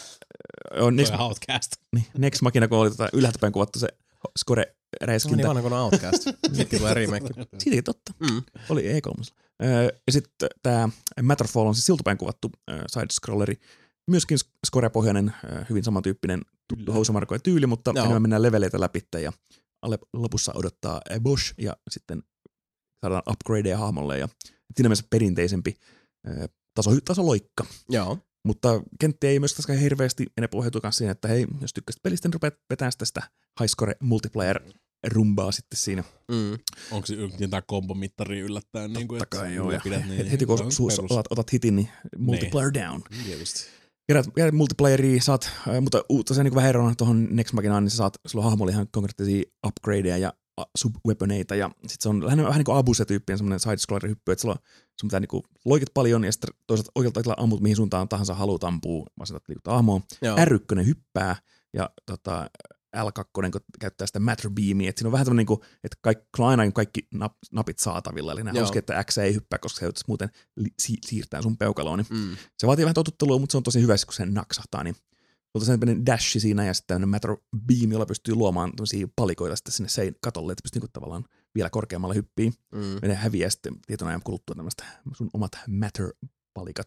On Next, Outcast. Niin, Next Machina, kun oli tota ylhäältäpäin kuvattu se score-räiskintä. Se on niin vanha kuin Outcast. Sitten tulee remake. Siitäkin totta. Mm. Oli E kolme. Ja sitten tämä Matterfall on siis siltupäin kuvattu side-scrolleri. Myöskin score-pohjainen, hyvin samantyyppinen tuttu Housemarkojen tyyli, mutta no. enemmän mennään leveleitä läpi ja lopussa odottaa Bosch ja sitten saadaan upgradeja hahmolle ja siinä mielessä perinteisempi taso, tasoloikka. Joo. Mutta kenttiä ei myöskään hirveästi enää pohjautukaan siihen, että hei, jos tykkäsit pelistä, niin rupeat vetämään sitä high score multiplayer rumbaa sitten siinä. Mm. Onko se jotain kombomittaria yllättäen? Niin kuin, että joo, ja niin, heti kun su- otat, otat hitin, niin multiplayer down. Tietysti. Kerät, kerät multiplayeria, saat, äh, mutta tosiaan niin vähän erona tuohon Next Machinaan, niin sä saat, sulla on hahmolla ihan konkreettisia upgradeja ja sub-weaponeita, ja sit se on lähinnä vähän niin kuin Abuse-tyyppinen semmoinen side-scroller-hyppy, että sulla sun pitää niinku loikit paljon, ja sitten toisaalta oikealta oikealta ammut mihin suuntaan tahansa haluat ampua, vastaat liikuttaa hahmoa. R yksi hyppää, ja tota, L kaksi kun käyttää sitä Matter Beamia, että siinä on vähän tämmöinen, niin että kaikki, aina kaikki nap, napit saatavilla, eli nämä haluaisikin, että X ei hyppää, koska se joutuisi muuten li, si, siirtää sun peukaloon. Niin mm. Se vaatii vähän totuttelua, mutta se on tosi hyvä, kun se naksahtaa. Niin tuolta sellainen dashi siinä ja sitten tämmöinen Matter Beam, jolla pystyy luomaan tämmöisiä palikoita sitten sinne sein katolle, että pystyy niin tavallaan vielä korkeammalle hyppiin. Mm. Ja ne häviää sitten tietyn ajan kuluttua tämmöistä sun omat Matter palikat.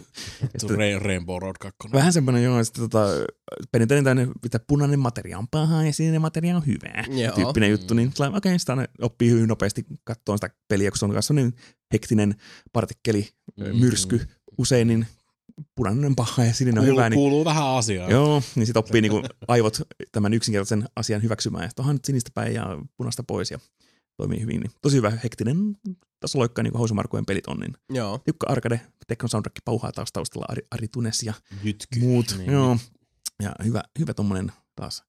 Rainbow Road kaksi. Vähän semmoinen, joo, sitten tota, perinteinen tämmöinen, että punainen materia on paha ja sininen materia on hyvää. Joo. Tyyppinen juttu, niin okei, okay, sitä oppii hyvin nopeasti katsoa sitä peliä, kun se on kanssa niin hektinen partikkeli, mm. myrsky usein, niin punainen on paha ja sininen on kuuluu, hyvä. Niin, kuuluu vähän asiaa. Joo, niin sitten oppii niinku aivot tämän yksinkertaisen asian hyväksymään, ja onhan nyt sinistä päin ja punaista pois, ja toimii hyvin. Niin tosi hyvä hektinen tasoloikka, niin kuin Housumarkkujen pelit on. Niin joo. Tiukka arcade, Tekno Soundtrack pauhaa taas taustalla, Ari, Ari Tunes ja Jytky. muut. Niin. Joo. Ja hyvä, hyvä tommonen taas.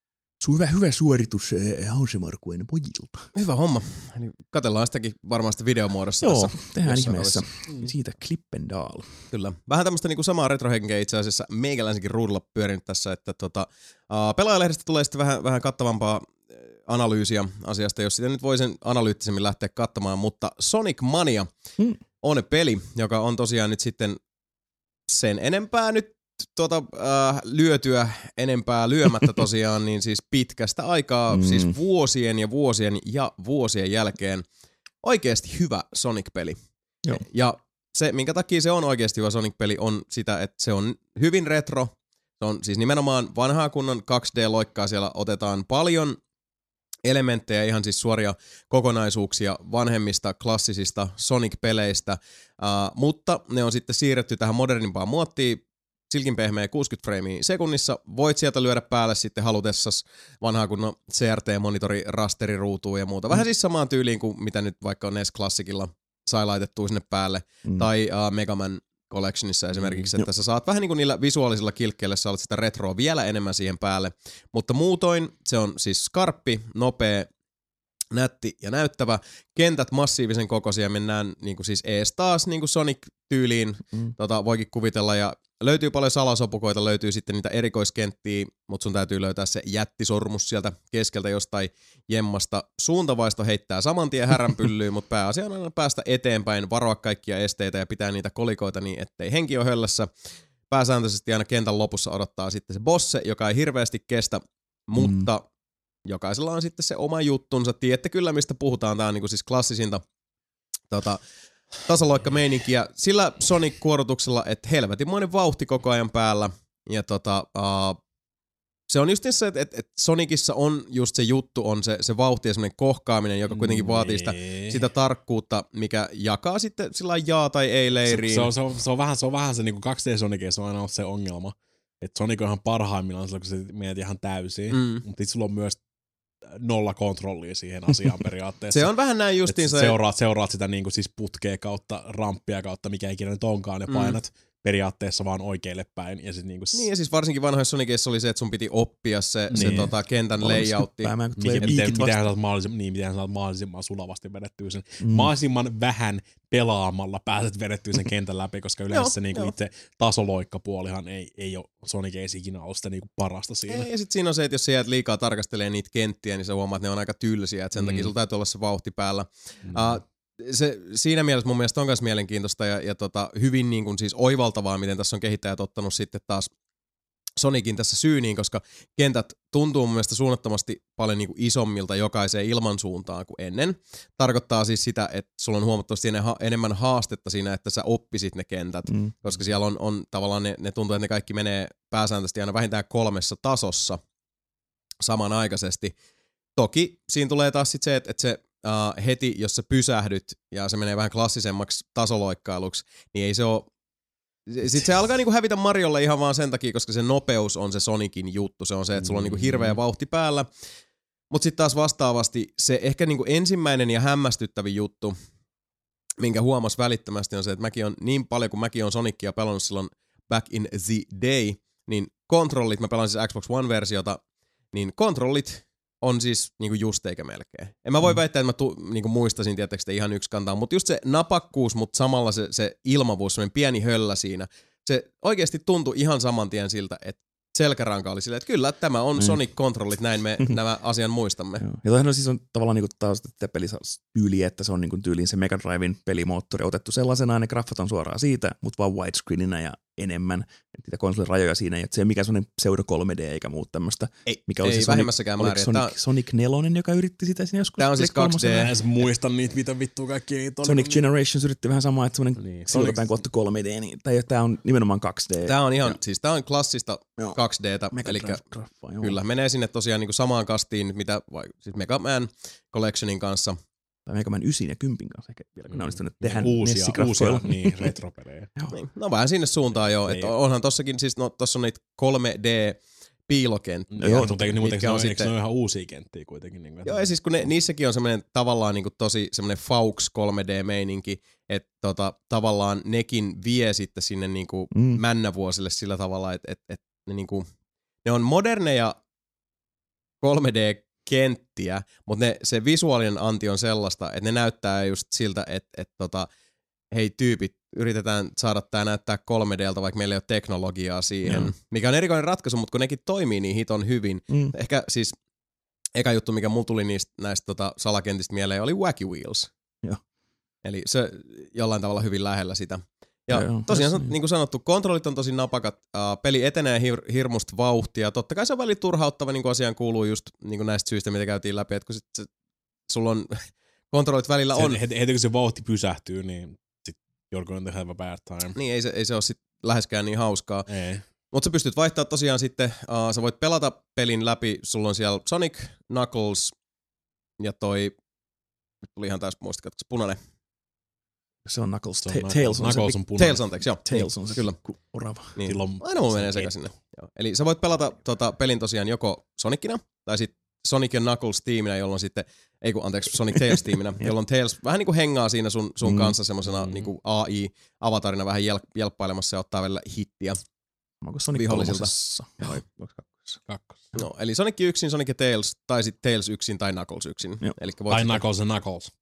Su hyvä, hyvä suoritus eh, Housumarkkujen pojilta. Hyvä homma. Eli katsellaan sitäkin varmasti videomuodossa. Joo, tässä tehdään ihmeessä. Siitä Klippendal. Kyllä. Vähän tämmöistä niinku samaa retrohenkeä itse asiassa meikäläisenkin ruudulla pyörinyt tässä, että tota, uh, Pelaajalehdestä tulee sitten vähän, vähän kattavampaa analyysiä asiasta, jos sitä nyt voi sen analyyttisemmin lähteä katsomaan, mutta Sonic Mania hmm. on peli, joka on tosiaan nyt sitten sen enempää nyt tuota, äh, lyötyä, enempää lyömättä tosiaan, niin siis pitkästä aikaa, hmm. siis vuosien ja vuosien ja vuosien jälkeen oikeasti hyvä Sonic-peli. Joo. Ja se, minkä takia se on oikeasti hyvä Sonic-peli, on sitä, että se on hyvin retro, se on siis nimenomaan vanhaa kunnon kaksi D-loikkaa, siellä otetaan paljon elementtejä, ihan siis suoria kokonaisuuksia vanhemmista klassisista Sonic-peleistä, uh, mutta ne on sitten siirretty tähän modernimpaan muottiin, silkinpehmeä kuusikymmentä freimiä sekunnissa. Voit sieltä lyödä päälle sitten halutessas vanhaa kunnon C R T-monitori, rasteriruutuun ja muuta. Vähän mm. siis samaan tyyliin kuin mitä nyt vaikka N E S Classicilla sai laitettua sinne päälle, mm. tai uh, Mega Man Collectionissa esimerkiksi, että sä saat vähän niin kuin niillä visuaalisilla kilkkeillä, sä saat sitä retroa vielä enemmän siihen päälle, mutta muutoin se on siis skarppi, nopea, nätti ja näyttävä, kentät massiivisen kokoisia, mennään niin kuin siis ees taas niin kuin Sonic-tyyliin, mm. tota, voikin kuvitella, ja löytyy paljon salasopukoita, löytyy sitten niitä erikoiskenttiä, mutta sun täytyy löytää se jättisormus sieltä keskeltä jostain jemmasta. Suuntavaisto heittää saman tien häränpyllyyn, mutta pääasia on aina päästä eteenpäin, varoa kaikkia esteitä ja pitää niitä kolikoita niin, ettei henki ole höllässä. Pääsääntöisesti aina kentän lopussa odottaa sitten se bosse, joka ei hirveästi kestä, mutta mm. jokaisella on sitten se oma juttunsa. Tiedätte kyllä, mistä puhutaan. Tää on niinku siis klassisinta tota, tasoloikka-meininkiä sillä Sonic-kuorotuksella, että helvetimoinen vauhti koko ajan päällä. Ja tota, uh, se on just se, että et, et Sonicissa on just se juttu, on se, se vauhti ja semmoinen kohkaaminen, joka kuitenkin vaatii sitä, sitä tarkkuutta, mikä jakaa sitten sillä jaa tai ei leiriin. Se, se, on, se, on, se on vähän se, on vähän se niin kaksi D-Sonicissa on aina ollut se ongelma. Että Sonic on ihan parhaimmillaan silloin, kun se menet ihan täysin. Mm. Mutta sitten sulla on myös nolla kontrollia siihen asiaan periaatteessa. Se on vähän näin justiinsa. Seuraat, seuraat sitä niin kuin siis putkea kautta, ramppia kautta, mikä ikinä nyt onkaan, ja painat mm. periaatteessa vaan oikeille päin. Ja sit niin, kuin niin, ja siis varsinkin vanhoissa Sonicissa oli se, että sun piti oppia se, niin. se tota, kentän layoutti. Miten, miten, miten saat mahdollisimman, niin, miten saat mahdollisimman sulavasti vedettyä sen. Mm. Mahdollisimman vähän pelaamalla pääset vedettyä sen kentän läpi, koska yleensä se niin kuin itse tasoloikkapuolihan ei, ei ole Sonic ei ikinä ollut sitä niin kuin parasta siinä. Ei, ja sit siinä on se, että jos sä jäät liikaa tarkastelemaan niitä kenttiä, niin sä huomaat, että ne on aika tylsiä, että sen mm. takia sulla täytyy olla se vauhti päällä. Mm. Uh, se, siinä mielessä mun mielestä on myös mielenkiintoista ja, ja tota, hyvin niin kuin siis oivaltavaa, miten tässä on kehittäjät ottanut sitten taas Sonicin tässä syyniin, koska kentät tuntuu mun mielestä suunnattomasti paljon niin kuin isommilta jokaiseen ilmansuuntaan kuin ennen. Tarkoittaa siis sitä, että sulla on huomattavasti enemmän haastetta siinä, että sä oppisit ne kentät, mm. koska siellä on, on tavallaan ne, ne tuntuu, että ne kaikki menee pääsääntöisesti aina vähintään kolmessa tasossa samanaikaisesti. Toki siinä tulee taas sit se, että, että se uh, heti, jos sä pysähdyt ja se menee vähän klassisemmaksi tasoloikkailuksi, niin ei se ole. Sitten se alkaa niinku hävitä Mariolle ihan vaan sen takia, koska se nopeus on se Sonicin juttu. Se on se, että sulla on niinku hirveä vauhti päällä. Mutta sitten taas vastaavasti se ehkä niinku ensimmäinen ja hämmästyttävin juttu, minkä huomas välittömästi, on se, että mäkin on niin paljon, kun mäkin on Sonicia pelannut silloin back in the day, niin kontrollit, mä pelaan siis Xbox One-versiota, niin kontrollit on siis niinku just eikä melkein. En mä voi mm. väittää, että mä tu, niinku muistasin, tietääkö ihan yksi kantaa, mutta just se napakkuus, mutta samalla se, se ilmavuus, semmoinen pieni höllä siinä, se oikeasti tuntui ihan saman tien siltä, että selkäranka oli silleen, että kyllä, tämä on mm. Sonic-kontrollit, näin me nämä asian muistamme. Joo. Ja toihan on siis on tavallaan niinku taas pelityyli, että se on niinku tyyliin se Mega Driven pelimoottori otettu sellaisena, ne graffat on suoraan siitä, mutta vaan widescreeninä ja enemmän. Niitä konsolin rajoja siinä, että se mikä on pseudo kolme D eikä muu tämmöistä. Ei, mikä ei vähemmässäkään määrin. Sonic, Sonic, Sonic neljä, joka yritti sitä siinä joskus. Tämä on siis kaksi D. Mä en muista niitä, mitä vittua kaikki niitä on. Sonic Generations yritti vähän samaa, että semmoinen niin, silloin kohta kolme D, niin tämä on nimenomaan kaksi D. Tämä on ihan, ja. siis tämä on klassista joo. kaksi D:tä, eli kyllä menee sinne tosiaan niinku samaan kastiin, mitä vai, siis Mega Man Collectionin kanssa. Tai Mega Man yhdeksän ja kymmenen kanssa ehkä vielä, kun ne onnistunut tehdä uusia, uusia niin, retropelejä. niin, no vähän sinne suuntaan joo, että onhan tossakin siis, no tossa on niitä kolme D piilokenttiä. Joo, mutta eikö ne on, sitten... on ihan uusia kenttiä kuitenkin? Niin joo, ja siis kun ne, niissäkin on semmoinen tavallaan niin kuin tosi semmoinen Faux kolme D-meininki, että tota, tavallaan nekin vie sitten sinne niin kuin mm. männävuosille sillä tavalla, että et, et ne, niin kuin, ne on moderneja kolme D-kenttiä, mutta ne, se visuaalinen anti on sellaista, että ne näyttää just siltä, että et, tota, hei tyypit, yritetään saada tää näyttää kolme D:ltä, vaikka meillä ei ole teknologiaa siihen. Mm. Mikä on erikoinen ratkaisu, mutta kun nekin toimii niin hiton hyvin. Mm. Ehkä siis eka juttu, mikä mulla tuli niistä, näistä tota, salakentistä mieleen, oli Wacky Wheels. Joo. Eli se jollain tavalla hyvin lähellä sitä. Ja joo, tosiaan, niin. niin kuin sanottu, kontrollit on tosi napakat. Uh, peli etenee hir- hirmusta vauhtia. Totta kai se on välillä turhauttava, niin kuin asiaan kuuluu just niin kuin näistä syistä, mitä käytiin läpi. Että kun sit se, sulla on kontrollit välillä on... Heti, heti kun se vauhti pysähtyy, niin... You're going to have a bad time. Niin, ei se, ei se ole sit läheskään niin hauskaa. Ei. Mutta sä pystyt vaihtamaan tosiaan sitten, uh, sä voit pelata pelin läpi, sulla on siellä Sonic, Knuckles ja toi, nyt tuli ihan täys muista, katsotaan, punainen. Se on Knuckles, se on Ta- Knuckles. Tails on Knuckles se. on punainen. Tails anteeksi, joo. Tails on se kyllä. Orava. Niin. On, aina mulla menee sekä sinne. Joo. Eli sä voit pelata tota, pelin tosiaan joko Sonicina, tai sitten Sonic ja Knuckles tiiminä, jolloin sitten, ei kun anteeksi, Sonic Tails tiiminä, jolloin Tails vähän niinku hengaa siinä sun, sun mm. kanssa semmosena mm. niinku A I-avatarina vähän jäl, jälppailemassa ja ottaa välillä hittiä. Onko Sonic kolmosessa? Vai kakkosessa? No, eli Sonic yksin, Sonic ja Tails, tai sitten Tails yksin tai Knuckles yksin. Eli voit tai Knuckles ja Knuckles.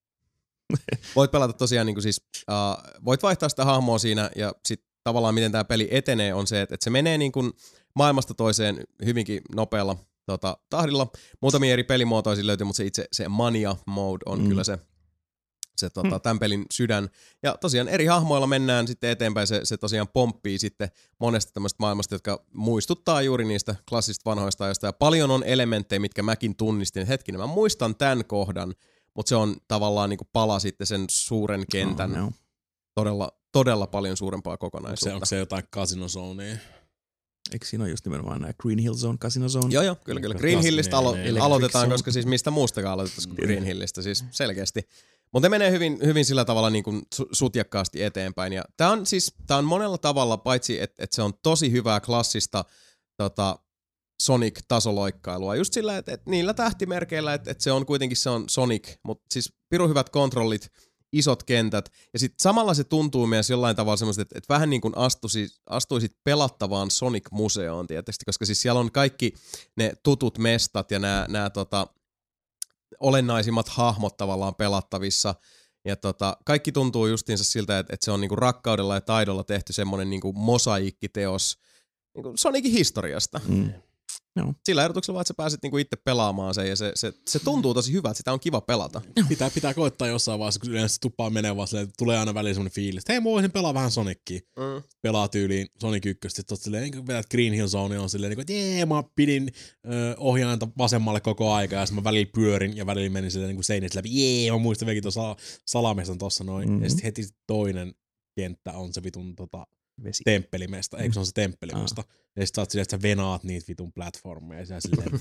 Voit pelata tosiaan niinku siis, uh, voit vaihtaa sitä hahmoa siinä ja sit tavallaan miten tää peli etenee on se, että et se menee niinku maailmasta toiseen hyvinkin nopealla Tota, tahdilla. Muutamia eri pelimuotoisia löytyy, mutta se itse se Mania Mode on mm. kyllä se, se tota, mm. tämän pelin sydän. Ja tosiaan eri hahmoilla mennään sitten eteenpäin. Se, se tosiaan pomppii sitten monesta tämmöistä maailmasta, jotka muistuttaa juuri niistä klassista vanhoista ajoista. Ja paljon on elementtejä, mitkä mäkin tunnistin. Hetkinen, mä muistan tämän kohdan, mutta se on tavallaan niinku pala sitten sen suuren kentän. Oh, no. todella, todella paljon suurempaa kokonaisuutta. Onko se, onko se jotain Casino Zonea? Eikö siinä ole just nimenomaan nämä Green Hill Zone, Casino Zone? Joo, joo, kyllä, kyllä. Green Hillistä alo- aloitetaan, koska siis mistä muustakaan aloitettaisiin kuin Green Hillistä, siis selkeästi. Mutta ne menee hyvin, hyvin sillä tavalla niin kuin sutjakkaasti eteenpäin. Ja tää on siis, tää on monella tavalla, paitsi että et se on tosi hyvää klassista tota, Sonic-tasoloikkailua. Just sillä, että et niillä tähtimerkeillä, että et se on kuitenkin se on Sonic, mutta siis pirun hyvät kontrollit, isot kentät. Ja sitten samalla se tuntuu myös jollain tavalla semmoista, että, että vähän niin kuin astuisit, astuisit pelattavaan Sonic-museoon tietysti, koska siis siellä on kaikki ne tutut mestat ja nämä, nämä tota, olennaisimmat hahmot tavallaan pelattavissa. Ja tota, kaikki tuntuu justiinsa siltä, että, että se on niinku rakkaudella ja taidolla tehty semmoinen niinku mosaiikkiteos niinku Sonicin historiasta. Mm. No. Sillä erotuksella vaan, että sä pääset niinku itse pelaamaan sen ja se, se, se tuntuu tosi hyvältä, sitä on kiva pelata. Pitää, pitää koittaa jossain vaiheessa, kun yleensä tuppaa menee vaan silleen, tulee aina väliin semmonen fiilis, että hei mä voisin pelaa vähän Sonicia. Mm. Pelaa tyyliin Sonic yksi, sitten oot silleen, niin vedät Green Hill Zone on silleen, että jee mä pidin ö, ohjainta vasemmalle koko aika ja sitten mä välillä pyörin ja välillä menin silleen niin seinistä läpi, jee mä muistan vieläkin tuossa salamestan tossa noin. Mm-hmm. Ja sitten heti toinen kenttä on se vitun tota, Vesi. Temppelimesta, eikö se on se temppelimesta? Ah. Ja sit sä oot silleen, että sä venaat niitä vitun platformeja ja sä silleen,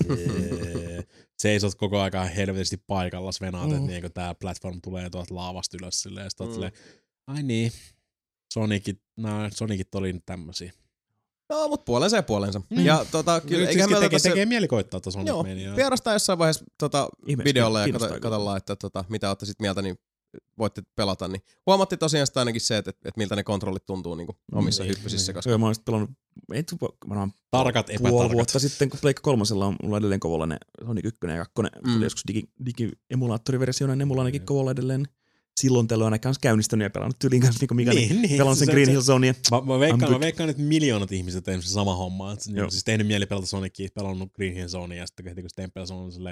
seisot koko aika helvetisti paikallas venaat, mm. että niin, tää platform tulee tuolta laavasta ylös silleen, ja sit oot mm. silleen, ai niin, Sonicit, nää Sonicit oli nyt tämmösiä. No, mut puolensa ja puolensa. Mm. Ja tota, kyllä, eikä siis tekee, tekee mieli koittaa tuossa Sonic Maniaa. Joo, vierastaan jossain vaiheessa tota, videolla ja katsellaan, että tota, mitä ootte sit mieltä, niin voitte pelata, niin huomatti tosiaan sitä ainakin se, että, että miltä ne kontrollit tuntuu niin kuin omissa niin, hyppysissä. niin. Koska... Joo, mä oon sitten pelannut, ei varmaan Tarkat puoli epätarkat. vuotta sitten, kun Pleikka kolmosella on mulla edelleen kovolla ne Sonic yksi ja kaksi, mm. tuli joskus digi, digi-emulaattoriversiona, ne mulla ainakin kovolla edelleen. Silloin tällöin ainakin kanssa käynnistänyt ja pelannut tyylin kanssa, niin kuin Mika, niin, niin pelannut sen se, Green Hill Zonea. Mä, mä, veikkaan, mä veikkaan, että miljoonat ihmiset tehnyt se sama homma. Et, niin, siis tehnyt mieli pelata Sonicia, pelannut Green Hill Zonea ja sitten heti kun sitten pelasi on silleen,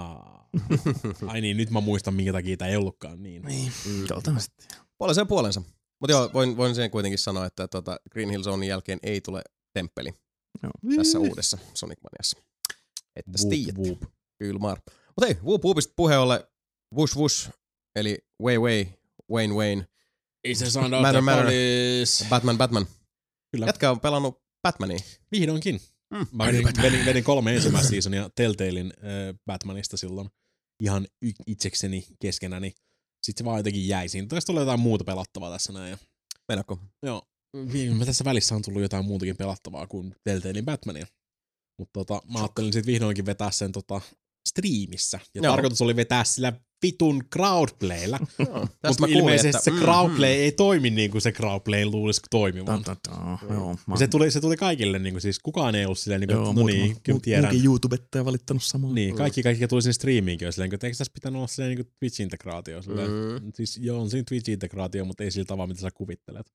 ai niin, nyt mä muistan minkä takia tää ei ollutkaan niin. Niin, katsotaan sitten. Puolensa ja puolensa. Mutta joo, voin, voin sen kuitenkin sanoa, että tota Green Hill Zonein jälkeen ei tule temppeli joo. tässä uudessa Sonic Maniassa. Että Whoop, whoop. Kyllä maar. Mutta hei, Whoop Whoopista puheen ollen Wush Wush, eli Way Way, Wayne Wayne, Is a sound of Matter, the matter. police. Batman Batman. Kyllä. Jätkä on pelannut Batmania. Vihdoinkin. Mm. Mä vedin, vedin, vedin kolme ensimmäistä seasonia Telltalein äh, Batmanista silloin ihan y- itsekseni keskenäni. Sitten se vaan jotenkin jäi siinä. Toista oli jotain muuta pelattavaa tässä näin. Ja... Meinaatko? Joo. Mä tässä välissä on tullut jotain muutakin pelattavaa kuin Telltalein Batmania. Mutta tota, mä ajattelin sit vihdoinkin vetää sen tota, striimissä. Ja Joo. tarkoitus oli vetää sillä vitun crowdplaylla. Mutta mä kuulin, ilmeisesti että- se mm, crowdplay mm. ei toimi niin kuin se crowdplay luulisi toimivan. Ta, ta, ta. Joo, mä... Se tuli, se tuli kaikille, niin kuin, siis kukaan ei ollut silleen, niin kuin, Joo, no muutama, niin, kyllä mu- tiedän. muukin YouTubettaja valittanut samaa. Niin, kaikki, kaikki tuli sinne striimiinkin jo silleen, että eikö tässä pitänyt olla silleen niin kuin Twitch-integraatio. Silleen. Mm. Siis joo, on siinä Twitch-integraatio, mutta ei sillä tavalla, mitä sä kuvittelet.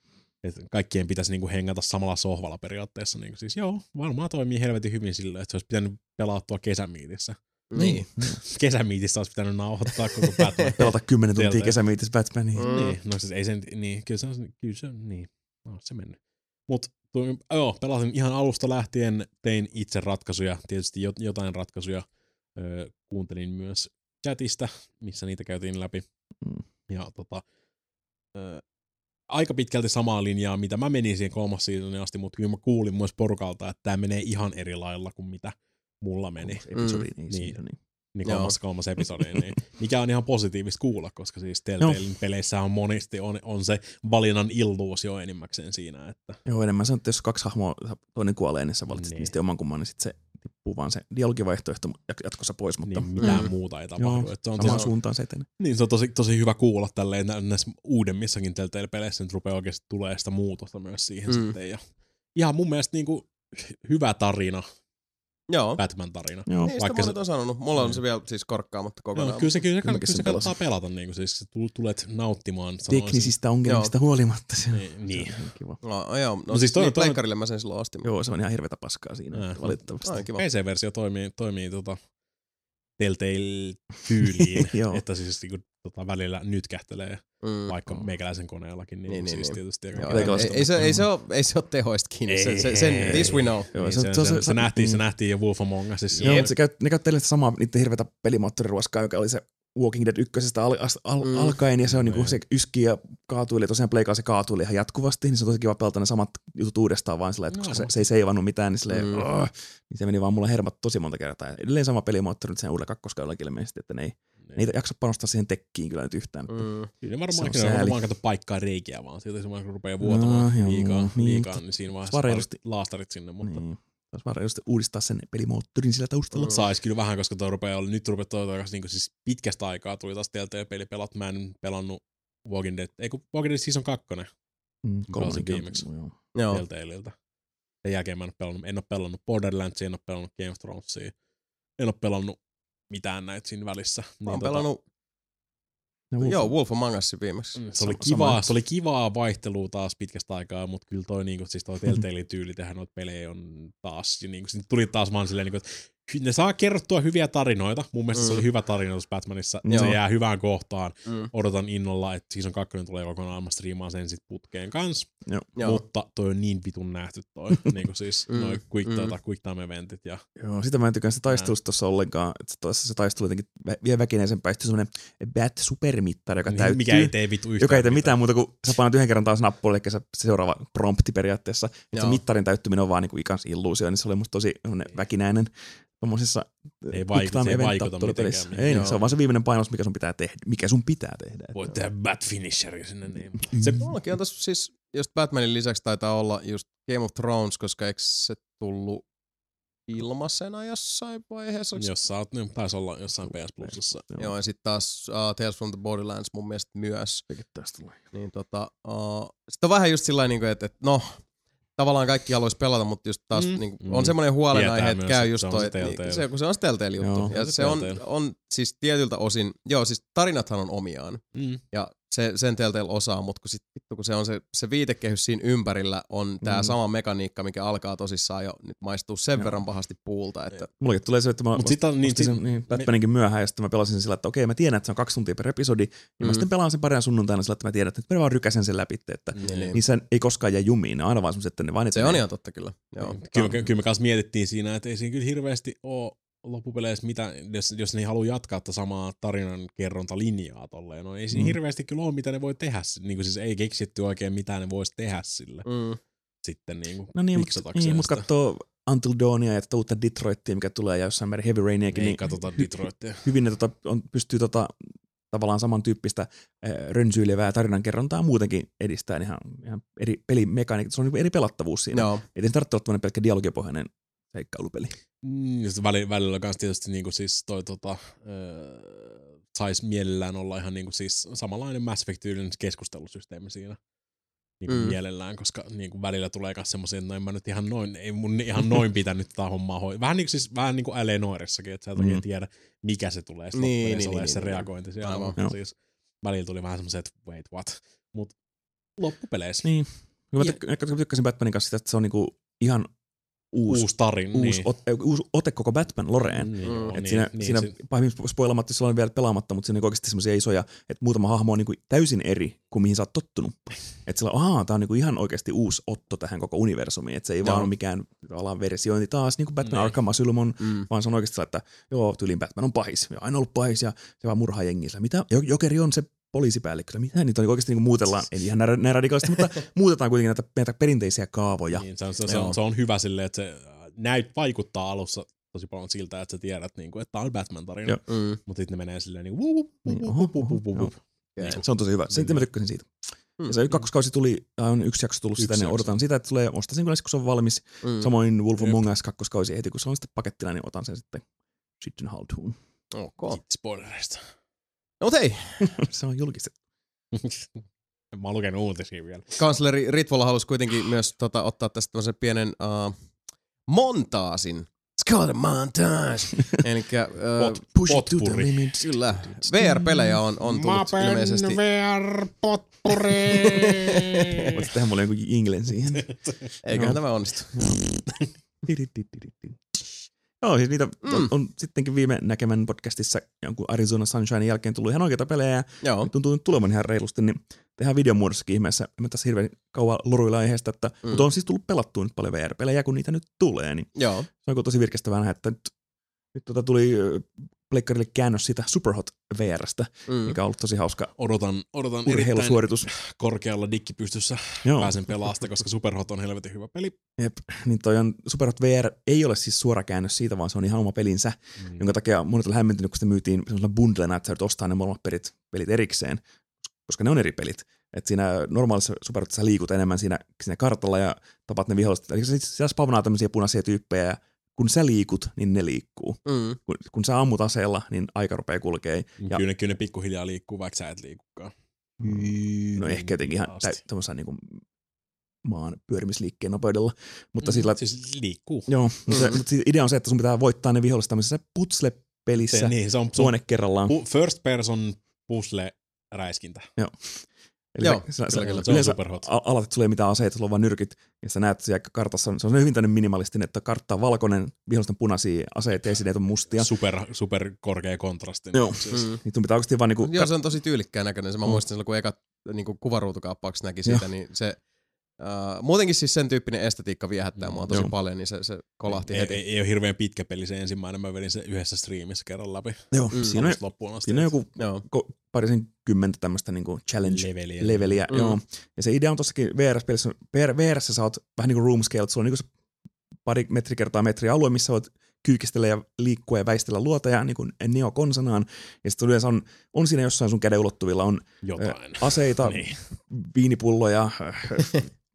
Et kaikkien pitäisi niinku hengata samalla sohvalla periaatteessa. Niinku, siis joo, varmaan toimii helvetin hyvin silleen, että se olisi pitänyt pelautua kesämiitissä. Niin. Kesämiitissä olisi pitänyt nauhoittaa koko Batman. Pelata kymmenen tuntia Sieltä. kesämiitissä Batmania. Mm. Niin, no siis ei sen, niin, kyllä se on, kyllä se on, niin, no se mennyt. Mut tuo, joo, pelasin ihan alusta lähtien, tein itse ratkaisuja, tietysti jot, jotain ratkaisuja, öö, kuuntelin myös chatista, missä niitä käytiin läpi. Mm. Ja tota, öö, aika pitkälti samaa linjaa, mitä mä menin siihen kolmas seasonin asti, mutta kyllä mä kuulin myös porukalta, että tää menee ihan eri lailla kuin mitä mulla meni. Episodi, Mm. niin, Niin. niin. niin. Niin kolmas, kolmas episodi, niin mikä on ihan positiivista kuulla, koska siis Telltalein peleissä on monesti on, on se valinnan illuusio enimmäkseen siinä, että Joo, enemmän se on, että jos kaksi hahmoa, toinen kuolee, niin sä valitset Niin. niistä oman kumman, niin sit se tippuu vaan se dialogivaihtoehto jatkossa pois, mutta niin mitään Mm. muuta ei tapahdu. joo, Että se on samaan tosi, suuntaan se etenee. niin se on tosi, tosi hyvä kuulla tälleen nä- näissä uudemmissakin Telltale-peleissä, nyt rupeaa oikeasti tulee sitä muutosta myös siihen Mm. sitten. Ja ihan mun mielestä niinku hyvä tarina, Joo. Batman-tarina. Joo, Niin sitä vaikka monet se- on sanonut. Mulla on Mm. se vielä siis korkkaamatta kokonaan. Joo, kyllä se, kyllä se, Kyllä kyllä mäkin se sen kannattaa pelata, niin kuin, siis tul- tulet nauttimaan. sanoisin. teknisistä ongelmista huolimatta. Se, Niin, se niin. on kiva. No, joo, no, No no siis siis toi- niin, toi- pleikkarille mä sen silloin ostin. Joo, se on ihan hirvetä paskaa siinä, Äh. valitettavasti. Ai, kiva. P C-versio toimii, toimii tota Telltale-tyyliin, Joo. että siis niinku, tota, välillä nytkähtelee, Mm. vaikka meikäläisen koneellakin, niin, Niin, niin, niin, siis niin. tietysti. Joo, Joo, ei, Leikolaista- ei, se, ei, se ole, ei se ole tehoista kiinni. Se, se, sen, Ei. this we know. Joo, niin, se- se, se- se, se- se, nähtiin, se niin. nähtiin jo Wolf Among Usissa. Joo, Jep. mutta se käy, ne käyttelee sitä samaa niiden hirveätä pelimoottoriruoskaa, joka oli se Walking Dead ykkösestä al, al, Mm. alkaen, ja se on Niin. niinku se yski ja kaatuili, ja tosiaan pleikaa se kaatuili ihan jatkuvasti, niin se on tosi kiva pelata ne samat jutut uudestaan vaan sillä, että No, koska se, varmasti. se ei seivannut mitään, niin silleen, Mm. mm. niin se meni vaan mulla hermot tosi monta kertaa. Ja edelleen sama pelimoottori nyt sen uudella kakkoskaudella ilmeisesti, että ne ei, ne ei jaksa panostaa siihen tekkiin kyllä nyt yhtään. Mm. Kyllä Se on varmaan, kyllä sääli. varmaan kato paikkaa reikiä vaan. Siltä se vaan rupeaa vuotamaan No, joo, liikaa, niin, liikaa mutta niin siinä vaiheessa vaan parit reilusti- laastarit sinne. Mutta Niin. Taisi vaan just uudistaa sen pelimoottorin sillä taustalla. Mm. sais kyllä vähän, koska toi rupeaa olla, nyt rupeaa toi takaisin niin siis pitkästä aikaa tuli taas Telltale-peli pelat. Mä en pelannut Walking Dead, ei kun Walking Dead Season kaksi Mm, pelasin viimeksi. Joo. Joo. Telltaleilta. Sen jälkeen mä en ole pelannut, en ole pelannut Borderlandsia, en ole pelannut Game of Thronesia, en ole pelannut mitään näitä siinä välissä. Mä oon tota, pelannut, Ja Wolf- joo, Wolf Among Us viimeksi. Mm, Se oli, Sama- kivaa, sama. se oli kivaa vaihtelua taas pitkästä aikaa, mutta kyllä toi, niinku, siis toi Telltalein tyyli tehdä noita pelejä on taas, ja niinku, tuli taas vaan silleen, niinku, että ne saa kerrottua hyviä tarinoita. Mun mielestä mm. se oli hyvä tarina tuossa Batmanissa. Joo. Se jää hyvään kohtaan. Mm. Odotan innolla, että season kakkonen tulee kokonaan. Mä striimaan sen sit putkeen kanssa. Joo. Joo. Mutta toi on niin vitun nähty toi. niinku siis Mm, noi quick, mm. tuota, quick time eventit. Ja, Joo, sitä mä en tykkää sitä taistelusta tuossa ollenkaan. Että se, tossa se taistelu jotenkin vä- vielä väkineisempää. Sitten semmoinen bat-supermittari, joka niin, täyttyy. mikä ei tee vitu yhtään joka ei tee mitään muuta kuin sä painat yhden kerran taas nappuille, eli se seuraava prompti periaatteessa. Että se Joo. mittarin täyttyminen on vaan niinku ikans illuusio, niin se oli musta tosi väkinäinen tommosissa Ei vaikuta- se ei vaikuta pelissä. mitenkään. Ei, Joo. niin, se on vaan se viimeinen painaus, mikä sun pitää tehdä. Mikä sun pitää tehdä. Voit tehdä bat finisheria sinne. Niin. Mm. Se, Mullakin on tossa siis, just Batmanin lisäksi taitaa olla just Game of Thrones, koska eikö se tullut ilmaisena jossain vaiheessa. Onks... Jos sä oot, niin taisi olla jossain P S Plusassa. Joo, Joo ja sitten taas uh, Tales from the Borderlands mun mielestä myös. Niin tota, uh, sitten on vähän just sillä tavalla, että et, no, tavallaan kaikki haluaisi pelata, mutta just taas mm. niin, on semmoinen huolenaihe, että käy just toi, se, niin, se, kun se on Telltale juttu. Joo, ja se, se on, on siis tietyltä osin, joo siis tarinathan on omiaan. Mm. Ja se, sen Telltale osaa, mutta kun, sit, kun se on se, se viitekehys siinä ympärillä on tää mm. sama mekaniikka, mikä alkaa tosissaan jo nyt maistuu sen joo. verran pahasti puulta. Että... Mullekin tulee se, että mä ostin niin, sen niin, Batmaninkin myöhään ja sitten mä pelasin sillä, että okei mä tiedän, että se on kaksi tuntia per episodi. Ja mm. mä sitten pelaan sen parin sunnuntaina sillä, että mä tiedän, että nyt mä vaan rykäsen sen läpi, että mm. niissä ei koskaan jää jumiin. Ne on aina vaan semmoiset, että ne vaan... Se on ihan totta kyllä. Joo. Kyllä, kyllä me kanssa mietittiin siinä, että ei siinä kyllä hirveästi ole loppupeleissä, mitä, jos, jos ne ei halua jatkaa tätä samaa tarinan kerrontalinjaa tolleen, no ei siinä mm. hirveästi kyllä ole, mitä ne voi tehdä. Niin kuin siis ei keksitty oikein, mitä ne voisi tehdä sille. Mm. Sitten niin kuin no niin, mutta niin, mut katsoo Until Dawnia ja tätä uutta Detroitia, mikä tulee ja jossain määrin Heavy Rainiakin. Ei niin katsota Detroitia. Hyvin ne tota, on, pystyy tota, tavallaan samantyyppistä äh, rönsyilevää tarinankerrontaa muutenkin edistää ihan, ihan eri pelimekaniikka. Se on niin eri pelattavuus siinä. No. Ei se tarvitse olla pelkkä dialogipohjainen seikkailupeli. Mm, ja välillä, välillä kans tietysti niinku siis toi tota, öö, sais mielellään olla ihan niinku siis samanlainen Mass Effect-tyylinen keskustelusysteemi siinä niinku mm. mielellään, koska niinku välillä tulee kans semmosia, että noin mä nyt ihan noin, ei mun ihan noin pitänyt tää hommaa hoitaa. Vähän niinku siis, vähän niinku Alienoirissakin, että sä et mm. oikein tiedä, mikä se tulee, se niin, niin, niin, se niin, reagointi siellä. Aivan. Siis välillä tuli vähän semmosia, että wait what, mut loppupeleissä. Niin, mä yeah. tykkäsin Batmanin kanssa sitä, että se on niinku ihan Uusi, uusi tarin, uusi, niin. ot, uusi ote koko Batman-loreen. Mm, et niin, siinä, niin, siinä se... pahemmin spoilamatta, se on vielä pelaamatta, mutta siinä on oikeasti semmoisia isoja, että muutama hahmo on niinku täysin eri kuin mihin sä oot tottunut. Että sillä on, ahaa, tää on niinku ihan oikeasti uusi otto tähän koko universumiin. Että se ei no. vaan ole mikään versiointi taas, niin kuin Batman Arkham Asylum on, mm. vaan se on oikeasti sellainen, että joo, tyyliin Batman on pahis. Ja aina ollut pahis ja se vaan murhaa jengissä. Mitä? Jokeri on se poliisipäällikkö. Mitä niitä on oikeasti niinku muutellaan, ei ihan näin radikaalisti, mutta muutetaan kuitenkin näitä, näitä perinteisiä kaavoja. Niin, se, on, se, se, on, se on hyvä silleen, että se näyt vaikuttaa alussa tosi paljon siltä, että sä tiedät, niin kuin, että tää on Batman-tarina, mm. mutta sitten ne menee silleen niin kuin se on tosi hyvä. Sitten mä tykkäsin siitä. Mm. Ja se kakkoskausi tuli, on yksi jakso tullut sitä, niin odotan sitä, että tulee, ostan sen kyllä, kun se on valmis. Mm. Samoin Wolf Among Us kakkoskausi heti, kun se on sitten pakettina, niin otan sen sitten sitten haltuun. Okay. Spoilereista. No hei. Se on julkistettu. Mä oon lukenut uutisia vielä. Kansleri Ritvola halusi kuitenkin myös tota, ottaa tästä tämmöisen pienen uh, montaasin. It's called a montage. Elikkä uh, push it to the limit. Kyllä. V R-pelejä on, on tullut Mapen ilmeisesti. V R-potpuri. Voit tehdä mulle jonkun jinglen siihen. Eiköhän tämä onnistu. Joo, siis niitä mm. on, on sittenkin viime näkemän podcastissa jonkun Arizona Sunshine jälkeen tullut ihan oikeita pelejä ja tuntuu nyt tulevan ihan reilusti, niin tehdään videon muodossakin ihmeessä. En mä tässä hirveän kauan loruilla aiheesta, että, mm. mutta on siis tullut pelattua nyt paljon V R-pelejä, kun niitä nyt tulee, niin Joo. se on tosi virkistävää nähdä, että nyt, nyt tota tuli pleikkarille käännös siitä Superhot V R:stä, mm. mikä on ollut tosi hauska odotan, odotan urheilusuoritus. Korkealla dikkipystyssä Joo. pääsen pelaamaan, koska Superhot on helvetin hyvä peli. Jep, niin toi on, Superhot V R ei ole siis suora käännös siitä, vaan se on ihan oma pelinsä, mm. jonka takia monet on hämmentynyt, kun sitä myytiin sellaisella bundlena, että sä voit ostaa ne molemmat pelit, pelit erikseen, koska ne on eri pelit. Että siinä normaalissa Superhotissa liikut enemmän siinä, siinä kartalla ja tapat ne viholliset. Eli siellä spavnaa tämmöisiä punaisia tyyppejä ja kun sä liikut, niin ne liikkuu. Mm. Kun, kun sä ammut aseella, niin aika rupeaa kulkee. Ja kyllä, ne, kyllä ne pikkuhiljaa liikkuu, vaikka sä et liikukaan. Mm. No ehkä jotenkin ihan tämmöisellä niin kuin maan pyörimisliikkeen nopeudella. Mutta mm. sillä, siis liikkuu. Joo, mm. mutta, mutta idea on se, että sun pitää voittaa ne viholliset tämmöisessä puzzle-pelissä se, niin, se on, huone kerrallaan. First person puzzle-räiskintä. Joo. Eli Joo, sä, kyllä, sä, kyllä. Se on superhot. Alat, että sulla ei mitään aseita, sulla on vaan nyrkit, ja sä näet siellä kartassa, se on hyvin tämmöinen minimalistinen, että kartta on valkoinen, vihollisten punaisia, aseet ja esineet on mustia. Super, super korkea kontrasti. Joo, siis. mm. niin sun pitää oikeasti vaan niinku... Joo, se on tosi tyylikkään näköinen. Se mä mm. muistin silloin, kun eka niinku kuvaruutukaappauksessa näki sitä, niin se... Uh, muutenkin siis sen tyyppinen estetiikka viehättää mm, mua tosi joo. paljon, niin se, se kolahti ei, heti. Ei, ei ole hirveän pitkä peli se ensimmäinen, mä vedin se yhdessä striimissä kerran läpi. Joo, mm. siinä, on, siinä on joku ko, parisen kymmentä tämmöistä niinku challenge-leveliä. Leveliä, mm. joo. Ja se idea on tossakin V R-pelissä, V R:ssä sä oot vähän niin kuin room scale, sulla on niinku se pari metri kertaa metri alue, missä voit kyykistellä ja liikkua ja väistellä luoteja, niin kuin Neo konsanaan. Ja sitten yleensä on, on siinä jossain sun käden ulottuvilla on Jotain. aseita, niin. viinipulloja,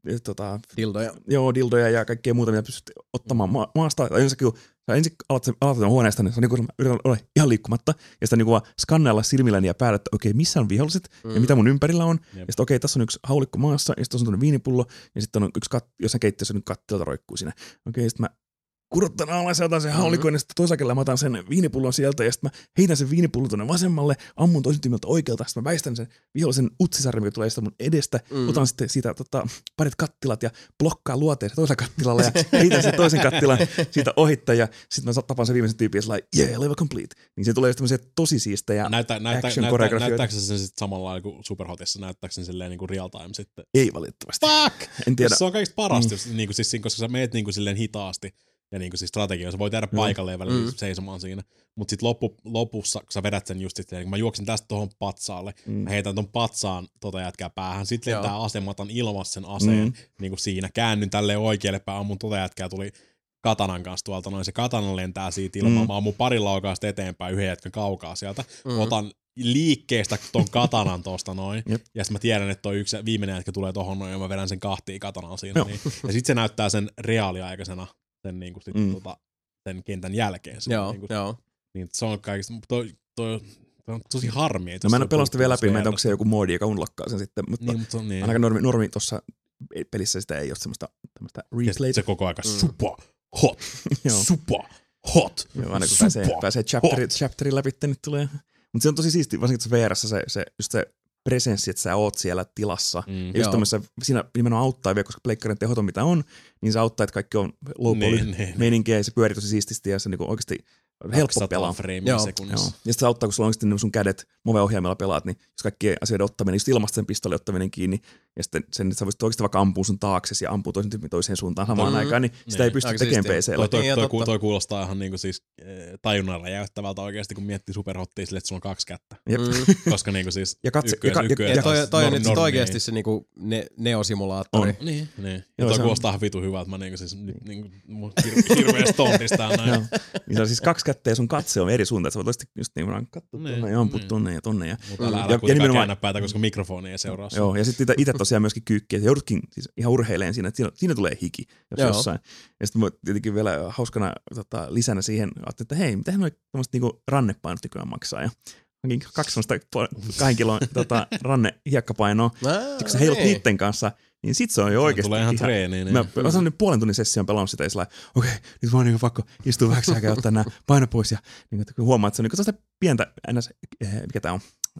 tota, Dildoja. joo, dildoja ja kaikkea muuta, mitä pystyt ottamaan ma- maasta. Tai yleensäkin, kun sä ensin alat sen, alat sen huoneesta, niin sä niin yritän olla ihan liikkumatta, ja sitä niin vaan skannailla silmilläni ja päällä, että okei, okay, missä on viholliset, mm. ja mitä mun ympärillä on. Jep. Ja sitten okei, okay, tässä on yksi haulikko maassa, ja sitten on tuonne viinipullo, ja sitten on yksi kat- jossain keittiössä nyt kattilta roikkuu siinä. Okei, okay, sitten mä kurottan alas ja otan sen haulikon, mm-hmm. ja sitten toisakella mä otan sen viinipullon sieltä, ja sitten mä heitän sen viinipullon tuonne vasemmalle, ammun toisen tyymältä oikealta, sitten mä väistän sen vihollisen utsisarjan, mikä tulee sitä mun edestä, mm. otan sitten siitä tota, parit kattilat ja blokkaan luoteeseen toisella kattilalla, ja heitän sen toisen kattilan siitä ohittaa, ja sitten mä tapaan sen viimeisen tyypin, ja sillä yeah, level complete. Niin se tulee just tämmöisiä tosi siistejä näyttä, näyttä, action näyttä, koreografioita. näyttääkö se sen sitten samalla lailla kuin Superhotissa, näyttääkö sen silleen niin kuin real time sitten? Ei valitettavasti. Fuck! En tiedä. Se on kaikista parasta, Mm. mm. niin kuin, siis, koska sä meet niin kuin, silleen hitaasti, ja niinku siis strategia, sä voit jäädä paikalleen välillä mm. seisomaan siinä. Mut sit loppu, lopussa, kun sä vedät sen just sitten, kun mä juoksin tästä tohon patsaalle, mm. mä heitän ton patsaan tota jätkää päähän, sit lentää ase, mä otan ilmas sen aseen mm. niinku siinä, käännyn tälleen oikealle päin, mun tota jätkää tuli katanan kanssa tuolta noin, se katana lentää siitä ilmaan, mm. mä ammun pari laukaasta eteenpäin, yhden jätkän kaukaa sieltä, mm. otan liikkeestä ton katanan tosta noin, yep. ja sit mä tiedän, että toi yksi viimeinen jätkä tulee tohon noin, ja mä vedän sen kahtiin katanan siinä, no. niin. Ja sit se näyttää sen reaaliaikaisena sen, niinku sit, mm. tota, sen kentän jälkeen. Sen, joo, niinku, joo. Niin se on kaikista, toi, toi, toi on tosi harmi. No mä en ole pelannut vielä läpi, mä en onko se joku moodi, joka unlockkaa sen sitten, mutta, niin, mutta on niin. ainakaan normi, normi tuossa pelissä sitä ei ole semmoista tämmöistä replaytä. Se koko aika mm. super hot, super hot, joo, aina kun pääsee, pääsee chapteri, chapterin läpi, niin tulee. Mutta se on tosi siisti, varsinkin tuossa V R:ssä se, se, just se presenssi, että sä oot siellä tilassa. Mm, ja just tämmöisessä, siinä nimenomaan auttaa vielä, koska pleikkarin tehoton mitä on, niin se auttaa, että kaikki on low poly meininkiä ja se pyörii tosi siististi ja se on niinku oikeasti helppo pelaa. Joo, joo. Ja se auttaa, kun sulla on sitten sun kädet Move-ohjaimella pelaat, niin jos kaikkien asioiden ottaminen, just ilmasta sen pistolin ottaminen kiinni, ja sitten sen, että sä voisit oikeasti vaikka ampua sun taaksesi ja ampua toisen tyypin toiseen suuntaan samaan mm, aikaan, niin sitä niin. ei pysty tekemään P C:llä. Toi, toi, toi, toi, toi kuulostaa ihan niinku siis tajunnan räjäyttävältä oikeasti, kun miettii Superhottia sille, että sulla on kaksi kättä. Mm. Koska niinku siis ja katse, ykkös, ja, ykkös, ja, ja toi, toi on nyt oikeasti se niinku ne, neosimulaattori. On. Niin, niin. Ja toi kuulostaa ihan vitu hyvältä, mä niinku siis nyt niinku hir- hirveästi tonnistaan näin. Niin se on siis kaksi kättä ja sun katse on eri suuntaan, että sä voit oikeasti just niin vaan katsoa tonne ja ampua tonne ja tonne. Ja, mutta älä, älä kuitenkaan käännä päätä, koska mikrofoni ei seuraa. Joo, ja sitten itse tosiaan myöskin kyykkiä, että joudutkin siis ihan urheileen siinä, että siinä, siinä tulee hiki, jos joo. jossain. Ja sitten tietenkin vielä hauskana tota, lisänä siihen, ajattelin, että hei, mitähän noi tämmöiset niinku rannepainot nykyään maksaa. Ja hankin kaksi semmoista kahden kilon tota, ranne hiekkapainoa. Sitten kun sä heilut niitten kanssa, niin sit se on jo oikeesti. Tulee ihan treeniin. Mä oon nyt puolen tunnin session pelannut sitä ja sillä okei, okay, nyt vaan niinku pakko istua vähäksi aikaa ja ottaa nää paino pois. Ja niin, huomaa, että se on niinku sellaista pientä, ns, mikä tää on,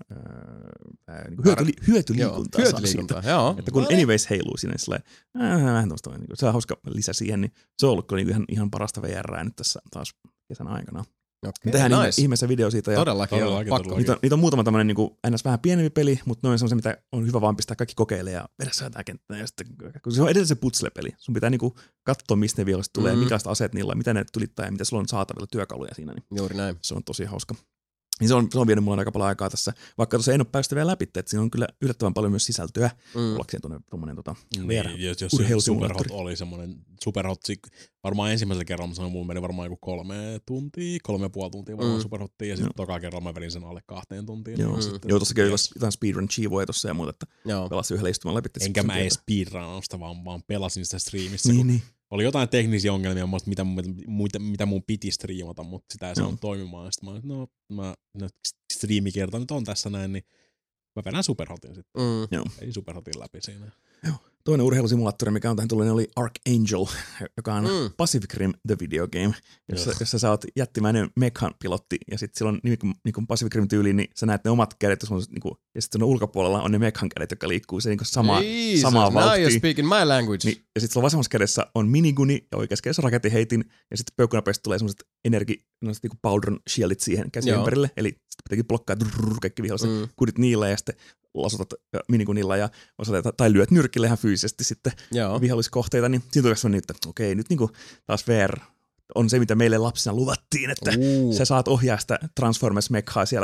Äh, niin hyötyli, hyötyliikuntaa, joo, hyötyliikuntaa joo. Että kun anyways heiluu siinä, niin vähän tuosta, niin se on hauska lisä siihen, niin se on ollut niin ihan, ihan parasta V R:ää nyt tässä taas kesän aikana. Okay, tehdään nice. Ihmeessä video siitä. Ja todellakin, todellakin, pakko. Todellakin. Niitä, on, niitä on muutama tämmöinen niin ns. Vähän pienempi peli, mutta noin semmoisia, mitä on hyvä vaan pistää kaikki kokeilemaan ja vedessä jotain kenttää. Ja sitten, kun se on edelleen se putsle-peli, sun pitää niinku katsoa, mistä ne viholliset tulee, mm-hmm. minkälaiset aseet niillä on, mitä ne tulittää ja mitä sulla on saatavilla työkaluja siinä. Niin juuri näin. Se on tosi hauska. Niin se on, se on vienyt mulle aika paljon aikaa tässä, vaikka tuossa en ole päästä vielä läpi, että siinä on kyllä yllättävän paljon myös sisältöä, mm. ollakseen tuommoinen tota, V R niin, jos Superhot oli semmoinen, Superhot, varmaan ensimmäisellä kerralla mä sanoin, mulla meni varmaan joku kolme tuntia, kolme ja puoli tuntia varmaan mm. Superhottiin, ja sitten toka kerralla mä vedin sen alle kahteen tuntiin. Joo, mm. Joo tossakin yes. jotain speedrun chivoja tossa ja muuta, että pelasin yhdellä istumaan läpi. Enkä mä edes speedrunausta, vaan, vaan pelasin sitä striimissä, niin, kun niin. oli jotain teknisiä ongelmia, mitä, mitä, mitä mun piti striimata, mutta sitä ei saanut toimimaan. Sitten mä olin, no, mä, no striimikerta nyt on tässä näin, niin mä vedän Superhotin sitten. Mm. Ei Superhotin läpi siinä. Joo. Toinen urheilusimulaattori, mikä on tähän tullut, oli Archangel, joka on mm. Pacific Rim The Video Game, jossa, jossa sä oot jättimäinen mekhan-pilotti, ja sitten silloin niin kuin, niin kuin Pacific Rim tyyliin, niin sä näet ne omat kädet, niin kuin, ja sitten ulkopuolella on ne mekhan kädet, jotka liikkuu se niin kuin sama, Jesus, samaa vauhtia. Now you're speaking my language. Niin, ja sitten sulla vasemmassa kädessä on miniguni, ja oikeassa kädessä rakettiheitin, ja sitten peukkunapeista tulee semmoiset energi, niin kuin Pauldron shieldit siihen käsien ympärille, eli sitten pitääkin blokkaa drrrr, kaikki viholliset, mm. kudit niillä, ja sitten lasutat minigunilla ja osaat, tai lyöt nyrkille ihan fyysisesti sitten Joo. viholliskohteita, niin siinä tulee sellainen, että okei, nyt niinku taas V R on se, mitä meille lapsina luvattiin, että uh. sä saat ohjaa sitä Transformers-mekhaa siellä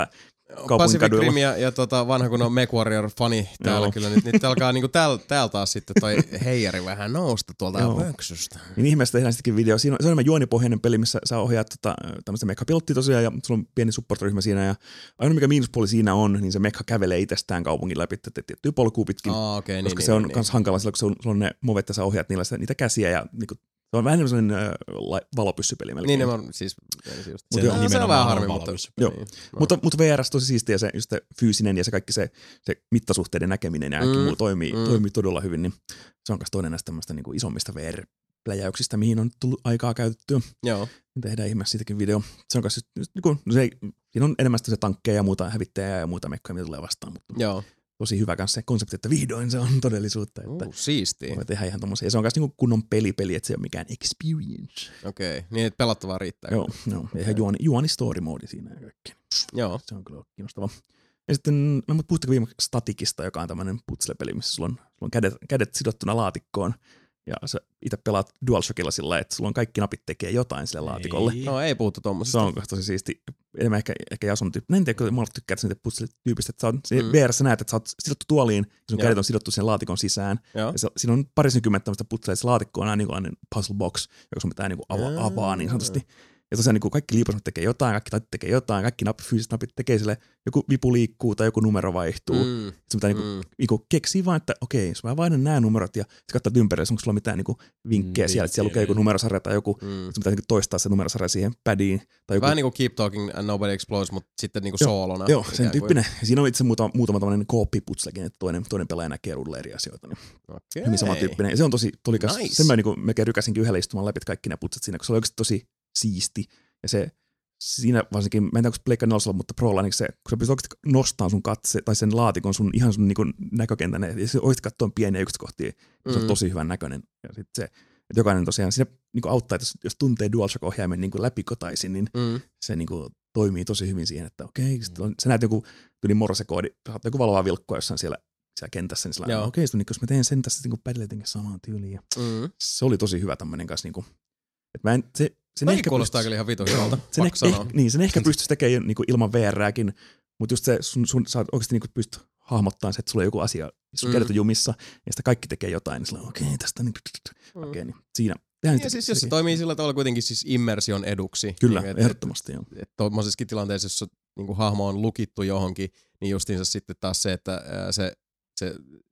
kaupungin Pacific kaduilla. Rim ja, ja tota, vanha kun on MechWarrior-fani täällä Joo. kyllä. Nyt, nyt alkaa niinku täällä tääl taas sitten toi heijari vähän nousta tuolta Joo. pöksystä. Niin ihmeestä tehdään sittenkin video. Siinä on, se on enemmän juonipohjainen peli, missä sä ohjaat tota, tämmöistä mekkapilottia tosiaan ja sulla on pieni support-ryhmä siinä. Ja ainoa mikä miinuspuoli siinä on, niin se mekka kävelee itsestään kaupungin läpi, että tiettyä polkua pitkin. Aa, okei, okay, koska niin, se on niin, myös niin. hankala silloin, kun sulla on, sulla on ne movet ja sä ohjaat niillä sitä, niitä käsiä ja niinku, se on vähän sellainen äh, valopyssypeli melkein. Niin, ne on siis... just, Mut se, joo, on, se on nimenomaan vähän on harmi, mutta... valopyssypeli. Joo. Niin, no. Mutta, mutta V R:ssä tosi siistiä se, just se fyysinen ja se kaikki se, se mittasuhteiden näkeminen ja kaikki Mm, muu toimii, mm. toimii todella hyvin, niin se on myös toinen näistä tämmöistä niin kuin isommista V R-pläjäyksistä, mihin on tullut aikaa käytettyä. Joo. Tehdään ihmeessä siitäkin video. Se on myös, just, niin kuin, no se ei, siinä on enemmän se tankkeja ja muuta hävittäjää ja muuta mekkoja, mitä tulee vastaan, mutta Joo. tosi hyvä kanssa se konsepti, että vihdoin se on todellisuutta, että Uh, siistiä. voi tehdä ihan tommosia. Ja se on myös niin kunnon pelipeli, että se ei ole mikään experience. Okei, okay. Niin että pelattavaa riittää. Joo, joo. Ja ihan juoni, juoni story mode siinä ja kaikki. Joo. Se on kyllä kiinnostavaa. Ja sitten, no mutta puhutteko viime Statikista, joka on tämmöinen putsle-peli, missä sulla on, sulla on kädet, kädet sidottuna laatikkoon. Ja sä itse pelaat DualShockilla sillä lailla, että sulla on kaikki napit tekee jotain sille laatikolle. Ei. No ei puhuttu Se tommosesta. on tosi siisti. Enemmän ehkä, ehkä Jason tyyppi. En tiedä, kun mä tykkää niitä putsle-tyypistä, että sä oot, Mm. V R:ssä näet, että sä oot sidottu tuoliin, ja sun Joo. kädet on sidottu sen laatikon sisään. Joo. Ja se, siinä on parisenkymmentä tämmöistä putsleja, että se laatikko on aina niin puzzle box, joka sun pitää niin ava, Jaa. avaa niin sanotusti. Ja tosiaan niin kaikki liipasmat tekee jotain, kaikki tatit tekee jotain, kaikki nappi, fyysiset napit tekee sille, joku vipu liikkuu tai joku numero vaihtuu. Mm. Mm. Sun pitää niinku, Mm. niinku keksiä vaan, että okei, jos mä vaihdan nämä numerot ja sä katsot ympärillä, onko sulla mitään niinku vinkkejä Mm, siellä, että siellä lukee joku vinkkejä. numerosarja tai joku, Mm. sun pitää niinku toistaa se numerosarja siihen padiin. Tai joku, Vähän niinku Keep Talking and Nobody Explodes, mutta sitten niinku Joo, soolona. joo, sen ikään kuin. tyyppinen. Ja siinä on itse muutama, muutama tämmöinen kooppiputslekin, että toinen, toinen pelaaja näkee ruudulla eri asioita. Niin Okei. hyvin samantyyppinen. Ja se on tosi tulikas. Nice. Sen mä niinku melkein rykäsinkin yhdellä istumaan läpi kaikki ne putsat siinä, kun se oli oikeasti tosi siisti. Ja se siinä varsinkin, mä en tiedä, onko Pleikka nelosella, mutta Prolla, niin se, kun sä pystyt oikeasti nostamaan sun katse, tai sen laatikon sun, ihan sun niin näkökentän, ja se oikeasti katsoa pieniä yksityiskohtia, mm. se on Mm. tosi hyvän näköinen. Ja sit se, että jokainen tosiaan, siinä niin auttaa, että jos, jos tuntee DualShock-ohjaimen niin läpikotaisin, niin Mm. se niin kuin, toimii tosi hyvin siihen, että okei, sit on, sä näet joku tyyli morsekoodi, saat joku valovaa vilkkua jossain siellä, siellä kentässä, niin sillä Joo. okei, niin, jos mä teen sen tässä niin padille jotenkin samaan tyyliin. Ja Mm. se oli tosi hyvä tämmöinen kanssa, niin kuin, että mä en, se, sen Toikin ehkä kuulostaa pystyisi- kyllä ihan vitu hyvältä, sen, pakko ehkä, sanoa. eh, niin, sen ehkä pystyisi tekemään niinku ilman V R:ääkin, mutta just se, sun, sun, sä oikeasti niinku pystyt hahmottamaan se, että sulla on joku asia, sun Mm. mm. kädet on jumissa, ja sitten kaikki tekee jotain, niin sillä on okei, okay, tästä niin, Mm. okei, niin siinä. Tehdään Ja sitä- siis jos se sekin. toimii sillä tavalla kuitenkin siis immersion eduksi. Kyllä, niin, et- ehdottomasti joo. et tuommoisessakin tilanteessa, jossa niin hahmo on lukittu johonkin, niin justiinsa sitten taas se, että ää, se, se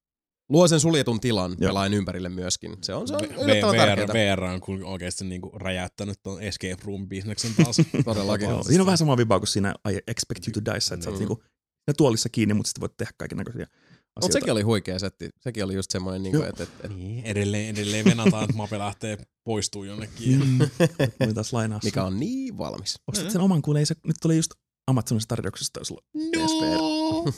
luo sen suljetun tilan Joo. pelaajan ympärille myöskin. Se on, se on V- yllättävän V R, tärkeää. V R on kyllä oikeasti niinku räjäyttänyt ton escape room-bisneksen taas. Todellakin. Joo, siinä on vähän sama vibaa kuin siinä I expect you to die, että sä oot Mm. niinku ne tuolissa kiinni, mutta sitten voit tehdä kaiken näköisiä asioita. Mutta sekin oli huikea setti. Sekin oli just semmoinen, niin Joo. että et, et, Niin, edelleen, edelleen venataan, että Mape lähtee poistuu jonnekin. Mm. Voi taas lainaa. mikä on niin valmis. Ostat sen oman, kun ei se, nyt tuli just Amazonista tarjouksesta, jos sulla on P S V R.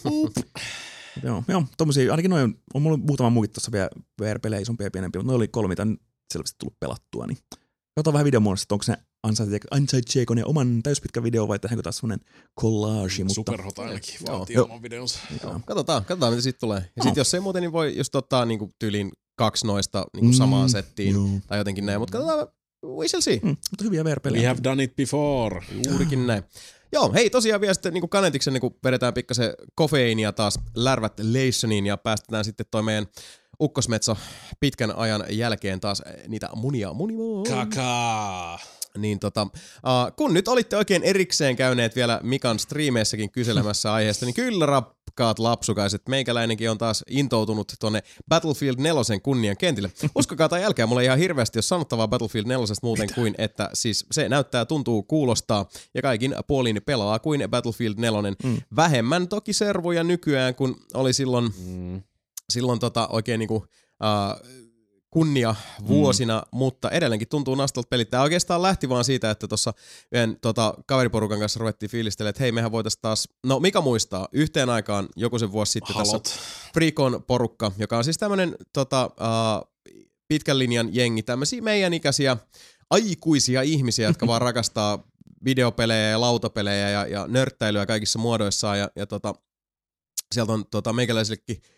Joo, joo, tommosia, ainakin noin, on mulla muutama muukin tuossa vielä V R-pelejä isompia ja pienempiä, mutta ne oli kolme, mitä on selvästi tullut pelattua, niin katsotaan vähän videomuodossa, että onko se ansaitseeko ne oman täyspitkän video vai tehdäänkö taas semmonen collage, mutta Superhot ainakin Joo. vaatii Joo. oman videonsa. Joo, katsotaan, katsotaan mitä siitä tulee. Ja Joo. sitten jos ei muuten, niin voi just ottaa niinku tyyliin kaksi noista niinku samaan settiin Joo. tai jotenkin näin. Mutta katsotaan, we shall see. Mm, mutta hyviä V We R-pelejä. have done it before. Juurikin näin. Joo, hei tosiaan vielä sitten niin kanetiksen niin vedetään pikkasen kofeiinia taas lärvät leissoniin ja päästetään sitten toi meidän ukkosmetso pitkän ajan jälkeen taas niitä munia munimaan. Kakaa. Niin tota, uh, kun nyt olitte oikein erikseen käyneet vielä Mikan striimeissäkin kyselemässä aiheesta, niin kyllä rakkaat lapsukaiset, meikäläinenkin on taas intoutunut tonne Battlefield neljä kunnian kentille. Uskokaa tai älkää, mulla ei ihan hirveästi ole sanottavaa Battlefield neljä muuten Mitä? kuin, että siis se näyttää, tuntuu, kuulostaa ja kaikin puolin pelaa kuin Battlefield neljä. Mm. Vähemmän toki servuja nykyään, kun oli silloin, Mm. silloin tota oikein niinku... Uh, kunnia vuosina, mm. mutta edelleenkin tuntuu nastalta pelit. Tämä oikeastaan lähti vaan siitä, että tuossa yhden tota, kaveriporukan kanssa ruvettiin fiilistelemään, että hei, mehän voitaisiin taas, no Mika muistaa, yhteen aikaan joku sen vuosi sitten Halot. tässä Freecon porukka, joka on siis tämmöinen tota, uh, pitkän linjan jengi, tämmöisiä meidän ikäisiä aikuisia ihmisiä, jotka vaan rakastaa videopelejä ja lautapelejä ja, ja nörttäilyä kaikissa muodoissaan ja, ja tota, sieltä on tota, meikäläisillekin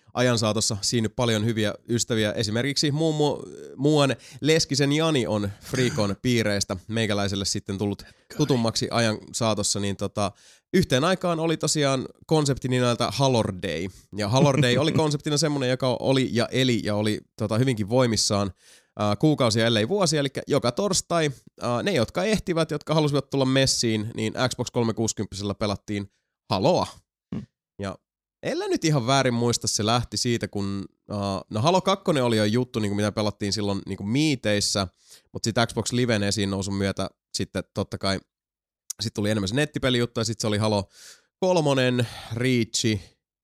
ajan saatossa siinnyt paljon hyviä ystäviä. Esimerkiksi muun mu- muuan Leskisen Jani on Freakon piireistä meikäläiselle sitten tullut tutummaksi ajan saatossa, niin tota, yhteen aikaan oli tosiaan konsepti nimeltä Halor Day. Ja Halor Day oli konseptina semmoinen, joka oli ja eli ja oli tota, hyvinkin voimissaan Uh, kuukausia ellei vuosia, eli joka torstai uh, ne, jotka ehtivät, jotka halusivat tulla messiin, niin Xbox kolmesataakuusikymmentä pelattiin Haloa. Hmm. Ja ellei nyt ihan väärin muista, se lähti siitä, kun uh, no Halo kaksi oli jo juttu, niin kuin mitä pelattiin silloin niin kuin miiteissä, mutta sitten Xbox Liven esiin nousun myötä sitten totta kai sitten tuli enemmän se nettipelijuttu ja sitten se oli Halo kolmonen, Reach,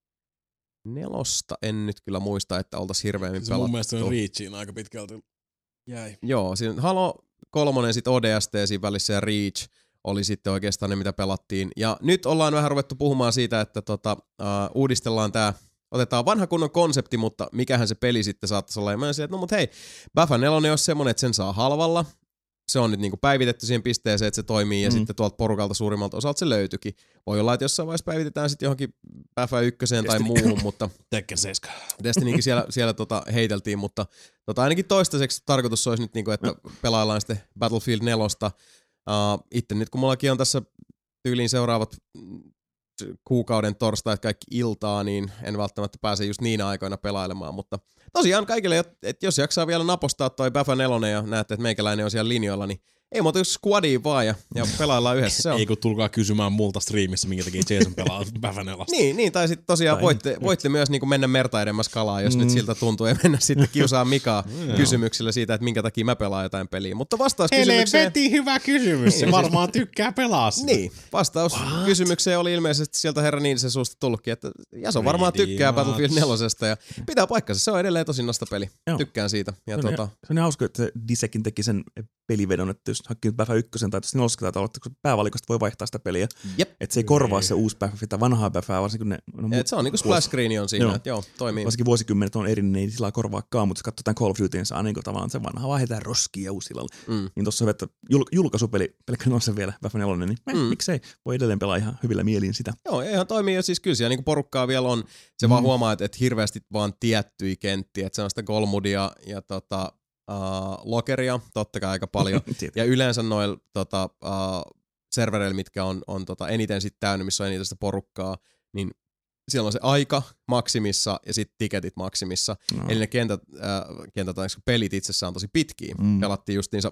nelosta en nyt kyllä muista, että oltaisiin hirveämmin se pelattu. Mun mielestä on Reachiin aika pitkälti jäi. Joo, siinä Halo kolmonen, sitten O D S T siinä välissä ja Reach oli sitten oikeastaan ne, mitä pelattiin. Ja nyt ollaan vähän ruvettu puhumaan siitä, että tota, uh, uudistellaan tää, otetaan vanha kunnon konsepti, mutta mikähän se peli sitten saattaisi olla. Ja mä sanoin, että no mut hei, Bafa neljä olisi semmonen, että sen saa halvalla. Se on nyt niinku päivitetty siihen pisteeseen, että se toimii ja mm. sitten tuolta porukalta suurimmalta osalta se löytyikin. Voi olla, että jossain vaiheessa päivitetään sitten johonkin Bafa ykköseen tai muuhun, mutta Tekken seitsemän. Destinykin siellä, siellä tota heiteltiin, mutta tota ainakin toistaiseksi tarkoitus olisi nyt, niinku, että pelaillaan sitten Battlefield nelosta. Uh, itse nyt kun mullakin on tässä tyyliin seuraavat kuukauden torstait kaikki iltaa, niin en välttämättä pääse just niinä aikoina pelailemaan, mutta tosiaan kaikille, että jos jaksaa vielä napostaa toi Bafa neljä ja näette, että meikäläinen on siellä linjoilla, niin ei muuta kuin squadiin vaan ja, ja pelaillaan yhdessä. Se on. Ei kun tulkaa kysymään multa striimissä, minkä takia Jason pelaa Bafa neljä. niin, niin, tai sitten tosiaan voitte, voitte myös niinku mennä merta edemmäs kalaa, jos mm. nyt siltä tuntuu, ja mennä sitten kiusaa Mikaa kysymyksillä siitä, että minkä takia mä pelaan jotain peliä. Mutta vastaus kysymykseen... Helvetin hyvä kysymys, se varmaan tykkää pelaa sitä. Niin, vastaus What? kysymykseen oli ilmeisesti sieltä herra Niinisen suusta tullutkin, että Jaso varmaan tykkää Battlefield nelosesta ja pitää paikkansa, se on edelleen tosi nasta peli. Joo. Tykkään siitä. Ja se, on tota... se on hauska, että se Disekin teki sen pelivedon, että jos hakkii nyt Bafa ykkösen tai tuossa neloska tai aloittaa, kun päävalikosta voi vaihtaa sitä peliä. Jep. Että se ei korvaa se uusi Bafa, sitä vanhaa Bafaa, varsinkin kun ne... No, et se on niinku splash screen on siinä, joo. että joo, toimii. Varsinkin vuosikymmenet on eri, niin ei sillä korvaakaan, mutta jos katsotaan Call of Duty, niin saa niinku tavallaan se vanha vaihdetaan roskia ja uusilla. Mm. Niin tossa on, että jul- julkaisupeli, pelkkä on se vielä Bafa neljä, niin mm. miksei voi edelleen pelaa ihan hyvillä mieliin sitä. Joo, ihan toimii ja siis kyllä siellä niinku porukkaa vielä on. Se mm. vaan huomaa, että, että hirveästi vaan tiettyjä kenttiä, että se on sitä Golmudia ja tota... Uh, lokeria, totta kai aika paljon. ja yleensä noilla tota, uh, servereillä, mitkä on, on tota, eniten sit täynnä, missä on eniten sitä porukkaa, niin siellä on se aika maksimissa ja sitten tiketit maksimissa. No. Eli ne kentät, äh, kentät pelit itsessään on tosi pitkiä. Mm. Pelattiin justiinsa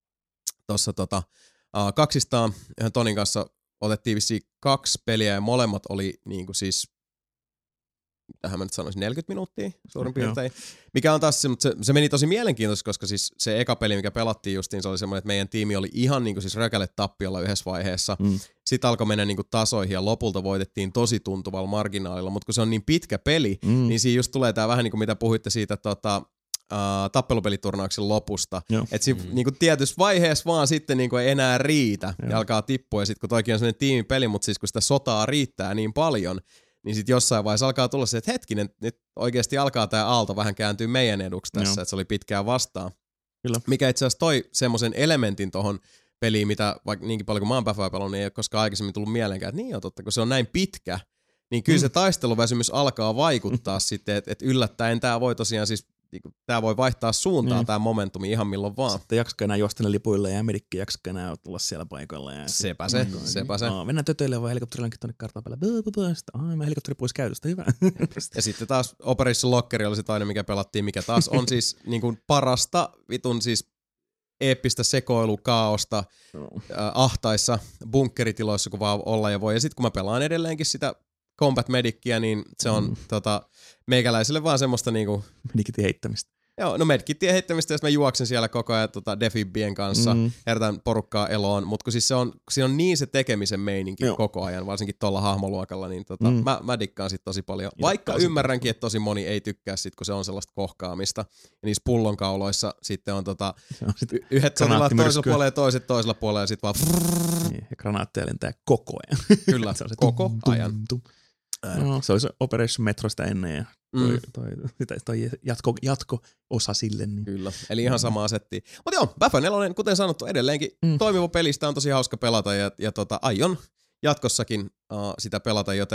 tuossa tota, uh, kaksistaan yhden Tonin kanssa otettiin vissiin kaksi peliä ja molemmat oli niinku siis tähän mä nyt sanoisin neljäkymmentä minuuttia suurin piirtein. Mikä on taas, mutta se, se meni tosi mielenkiintoista, koska siis se eka peli, mikä pelattiin justiin, se oli semmoinen, että meidän tiimi oli ihan niinku siis rökälle tappiolla yhdessä vaiheessa. Mm. Sitten alkoi mennä niinku tasoihin ja lopulta voitettiin tosi tuntuvalla marginaalilla, mutta kun se on niin pitkä peli, mm. niin siinä just tulee tää vähän niin kuin mitä puhuitte siitä tota, uh, tappelupeliturnauksen lopusta. Että siinä mm. niinku tietyssä vaiheessa vaan sitten niinku ei enää riitä Joo. ja alkaa tippua. Ja sitten kun toikin on semmoinen tiimipeli, mutta siis kun sitä sotaa riittää niin paljon, niin sitten jossain vaiheessa alkaa tulla se, että hetkinen, nyt oikeasti alkaa tämä aalto vähän kääntyä meidän eduksi tässä, Joo. että se oli pitkään vastaan. Kyllä. Mikä itse asiassa toi semmoisen elementin tohon peliin, mitä vaikka niinkin paljon kuin mä oon Bafaa pelannut, niin ei ole koskaan aikaisemmin tullut mieleenkään, että niin on totta, kun se on näin pitkä, niin kyllä mm. se taisteluväsymys alkaa vaikuttaa sitten, että et yllättäen tämä voi tosiaan siis, tämä voi vaihtaa suuntaan mm. tämä momentumi ihan milloin vaan. Sitten jaksakaan enää juostella lipuille ja medikki jaksakaan enää tulla siellä paikalla. Ja sepä se, mm. sepä se. Aa, mennään tötöille vaan helikopterillakin tuonne kartan päälle. Sitten aah, mä helikopteri pois käytöstä, hyvä. Ja sitten taas Operation Lockeri oli se toinen, mikä pelattiin, mikä taas on siis niin kuin parasta vitun siis eeppistä sekoilukaaosta no. äh, ahtaissa bunkkeritiloissa, kun vaan olla ja voi. Ja sitten kun mä pelaan edelleenkin sitä Combat Medickiä, niin se on mm. tota, meikäläiselle vaan semmoista niinku... Medikitin heittämistä. Joo, no medkittien heittämistä, jos mä juoksen siellä koko ajan tota, defibbien kanssa, mm. herätän porukkaa eloon, mutta kun siis se on, siinä on niin se tekemisen meininki Joo. koko ajan, varsinkin tuolla hahmoluokalla, niin tota, mm. mä, mä dikkaan sit tosi paljon. Ja vaikka ymmärränkin, että tosi moni ei tykkää sit, kun se on sellaista kohkaamista. Ja niissä pullonkauloissa sitten on tota, sit y- yhdet sotilaat toisella puolella ja toiset toisella puolella ja sit vaan... Niin, ja granaatteja lentää koko ajan. Kyllä, se koko tum, ajan. Tum, tum. No, se oli se Operation Metrosta ennen ja toi, mm. toi, toi, toi jatko, jatko-osa sille. Niin. Kyllä, eli ihan sama asetti. Mutta joo, Bafa neljä, kuten sanottu, edelleenkin mm. toimiva pelistä on tosi hauska pelata ja, ja tota, aion jatkossakin uh, sitä pelata, joten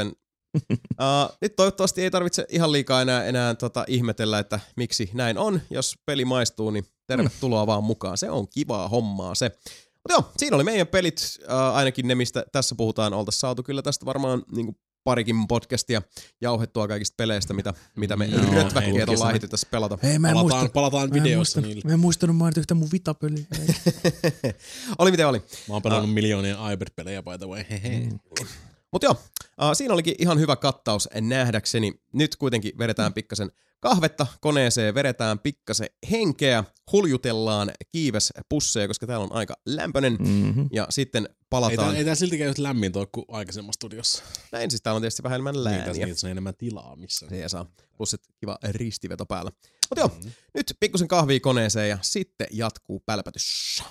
Uh, nyt toivottavasti ei tarvitse ihan liikaa enää, enää tota, ihmetellä, että miksi näin on. Jos peli maistuu, niin tervetuloa vaan mukaan. Se on kivaa hommaa se. Mutta joo, siinä oli meidän pelit, uh, ainakin ne, mistä tässä puhutaan. Oltaisiin saatu kyllä tästä varmaan niin parikin podcastia jauhettua kaikista peleistä, mitä, mitä me Joo, rötväkkeet ollaan ehditty tässä pelata. Hei, mä en Palataan, muista, palataan mä en videossa muistanut- niille. Mä en muistanut mainita yhtä mun vitapeliä. Oli miten oli. Mä oon pelannut miljoonien Iber-pelejä, by the way. Hehe. Mutta joo, uh, siinä olikin ihan hyvä kattaus nähdäkseni. Nyt kuitenkin vedetään pikkasen kahvetta koneeseen, vedetään pikkasen henkeä, huljutellaan kiivespusseja, koska täällä on aika lämpöinen. Mm-hmm. Ja sitten Ei palataan. tää, ei tää siltikään just lämmin toi kuin aikaisemmassa studiossa. Näin siis täällä on tietysti vähän enemmän Niin, tässä lääniä. niitä on enemmän tilaa missä. Se saa. Plus sit kiva ristiveto päällä. Mutta joo, mm-hmm. nyt pikkusen kahvia koneeseen ja sitten jatkuu pälpätys.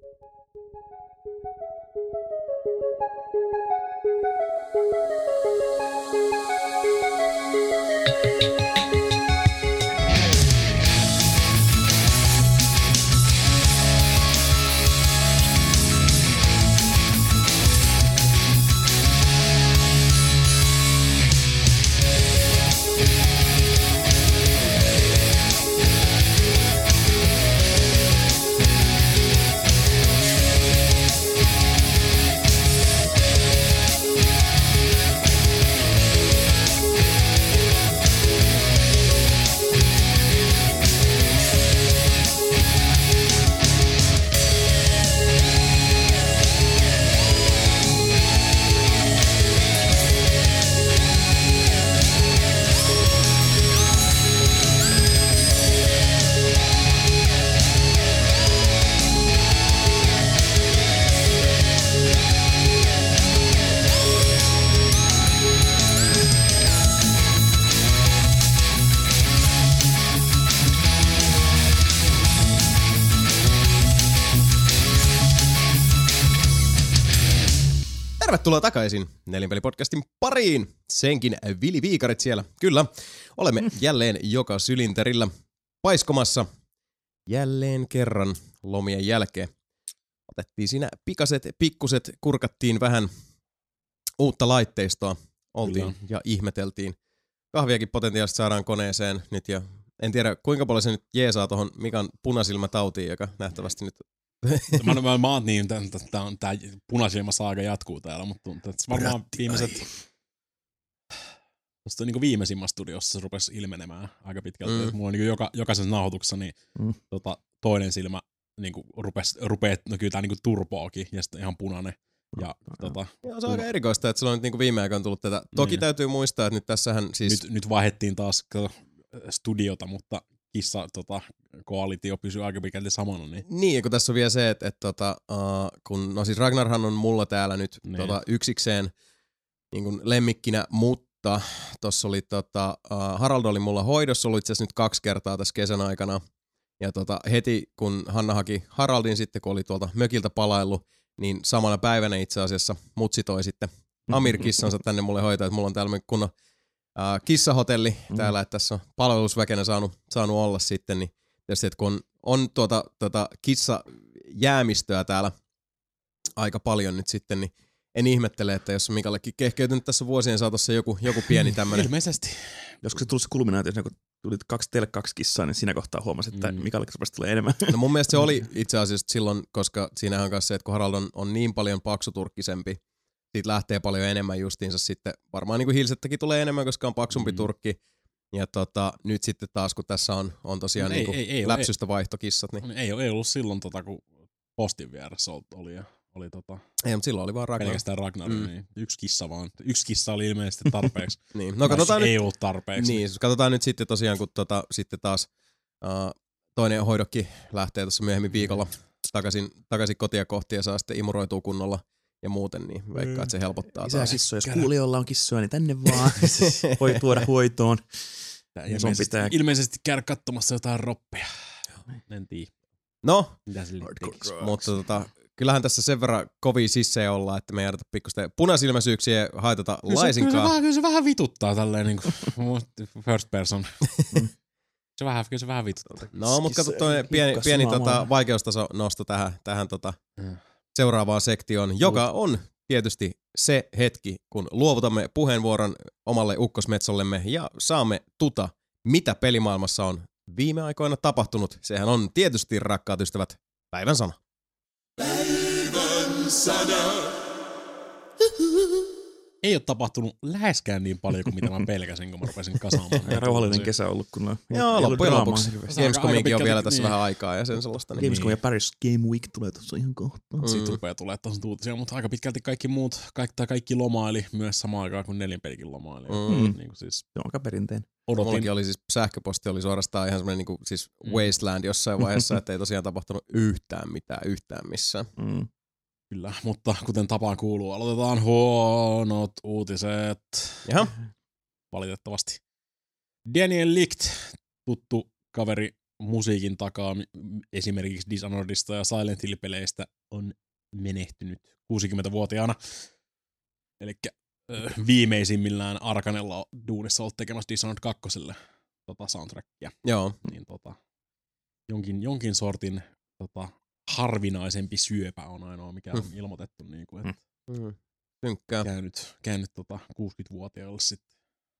Tervetuloa takaisin Nelinpeli-podcastin pariin. Senkin Vili Viikarit siellä. Kyllä, olemme jälleen joka sylinterillä paiskomassa jälleen kerran lomien jälkeen. Otettiin siinä pikaset, pikkuset, kurkattiin vähän uutta laitteistoa. Oltiin Kyllä. ja ihmeteltiin. Kahviakin potentiaalisesti saadaan koneeseen nyt ja en tiedä kuinka paljon se nyt jeesaa tuohon Mikan punasilmätautiin, joka nähtävästi nyt Mä, mä, mä oon niin, tää, tää punasilma saaga jatkuu täällä, mutta tässä varmaan Rätti, viimeiset... Tuosta niin viimeisimmässä studiossa se rupesi ilmenemään aika pitkälti. Mm. Mm. Mulla on niin joka, jokaisessa nauhoituksessa niin, Mm. tota, toinen silmä niin rupesi, rupeaa, no kyllä tää niin turpoakin ja sitten ihan punainen. Ja, tota, Joo, se on aika erikoista, että silloin nyt niinku viime aikoina tullut tätä. Toki Niin. täytyy muistaa, että nyt tässähän siis... nyt, nyt vaihdettiin taas kato, studiota, mutta kissa tota, koalitio pysyy aika pitkälti samana. Niin. Niin, kun tässä on vielä se, että, että tota, uh, kun, no siis Ragnarhan on mulla täällä nyt Niin. tota, yksikseen niin kuin lemmikkinä, mutta tossa oli tota, uh, Harald oli mulla hoidossa ollut itse asiassa nyt kaksi kertaa tässä kesän aikana. Ja tota, heti kun Hanna haki Haraldin sitten, kun oli tuolta mökiltä palaillut, niin samana päivänä itse asiassa mutsi toi sitten Amir-kissansa tänne mulle hoitaa, että mulla on täällä kunnon uh, kissahotelli Mm. täällä, että tässä on palvelusväkenä saanut, saanut olla sitten, niin tietysti, että kun on, on tuota, tuota kissajäämistöä täällä aika paljon nyt sitten, niin en ihmettele, että jos on Mikallekin kehkeytynyt tässä vuosien saatossa joku, joku pieni tämmönen. Ilmeisesti. Joskus se tullut se kulminaatio, kun tuli kaksi, teille kaksi kissaa, niin siinä kohtaa huomasin, että Mm. Mikalle rupesi tulee enemmän. No mun mielestä se oli itse asiassa silloin, koska siinähän on kanssa se, että kun Harald on, on niin paljon paksuturkkisempi, siitä lähtee paljon enemmän justiinsa sitten. Varmaan niin kuin Hilsettäkin tulee enemmän, koska on paksumpi Mm. turkki. Ja tota, nyt sitten taas, kun tässä on, on tosiaan No niin ei- kuin ei- ei- läpsystä vaihtokissat, niin Ei, ei ollut silloin, tota, kun postin vieressä oli, ja oli tota, ei, mutta silloin oli vaan Ragnar. pelkästään Ragnar, Mm. mm. niin yksi kissa vaan. Yksi kissa oli ilmeisesti tarpeeksi. Niin. No katsotaan Tai nyt, ei ollut tarpeeksi. niin, siis katsotaan nyt sitten tosiaan, kun tota, sitten taas uh, toinen hoidokki lähtee tuossa myöhemmin viikolla takaisin, takaisin kotia kohti ja saa sitten imuroitua kunnolla ja muuten, niin veikkaa, että se helpottaa Lisää taas. kissoja, jos kuulijoilla on kissoja, niin tänne vaan. Voi tuoda hoitoon. Tää Ja sun ilmeisesti, pitää- ilmeisesti käydä katsomassa jotain roppeja. En tiedä, No, mitä sille tekisi. mutta tota, kyllähän tässä sen verran kovia sissejä ollaan, että me ei jätetä pikkusten punasilmäisyyksiä ja haitata Kyllä se, kyllä, se laisinkaan. vähän, kyllä se vähän vituttaa tälleen niin kuin first person. se vähän, kyllä se vähän vituttaa. No, mutta kato Kissa- toi pieni, hiukkas pieni sulaa tota, maailmaa. vaikeustaso nosto tähän, tähän tota, Mm. seuraavaan sektioon, joka on tietysti se hetki, kun luovutamme puheenvuoron omalle ukkosmetsollemme ja saamme tuta, mitä pelimaailmassa on viime aikoina tapahtunut. Sehän on tietysti, rakkaat ystävät, päivän sana. Päivän sana. Ei ole tapahtunut läheskään niin paljon kuin mitä mä pelkäsin, kun mä rupesin kasaamaan. Ja rauhallinen kesä ollut, kun on Joo, loppujen lopuksi. hirveästi. Gamescomiinkin on vielä tässä niin. vähän aikaa ja sen sellaista. Niin. Gamescom ja Paris Game Week tulee tuossa ihan kohta. Mm. Siitä rupeaa tulee taas uutisia, mutta aika pitkälti kaikki muut, kaikki, kaikki lomaili myös samaan aikaan kuin nelinpelikin lomaili. Mm. Niin kuin siis Se on aika perinteinen. odotin. Mullakin oli siis sähköposti oli suorastaan ihan semmoinen niin siis wasteland jossain vaiheessa, että ei tosiaan tapahtunut yhtään mitään yhtään missään. Mm. Kyllä, mutta kuten tapaan kuuluu, aloitetaan huonot uutiset. Jaha. Valitettavasti. Daniel Licht, tuttu kaveri musiikin takaa esimerkiksi Dishonoredista ja Silent Hill-peleistä, on menehtynyt kuusikymmentävuotiaana. Elikkä äh, viimeisimmillään Arkanella duunissa ollut tekemässä Dishonored kakkoselle tota soundtrackia. Joo. Niin tota, jonkin, jonkin sortin tota, harvinaisempi syöpä on ainoa, mikä on Hmm. ilmoitettu. Niin kuin, että Mm. Synkkää. käynyt, käynyt tota kuusikymmentävuotiaalle sitten.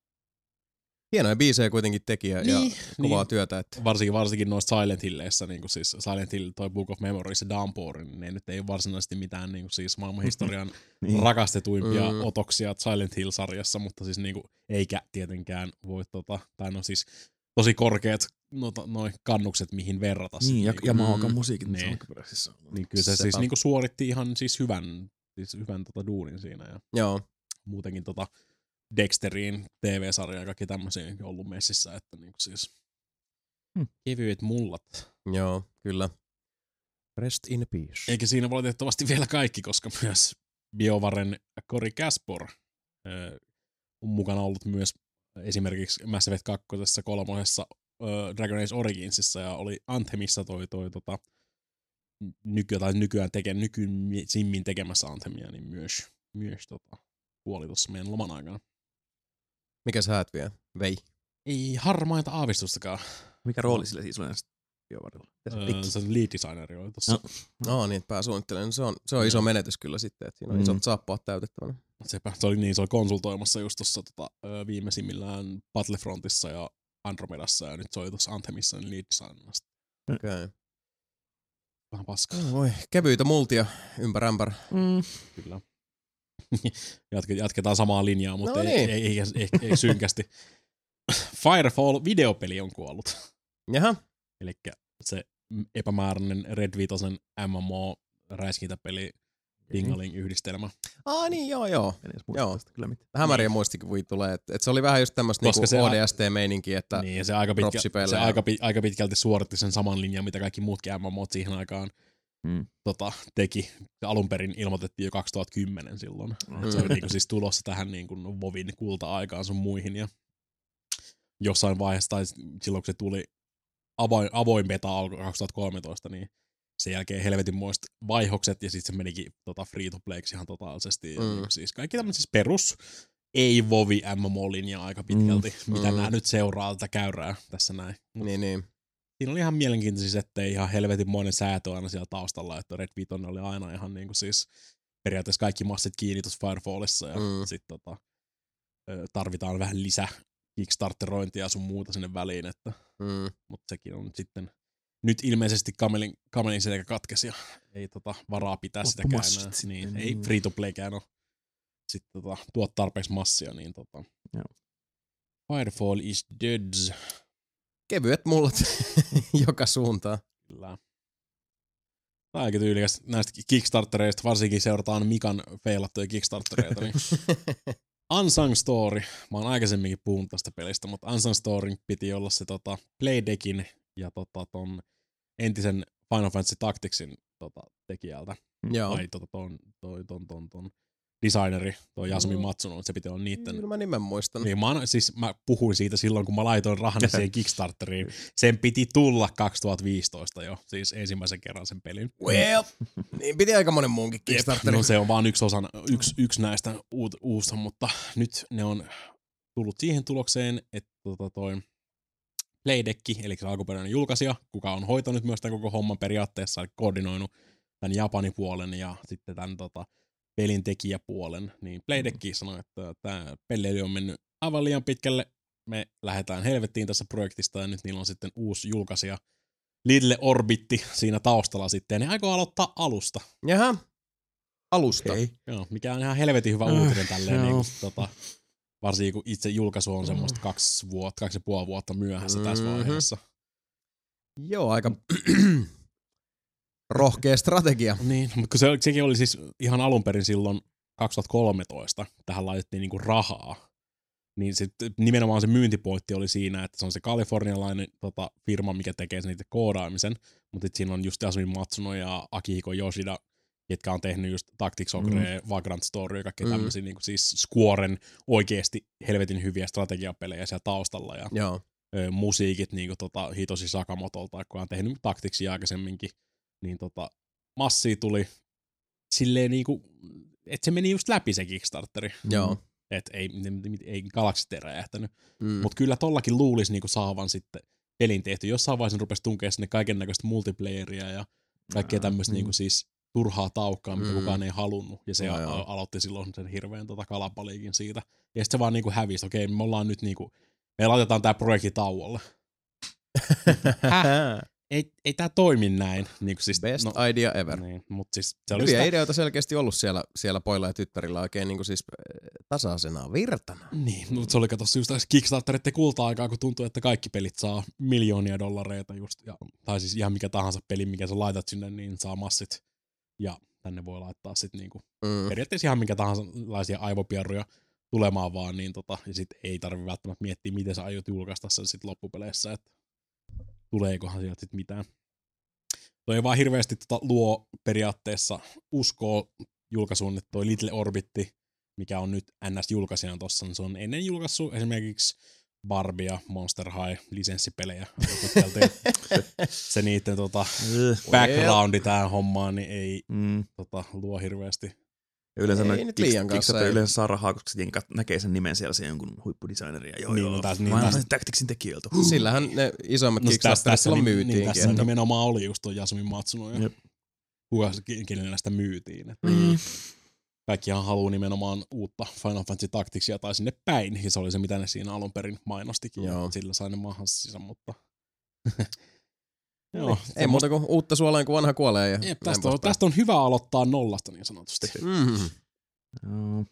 Hienoja biisejä kuitenkin tekijä ja Niin, kovaa niin. työtä. Että. Varsinkin, varsinkin noissa Silent Hilleissä, niin kuin siis Silent Hill, toi Book of Memories ja Downpour, niin ne nyt ei ole varsinaisesti mitään niin kuin siis maailman historian Niin. rakastetuimpia Mm. otoksia Silent Hill-sarjassa, mutta siis niin kuin, eikä tietenkään voi, tota, tai no siis tosi korkeat noita, noin kannukset, mihin verrata. sit Niin, ja, niinku. ja Maokan Mm. musiikin Niin. niin. alkuperäisissä on. Niin kyllä se Sepä. siis niinku suoritti ihan siis hyvän, siis hyvän tota duunin siinä ja Joo. muutenkin tota Dexteriin T V-sarjaa ja kaikki tämmöisiä on ollut messissä, että niinku siis Hmm. kevyet mullat. Joo, kyllä. Rest in peace. Eikä siinä valitettavasti vielä kaikki, koska myös BioVaren Cory Kaspor ö, on mukana ollut myös esimerkiksi Mass Effect kaksi, kolmosessa, ö, Dragon Age Originsissa ja oli Anthemissa toi, toi tota, nyky, tai nykyään teke, nykyisimmin tekemässä Anthemia, niin myös, myös tota, kuoli tuossa meidän loman aikana. Mikä sä häät vielä? Vei. Ei harmaita aavistustakaan. Mikä rooli sillä siis on näistä biovarilla? Öö, se lead designeri oli tuossa. No. No niin, pääsuunnittelen. Se on, se on iso Joo. menetys kyllä sitten, että siinä on Mm. isot saappaat täytettävänä. Sepä, se oli niin, se oli konsultoimassa just tuossa tota, ö, viimeisimmillään Battlefrontissa ja Andromedassa ja nyt se oli tuossa Anthemissa niin lead designasta. Okei. Okay. Vähän paskaa. No voi, kevyitä multia ympärämpär. Mm. Kyllä. Jatke, jatketaan samaa linjaa, mutta No ei, niin. ei, ei, ei, ei, ei synkästi. Firefall-videopeli on kuollut. Jaha. Elikkä se epämääräinen Red Vitosen M M O-räiskintäpeli Dingaling-yhdistelmä. Aa niin, joo joo. En edes muista Joo. tästä kyllä mitään. Hämäriä muistikuvia tulee. Että et se oli vähän just tämmöstä Koska niinku se- O D S T-meininkiä, että Niin, ja se aika, pitkä, dropshippeillä se ja- aika, pi- aika pitkälti suoritti sen saman linjan, mitä kaikki muutkin M M O:t siihen aikaan Mm. tota, teki. Se alun perin ilmoitettiin jo kaksituhattakymmenen silloin. Mm. Se oli niinku siis tulossa tähän niinku Vovin kulta-aikaan sun muihin. Ja jossain vaiheessa, tai silloin kun se tuli avoin, avoin beta alkoi kaksituhattakolmetoista, niin sen jälkeen helvetinmoiset vaihokset, ja sitten se menikin tota, free to playksi ihan totaalisesti. Mm. Mm. Niin, siis kaikki tämmöinen siis perus ei Vovi M M O-linja aika pitkälti, mm. mitä Mm. nämä nyt seuraa tätä käyrää tässä näin. Mut Niin, niin. siinä oli ihan mielenkiintoisia, ettei ihan helvetinmoinen säätö aina siellä taustalla, että Red Viton oli aina ihan niinku siis periaatteessa kaikki massit kiinni tuossa Firefallissa, ja Mm. mm. sitten tota, ö, tarvitaan vähän lisää Kickstarterointia ja sun muuta sinne väliin, että Mm. mutta sekin on sitten nyt ilmeisesti Kamelin, Kamelin selkä katkesi ja ei tota varaa pitää sitäkään Loppumassit enää. sitten, Niin, niin. ei free to playkään ole sitten tota, tuot tarpeeksi massia, niin tota Joo. Firefall is dead. Kevyet mullat joka suuntaan. Kyllä. Tämä on aika tyylikäs näistä Kickstartereista, varsinkin seurataan Mikan feilattuja Kickstartereita. Niin Unsung Story, mä oon aikaisemminkin puhunut tästä pelistä, mutta Unsung Storyn piti olla se tota, Playdeckin ja tota, ton entisen Final Fantasy Tacticsin tota, tekijältä. Joo. Tai tota, ton, toi, ton, ton, ton designeri, toi Yasumi Mm. Matsuno, se piti olla niitten. Kyllä mä nimen muistan. Niin, mä, oon- siis mä puhuin siitä silloin, kun mä laitoin rahan siihen Kickstarteriin. Sen piti tulla kaksituhattaviisitoista jo, siis ensimmäisen kerran sen pelin. Well, niin piti aika monen muunkin Jep, Kickstarterin. no se on vaan yksi, osa, yksi, yksi näistä uut, uusta, mutta nyt ne on tullut siihen tulokseen, että tota toi Playdeck, eli se alkuperäinen julkaisija, kuka on hoitanut myös tämän koko homman periaatteessa, eli koordinoinut tämän Japanin puolen ja sitten tämän tota, pelin tekijäpuolen, niin Playdeck sanoi, että tämä peli on mennyt aivan liian pitkälle. Me lähdetään helvettiin tässä projektista ja nyt niillä on sitten uusi julkaisija Little Orbitti siinä taustalla sitten. Ja ne aikoo aloittaa alusta. Jaha. Alusta. Okay. Joo, mikä on ihan helvetin hyvä uutinen tälleen. Joo. Niin kuin, tota, varsinkin kun itse julkaisu on semmoista kaksi vuotta, kaksi ja puoli vuotta myöhässä mm-hmm. tässä vaiheessa. Joo, aika rohkea strategia. Niin, mutta kun se, sekin oli siis ihan alun perin silloin kaksituhattakolmetoista, tähän laitettiin niinku rahaa. Niin sit nimenomaan se myyntipointti oli siinä, että se on se kalifornialainen tota, firma, mikä tekee sen itse koodaamisen, mutta siinä on just Yasumi Matsuno ja Akihiko Yoshida, jotka on tehnyt just Tactics Ogre, mm. Vagrant Story ja kaikkea mm. tämmöisiä, niin kuin siis Squaren oikeasti helvetin hyviä strategiapelejä siellä taustalla. Ja Joo. Ö, musiikit niin kuin tota Hitoshi Sakamotolta, kun on tehnyt Tacticsia aikaisemminkin, niin tota, massia tuli silleen niinku, että se meni just läpi se Kickstarteri. Joo. Että ei, ei galaksit räjähtänyt. Mm. Mutta kyllä tollakin luulisi niinku saavan sitten pelin tehty. Jossain vaiheessa rupesi tunkea sinne kaiken näköistä multiplayeria ja kaikkea tämmöistä mm. niinku siis turhaa taukkaa, mitä mm. kukaan ei halunnut. Ja se no, a- aloitti silloin sen hirveän tota kalapaliikin siitä. Ja sitten se vaan niinku hävisi. Okei, me ollaan nyt niinku, me laitetaan tää projekti tauolle. Häh? Ei, ei tää toimi näin. Niin siis, Best no, idea ever. Niin, mut siis se oli Hyviä sitä ideoita selkeästi ollut siellä, siellä poilla ja tyttärillä oikein niin kuin siis tasaisena virtana. Niin, mutta se oli kato just Kickstarterit kulta-aikaa, kun tuntuu, että kaikki pelit saa miljoonia dollareita just, ja, tai siis ihan mikä tahansa peli, mikä sä laitat sinne, niin saa massit. Ja tänne voi laittaa sit niinku mm. periaatteessa ihan minkä tahansa laisia aivopierruja tulemaan vaan, niin tota, ja sit ei tarvi välttämättä miettiä, miten sä aiot julkaista sen sit loppupeleissä, että tuleekohan sieltä sit mitään. Toi ei vaan hirveästi tota luo periaatteessa uskoa julkaisuun, että toi Little Orbitti, mikä on nyt N S-julkaisijana tossa, niin se on ennen julkaissut esimerkiksi Barbie ja Monster High lisenssipelejä. Se niiden tota, backgroundi tähän hommaan niin ei mm. tota, luo hirveästi. Ja yleensä ei nyt liian kanssa. Yleensä saa rahaa, koska jengi näkee sen nimen siellä, se jonkun huippudesigneri. Ja joo, niin, joo, taas, mä niin, olen Tacticsin tekijöiltä. Sillähän ne isommat no, Kickstarterit silloin niin, myytiinkin. Niin, tässä että nimenomaan oli just tuo Yasumi Matsuno ja kuka kenellä sitä myytiin. Että mm. Kaikkihan haluaa nimenomaan uutta Final Fantasy Tacticsia tai sinne päin, ja se oli se, mitä ne siinä alun perin mainostikin. Joo. Sillä sai ne maahansa sisään, mutta joo, ei muuta kuin uutta suolaan, kun vanha kuolee. Ja Jep, tästä, on, tästä on hyvä aloittaa nollasta niin sanotusti. Mm. Mm.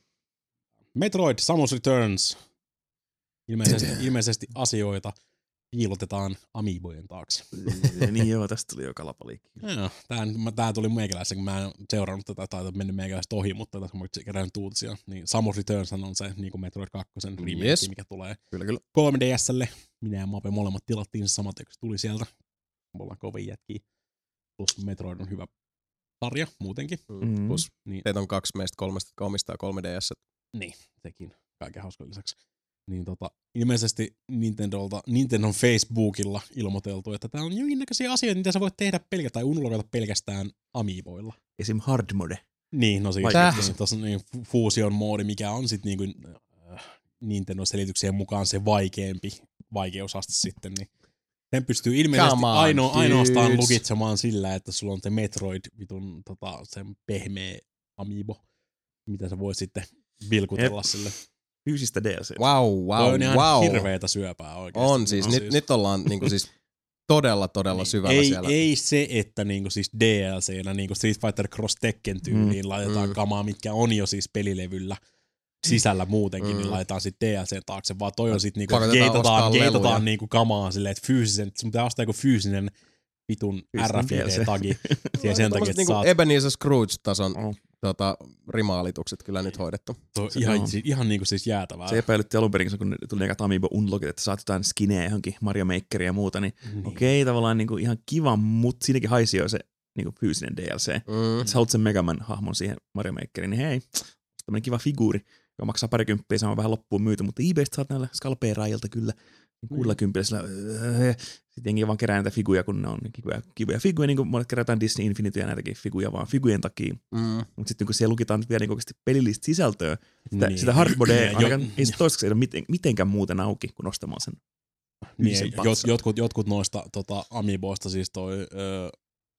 Metroid Samus Returns. Ilmeisesti, ilmeisesti asioita piilotetaan amiibojen taakse. Niin joo, tästä tuli jo kalapaliikki. Joo, tää, tää tuli meikäläisen, kun mä en seurannut tätä tai mennyt meikäläistä ohi, mutta tässä on kerännyt uutisia. Niin Samus Returns on se niin kuin Metroid kaksi remake, yes. mikä tulee kyllä, kyllä. kolme D S:lle. Minä ja Mape molemmat tilattiin se samat, kun se tuli sieltä. Me ollaan kovin jätkiä. Plus Metroid on hyvä sarja muutenkin. Mm-hmm. Plus niin. Teitä on kaksi meistä kolmesta, jotka omistaa kolme D S. Niin, sekin kaiken hauskan lisäksi. Niin tota, ilmeisesti Nintendolta, Nintendon Facebookilla ilmoiteltu, että tää on jonkinnäköisiä asioita, mitä sä voit tehdä pelkästään tai unlokata pelkästään amiiboilla. Esim. Hard mode. Niin, no siis niin, tossa niin fusion moodi, mikä on sit niinku äh, Nintendon selityksien mukaan se vaikeampi vaikeusaste sitten, niin sen pystyy ilmeisesti on, aino, ainoastaan lukitsemaan sillä, että sulla on se Metroid vitun tota, sen pehmeä amiibo, mitä sä voit sitten vilkutella Jep. sille. Fyysistä D L C. Wow, wow, Toi on ihan wow. hirveetä syöpää oikeesti. On siis, no, nyt, siis. nyt ollaan niinku siis todella, todella niin, syvällä ei, siellä. Ei se, että niinku siis D L C:nä niinku Street Fighter Cross Tekken tyyliin mm. laitetaan mm. kamaa, mitkä on jo siis pelilevyllä sisällä muutenkin, mm. niin laitetaan sitten D L C:n taakse, vaan toi on sit niinku, keitataan, keitataan niinku kamaa silleen, että fyysisen, sun pitää ostaa joku fyysinen vitun R F I D-tagi. Ja sen takia, että niinku saat Ebenezer Scrooge-tason oh. tota, rimaalitukset kyllä nyt hoidettu. Ihan, ihan niinku siis jäätävää. Se epäilytti alun perin, kun tuli ekat Amiibo Unlockit, että saat jotain skinejä johonkin Mario Makeria ja muuta, niin, niin. okei, okay, tavallaan niinku ihan kiva, mutta siinäkin haisi jo se niinku fyysinen D L C. Mm. Että sä haluat sen Megaman-hahmon siihen Mario Makeriin, niin hei, tämmönen kiva figuuri, joka maksaa parikymppiä, se on vähän loppuun myyty, mutta eBaystä saat näillä skalpeeraajilta kyllä kuudella kympillä sillä, öö, sitten jengi vaan kerää näitä figuja, kun ne on kivoja, kivoja figuja, niin kuin monet kerätään Disney Infinity ja näitäkin figuja vaan figujen takia. Mm. Mutta sitten kun siellä lukitaan vielä niin oikeasti pelillistä sisältöä, sitä, niin. sitä hardmodea, ainakaan ei se toistaiseksi ei ole miten, mitenkään muuten auki kuin ostamaan sen. Niin, jot, jotkut, jotkut noista tota, amiiboista, siis toi ö,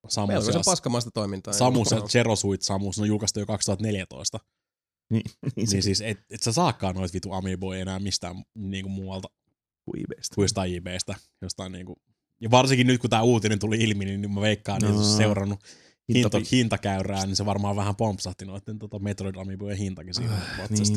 Samus Melkoisen ja paskamaista toimintaa. Samus ja Zero Suit Samus on julkaistu jo kaksituhattaneljätoista. Niin, niin, Niin siis et, et sä saakaan noit vitu Amiiboja enää mistään niinku muualta kuin eBaystä. kuin jostain eBaystä. Jostain niinku. Ja varsinkin nyt kun tää uutinen tuli ilmi, niin mä veikkaan, no. että jos seurannut hinta, hintakäyrää, niin se varmaan vähän pompsahti noitten tota Metroid Amiibojen hintakin siinä äh, niin.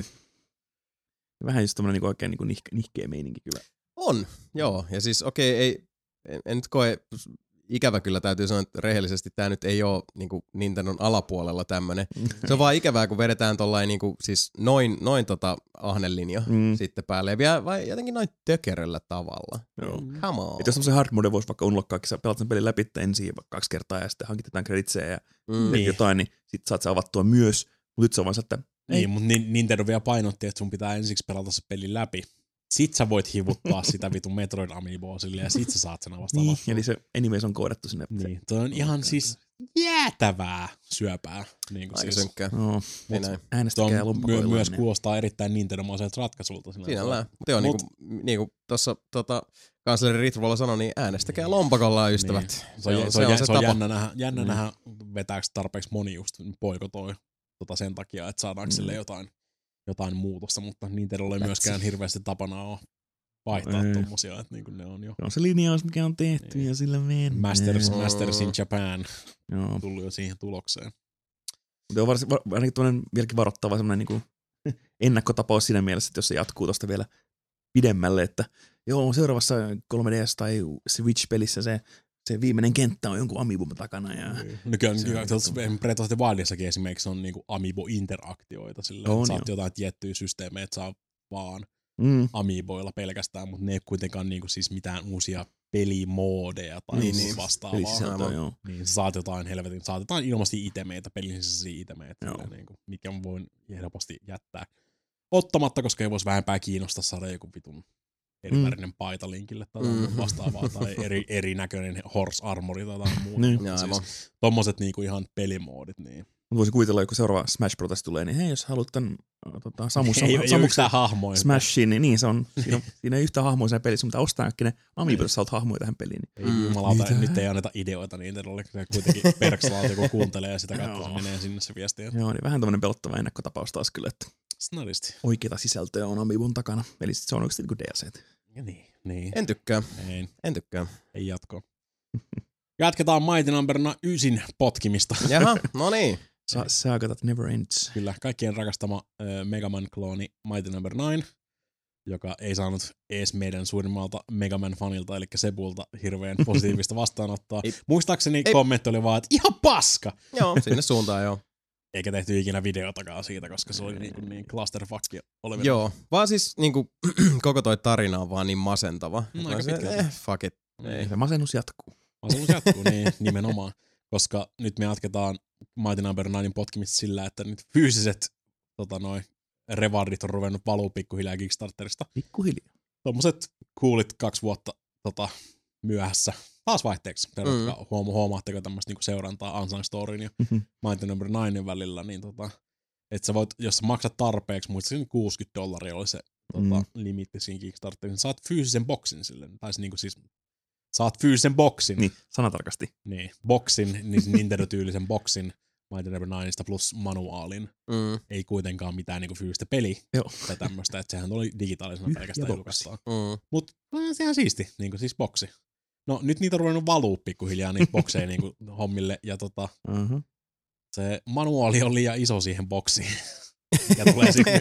Vähän just tommonen niinku oikein niinku nihke, nihkeä meininki kyllä. On, joo. Ja siis okei, okay, ei, en, en nyt koe, ikävä kyllä täytyy sanoa, että rehellisesti tää nyt ei oo niinku Nintendon alapuolella tämmönen. Se on vaan ikävää, kun vedetään tollain niinku, siis noin, noin tota ahnelinja mm. sitten päälle. Ja vielä vai jotenkin noin tökeröllä tavalla. Joo. Come on. Et jos semmosen hard mode voisi vaikka unlockkaakin, sä pelat sen pelin läpi ensin kaksi kertaa ja sitten hankitetaan kreditsejä ja mm. niin. jotain, niin sit saat se avattua myös. Mut nyt se on vaan se, että niin, mutta Nintendo vielä painotti, että sun pitää ensiksi pelata se peli läpi. Sit sä voit hivuttaa sitä vitun Metroid Amiiboa sille ja sit sä saat sen avasta niin, avattua. eli se animes on koodattu sinne. Niin, toi on ihan siis jäätävää syöpää. Niin aika siis. synkkää. No, äänestäkää lompakoilla. Myös niin. Kuulostaa erittäin Nintendo-maiselta ratkaisulta. Siinällään. Mutta joo, Mut, niin kuin niinku tuossa tota, kansleri Ritvolla sanoi, niin äänestäkää lompakolla, ystävät. Niin. Se, on, se, se, on, se, se on jännä nähdä, jännä mm. nähdä vetääkö tarpeeksi moni just poikotoi tota sen takia, että saadaanko mm. sille jotain, jotain muutosta, mutta Nintendolla ei myöskään hirveästi tapana ole vaihtaa ei. Tommosia, että niinku ne on jo. Se on se linjaus, mikä on tehty niin. Ja sillä mennään. Masters, Masters in Japan joo. tullut jo siihen tulokseen. Mutta on varsin, ainakin tuollainen vieläkin varoittava semmoinen niinku ennakkotapaus siinä mielessä, että jos se jatkuu tuosta vielä pidemmälle, että joo, seuraavassa kolme D S tai Switch-pelissä se, se viimeinen kenttä on jonkun Amiibon takana. Ja nykyään Breath of the Wildissakin esimerkiksi on niinku Amiibo-interaktioita sillä, on, saat jotain tiettyjä systeemejä, että saa vaan mm. Amiiboilla pelkästään, mutta ne ei kuitenkaan niinku siis mitään uusia pelimoodeja tai niin, niin. vastaavaa. Joo. Niin saat jotain helvetin, saat jotain ilmasti itemeitä, pelin sisäisiä itemeitä, niinku, mikä voin helposti jättää ottamatta, koska ei voisi vähempää kiinnostaa saada joku vitun erivärinen mm. paita linkille tai mm. vastaavaa, tai eri, erinäköinen horse armori tai jotain muuta. Niin. Siis, tommoset niinku ihan pelimoodit. Niin. Voisi kuvitella, joku seuraava Smash Bros. Tulee, niin hei, jos haluat tämän tota, Samus, ei, ei Samuksen hahmoja. Smashin, niin, niin se on, siinä, on, siinä ei yhtään hahmoja siinä pelissä, mutta ostaa kaikki ne Amiibot, jos haluat hahmoja tähän peliin. Niin. Ei jumalauta, nyt ei anneta ideoita niin, että kuitenkin perksalaalta joku kuuntelee ja sitä katsoo, menee sinne se viestiä. Joo, niin vähän tämmöinen pelottava ennakkotapaus taas kyllä, että snadisti. Oikeita sisältöä on Amiibon takana, eli se on oikeasti niin kuin D L C. Ja niin, niin. En tykkää. Ei. En tykkää. Ei jatko. Jatketaan Mighty Number yhdeksän potkimista. Jaha, no niin. Sa- saga that never ends. Kyllä, kaikkien rakastama äh, Mega Man-klooni Mighty Number yhdeksän, joka ei saanut edes meidän suurimmalta Mega Man-fanilta, eli Sebulta, hirveän positiivista vastaanottoa. Ei. Muistaakseni ei. Kommentti oli vaan, että ihan paska! Joo, sinne suuntaan joo. Eikä tehty ikinä videotakaan siitä, koska se oli niin, kuin niin clusterfuck. Joo, vaan siis niin kuin, koko toi tarina on vaan niin masentava. No, aika pitkälti. Eh, fuck it. Ei. Se masennus jatkuu. Masennus jatkuu, niin nimenomaan. Koska nyt me jatketaan Mighty Number yhdeksän potkimista sillä, että nyt fyysiset tota, noi, rewardit on ruvennut valuu pikkuhiljaa Kickstarterista. Pikkuhiljaa. Tommoset kuulit kaksi vuotta tota, myöhässä. Taas vaihteeksi. Mm. Huom- huomaatteko tämmöistä niinku seurantaa Unsung Storyn ja mm-hmm. Mighty Number yhdeksän välillä, niin tota, että sä voit, jos sä maksat tarpeeksi, muistaakseni kuusikymmentä dollaria oli se tota, mm. limitti siinä Kickstarterissa, saat fyysisen boksin sille, tai niinku siis saat fyysisen boksin. Niin, sanatarkasti. Niin, boksin, niin Nintendo-tyylisen boksin Mighty Number yhdeksän plus manuaalin. Mm. Ei kuitenkaan mitään niinku fyysistä peliä tai tämmöistä, että sehän oli digitaalisena pelkästään julkaistaan. Mm. Mut no, sehän siisti, niinku siis boksi. No nyt niitä on ruvennut valuu pikkuhiljaa niitä bokseja niinku hommille ja tota, uh-huh. se manuaali on liian iso siihen boksiin. Ja tulee sitten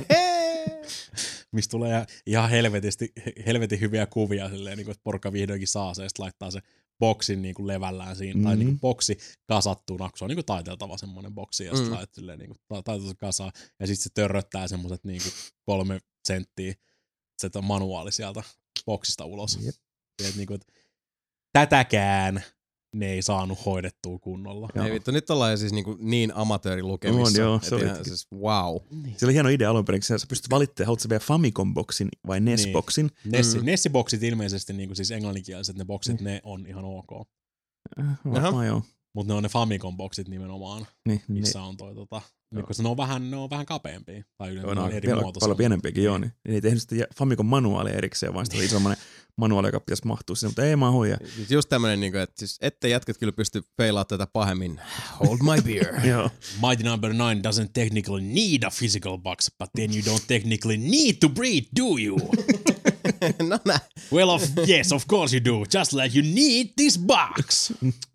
mistä tulee ihan helvetisti, helvetin hyviä kuvia silleen, niin kuin, että porukka vihdoinkin saa se ja sitten laittaa se boksin niin kuin levällään siinä, mm-hmm. tai niin kuin boksi kasattuna, kun se on niin kuin taiteltava semmoinen boksi, ja sitten mm. laitat silleen niin kuin taiteltu kasaan, ja sitten se törröttää semmoiset niin kuin kolme senttiä se manuaali sieltä boksista ulos. Yep. Ja, että, niin kuin, että tätäkään ne ei saanut hoidettua kunnolla. Ei vittu, nyt ollaan jo siis niin, niin amatöörilukemissa. On, joo, se oli siis wow. Niin. Se oli hieno idea alun perin, sä pystyt valittamaan, haluatko sä vielä Famicom-boksin vai N E S-boksin. Niin. Nessi, mm. Nessi-boksit ilmeisesti, niin kuin siis englanninkieliset ne boksit, mm. ne on ihan ok. Varmaan joo. Mutta ne on ne Famicom-boksit nimenomaan, niin, missä ne on toi tota, koska ne on vähän, ne on vähän kapeampia. Tai yleensä no, eri vielä, muotoisia. Paljon pienempiäkin, joo. Niin ei tehnyt sitä Famicom-manuaalia erikseen, vaan sitten oli semmoinen manuaali, joka pitäisi mahtua sinne, mutta ei mahu. Ja... Siis just tämmönen, niin kuin, että siis ette jätkät kyllä pysty feilaa tätä pahemmin. Hold my beer. Joo. Mighty Number Nine doesn't technically need a physical box, but then you don't technically need to breathe, do you? No nää. Well, of, yes, of course you do. Just like you need this box.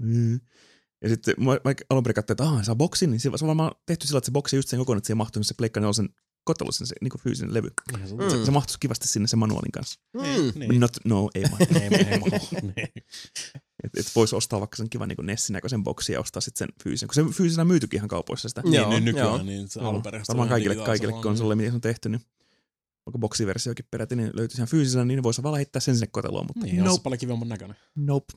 Ja sitten vaikka alun perin katsoin, että aah, saa boksin, niin se on varmaan tehty sillä, että se boksi just sen kokonaan, että se mahtuu se Pleikka nelosen kotelussa, se niin fyysinen levy. Mm. Se, se mahtuisi kivasti sinne sen manuaalin kanssa. Mm. Niin. Not, no, ei mahtu. ei, ei mahtu. Että et voisi ostaa vaikka sen kivan niin Nessin-näköisen boksin ja ostaa sitten sen fyysisen, kun se fyysisenä myytyikin ihan kaupoissa sitä. Niin, joo, niin nykyään joo. niin se Joo. alunperäisesti. Varmaan kaikille, niin kaikille taas konsoleille, mitä se on tehty, niin vaikka boksiversiokin peräti, niin löytyisi ihan fyysisenä, niin ne voisi vaan lähettää sen sinne koteloon, mutta Niin, on se nope, paljon kivemman näköinen. nope.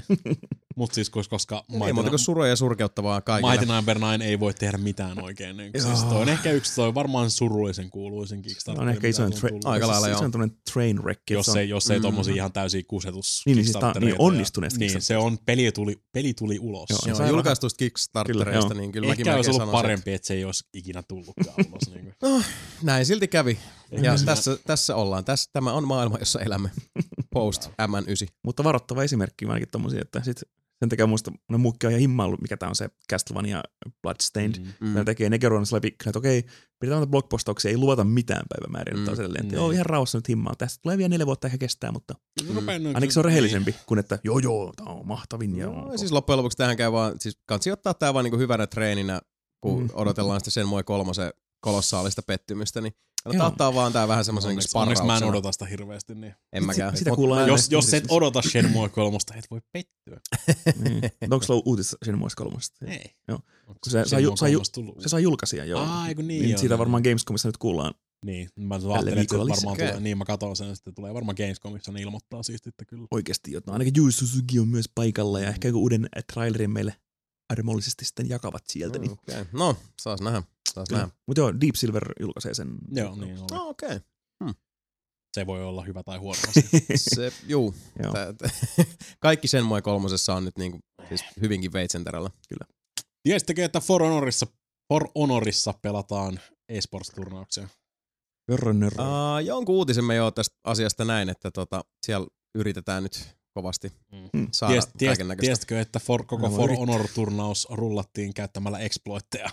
Mutta siis koska Ei muuta kuin surua ja surkeutta vaan kaikille. Mighty Number Nine ei voi tehdä mitään oikein. Niin, siis toi on ehkä yksi, toi on varmaan surullisen kuuluisin Kickstarter. On ehkä isoin tra- Aika lailla, joo. se on tämmöinen train wreck. Jos on, ei, jos ei Mm. tommosia ihan täysiä kusetus Niin, niin siis tää on niin onnistuneesti Niin, se on, peli tuli, peli tuli ulos. Joo, Joo, sai julkaistuista Kickstartereista, Kyllä, niin kyllä mäkin Ehkä olisi melkein ollut sanoisin, parempi, että se ei olisi ikinä tullutkaan ulos. Niin kuin. No, näin silti kävi. Ja Ehkä tässä, tässä ollaan. Tässä, tämä on maailma, jossa elämme. Post M yhdeksän. Mutta varoittava esimerkki ainakin tommosia, että sit sen takia muista, ne muukki on ihan himmailu, mikä tää on se Castlevania Bloodstained. Mm. Mm. Ne tekee, ne kerron läpi, että okei, pidetään näitä blogpostauksia, ei luota mitään päivämääriä. Mm, Mm. Että niin. joo, ihan rauhassa nyt himmaa. Tästä tulee vielä neljä vuotta ehkä kestää, mutta Mm. ainakin se on rehellisempi kuin että joo joo, tää on mahtavin. Ja No, siis loppujen lopuksi tähän käy vaan, siis kansi ottaa tää vaan niinku hyvänä treeninä, kun Mm. odotellaan sitä Shenmue kolmosen kolossaalista pettymystä, niin kannattaa Joo. ottaa vaan tää vähän semmoisen niinku Onneksi, onneksi mä en sparrauksena. odota sitä hirveästi. Niin. En mäkään. Sitä Mut- kuullaan Jos, äänestä. jos et odota Shenmue kolmosta, et voi pettyä. Niin. Mutta onko sulla uutista Shenmue kolmosta? Ei. Joo. Onko Kun se saa Shenmue ju- saa ju- kolmosta tullut? Se saa julkaisia, joo. Ai, kun niin niin joo, siitä niin. varmaan Gamescomissa nyt kuullaan. Niin, mä ajattelin, että se viikolla varmaan lisää. tulee, niin mä katson sen, että tulee varmaan Gamescomissa, niin ilmoittaa siitä sitten kyllä. Oikeasti jotain. Ainakin Yu Suzuki on myös paikalla ja ehkä joku uuden trailerin meille armollisesti sitten jakavat sieltä. Niin. Okay. No, saas nähdä. Saas nähdä. Mutta joo, Deep Silver julkaisee sen. Joo, niin oli. No, okei. Okay. Se voi olla hyvä tai huono asia. Se, juu. Joo. Tää- tää- Kaikki Shenmue kolmosessa on nyt niinku, siis hyvinkin veitsenterällä. Tiesittekö, että For Honorissa, For Honorissa pelataan eSports-turnauksia? Verran Uh, jonkun uutisen me jo tästä asiasta näin, että tota, siellä yritetään nyt kovasti Mm. saada Ties, ties, kaiken näköistä. tiesitkö, että for, koko Aivan For yrittää. Honor-turnaus rullattiin käyttämällä exploitteja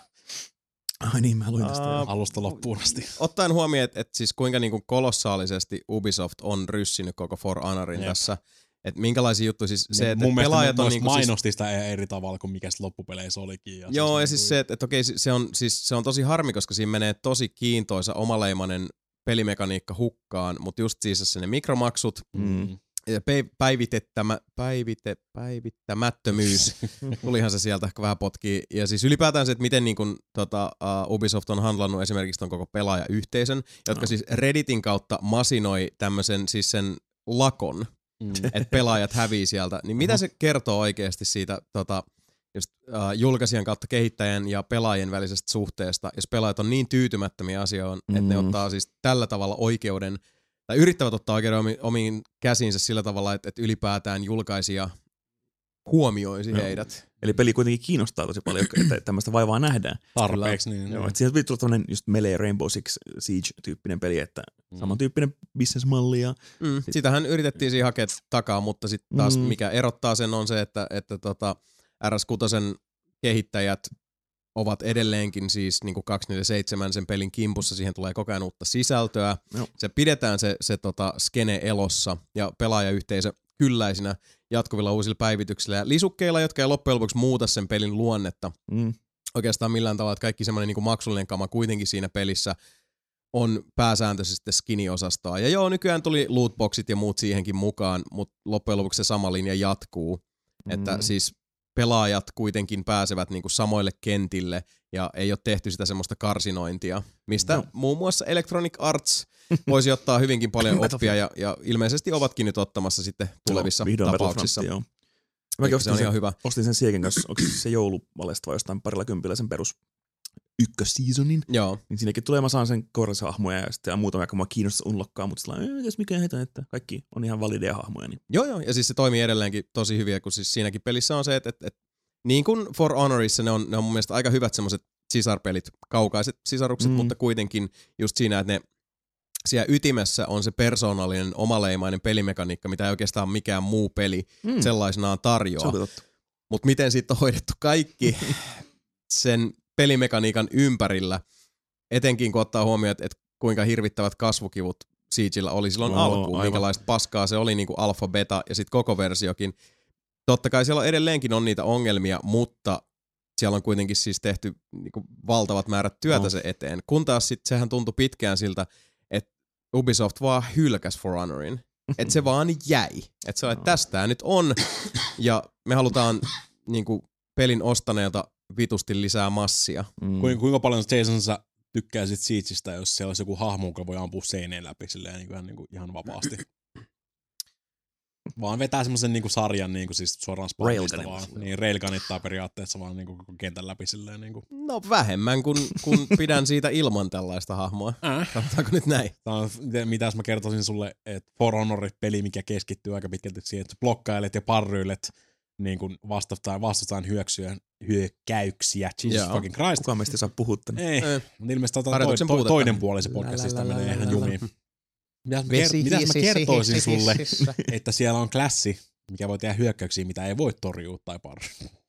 Ai niin, mä luin tästä. Aa, joo. alusta loppuun asti. Ottaen huomioon, että et siis kuinka niinku kolossaalisesti Ubisoft on ryssinyt koko For Honorin Jep. tässä, että minkälaisia juttuja siis se, että Mun mielestä pelaajat on on niinku siis, mainosti sitä eri tavalla kuin mikä se loppupeleissä olikin. Ja joo, ja niinku- siis se, että et okei, se on, siis, se on tosi harmi, koska siinä menee tosi kiintoisa omaleimainen pelimekaniikka hukkaan, mutta just siis se ne mikromaksut, Mm. ja pe- päivitettämä, päivite, päivittämättömyys, tulihan se sieltä ehkä vähän potkii. Ja siis ylipäätään se, että miten niin kun, tota, uh, Ubisoft on handlannut esimerkiksi ton koko pelaajayhteisön, jotka No. siis Redditin kautta masinoi tämmöisen siis sen lakon, Mm. että pelaajat hävii sieltä. Niin mitä se kertoo oikeasti siitä tota, just, uh, julkaisijan kautta kehittäjän ja pelaajien välisestä suhteesta, jos pelaajat on niin tyytymättömiä asioihin, mm. että ne Mm. ottaa siis tällä tavalla oikeuden, tai yrittävät ottaa oikeuden omiin, omiin käsiinsä sillä tavalla, että, että ylipäätään julkaisija huomioisi Joo. heidät. Eli peli kuitenkin kiinnostaa tosi paljon, että tämmöistä vaivaa nähdään. Tarpeeksi, niin. Joo, että siitä tuli tuollainen just Melee Rainbow Six Siege-tyyppinen peli, että Mm. samantyyppinen business-malli ja Mm. Sitähän yritettiin siihen hakea takaa, mutta sitten taas Mm. mikä erottaa sen on se, että, että tota R S kuusi kehittäjät ovat edelleenkin siis niin kuin kaksikymmentäseitsemän sen pelin kimpussa, siihen tulee koko ajan uutta sisältöä. Joo. Se pidetään se, se tota skene elossa ja pelaajayhteisö kylläisinä jatkuvilla uusilla päivityksillä ja lisukkeilla, jotka ei loppujen lopuksi muuta sen pelin luonnetta mm, oikeastaan millään tavalla, että kaikki semmoinen niin kuin maksullinen kama kuitenkin siinä pelissä on pääsääntöisesti skinny-osastoa. Ja joo, nykyään tuli lootboxit ja muut siihenkin mukaan, mutta loppujen lopuksi se sama linja jatkuu. Mm. Että Mm. siis pelaajat kuitenkin pääsevät niinku samoille kentille ja ei ole tehty sitä semmoista karsinointia, mistä No. muun muassa Electronic Arts voisi ottaa hyvinkin paljon oppia ja, ja ilmeisesti ovatkin nyt ottamassa sitten tulevissa vihdoin tapauksissa. Battlefront, joo. Eikö Mäkin se ostin on sen, ihan hyvä. ostin sen Siegen kanssa, onko se jouluvalesta vai jostain parilla kympillä sen perus ykkösseasonin. Joo. Niin siinäkin tulee, mä saan sen kourallisen ja sitten muutamia, joka mua kiinnostaa unlockkaa, mutta sillä on, mitäs mikä heitä, että kaikki on ihan valideja hahmoja. Niin. Joo, joo, ja siis se toimii edelleenkin tosi hyviä, kun siis siinäkin pelissä on se, että, että, että niin kuin For Honorissa ne on, ne on mun mielestä aika hyvät semmoiset sisarpelit, kaukaiset sisarukset, Mm. mutta kuitenkin just siinä, että ne siellä ytimessä on se persoonallinen omaleimainen pelimekaniikka, mitä ei oikeastaan mikään muu peli mm. sellaisenaan tarjoaa. Mutta miten siitä on hoidettu kaikki sen pelimekaniikan ympärillä, etenkin kun ottaa huomioon, että kuinka hirvittävät kasvukivut Siegellä oli silloin no, alkuun, aivan. minkälaista paskaa se oli niin kuin alfa, beta ja sitten koko versiokin. Totta kai siellä on edelleenkin on niitä ongelmia, mutta siellä on kuitenkin siis tehty niin kuin valtavat määrät työtä no. se eteen. Kun taas sitten sehän tuntui pitkään siltä, että Ubisoft vaan hylkäs For Honorin. Että se vaan jäi. Että se on, että tästä tää nyt on. Ja me halutaan niin kuin pelin ostaneelta vitusti lisää massia. Mm. Kuinka paljon Jason sä tykkäisit Siegestä, jos siellä olisi joku hahmo, joka voi ampua seineen läpi silleen niin kuin, niin kuin ihan vapaasti? Vaan vetää semmoisen niinku sarjan niinku siis suoraan spawnista vaan. Niin railgunittaa periaatteessa vaan niinku koko kentän läpi silleen niinku. No vähemmän kun, kun pidän siitä ilman tällaista hahmoa. Äh. Katsotaanko nyt näin? On, mitäs mä kertoisin sulle, että For Honor-peli, mikä keskittyy aika pitkälti siihen, että blokkailet ja parryilet niin kuin vastustajan, vastustajan hyöksyä, hyökkäyksiä. Jesus Joo. fucking Christ. Kukaan meistä saa puhua tänne. Ei, eh. mutta ilmeisesti toi, toi, toi, toinen puoli se podcastista menee ihan jumiin. Mitäs mä, ker- mitäs mä kertoisin sulle, että siellä on klassi, mikä voi tehdä hyökkäyksiä, mitä ei voi torjua tai parry.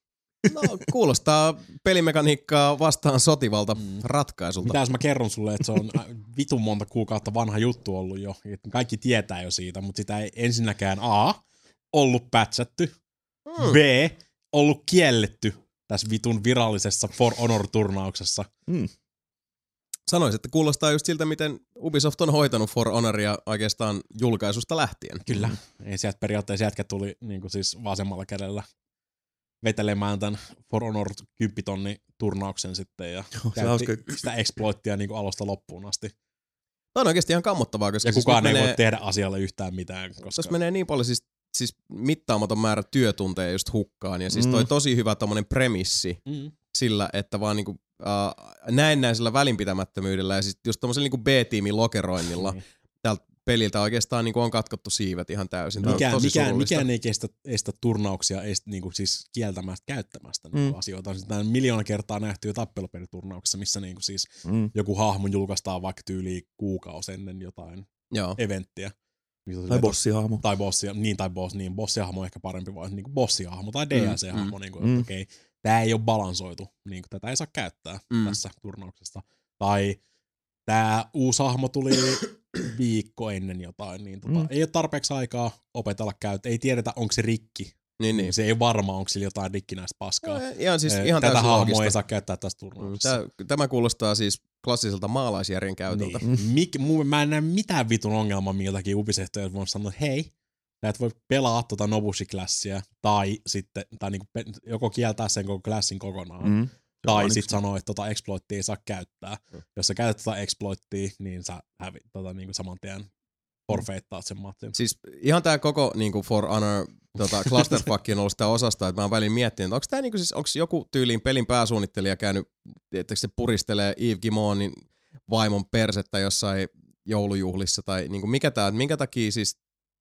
No kuulostaa pelimekaniikkaa vastaan sotivalta mm. ratkaisulta. Mitäs mä kerron sulle, että se on vitun monta kuukautta vanha juttu ollut jo. Kaikki tietää jo siitä, mutta sitä ei ensinnäkään A, ollut pätsätty, mm. B, ollut kielletty tässä vitun virallisessa For Honor-turnauksessa. Mm. Sanoisin, että kuulostaa just siltä, miten Ubisoft on hoitanut For Honoria oikeastaan julkaisusta lähtien. Kyllä. Ei sieltä periaatteessa jätkä tuli niin kuin siis vasemmalla kädellä vetelemään tämän For Honor kymmenen tonni turnauksen sitten ja Joo, käytti sitä exploittia niin kuin alusta loppuun asti. Tämä on oikeasti ihan kammottavaa, koska ja siis kukaan ei menee, voi tehdä asialle yhtään mitään. Koska tässä menee niin paljon siis, siis mittaamaton määrä työtunteja just hukkaan ja siis toi mm. tosi hyvä tommonen premissi mm. sillä, että vaan niinku Uh, näennäisellä välinpitämättömyydellä ja sitten just tommosella niinku B-tiimin lokeroinnilla mm. tältä peliltä oikeastaan niinku on katkottu siivet ihan täysin. Mikään, mikään, mikään ei kestä, estä turnauksia estä, niinku siis kieltämästä käyttämästä mm. niinku asioita. On sitten miljoona kertaa nähty jo tappelupeliturnauksessa, missä niinku siis mm. joku hahmo julkaistaan vaikka tyyliin kuukausi ennen jotain Joo. eventtiä. Tai bossihahmo. Tai bossia, niin tai boss, niin bossihahmo on ehkä parempi vaan niinku bossihahmo tai D L C-hahmo, mm. niinku, mm. okei. Okay. Tämä ei ole balansoitu, niin tätä ei saa käyttää mm. tässä turnauksesta. Tai tämä uusi hahmo tuli viikko ennen jotain, niin tota, mm. ei ole tarpeeksi aikaa opetella käyttää. Ei tiedetä, onko se rikki. Niin, niin. Se ei ole varma, onko sillä jotain rikkinäistä paskaa. No, ihan siis, ihan tätä hahmoa ei saa käyttää tässä turnauksessa. Tämä, tämä kuulostaa siis klassiselta maalaisjärjen käytöltä. Niin. Mik, mä en näe mitään vitun ongelmaa, miltäkin Ubisoft ei voi sanoa, että hei, sä et voi pelaa tuota Nobushi-klassia, tai sitten, tai niinku joko kieltää sen koko klassin kokonaan, mm. tai sitten sanoa, että tota exploittia ei saa käyttää. Mm. Jos sä käytät tota exploittia, niin sä hävi, tota, niinku saman tien forfeittaat sen matsin. Siis ihan tää koko niinku For Honor tota, clusterfuck on ollut sitä osasta, että mä oon välin miettinyt, että onko tää niinku siis, onks joku tyyliin pelin pääsuunnittelija käynyt, että se puristelee Yves Guillemot'in vaimon persettä jossain joulujuhlissa, tai niinku mikä tää, minkä takia siis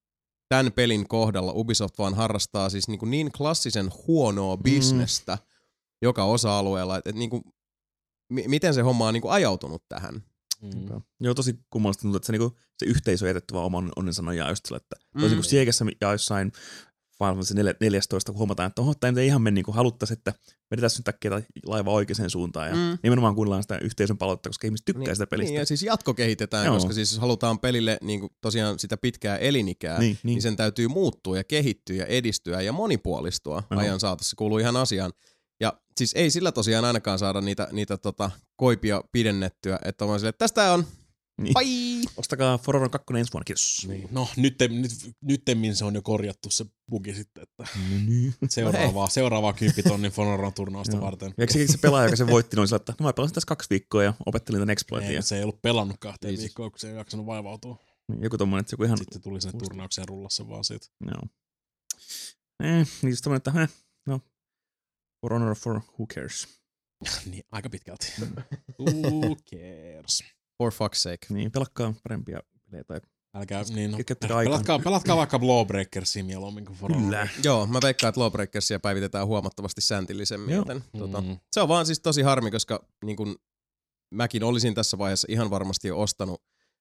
tämän pelin kohdalla Ubisoft vaan harrastaa siis niin, kuin niin klassisen huonoa bisnestä mm. joka osa-alueella, että, että niin kuin, m- miten se homma on niin kuin ajautunut tähän. Mm. Joo, tosi kummallista tuntuu, että se, niin kuin, se yhteisö on jätetty vaan oman onnen nojaa just sillä, että mm. tosi kuin Siegessä ja jossain Final Fantasy neljätoista, kun huomataan, että oho, tämä ei ihan mene niin kuin haluttaisiin, että vedetään nyt äkkiä laiva oikeaan suuntaan ja mm. nimenomaan kuunnellaan sitä yhteisön palautetta, koska ihmiset tykkää niin, sitä pelistä. Niin, ja siis jatko kehitetään, Joo. koska siis jos halutaan pelille niin kuin tosiaan sitä pitkää elinikää, niin, niin. niin sen täytyy muuttua ja kehittyä ja edistyä ja monipuolistua Joo. ajan saatossa, kuuluu ihan asiaan. Ja siis ei sillä tosiaan ainakaan saada niitä, niitä tota, koipia pidennettyä, että on silleen, että tästä on Niin. Bye! Ostakaa For Honor kaksi ensi vuonna, kiitos. Niin. No, nyt, nyt, nyttemmin se on jo korjattu se bugi sitten, että niin. seuraavaa, seuraavaa kymppitonnin For Honor turnausta varten. Ja eikö se pelaaja, joka se voitti, niin sillä, että no mä pelasin tässä kaksi viikkoa ja opettelin tämän exploitin. Ei, se ei ollut pelannut kahteen niin. viikkoa, kun se ei jaksanut vaivautua. Niin, joku tommonen, että joku ihan... Sitten tuli sen turnauksen rullassa vaan siitä. Joo. Eh, niin just tommonen, että eh, no, For Honor for who cares. Niin, aika pitkälti. Who cares? For fuck's sake. Niin, pelakkaa parempia pelejä tai... Älkää, niin no, pelatkaa, pelatkaa vaikka Lawbreakersia mieluummin kuin For Honor. Joo, mä veikkaan, että Lawbreakersia päivitetään huomattavasti sääntillisemmin. Joten, mm. tota, se on vaan siis tosi harmi, koska niin kun, mäkin olisin tässä vaiheessa ihan varmasti jo ostanut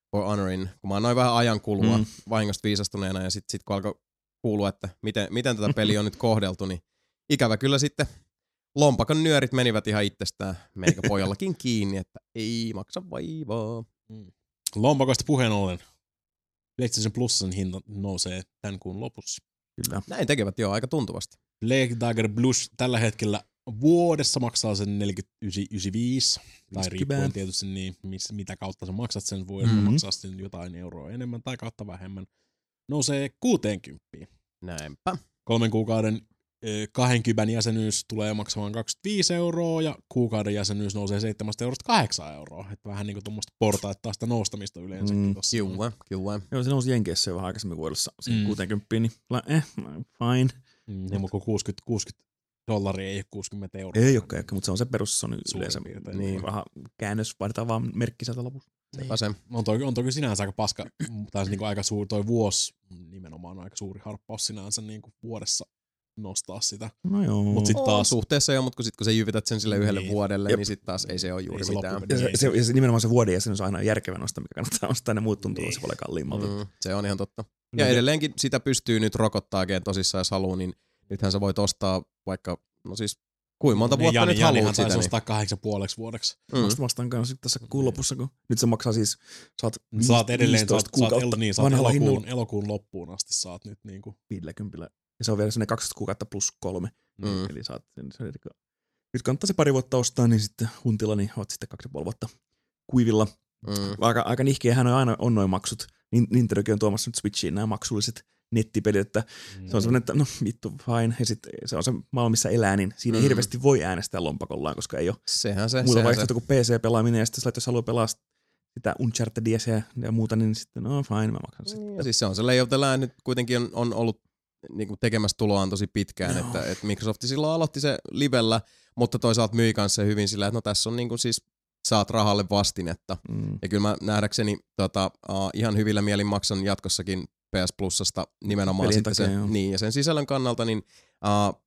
For Honorin, kun mä annoin vähän ajan kulua Mm. mm. vahingosta viisastuneena ja sitten sit kun alkoi kuulua, että miten, miten tätä peliä on nyt kohdeltu, niin ikävä kyllä sitten lompakon nyörit menivät ihan itsestään meikä pojallakin kiinni, että ei maksa vaivaa. Lompakoista puheen ollen. PlayStation Plusan hinta nousee tämän kuun lopussa. Kyllä. Näin tekevät jo aika tuntuvasti. Plague Dagger Plus tällä hetkellä vuodessa maksaa sen neljäkymmentäyhdeksän pilkku yhdeksänkymmentäviisi. Tai riippuen tietysti niin, miss, mitä kautta sä maksat sen, voi mm-hmm. maksaa sen jotain euroa enemmän tai kautta vähemmän. Nousee kuuteenkymmeneen. Näinpä. Kolmen kuukauden kaksikymmentä jäsenyys tulee maksamaan kaksikymmentäviisi euroa ja kuukauden jäsenyys nousee seitsemästä eurosta kahdeksan euroa. Että vähän niinku tuommoista portaittaa sitä noustamista yleensäkin Mm, tossa. Kyllä, kyllä. Joo, se nousi Jenkeissä jo vähän aikaisemmin vuodessa siihen Mm. kuuteenkymmeneen, niin eh, fine. Mm, ja kun kuusikymmentä, kuusikymmentä dollaria ei ole kuusikymmentä euroa. Ei olekaan, mutta se on se perus, se on Suurin yleensä piirtein. niin vähän käännös, vaaditaan vaan merkki sieltä lopussa. Sepä se. On toki, on toki sinänsä aika paska, tai niinku aika suuri, toi vuosi nimenomaan on aika suuri harppaus sinänsä niinku vuodessa nostaa sitä. No joo. Mut sit On taas, suhteessa jo, mutta kun, sit, kun sä jyvität sen sille yhdelle Niin. vuodelle, Jep. niin sitten taas ei se ole juuri Ei se mitään. loppupeleissä- Ja Ei se, se, ja se nimenomaan se vuoden jäsenyys on aina järkevä nosta, mikä kannattaa ostaa, ne muut tuntuu Niin. tosi paljon kalliimmalta. Mm, se on ihan totta. Ja No, edelleenkin sitä pystyy nyt rokottaakin tosissaan, jos haluaa, niin nythän sä voit ostaa vaikka, no siis kuinka monta niin vuotta Jani, nyt Janihan haluat sitä. taisi Niin. ostaa kahdeksan puoleksi vuodeksi. Mm. Vasta vastaan kanssa sitten tässä kuun lopussa, kun nyt se maksaa siis, saat, Saat edelleen, saat, viisitoista saat, el, kuukautta niin, saat vanhalla elokuun, hinnalla elokuun loppuun asti saat nyt niinku. viisikymmentä. Ja se on vielä sellainen kaksikymmentä kuukautta plus kolme. Mm. Eli saat sen, se, nyt kannattaa se pari vuotta ostaa, niin sitten huntilla, niin oot sitten kaksi ja puoli vuotta kuivilla. Mm. Aika, aika nihkeähän on aina on noin maksut. Niin Nintendokin on tuomassa nyt Switchiin nämä maksulliset nettipelit, että se on semmoinen, että no vittu fine, ja sitten se on se maailma, missä elää, niin siinä ei Mm. hirveästi voi äänestää lompakollaan, koska ei ole Sehän se, muuta sehän se. vaihtoehtoa kuin P C-pelaaminen, ja sitten jos haluaa pelaa sitä Unchartedia ja, ja muuta, niin sitten no fine, mä maksan sitten. Ja siis se on se Lay of the Land nyt kuitenkin on, on ollut niinku tekemässä tuloaan tosi pitkään, Joo. että, että Microsoft silloin aloitti se livellä, mutta toisaalta myi kanssa hyvin sillä, että no tässä on niinku siis saat rahalle vastinetta. Mm. Ja kyllä mä nähdäkseni tota, uh, ihan hyvillä mielin maksan jatkossakin P S Plusasta nimenomaan Pelien sitten takia, sen, joo. niin, ja sen sisällön kannalta, niin uh,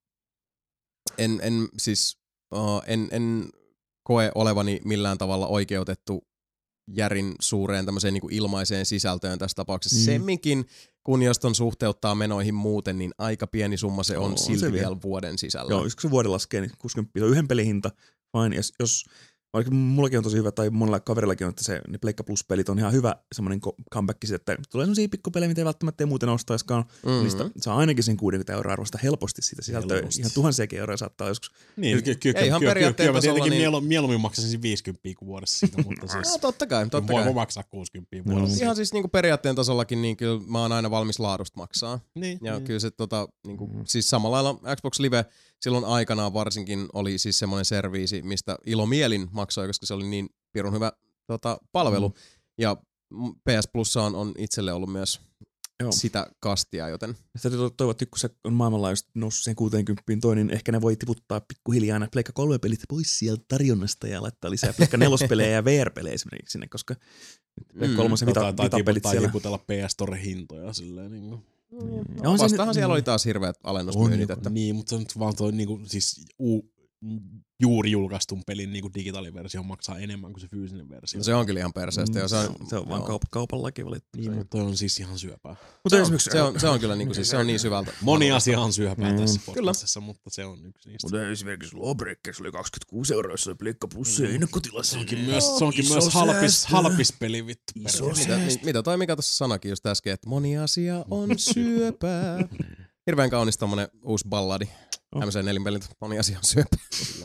en, en siis uh, en, en koe olevani millään tavalla oikeutettu järin suureen tämmöiseen niin kuin ilmaiseen sisältöön tässä tapauksessa. Mm. Mm. Semminkin, kun jos ton suhteuttaa menoihin muuten, niin aika pieni summa se on, On on se silti vielä. vielä vuoden sisällä. Joo, jos se vuoden laskee, niin kuusikymmentä se on yhden pelin hinta, fine, jos, jos vaikka mullakin on tosi hyvä, tai monella kaverillakin on, että se, ne Pleikka Plus-pelit on ihan hyvä semmoinen comeback, että tulee sellaisia pikkupelejä, mitä ei välttämättä ei muuten ostaiskaan. Mm-hmm. Niistä saa ainakin sen kuusikymmentä euroa arvosta helposti siitä sisältöä. Helposti. Ihan tuhansiakin euroja saattaa joskus. Niin, ky- ky- Ei ihan ky- ky- periaatteen kyllä mä tasolla, tietenkin niin- mielu- mieluummin maksaisin viisikymmentä kuin vuodessa siitä, mutta siis No, totta kai, totta voi kai. maksaa kuusikymmentä No, vuodessa. Ihan siis niinku periaatteen tasollakin, niin kyllä mä oon aina valmis laadusta maksaa. Niin, Ja niin. kyllä se tota, niinku, siis samalla lailla Xbox Live silloin aikanaan varsinkin oli siis semmoinen serviisi, mistä ilomielin maksoi, koska se oli niin pirun hyvä tota, palvelu. Mm. Ja P S Plus on, on itselle ollut myös Joo. sitä kastia, joten Sitä toivottiin, että kun se on maailmanlaajuisesti noussut siihen kuuteenkymmeneen toi, niin ehkä ne voi tiputtaa pikkuhiljaa nämä Pleikka kolme pelit pois sieltä tarjonnasta ja laittaa lisää Pleikka nelospelejä ja V R-pelejä esimerkiksi sinne, koska Pleikka kolme Tai, vita, tai, tai, vitapelit tai siellä. tiputella P S Store hintoja silleen niin kuin. Ja on se vastahan nyt- siellä oli taas hirveät alennusmyynnit. On, Että, Niin, mutta se on nyt vaan toi niinku, siis u, juuri julkaistun pelin niinku digitaaliversio maksaa enemmän kuin se fyysinen versio. no se on kyllä ihan perseestä. Ja Mm, se on, se on vaan joo. kaup- kaupan laki valittu. Niin, mutta toi on siis ihan syöpää. Mutta Se on, esimerkiksi se on, se on kyllä niinku, siis se on niin syvältä. Moni asia on syöpää Mm. tässä Kyllä. podcastissa, mutta se on yksi niistä. Mutta esimerkiksi Lawbreakers oli kaksikymmentäkuusi euroa, jos oli Pleikka Plus ennakkotilassa. Se onkin myös, se onkin Iso myös halpis, säästö. halpis peli vittu. Iso perkele. Mitä, mi- mitä toi Mika tuossa sanoikin just äsken, että moni asia on syöpää. Hirveän kaunis tommonen uusi balladi. Oh. M C nelinpelit, moni asia on syöpää.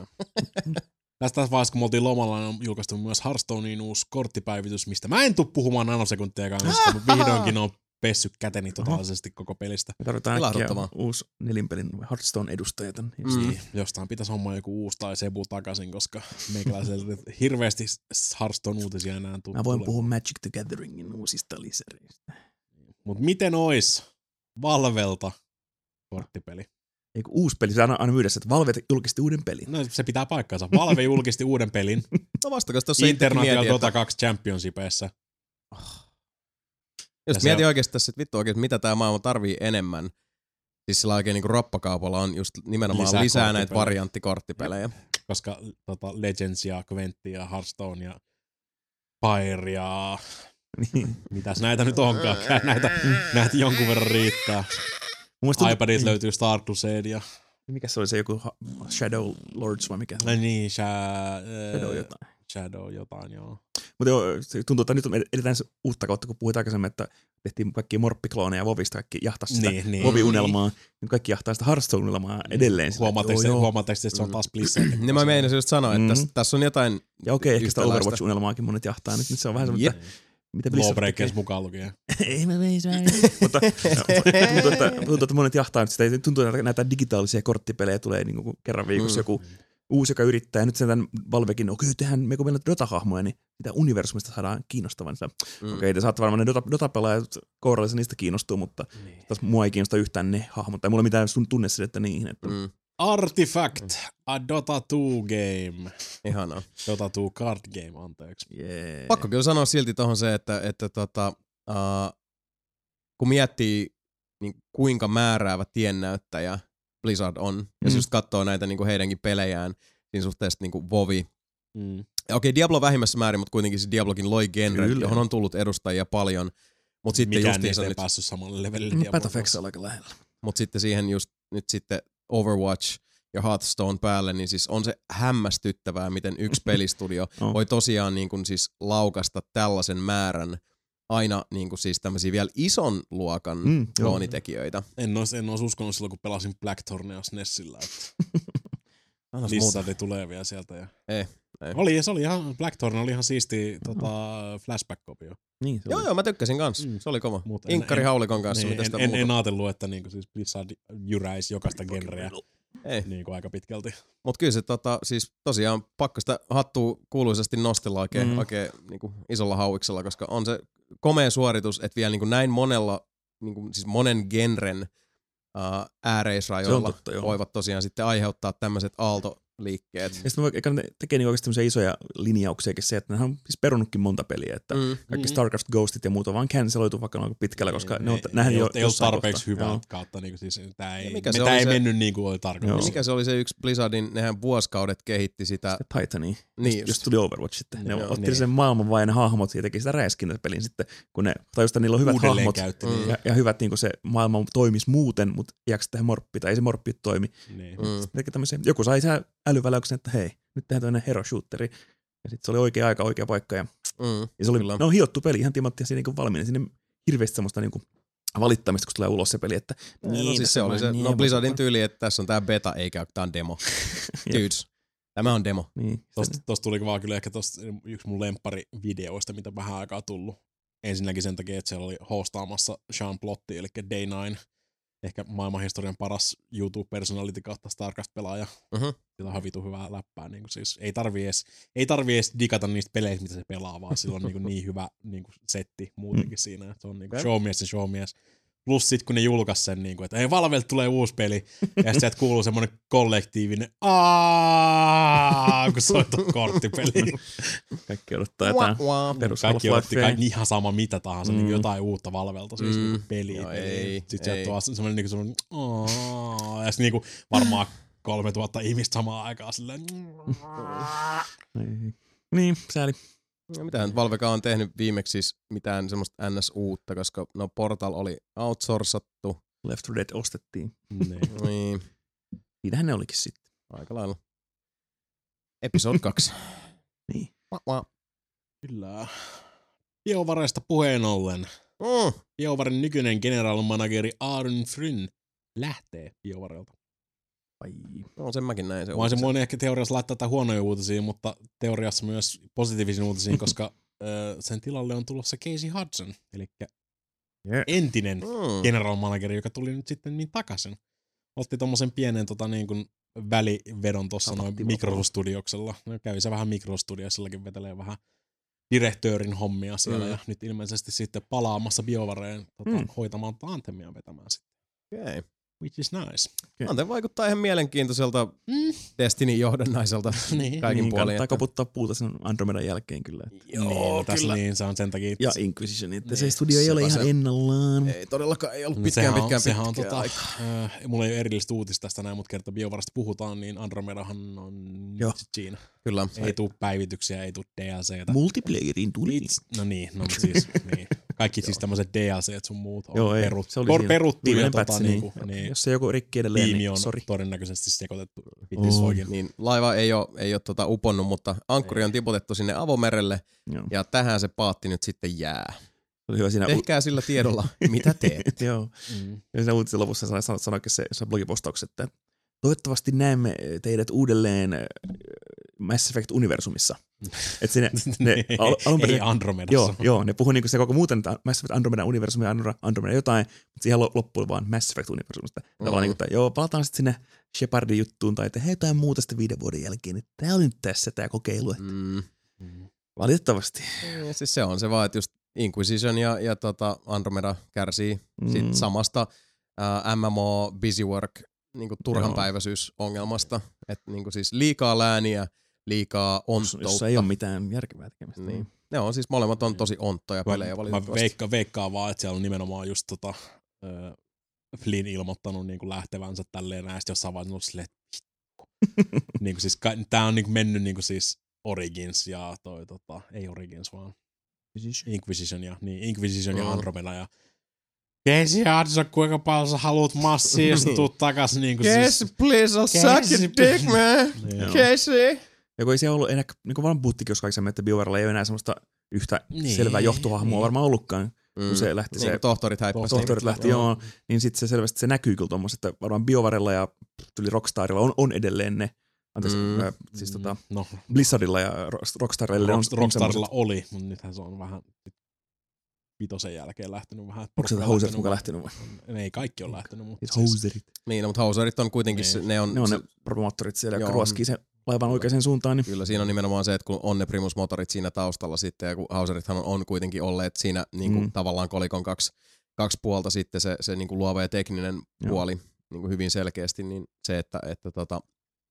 Tästä vaiheessa, kun me oltiin lomalla, on julkaistu myös Hearthstoneen uusi korttipäivitys, mistä mä en tuu puhumaan nanosekuntiakaan, koska mä vihdoinkin on pessyt käteni totaalisesti koko pelistä. Me tarvitaan äkkiä Ilahduttavaa. uusi nelinpelin Hearthstone edustaja tän. Mm. Niin, jostain pitäisi hommaa joku uusi tai Sebu takaisin, koska meikäläiseltä hirveästi Hearthstone uutisia enää tule. Mä voin puhua Magic the Gatheringin uusista lisäreistä. Mutta miten ois Valvelta korttipeli? Eikö uusi peli, se aina, aina myydessä, että Valve julkisti uuden pelin. No se pitää paikkaansa. Valve julkisti uuden pelin No vastakas tossa itsekin International mietin, Dota että kaksi Championshipeissa. jos Ja se mietin on- oikeesti tässä, että vittu oikeesti, mitä tää maailma tarvii enemmän. Siis sillä oikein niinku roppakaupalla on just nimenomaan Lisää lisää, lisää näitä korttipelejä. varianttikorttipelejä. Koska tota, Legends ja Gwent ja Hearthstone ja Fire ja Niin. Mitäs näitä nyt onkaan? Näitä, näitä jonkun verran riittää. iPadissa löytyy Star Crusade ja... Mikä se oli se joku Shadow Lords vai mikä? No niin, sha, Shadow jotain. Shadow jotain, joo. Mutta joo, tuntuu, että nyt edetään uutta kautta, kun puhuit aikaisemmin, että tehtiin kaikki morppiklooneja Vovista, kaikki jahtaa sitä niin, niin, Vovi-unelmaa. Nyt kaikki jahtaa sitä Hearthstone-unelmaa edelleen. Huomaatteko, että se on taas Blizzard. Niin mä meinasin just sanoa, että tässä, tässä on jotain ja okei, ehkä sitä Overwatch-unelmaakin monet jahtaa. Nyt, nyt se on vähän semmoinen, yep. mitä Blizzard Lawbreakers mukaan lukien. Ei mä vein Mutta tuntuu, että, tuntuu, että monet jahtaa nyt sitä. Tuntuu, että näitä digitaalisia korttipelejä tulee niin kuin kerran viikossa mm. joku uusi, joka yrittää. Nyt sen tämän Valvekin, okei, tehdään, me kun meillä on Dota-hahmoja, niin sitä universumista saadaan kiinnostavan. Mm. Okei, te saatte varmaan ne Dota, Dota-pelaajat kourallisia niistä kiinnostuu, mutta niin. Taas mua ei kiinnosta yhtään ne hahmot. Tai mulla ei mitään sun tunnesidettä niihin. Että... Mm. Artifact, a Dota two game. Ihanaa. Dota two card game, anteeksi. Yeah. Pakko kyllä sanoa silti tohon se, että, että tota, uh, kun miettii niin kuinka määräävä tiennäyttäjä Blizzard on, mm. ja just katsoo näitä niin kuin heidänkin pelejään, siinä suhteessa niin kuin WoW. Mm. Okei, okay, Diablo vähimmässä määrin, mutta kuitenkin se Diablokin loi genre, kyllä, johon on tullut edustajia paljon. Mut sitten mikään niistä ei nyt... päässyt samalle levelille. Mm, Battlefex on aika lähellä. Mutta sitten siihen just nyt sitten Overwatch ja Hearthstone päälle, niin siis on se hämmästyttävää, miten yksi pelistudio oh. voi tosiaan niin kuin siis laukasta tällaisen määrän aina niin kuin siis tämmöisiä vielä ison luokan mm, kloonitekijöitä. En olisi, en olisi uskonut silloin, kun pelasin Blackthornia Snessillä, että listat ei tulee vielä sieltä. Ja... Ei, ei. Oli, se oli ihan, Blackthorn oli ihan siisti tota, flashback-kopio. Niin, joo, joo, mä tykkäsin kanssa. Mm. Se oli kova. Inkkari haulikon kanssa. Niin, mitä en, sitä en, muuta. en ajatellut, että niinku, siis Blizzard jyräisi jokaista genreä ei. Niinku, aika pitkälti. Mut kyllä se tota, siis tosiaan pakko sitä hattua kuuluisesti nostella oikein, mm. oikein niinku isolla hauiksella, koska on se komea suoritus, että vielä niinku näin monella, niinku, siis monen genren uh, ääreisrajoilla totta, voivat tosiaan sitten aiheuttaa tämmöiset aaltoliikkeet. Ja sitten ne tekee niinku oikeasti tämmöisiä isoja linjauksiakin se, että ne on siis perunutkin monta peliä, että mm. kaikki StarCraft Ghostit ja muuta vaan canceloitu vaikka aika pitkällä, koska ei, ne on, nähän ei, jo ei ole tarpeeksi hyvää kautta. Niin siis, tämä ei, me, tää ei se, mennyt niin kuin oli tarkoitus. Mikä se oli se yksi Blizzardin, nehän vuosikaudet kehitti sitä. Sitä Titania, niin, jos tuli Overwatch sitten. Ne joo, otti niin. sen maailman vain ne hahmot ja teki sitä räiskintäpelin sitten, kun ne tajusivat, että niillä on hyvät uudelleen hahmot käytti, mm. ja, ja hyvät niin kuin se maailma toimisi muuten, mutta jaksa tehdä morppi, tai ei se morppi toimi. Niin. Mm. Joku sai sä älyväläyksen, että hei, nyt tehdään tämmöinen hero shooteri. Ja sitten se oli oikea aika, oikea paikka. Ja, mm, ja se oli, no hiottu peli, ihan timanttia siinä niin valmiina. Sinne hirveästi semmoista niin kuin valittamista, kun tulee ulos se peli. Että, no, niin, no siis se oli se, niin, no Blizzardin tyyli, että tässä on tää beta, eikä tää on demo. Dudes, tämä on demo. Niin, tosta, tosta tuli vaan kyllä ehkä tosta yksi mun lempparivideoista, mitä vähän aikaa tullut. Ensinnäkin sen takia, että siellä oli hostaamassa Sean Plotti, eli Day nine. Ehkä maailmanhistorian paras YouTube-personality kautta StarCraft-pelaaja. Uh-huh. Sillä on havitu hyvää läppää. Niin siis ei tarvii edes, ei tarvii edes digata niistä peleistä, mitä se pelaa, vaan sillä on niin, niin hyvä niin setti muutenkin mm. siinä. Se on niin okay. showmies ja showmies. Plus sit kun ne julkaisi sen, niin kuin, että ei Valvelta tulee uusi peli, ja sitten sieltä kuuluu semmoinen kollektiivinen aaaaaaa, kun soittaa korttipeliin. Kaikki odottaa jotain perus Kaikki odotti kaikki ihan sama mitä tahansa, mm. niin jotain uutta Valvelta, siis mm. niin peliä. No, peliä. Sitten sieltä tuo semmoinen niin semmoinen aaaaaaa, ja sitten niin varmaan kolme tuhatta ihmistä samaan aikaan silleen. Niin, sääli. No, mitähän Valvekaan on tehnyt viimeksi siis mitään semmoista N S-uutta, koska no Portal oli outsourcattu. Left four Dead ostettiin. Niin. Siinähän ne olikin sitten. Aika lailla. Episode kaksi. Niin. Mua. Kyllä. BioWaresta puheen ollen. Mm. BioWaren nykyinen general manageri Aaron Fryn lähtee BioWarelta. Ai. No sen mäkin näin. Se mä olisin voinut ehkä teoriassa laittaa tätä huonoja uutisia, mutta teoriassa myös positiivisia uutisia, koska ö, sen tilalle on tulossa Casey Hudson, eli yeah. entinen mm. general manageri, joka tuli nyt sitten niin takaisin. Otti tommosen pienen tota, niin kuin välivedon tuossa noin Microstudiouksella. No, kävi se vähän Microstudiossellakin vetelee vähän direktöörin hommia siellä mm. ja nyt ilmeisesti sitten palaamassa BioWareen tota, mm. hoitamaan Anthemia vetämään sitten. Okei. Okay. which is nice. Anteen vaikuttaa ihan mielenkiintoiselta mm. Destinin johdannaiselta niin, kaikin niin, puolin. kannattaa Että... koputtaa puuta sen Andromedan jälkeen kyllä. Joo, niin, tässä kyllä. Niin, se on sen takia. Ja Inquisition, että niin, se studio ei ole ihan se... ennallaan. Ei todellakaan, ei ollut pitkään, no, pitkään, pitkään, pitkään tota, äh, mulla ei ole erillistä uutista tästä näin, mutta kerta BioWaresta puhutaan, niin Andromedahan on Joo. siinä. Kyllä. Ei tule päivityksiä, ei tule D L C:tä. Multiplayerin tuli. No niin, no siis niin. Kaikki siis tämmöiset D L C:t sun muut on Joo, perut, se oli por, peruttu ja tota, pätsi, niinku, niin. niin. Jos se joku rikki edelleen, tiimi niin on sorry. todennäköisesti sekoitettu. Oh. Niin, laiva ei ole, ei ole tota uponnut, mutta ankkuri ei. on tiputettu sinne avomerelle Joo. ja tähän se paatti nyt sitten jää. Hyvä siinä Tehkää u- sillä tiedolla, mitä teet. Joo. Mm. Ja siinä uutisen lopussa sanoikin sanoikin se, se blogipostaus, että toivottavasti näemme teidät uudelleen Mass Effect-universumissa. Että siinä ne al- alun perin, ei Andromedassa. Joo, joo, ne puhuu niinku se koko muuten Mass Effect Andromeda-universumi ja Andromeda jotain, mutta siihen loppuun vaan Mass Effect-universumista. Mm-hmm. Tavallaan niinku, että joo, palataan sitten sinne Shepardin juttuun tai että hei, jotain muuta sitten viiden vuoden jälkeen. Että tää oli nyt tässä tää kokeilu. Mm. Valitettavasti. Ja siis se on se vaan, että just Inquisition ja, ja tota Andromeda kärsii mm. sit samasta uh, M M O busywork niinku turhanpäiväisyysongelmasta. Että niinku siis liikaa lääniä, liikaa onttoutta. Jossa ei ole mitään järkevää tekemistä. Niin. Ne on siis molemmat on tosi onttoja pelejä valitettavasti. Mä veikka, veikkaan vaan, että siellä on nimenomaan just tota äh, Flynn ilmoittanut niinku lähtevänsä tälleen näistä jossain vaiheessa silleen, niinku siis tää on niinku mennyt niinku siis Origins ja toi tota, ei Origins vaan Inquisition ja, niin, Inquisition mm. ja Andromeda ja Casey Hudson, kuinka paljon sä haluut massiistua takas niinku Casey, siis. please, I'll suck your dick, man. Casey. Ja kun ei siellä ollut enää, niin kuin vaan puhuttikin jos aikaisemmin, että BioWarella ei ole enää semmoista yhtä niin, selvää johtohahmoa niin. varmaan ollutkaan. Mm. Kun se lähti niin, se... tohtorit häippäsi. Tohtorit lähti, joo. joo. Niin sitten se selvästi se näkyy kyllä tuommoista, että varmaan BioWarella ja tuli Rockstarilla on, on edelleen ne. Anteeksi, mm. äh, siis tota no. Blizzardilla ja Rockstarilla Rock, on Rockstarilla oli, mutta nythän se on vähän vitosen jälkeen lähtenyt vähän. Onko se houserit mukaan lähtenyt vai? Ei, kaikki on lähtenyt. Mutta siis houserit. Niin, no, mutta houserit on kuitenkin, ne, ne on... Ne on se, ne promoottorit siellä, jotka ruoskii sen laivan oikeaan suuntaan. Niin. Kyllä, siinä on nimenomaan se, että kun on ne Primus-motorit siinä taustalla sitten, ja kun houserithan on, on kuitenkin olleet siinä niin kuin, mm. tavallaan kolikon kaksi, kaksi puolta sitten, se, se niin kuin luova ja tekninen Joo. puoli niin kuin hyvin selkeästi, niin se, että, että tota,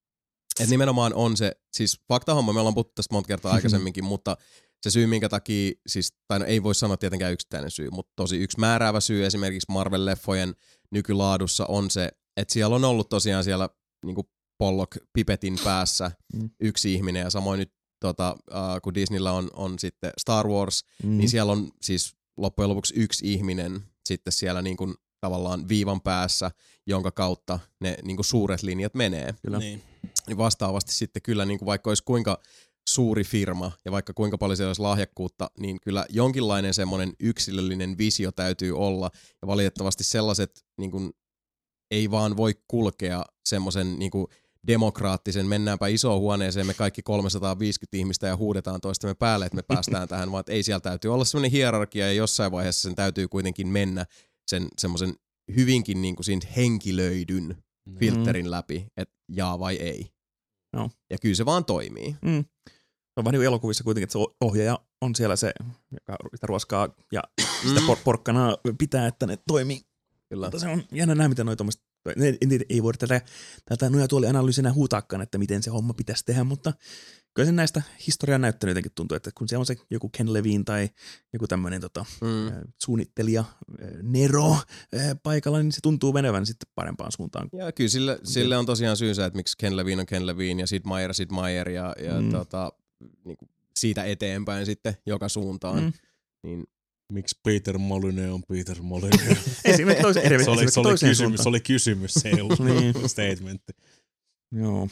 et nimenomaan on se, siis faktahomma, me ollaan puhuttu tästä monta kertaa aikaisemminkin, mutta se syy, minkä takia, siis, tai no ei voi sanoa tietenkään yksittäinen syy, mutta tosi yksi määräävä syy esimerkiksi Marvel-leffojen nykylaadussa on se, että siellä on ollut tosiaan siellä niinku Pollock Pipetin päässä mm. yksi ihminen, ja samoin nyt tota, uh, kun Disneyllä on, on sitten Star Wars, mm. niin siellä on siis loppujen lopuksi yksi ihminen sitten siellä niinku tavallaan viivan päässä, jonka kautta ne niinku suuret linjat menee. Kyllä. Niin. Niin vastaavasti sitten kyllä niinku vaikka olisi kuinka suuri firma ja vaikka kuinka paljon siellä olisi lahjakkuutta, niin kyllä jonkinlainen semmoinen yksilöllinen visio täytyy olla. Ja valitettavasti sellaiset niin kuin, ei vaan voi kulkea semmoisen niin kuin demokraattisen, mennäänpä isoon huoneeseen me kaikki kolmesataaviisikymmentä ihmistä ja huudetaan toistamme päälle, että me päästään tähän, vaan ei siellä täytyy olla semmoinen hierarkia ja jossain vaiheessa sen täytyy kuitenkin mennä sen semmoisen hyvinkin niin kuin siitä henkilöidyn mm. filterin läpi, että jaa vai ei. No. Ja kyllä se vaan toimii. Mm. Se on vähän niin kuin elokuvissa kuitenkin, että se ohjaaja on siellä se, joka sitä ruoskaa ja sitä por- porkkanaa pitää, että ne toimii. Kyllä. Mutta se on jännä nähdä, miten noita tommoista, ei voida tätä, tätä nojatuolianalyysinä huutaakaan, että miten se homma pitäisi tehdä, mutta kyllä se näistä historiaa näyttänyt jotenkin tuntuu, että kun siellä on se joku Ken Levine tai joku tämmöinen tota, mm. suunnittelija Nero paikalla, niin se tuntuu menevän sitten parempaan suuntaan. Ja kyllä sille, sille on tosiaan syynsä, että miksi Ken Levine on Ken Levine ja Sid Meier Sid Meier ja, ja mm. tota, niin kuin siitä eteenpäin sitten joka suuntaan. Mm. Niin, miksi Peter Molyneux on Peter Molyneux? Esimerkiksi toisen, eri, se, oli, se, oli kysymys, suuntaan. se oli kysymys, se ei ollut niin. statementti. Joo.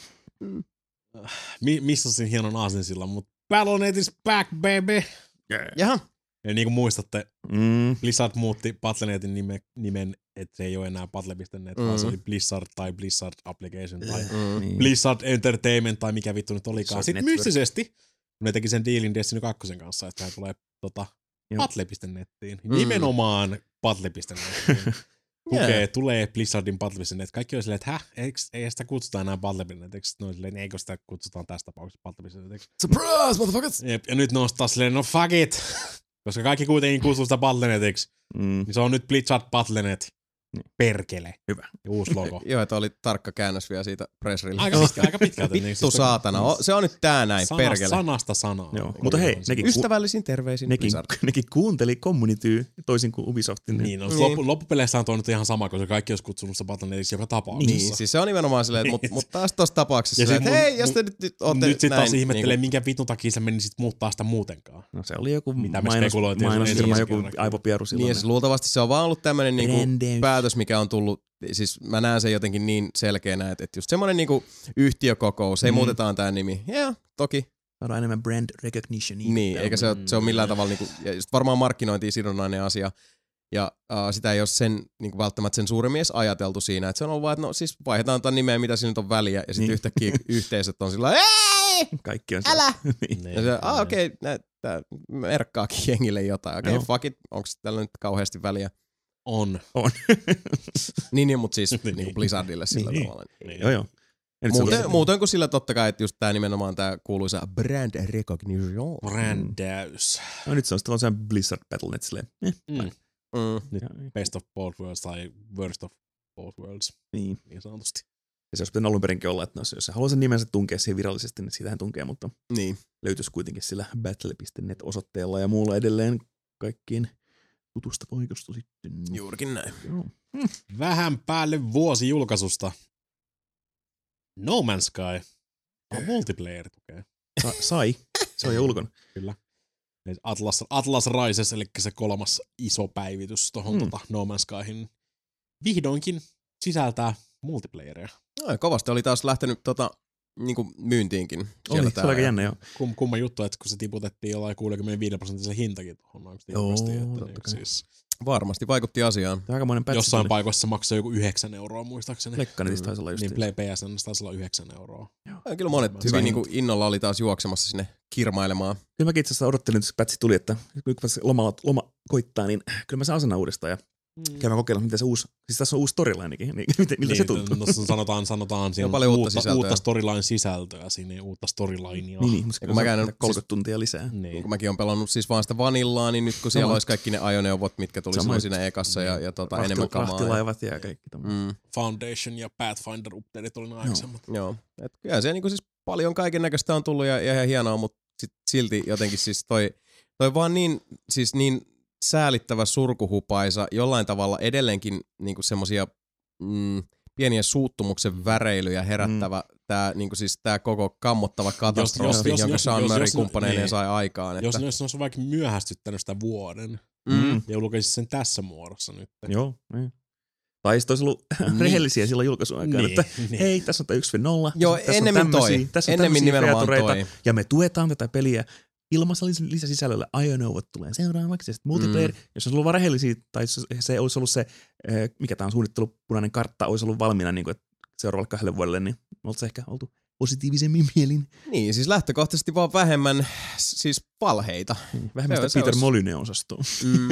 Mi- missä siinä hienon aasinsillan, mutta Battle.net is back, baby! Yeah. Jaha. Ja niin kuin muistatte, mm. Blizzard muutti Battle.netin nime, nimen, että se ei ole enää Battle piste net, mm. vaan se oli Blizzard tai Blizzard Application tai mm. Blizzard Entertainment tai mikä vittu nyt olikaan. Sitten network. Mystisesti, kun ne teki sen dealin Destiny kaksi kanssa, että hän tulee tota, Battle piste nettiin. Mm. Nimenomaan Battle piste nettiin. Tukee, yeah. Tulee Blizzardin Battle piste net. Kaikki on silleen, että häh, eikö, ei sitä kutsuta enää Battle piste netiksi. No silleen, eikö sitä kutsutaan tässä tapauksessa Battle piste netiksi. Surprise, motherfuckers! Jep, ja nyt nostaa silleen, no fuck it. Koska kaikki kuitenkin kutsuu sitä Battle.netiksi. Mm. Niin se on nyt Blizzard Battle.net. Perkele. Hyvä. Ja uusi logo. Joo, että oli tarkka käännös vielä siitä press release. Aika, pitkä, aika pitkälti. Vittu saatana, o, se on nyt tää näin, sanasta, perkele. Sanasta sanaa. Joo, mutta hei, nekin, Ystävällisin terveisin nekin, Blizzard. nekin kuunteli Community toisin kuin Ubisoftin. Niin, no, Niin. loppu, loppupeleissä on tuo nyt ihan sama, koska kaikki olisi kutsunut sitä Battle Netiksi joka tapauksessa. Niin, siis se on nimenomaan silleen, mutta mut taas tossa tapauksessa Ja silleen, sit että mun- hei, jos te nyt, nyt ootte Nyt sit taas näin, ihmettelee, niinku- minkä vitun takia sä menisit muuttaa sitä muutenkaan. No se oli joku Mitä me mainos, spekuloitiin mainosfirma, sun joku ensimmäisen aivopieru silloin. Niin, ja siis luultavasti se on vaan ollut tämmönen niinku Brändäys. päätös, mikä on tullut, siis mä näen sen jotenkin niin selkeänä, että, että just semmonen niinku yhtiökokous, ei Mm. muutetaan tää nimi. Joo, toki. Saadaan enemmän brand recognitionia. Niin, eikä se ole, se ole millään tavalla niinku, ja just varmaan markkinointiin sidonnainen asia. Ja uh, sitä ei ole sen, niinku välttämättä sen suuremmin edes ajateltu siinä, että se on ollut vaan, että no siis vaihdetaan tämän nimeä, mitä siinä nyt on väliä, ja sitten Niin. yhtäkkiä yhteisöt on sillä ei! Kaikki on Älä! niin. Ja se, ah okei, okay, tää merkkaakin jengille jotain. Okei, Joo. okay, fuck it, onko tällä nyt kauheasti väliä? On. On. Niin, niin mutta siis Niin. niinku Blizzardille sillä Niin. tavalla. Niin. Joo, joo. Ja nyt se Muuten, oli- muuten kuin sillä totta kai, että just tää nimenomaan tää kuuluisa brand recognition. Brändäys. No nyt se on sitten se Blizzard Battle Net silleen. Eh, Mm. Mm. Nyt ja- Best of both worlds tai Worst of both worlds, Niin. niin sanotusti. Ja se olisi pitänyt alun perinkin olla, että no, jos se haluaa sen nimensä tunkea siihen virallisesti, niin siitähän tunkee, mutta Niin. löytyisi kuitenkin sillä battle piste net-osoitteella ja muulla edelleen kaikkiin tutusta paikasta sitten. Juurikin näin. Joo. Vähän päälle vuosi julkaisusta. No Man's Sky on multiplayer tukee. Sa- sai. Se on jo ulkona. Kyllä. Atlas, Atlas Rises, eli se kolmas iso päivitys tuohon Mm. mm. tota No Man's Skyhin, vihdoinkin sisältää multiplayeria. No, kovasti oli taas lähtenyt tota, niinku myyntiinkin. Oli, Siellä se oli aika jännä joo. Kum, kumma juttu, että kun se tiputettiin jollain kuusikymmentäviisi prosenttisen hintakin tuohon noin Joo, ilmeisesti, että totta niin, kai. siis Varmasti vaikutti asiaan. Tämä on aikamoinen pätsi. jossain tuli. paikoissa se maksoi joku yhdeksän euroa muistaakseni. Lekkanetissa taisi olla just. Niin Play P S N taisi olla yhdeksän euroa. Ja kyllä monet Hyvä hyvin hinta. niinku innolla oli taas juoksemassa sinne kirmailemaan. Kyllä mäkin itse asiassa odottelin, että se pätsi tuli, että nyt kun se loma, loma koittaa, niin kyllä mä saan asena uudestaan ja Mm. käydään kokeilla, mitä se uusi, siis tässä on uusi storylinekin, niin miltä, miltä se tuntuu. No, sanotaan, sanotaan siinä on paljon uutta uutta, sisältöä. uutta storyline sisältöä, siinä ei uutta storylinea. Niin, niin, mutta Ja kun mä mä käyn käyn nyt kolmekymmentä tuntia lisää. Niin. Kun mäkin on pelannut siis vaan sitä vanillaa, niin nyt kun siellä Sama. olisi kaikki ne ajoneuvot, mitkä tuli Sama silloin juttu. siinä ekassa ja, ja tota, Rahti- enemmän kamaa. Ja, Rahtilaivat ja kaikki tämmöinen. mm, Foundation ja Pathfinder updateit oli ne aikaisemmat. joo. Et kyllä se niinku siis paljon kaiken näköistä on tullut ja, ja ihan hienoa, mutta sit silti jotenkin siis toi, toi vaan niin, siis niin säälittävä surkuhupaisa, jollain tavalla edelleenkin niinku semmosia mm, pieniä suuttumuksen väreilyjä herättävä mm. tää, niinku siis tää koko kammottava katastrofi, jos- jos- jonka jos- Sean jos- Murray jos- kumppaneineen niin. sai aikaan. Että, Jos ne olisi vaikka myöhästyttänyt sitä vuoden mm, ja julkaisi sen tässä muodossa nyt. Joo, niin. Tai sitten olisi ollut Niin. rehellisiä silloin julkaisuun aikaan, Niin, että niin. hei, tässä on tämä yksi nolla. joo, tässä on ennemmin tämmösiä- toi. Tässä on Ennemmin tämmösiä nimenomaan featureita, toi. ja me tuetaan tätä peliä ilmaisella lisäsisällöllä. Ajoneuvot tulee seuraavaksi, ja sitten multiplayer. Mm. Jos olisi ollut vaan rehellisiä, tai jos se olisi ollut se, eh, mikä tämä on suunnittelu, punainen kartta, olisi ollut valmiina niin kuin, että seuraavalle kahdelle vuodelle, niin me oltaisiin ehkä oltu positiivisemmin mielin. Niin, siis lähtökohtaisesti vaan vähemmän siis valheita. Vähemmän Se on- sitä se Peter olisi- Molyneux-osastoa. Mm.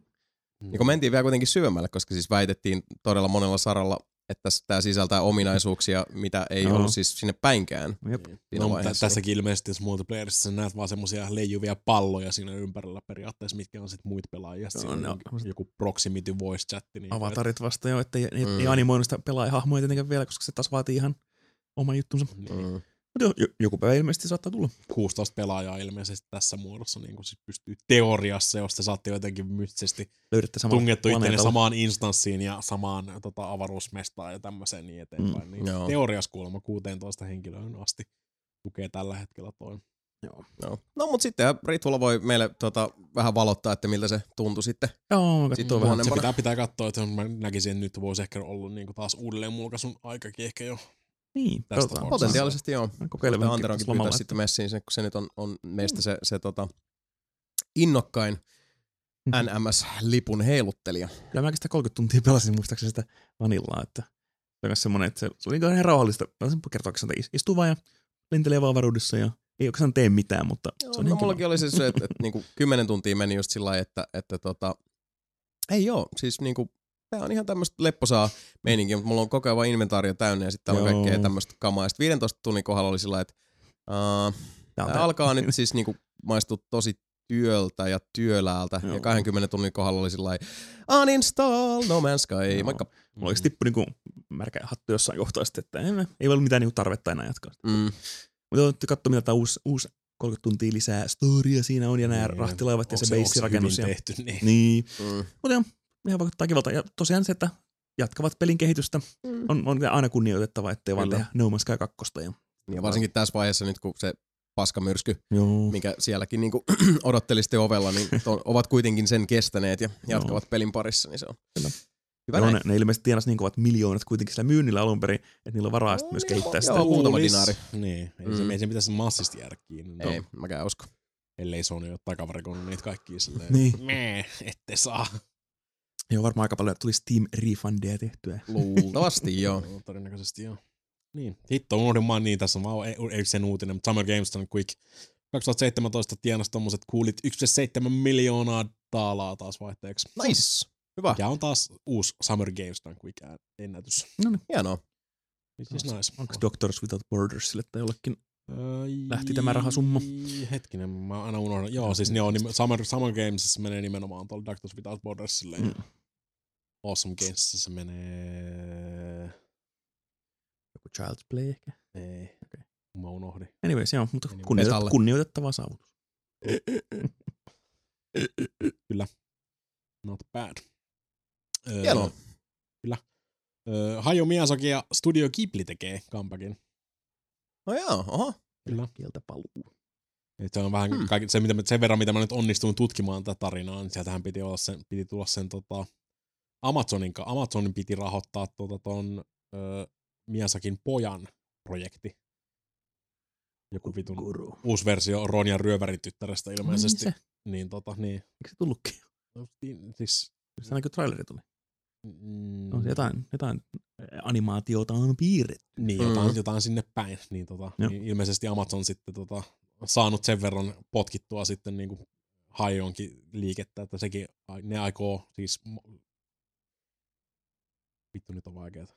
Ja kun mentiin vielä kuitenkin syvemmälle, koska siis väitettiin todella monella saralla, että tämä sisältää ominaisuuksia, mitä ei Joo. ollut siis sinne päinkään. Jep. Siinä No, mutta vaiheessa. tässäkin ilmeisesti, jos multiplayerissa sä näet vaan semmosia leijuvia palloja siinä ympärillä periaatteessa, mitkä on sitten muita pelaajia. No, Siinä on ne on joku, joku proximity voice chatti. Niin Avatarit vasta jo, että ei, ei, Mm. ei animoinut sitä pelaajahahmoja tietenkään vielä, koska se taas vaatii ihan oman juttunsa. Niin. Mm. Mutta jo, joku päivä ilmeisesti saattaa tulla. kuusitoista pelaajaa ilmeisesti tässä muodossa niin siis pystyy teoriassa, jos te saatte jotenkin mystisesti Löydätte samalla tungettu itsenne planeetalla. samaan instanssiin ja samaan tota, avaruusmestaan ja tämmöiseen niin eteenpäin. Mm, niin joo. teoriassa kuulemma kuusitoista henkilöön asti tukee tällä hetkellä toi. Joo. No mut sitten Ritvola voi meille tota, vähän valottaa, että miltä se tuntui sitten. Joo, Sitten katsoo vähän. vuoden- Se Parempana. pitää, pitää katsoa, että mä näkisin, että nyt voisi ehkä olla niin taas uudelleen mulkaisun aikakin ehkä jo. Niin, Tästä katsotaan. on Potentiaalisesti joo. Kokeilen Sitten Anteronkin pyytää sitten messiin, sen, kun se nyt on, on meistä se, se tota, innokkain N M S-lipun heiluttelija. Kyllä mäkin sitä kolmekymmentä tuntia pelasin muistaakseni sitä vanillaa, että se on myös semmoinen, että se, se oli ihan rauhallista. Mä sen kertoakseni, että istuu vaan ja lentelee vaan avaruudessa ja ei oikeastaan tee mitään, mutta Joo, se on no ihan kiva. mullakin oli se, se että, että niinku kymmenen tuntia meni just sillä lailla, että, että tota, ei joo, siis niinku, tää on ihan tämmöistä lepposaa meininkiä, mutta mulla on koko ajan vaan inventaario täynnä ja sitten täällä on Joo. kaikkea tämmöistä kamaa. Ja sitten viidentoista tunnin kohdalla oli sillä lailla, että uh, Tää on tää tää- alkaa nyt siis niinku maistua tosi työltä ja työläältä. Joo. Ja kaksikymmentä tunnin kohdalla oli sillai uninstall No Man's Sky. Joo. Moikka. Mulla oikeesti tippui niinku märkä hattu jossain kohtaa sitten, että ei, ei ollut mitään niinku tarvetta enää jatkaa. Mm. Mutta olette katsoa, mitä tämä uusi, uusi kolmekymmentä tuntia lisää storia siinä on ja nämä rahtilaivat ja se beissirakennus. Onko Ja... se hyvin tehty? Niin. Niin. Mm. Mutta joo, ihan vaikuttaa kivalta. Ja tosiaan se, että jatkavat pelin kehitystä Mm. on, on aina kunnioitettava, ettei vaan Kyllä. tehdä No Man's Sky kaksi. Ja... Ja varsinkin tässä vaiheessa nyt, kun se paskamyrsky, Joo. mikä sielläkin niinku odotteli sitten ovella, niin to, ovat kuitenkin sen kestäneet ja jatkavat pelin parissa, niin se on Kyllä. hyvä Joo, näin. ne, ne ilmeisesti tienas niin kovat miljoonat kuitenkin sillä myynnillä alun perin, että niillä on varaa no, myös niin, kehittää joo, sitä. joo. muutama Luulis- dinaari. Niin, ei, Mm. se, ei se pitäisi massisesti jäädä kiinni. Ei, No, mäkään usko. ellei Sony ole takavarikoinut niitä kaikkia silleen, Niin. meh, ette saa. Joo, varmaan aika paljon tuli Steam refundia tehtyä. Luultavasti joo. Joo, todennäköisesti joo. Niin, hitto, unohdin vaan niin, tässä on vaan ei, ei sen uutinen, mutta Summer Games Done Quick kaksituhattaseitsemäntoista tienasi tommoset kuulit yksi pilkku seitsemän miljoonaa taalaa taas vaihteeksi. Nice. Hyvä. Ja on taas uusi Summer Games Done Quick ennätys. No niin. Hienoa. Which is nice. Onko Doctors Without Bordersille tai jollekin? Öö, lähti tämä rahasumma? Hetkinen, mä aina unohdan. Joo, siis joo, nim- Summer, Summer Games menee nimenomaan tuolla Doctors Without Bordersille. Mm. Awesome Games se menee... Joku Child's Play ehkä? Ei, Okei. mä unohdin. Anyways, joo, mutta Anyway. kunnioitet- Metalle. kunnioitettava saavutus. Kyllä. Not bad. Öö, Hienoa. Kyllä. Öö, Hayao Miyazaki ja Studio Ghibli tekee comebackin. No joo, oho. Kyllä. Kieltä paluu. Et se on vähän Hmm. kaikki, se, mitä, mä- sen verran, mitä mä nyt onnistuin tutkimaan tätä tarinaa, niin sieltähän piti, olla sen, piti tulla sen tota, Amazonin, ka- Amazonin piti rahoittaa tota, ton öö, Miyazakin pojan projekti. Joku vitun Guru. uusi versio Ronjan ryövärityttärestä ilmeisesti. Niin se. Niin tota, niin. Eikö se tullutkin? No, niin, siis, Se näkyy traileri tuli. mm, No, jotain, jotain animaatiota on piirretty. Niin, jotain, Mm. jotain sinne päin. Niin, tota, Joo. niin ilmeisesti Amazon sitten tota, saanut sen verran potkittua sitten niinku Hajonkin liikettä, että sekin, ne aikoo siis... Vittu, nyt on vaikeeta.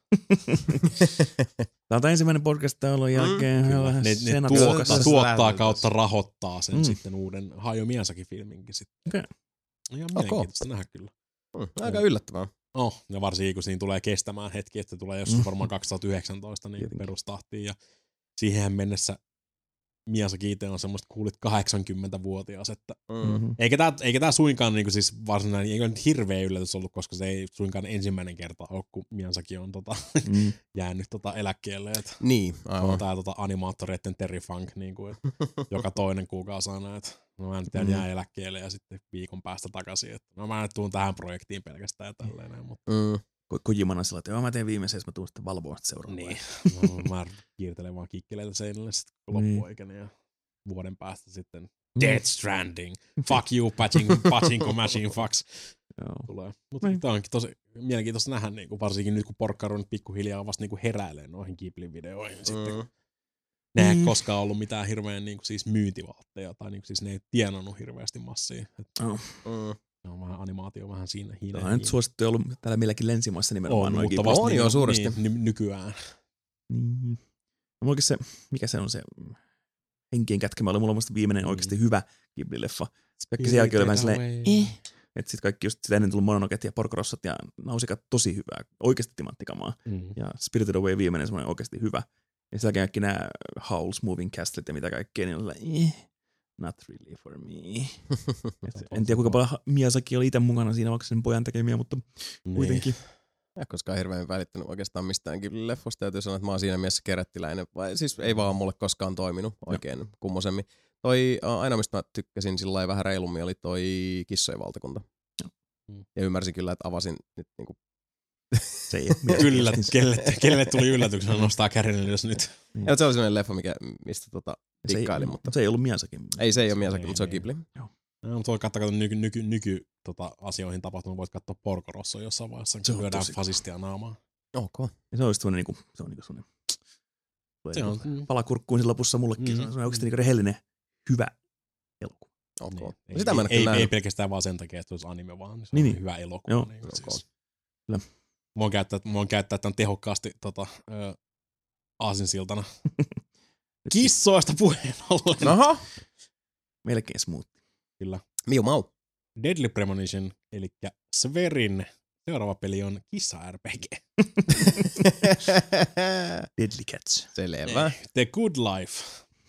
Tämä on tämä ensimmäinen podcast tämän jälkeen. Mm, Mm, vähän Ne, ne senapista. tuottaa, se tuottaa lähdetään kautta tässä. rahoittaa sen Mm. sitten uuden Hayao Miyazaki-filminkin sitten. Okei. Ihan Ok. mielenkiintoista nähdä kyllä. Mm, aika yllättävää. No, ja varsinkin kun siinä tulee kestämään hetki, että tulee joskus Mm. varmaan kaksituhattayhdeksäntoista niin Tietenkin. perustahtiin. Ja siihen mennessä Miyazaki itse on semmoista kuulit kahdeksankymmentävuotias, että Mm. Mm-hmm. eikä tää, eikä tää suinkaan niinku siis varsinainen, eikä nyt hirveä yllätys ollut, koska se ei suinkaan ensimmäinen kerta ole, kun Miyazaki on tota, Mm. jäänyt tota eläkkeelle. Et Niin, on aivan. tää tota animaattoreiden Terry Funk, niinku, et joka toinen kuukausi aina, että no mä nyt Mm. jää eläkkeelle ja sitten viikon päästä takaisin. Et no mä nyt tuun tähän projektiin pelkästään ja tälleen. Mutta Mm. Ko- Kojimana sillä, että joo, mä teen viimeisen, jos mä tuun sitten valvoa sitä seuraavaa. niin, mä, mä kiirtelen vaan kikkeleitä seinälle sitten Niin. loppuaikana ja vuoden päästä sitten Mm. Death Stranding. Fuck you, pachinko, pachinko machine fucks. Joo. Tulee. Mutta Niin. tämä onkin tosi mielenkiintoista nähdä, niin kuin, varsinkin nyt kun Porkkaro nyt pikkuhiljaa vasta niin häräilee noihin Ghiblin videoihin. Mm. Sitten, kun ne ei Mm. koskaan ollut mitään hirveän niin kuin, siis myyntivaatteja, tai niin kuin, siis ne ei tienannut hirveästi massia. Et Oh. Mm. ne on vähän animaatio vähän siinä hiileen. Tämä on nyt suosittu ollut täällä meilläkin länsimaissa nimenomaan. on, noin mutta Ghibli. vasta On niin, joo, suuresti. Niin, ny- nykyään. Niin. No, mullakin se, mikä se on se Henkien kätkemä oli mulla mielestä viimeinen Mm. oikeasti hyvä Ghibli-leffa. Kaikki sen jälkeen oli vähän silleen, eh. Että sit kaikki just sitä ennen tullut Mononoket ja Porkorossat ja Nausikat tosi hyvää, oikeasti timanttikamaa. Mm. Ja Spirited Away viimeinen semmoinen oikeasti hyvä. Ja sen jälkeen kaikki nämä Howl's Moving Castlet ja mitä kaikkea, niin on sellainen, eh, not really for me. Et en tiedä kuinka paljon Miyazaki oli itse mukana siinä, vaikka sen pojan tekemiä, mutta Niin. kuitenkin. Mä en koskaan hirveän välittänyt oikeastaan mistään Ghibli-leffosta. Täytyy sanoa, että mä oon siinä mielessä kerättiläinen. Vai siis ei vaan mulle koskaan toiminut oikein kummosemmin. Toi ä, aina, mistä mä tykkäsin sillä lailla vähän reilummin, oli toi Kissojen valtakunta. Mm. Ja ymmärsin kyllä, että avasin nyt niinku... Se ei ole Kyllä, kelle, kelle tuli yllätyksenä nostaa kärjen jos nyt. Ja se oli sellainen leffa, mikä, mistä tota, se ei, dikkailin, mutta... se ei ollut Miyazaki. Ei, se ei ole Se Miyazaki, ei, mutta se on ei. Ghibli. No, mutta voi katsoa nyky, nyky, nyky tota, asioihin tapahtunut, voit katsoa Porco Rosso jossain vaiheessa, Se kun on lyödään tosi fasistia naamaa. Ok. Ja se on just semmoinen, niinku, se on niinku semmoinen, Se on, mm. palakurkkuun siinä lopussa mullekin. Mm. Se on semmoinen oikeasti niinku rehellinen, hyvä elokuva. Ok. Niin. Niin. Sitä mä en ei, kyllä ei, ei nähnyt. pelkästään vaan sen takia, että se olisi anime, vaan se Niin, on niin. hyvä elokuva. Joo. Niin, Ok. siis. Kyllä. Mä voin käyttää, mä voin käyttää tämän tehokkaasti tota, ö, aasinsiltana. Kissoista puheen ollen. Aha! Melkein smooth. Kyllä. Miu mau. Deadly Premonition, eli Sverin seuraava peli on kissa-R P G. Deadly Cats. Selvä. The Good Life.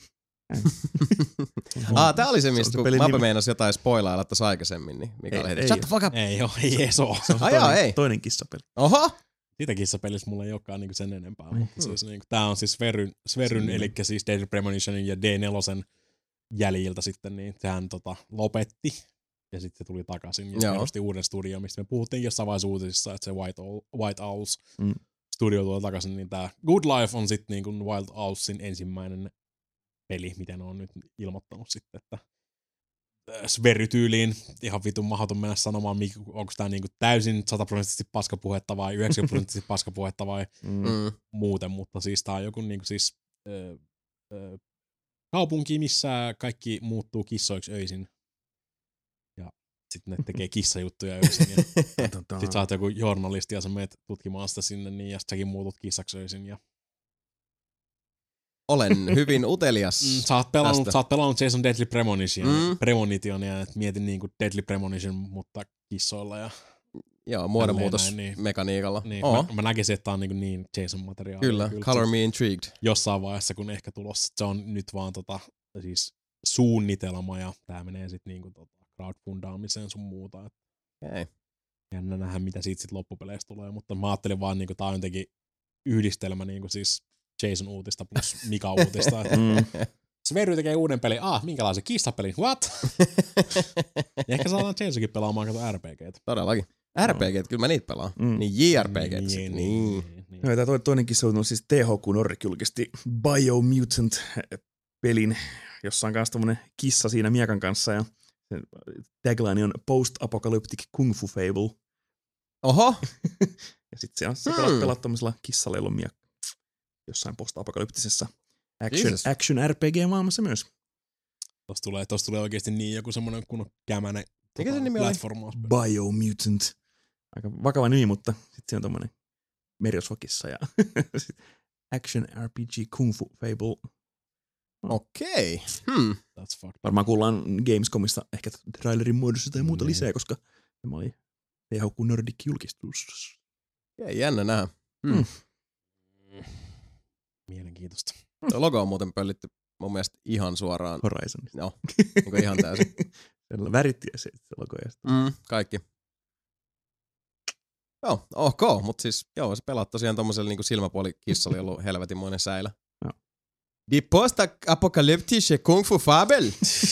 ah, tää oli se, mistä se kun pelin Mape nimi. meinasi jotain spoilailla tässä aikaisemmin, niin mikä Ei, oli heti, ei shut the fuck up. Ei oo, ei ees oo. Se on se Ai jaa, toinen, ei. toinen kissapeli. Oho! Siitä kissapelissä mulla ei olekaan niinku sen enempää, Mm. mutta siis niinku, tää on siis Sveryn, Sveryn eli siis Deadly Premonitionin ja D neljä jäljiltä sitten, niin sehän tota, lopetti ja sitten se tuli takaisin ja Joo. perusti uuden studion, mistä me puhuttiin jossain vaiheessa uutisissa, että se White, Owl, White Owls Mm. studio tulee takaisin, niin tää Good Life on sitten niinku Wild Owlsin ensimmäinen peli, mitä ne on nyt ilmoittanut sitten, että Svery-tyyliin ihan vitun mahdoton mennä sanomaan, onko tämä niinku täysin sataprosenttisesti paskapuhetta vai yhdeksänkymmentä prosenttisesti paskapuhetta vai Mm. Mm. muuten, mutta siis tämä on joku niinku siis, ö, ö, kaupunki, missä kaikki muuttuu kissoiksi öisin ja sitten ne tekee kissajuttuja öisin ja Tota, sitten sä oot joku journalisti ja sä menet tutkimaan sitä sinne niin ja sit säkin muutut kissaksi öisin ja Olen hyvin utelias. Mm, sä, oot pelannut, tästä. sä oot pelannut Jason Deadly Premonition, Mm. Premonitionia, että mietin niinku Deadly Premonition, mutta kissoilla ja Joo, muodonmuutos Tälleen näin, niin. mekaniikalla. niin, Oo, mä, mä näkisin, että tää on niinku niin Jason-materiaalia. kyllä, color me intrigued. Jossain vaiheessa, kun ehkä tulossa, se on nyt vaan tota, siis suunnitelma ja tää menee sit niinku tota crowdfundaamiseen sun muuta. Et Okay. jännä nähdä, mitä siitä sit loppupeleistä tulee, mutta mä ajattelin vaan niinku tää on jotenkin yhdistelmä niinku siis Jason-uutista plus Mika-uutista. Et Mm. Svery tekee uuden pelin. Ah, minkälaisen kissapelin? What? Ja ehkä saadaan Jasonkin pelaamaan kato R P G:tä. Todellakin. R P G, kyllä mä niitä pelaan. Mm. Niin J R P G. Niin, Niin, niin, niin. niin. Joo, tämä toinen kissa on siis T H Q Nordic julkisti Biomutant-pelin, jossa on myös tommonen kissa siinä miekan kanssa ja sen tagline on Post-Apocalyptic Kung Fu Fable. Oho! Ja sit se on se Hmm. pelaat, pelaat tommosella kissalla, jolla on miekka jossain post-apokalyptisessa action, Jesus. action R P G-maailmassa myös. Tosta tulee, tosta tulee oikeesti niin joku semmonen kunnon kämänen Mikä sen nimi oli? platformauspeli. Biomutant. Aika vakava nimi, mutta sit se on tommonen meriosvakissa ja sit action R P G Kung Fu Fable. Okei. Hmm. That's fucked. Varmaan kuullaan Gamescomissa ehkä trailerin muodossa tai muuta Niin. lisää, koska tämä oli T H Q Nordic julkistus. Ei jännä nähdä. Hmm. Mm. Mielenkiintoista. Tuo logo on muuten pöllitty mun mielestä ihan suoraan. Horizon. Joo, niin kuin ihan täysin. Siellä väritti ja se, se logo ja sitten. Mm, kaikki. Joo, ok, mutta siis joo, se pelaat tosiaan tommosella niinku silmäpuolikissalla, jolla on helvetinmoinen säilä. Joo. Die post-apokalyptische Kung Fu Fabel.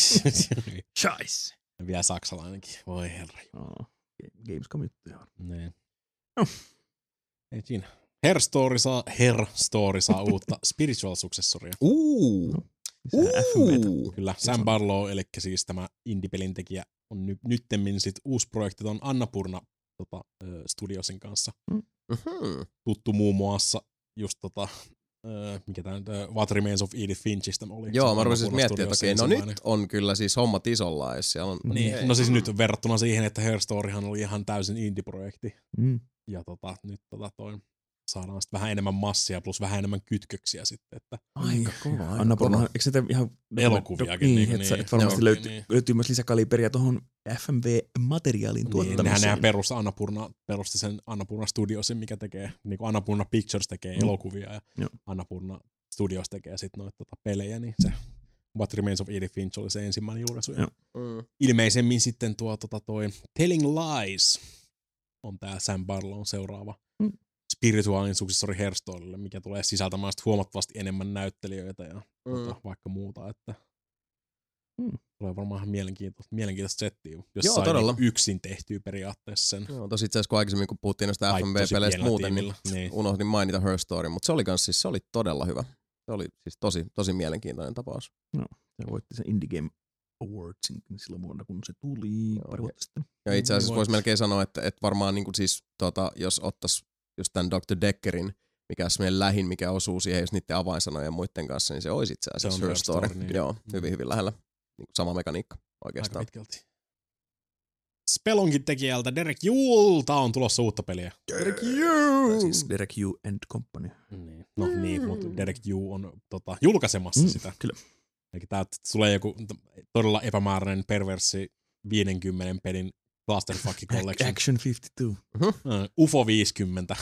Scheiss. Vielä saksalainenkin. Voi herra. Oh, Gamescom juttuja. Niin. No. Ei siinä. Her Story saa, Her Story saa uutta Spiritual Successoria. Uuu. Lisää F M V:tä. Uuu. Kyllä, Sam Barlow, eli siis tämä indie-pelin tekijä, on ny- nyttemmin sit uusi projekti on Annapurna tota, ö, Studiosin kanssa. Mhm. Tuttu muun muassa just tota, ö, mikä tää nyt, ö, What Remains of Edith Finchistä oli. Joo, Se mä rupesin Annapurna miettimään, että Studiosin okei, no ensimmäinen. nyt on kyllä siis hommat isolla, jos siellä on... Niin, okei. no siis nyt verrattuna siihen, että Her Storyhan oli ihan täysin indie-projekti. Mm. Ja tota, nyt tota toi, saadaan sitten vähän enemmän massia plus vähän enemmän kytköksiä sitten, että Aika kova, aika Annapurna, kova. eikö se tee ihan... Elokuviakin Niin, niinku että niin, niin. et varmasti Joo, löytyy, niin. löytyy myös lisäkaliberia tuohon F M V-materiaalin Niin, nehän, tuottamiseen. nehän perusti Annapurna, perusti sen Annapurna Studiosin, mikä tekee, niin kuin Annapurna Pictures tekee Mm. elokuvia ja Joo. Annapurna Studios tekee sitten noita tota, pelejä, niin se What Remains of Edith Finch oli se ensimmäinen julkaisu. Ja Joo. Mm. ilmeisemmin sitten tuo tota, toi Telling Lies on tää Sam Barlown seuraava Mm. spirituaalinen successori Her Storylle, mikä tulee sisältämään sit huomattavasti enemmän näyttelijöitä ja Mm. tota, vaikka muuta, että Mm. tulee varmaan ihan mielenkiintoista, mielenkiintoista settiä, jos Joo, sai todella. niin yksin tehtyä periaatteessa sen. Joo, tosi itse asiassa kun aikaisemmin kun puhuttiin noista Ai, F M tosi V-peleistä pienellä muuten, niin tiimillä. Niin. unohdin mainita Her Story, mutta se oli kans siis, se oli todella hyvä. Se oli siis tosi, tosi mielenkiintoinen tapaus. Se voitti sen Indie Game Awardsin silloin vuonna, kun se tuli Joo, pari vuotta sitten. Ja itse asiassa Niin voisi voit. melkein sanoa, että, että varmaan niin kuin siis, tota, jos ottaisi just tämän doktor Deckerin, mikä on semmoinen lähin, mikä osuu siihen just niiden avainsanojen ja muiden kanssa, niin se olisi itse asiassa Se on Her Her Story. Story, niin. Joo, Mm. hyvin, hyvin lähellä. Niin kuin sama mekaniikka Aika oikeastaan. pitkälti. Spelunkin tekijältä Derek Julta on tulossa uutta peliä. Derek Tai Yu! Siis Derek Yu and Company. Niin. No niin, mutta Derek Yu on tota, julkaisemassa Mm, sitä. Kyllä. Eli tää tulee joku todella epämääräinen perverssi viidenkymmenen pelin Clusterfuck Collection. Action viisikymmentäkaksi. Uh-huh. U F O viisikymmentä.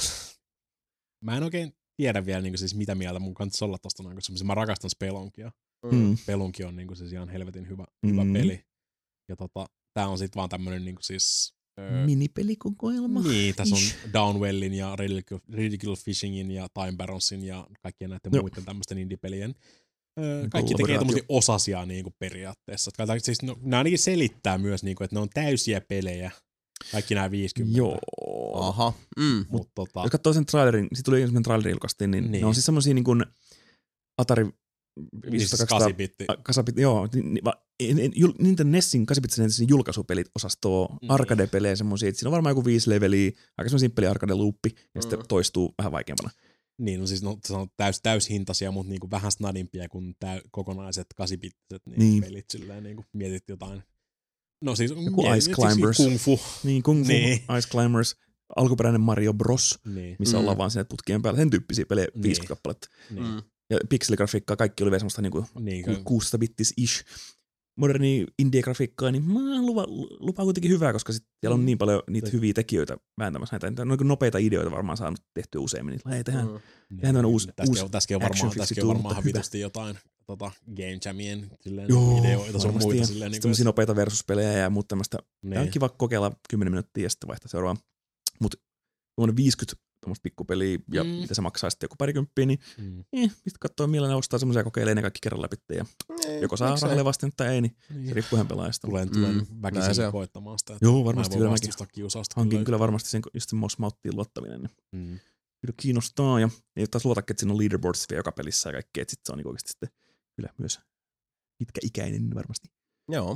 Mä en oikein tiedä vielä niin siis mitä mieltä mun kannattaisi olla tosta noin, koska mä rakastan Spelunkia. Mm. Spelunki on niin siis ihan helvetin hyvä, Mm. hyvä peli. Ja tota, tää on sit vaan tämmönen niin siis... Öö, Minipelikokoelma. niin, tässä on Downwellin ja Ridiculous Fishingin ja Time Baronsin ja kaikkien näiden Joo. muiden tämmöisten indie-pelien. Öö, kaikki tekee tommosia osasia niinku periaatteessa. Siis, no, ne ainakin selittää myös, niinku, että ne on täysiä pelejä. Kaikki nämä viisikymmentä. Joo. Aha. Mm. Mut, tota, Jos katsoo sen trailerin, sit tuli ensimmäinen traileri julkaistiin, niin, Niin. niin, ne on siis semmosia niin kuin Atari niin siis kahdeksan-bitti. kasabitti, joo, niin, niin, va- en- en- jul- Nintendo Nessin kahdeksan-bittisen julkaisupelit osastoa, Niin. arcade-pelejä semmosia, että siinä on varmaan joku viisi leveliä, aika semmoinen simppeli arcade-loopi, ja Mm. sitten toistuu vähän vaikeampana. Niin, no siis no, se on täys, täyshintaisia, mutta niinku vähän snadimpia kuin täy, kokonaiset kahdeksan-bittiset niinku Niin. pelit. Silleen niinku mietit jotain. No siis Joku mietit, Ice siis Climbers. Kung Fu. Niin, Kung Fu, Niin. Ice Climbers, alkuperäinen Mario Bros, Niin. missä Mm. ollaan vaan sinne putkien päällä, sen tyyppisiä pelejä, Niin. viisikymmentä kappaletta. Niin. Mm. Ja pikseligrafiikkaa, kaikki oli vielä semmoista niinku Niin, ku- kyllä. kuusisataa-bittis-ish moderni indie-grafiikkaa, niin mä lupa, lupaa kuitenkin hyvää, koska sit siellä on niin paljon niitä Niin. hyviä tekijöitä vääntämässä näitä. Ne on nopeita ideoita varmaan saanut tehtyä useammin. Niin, hei, tehdään. Mm. Niin, Tehdään tämmönen uusi- tässäkin uusi on, tässäkin on Action varmaan, tässäkin on viisikymmentäkaksi, varmaan mutta hyvä. vitusti jotain tota, Game Jamien silleen, Joo, ideoita sun varmasti. muita. Ja Silleen, niin semmosia nopeita versuspelejä ja muuta tämmöistä. niin. Tää on kiva kokeilla kymmenen minuuttia ja sitten vaihtaa seuraavaan. Mutta tuommoinen viisikymmentä tuommoista pikkupeliä ja Mm. mitä se maksaa sitten joku parikymppiä, niin Mm. eh, mistä katsoo mielellä ostaa semmoisia kokeilee ne kaikki kerran läpi ja Ei, joko saa miksei? rahalle vastaan tai ei, niin se Niin. riippuu ihan pelaajasta. Tulen, tulen Mm, mm, näin se väkisin on. koettamaan sitä. Että Joo, mä varmasti en kyllä voi mäkin vastustaa kiusausta. hankin kyllä varmasti sen, just sen mouse-mauttiin luottaminen. Niin Mm. kyllä kiinnostaa ja ei taas luotakin, että siinä on leaderboards vielä joka pelissä ja kaikkea, että sit se on niinku oikeasti sitten kyllä myös pitkäikäinen varmasti. Joo.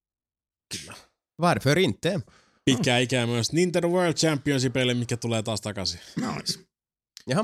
Kyllä. Varför inte? Pitkää ikää myös Nintendo World Championshipille, mikä tulee taas takaisin. Nice. Jaha.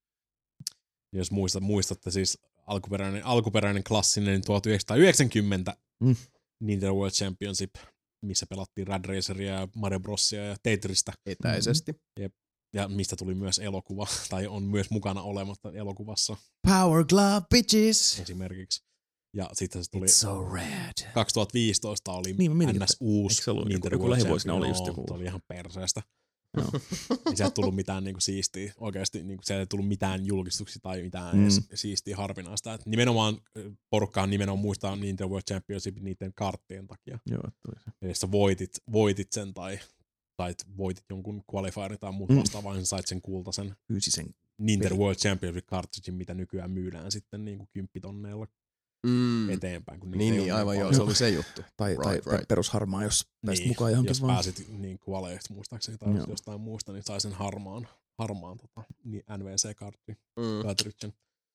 Jos muistat, muistatte siis alkuperäinen, alkuperäinen klassinen tuhatyhdeksänsataayhdeksänkymmentä Mm. Nintendo World Championship, missä pelattiin Rad Raceria ja Mario Brosia ja Tetristä. Etäisesti. Ja mistä tuli myös elokuva, tai on myös mukana olematta elokuvassa Power Glove Bitches. esimerkiksi. Ja sitten se tuli It's so rad. kaksituhattaviisitoista oli Niin, mä mietin, N S uusi eikö se ollut Nintendo joku- joku World lähivuosina Champion. oli just Joo, joku- se oli ihan perseestä. Joo. Ei sieltä tullut mitään niinku siistiä, oikeasti niinku, sieltä ei tullut mitään julkistuksia tai mitään Mm. edes siistiä harvinaista. Et nimenomaan porukkaan nimenomaan muistaa Nintendo World Championship niiden karttien takia. Joo, tuli se. Eli sä voitit, voitit sen tai sait, voitit jonkun qualifierin tai muut Mm. vastaavaa, niin sait sen kultaisen Fyysisen. Nintendo Peli. World Championship cartridgein, mitä nykyään myydään sitten niinku kymppitonneilla Mm. eteenpäin. Kun niitä Niin, ei niin, ole aivan joo, paljon. se oli se juttu. Tai, Right, tai, tai right. perusharmaa, jos pääsit Niin, mukaan johonkin jos vaan. pääsit niin kualeeksi muistaakseni tai Joo. jostain muusta, niin sai sen harmaan, harmaan tota, niin N V C-kartin Mm. cartridgen.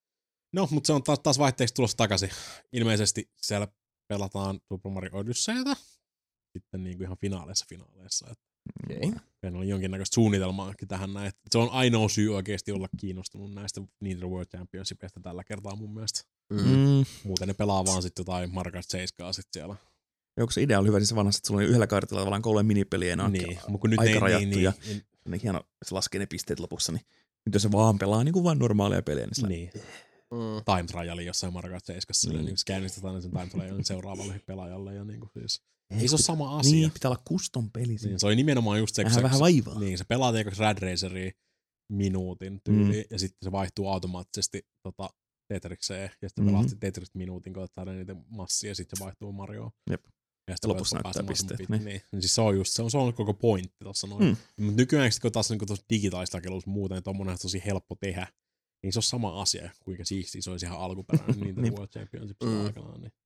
No, mutta se on taas, taas vaihteeksi tulossa takaisin. Ilmeisesti siellä pelataan Super Mario Odysseyta sitten niin kuin ihan finaaleissa finaaleissa. Et Okei. meillä oli jonkinnäköistä suunnitelmaakin tähän näin. Se on ainoa syy oikeasti olla kiinnostunut näistä Nintendo World Championshipista tällä kertaa mun mielestä. Mm. Mm. Muuten ne pelaa vaan sitten jotain Mario Kart seitsemän sit siellä. Joo, kun se idea oli hyvä, niin se vanhassa, että sulla oli yhdellä kartilla tavallaan kolme minipeliä, ja ne on Niin, mutta kun nyt aika ne, rajattu niin, ja niin, ne hieno, se laskee ne pisteet lopussa, niin nyt jos se vaan pelaa niin kuin vaan normaalia peliä, niin, niin. niin. Mm. Time triali jossain Mario Kart seitsemän, Niin. niin se käynnistetään sen time trialin seuraavalle pelaajalle. Ja niin kuin siis. Ei, Ei se ole kun- sama asia. Niin, pitää olla custom peli. Niin, Niin, se oli nimenomaan just se, kun Vähän se, vähän vaivaa. niin, se pelaa tiedätkö Rad Raceria minuutin tyyliin, mm. ja sitten se vaihtuu automaattisesti tota, Tetrikseen, ja sitten Mhm. mm-hmm. pelaa Tetristä minuutin, kun ottaa niiden massia, ja sitten se vaihtuu Marioon. Jep. Ja Ja lopussa näyttää pisteet, niin. Niin. niin. Siis se on just, se on, se on koko pointti tuossa noin. Mm. Mm. Mutta nykyään, kun taas niin tuossa digitaalista kelussa muuten, niin tommonen on tosi helppo tehdä, niin se on sama asia, kuinka siistiä se olisi ihan alkuperäinen Nintendo Niin. World Championship Mm. aikanaan. Niin.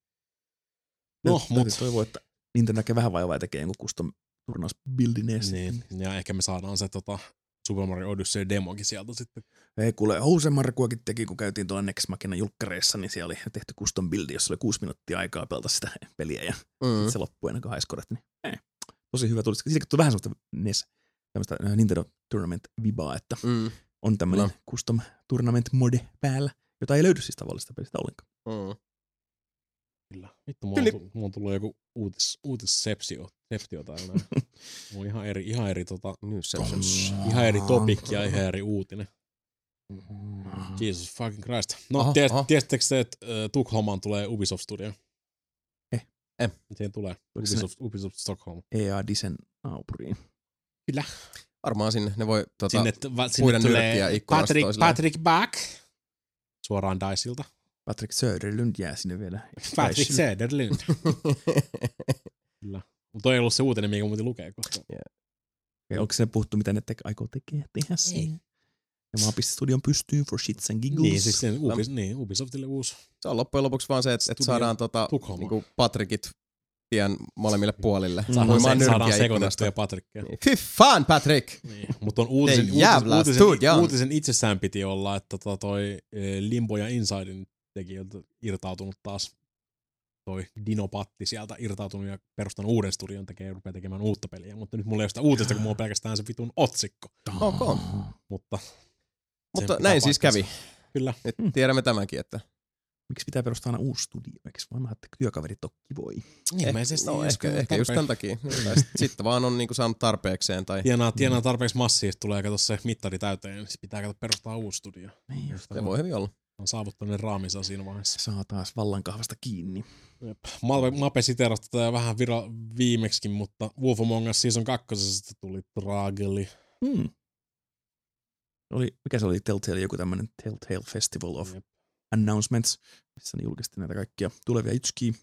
No, Täytyy mut toivoa, että Nintendo näkee vähän vaivaa ja tekee jonkun custom turnausbuildineen. niin, ja ehkä me saadaan se tota, Super Mario Odyssey demokin sieltä sitten. Ei kuule, Housen Markuakin teki, kun käytiin tuolla Next Machina julkkareissa, niin siellä oli tehty custom buildi, jossa oli kuusi minuuttia aikaa pelata sitä peliä ja Mm. se loppui ennen kuin haiskodat. Niin, ei. Tosi hyvä tuli. Siitä tuli vähän semmoista N E S, tämmöistä äh, Nintendo Tournament vibaa, että Mm. on tämmöinen No. custom tournament mode päällä, jota ei löydy siis tavallisesta pelistä ollenkaan. Mm. Kyllä. Vittu, mulla, Kyllä. on, tullut- mulla on tullut joku uutis, uutissepsio septio täällä. näin. Mulla on ihan eri, ihan eri, tota, Newsceptions. ihan eri topic ja ihan eri uutinen. Jesus fucking Christ. No, Aha, ties, aha. tiesittekö te, että uh, Tukholmaan tulee Ubisoft Studio? Eh. Eh. Siihen tulee Oliko se Ubisoft, Ubisoft Stockholm. E A Disen naapuriin? Kyllä. Varmaan sinne ne voi tota, Sinne, va, sinne puida nyrkkiä tulee ikkunasta Patrick, toisilleen. Patrick Back. Suoraan Diceilta. Patrick Söderlund jää sinne vielä. Patrick Söderlund. Kyllä. Mutta toi ei ollut se uutinen, mikä muuten lukee. Koska... Ja onko se puhuttu, mitä ne te- aikoo tekee, tehdä siinä? Ja mä oon pistetty studion pystyyn for shits and giggles. Niin, siis sen Ubis, niin, Ubisoftille uusi. Se on loppujen lopuksi vaan se, että, että saadaan tota, niinku Patrickit pian molemmille puolille. Saadaan, Huimaan se, saadaan nyrkkiä sekoitettuja ikkunasta. Patrickia. Niin. Fy fan, Patrick! Niin. Mutta on uutisen, Ei jävla uutisen, uutisen, studion. uutisen itsessään piti olla, että tota toi eh, Limbo ja Insidein tekijöiltä irtautunut taas toi Dino Patti sieltä irtautunut ja perustanut uuden studion tekee ja rupeaa tekemään uutta peliä. Mutta nyt mulla ei ole sitä uutista, kun mulla on pelkästään se vitun otsikko. Ok. Mutta, Mutta pitää näin siis paikkansa. kävi. Kyllä. Nyt tiedämme tämänkin, että Miksi pitää perustaa aina uusi studio? Eikö vanhat työkaverit ole kivoja? Ilmeisesti. no, jos ehkä, kyllä ehkä just tarpeen- tämän takia. Tai sit- Sitten vaan on niinku saanut tarpeekseen. Tai Tienaa, tienaa tarpeeksi massia, tulee kato se mittari täyteen, niin sit pitää kato perustaa uusi studio. Niin just. se voi hyvin olla. On saavuttanut ne raaminsa siinä vaiheessa. Saa taas vallankahvasta kiinni. Jep. Mape, Mape siterasi tätä jo vähän vira viimeksikin, mutta Wolf Among Us Season kakkosesta tuli traageli. Hmm. Oli, mikä se oli Telltale, joku tämmönen Telltale Festival of Jep. Announcements, missä ne julkisti näitä kaikkia tulevia itskiä.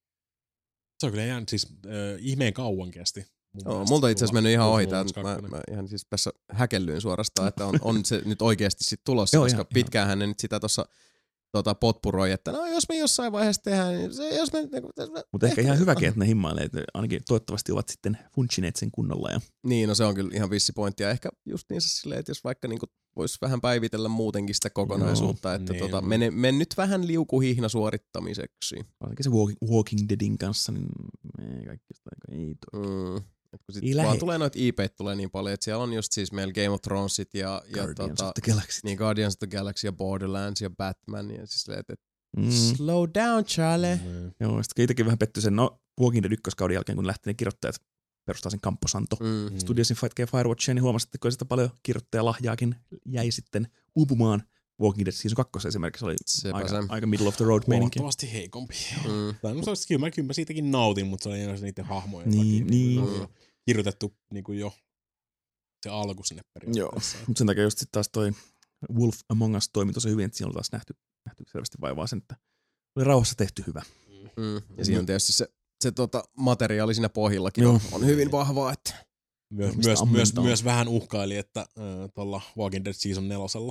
Se on kyllä jäänyt siis äh, ihmeen kauan kesti. mun Joo, mielestä multa itse asiassa tulla mennyt ihan Wolf ohi. Among Tää, Us mä, kakkonen. mä ihan siis tässä häkellyin suorastaan, että on, on se nyt oikeasti sit tulossa, Joo, koska ihan- pitkäänhän ne nyt sitä tuossa tota, potpuroi, että no jos me jossain vaiheessa tehdään, niin se, jos me... Niinku, Mutta ehkä ihan hyväkin, että ne himmailee, että ainakin toivottavasti ovat sitten funchineet sen kunnolla. Ja Niin, no se on kyllä ihan vissi pointti. Ja ehkä justiinsa silleen, että jos vaikka niinku voisi vähän päivitellä muutenkin sitä kokonaisuutta, Joo, että niin. tota, mene, men nyt vähän liukuhihna suorittamiseksi. varsinkin se Walking, Walking Deadin kanssa, niin ei kaikki sitä aika ei toi. Mm. Et kun sit Ei vaan lähe. tulee noita I P:itä tulee niin paljon, että siellä on just siis meillä Game of Thronesit ja, ja Guardians tota, of the Galaxy. niin Guardians of the Galaxy ja Borderlands ja Batman ja siis silleen, että Mm. slow down, Charlie. Mm. Joo, sitten itsekin vähän pettyi sen, no Walking Dead ykköskauden jälkeen, kun lähti ne kirjoittajat perustaa sen Camposanto. Mm. Mm. Studiosin Fight Firewatchia, niin huomasi, että kun sitä paljon kirjoittajalahjaakin jäi sitten uupumaan. Walking Dead Season kaksi esimerkiksi oli Sepä aika, se. aika middle of the road meininki. Huomattavasti heikompi. Mm. Tai no, se olisi, kyllä, mä, kyllä mä siitäkin nautin, mutta se oli enemmän niiden hahmojen Niin, takia. niin. Niin, niin. Kirjoitettu niin kuin jo se alku sinne periaatteessa. Mutta sen takia just sit taas toi Wolf Among Us toimi tosi hyvin, että siinä oli taas nähty, nähty selvästi vaivaa sen, että oli rauhassa tehty hyvä. Mm. Ja siinä on tietysti se, se tota, materiaali siinä pohjillakin Joo. on, on hyvin vahvaa. Että Myös, Mistä myös, myös, ammentaa. myös vähän uhkaili, että äh, tuolla Walking Dead Season nelosella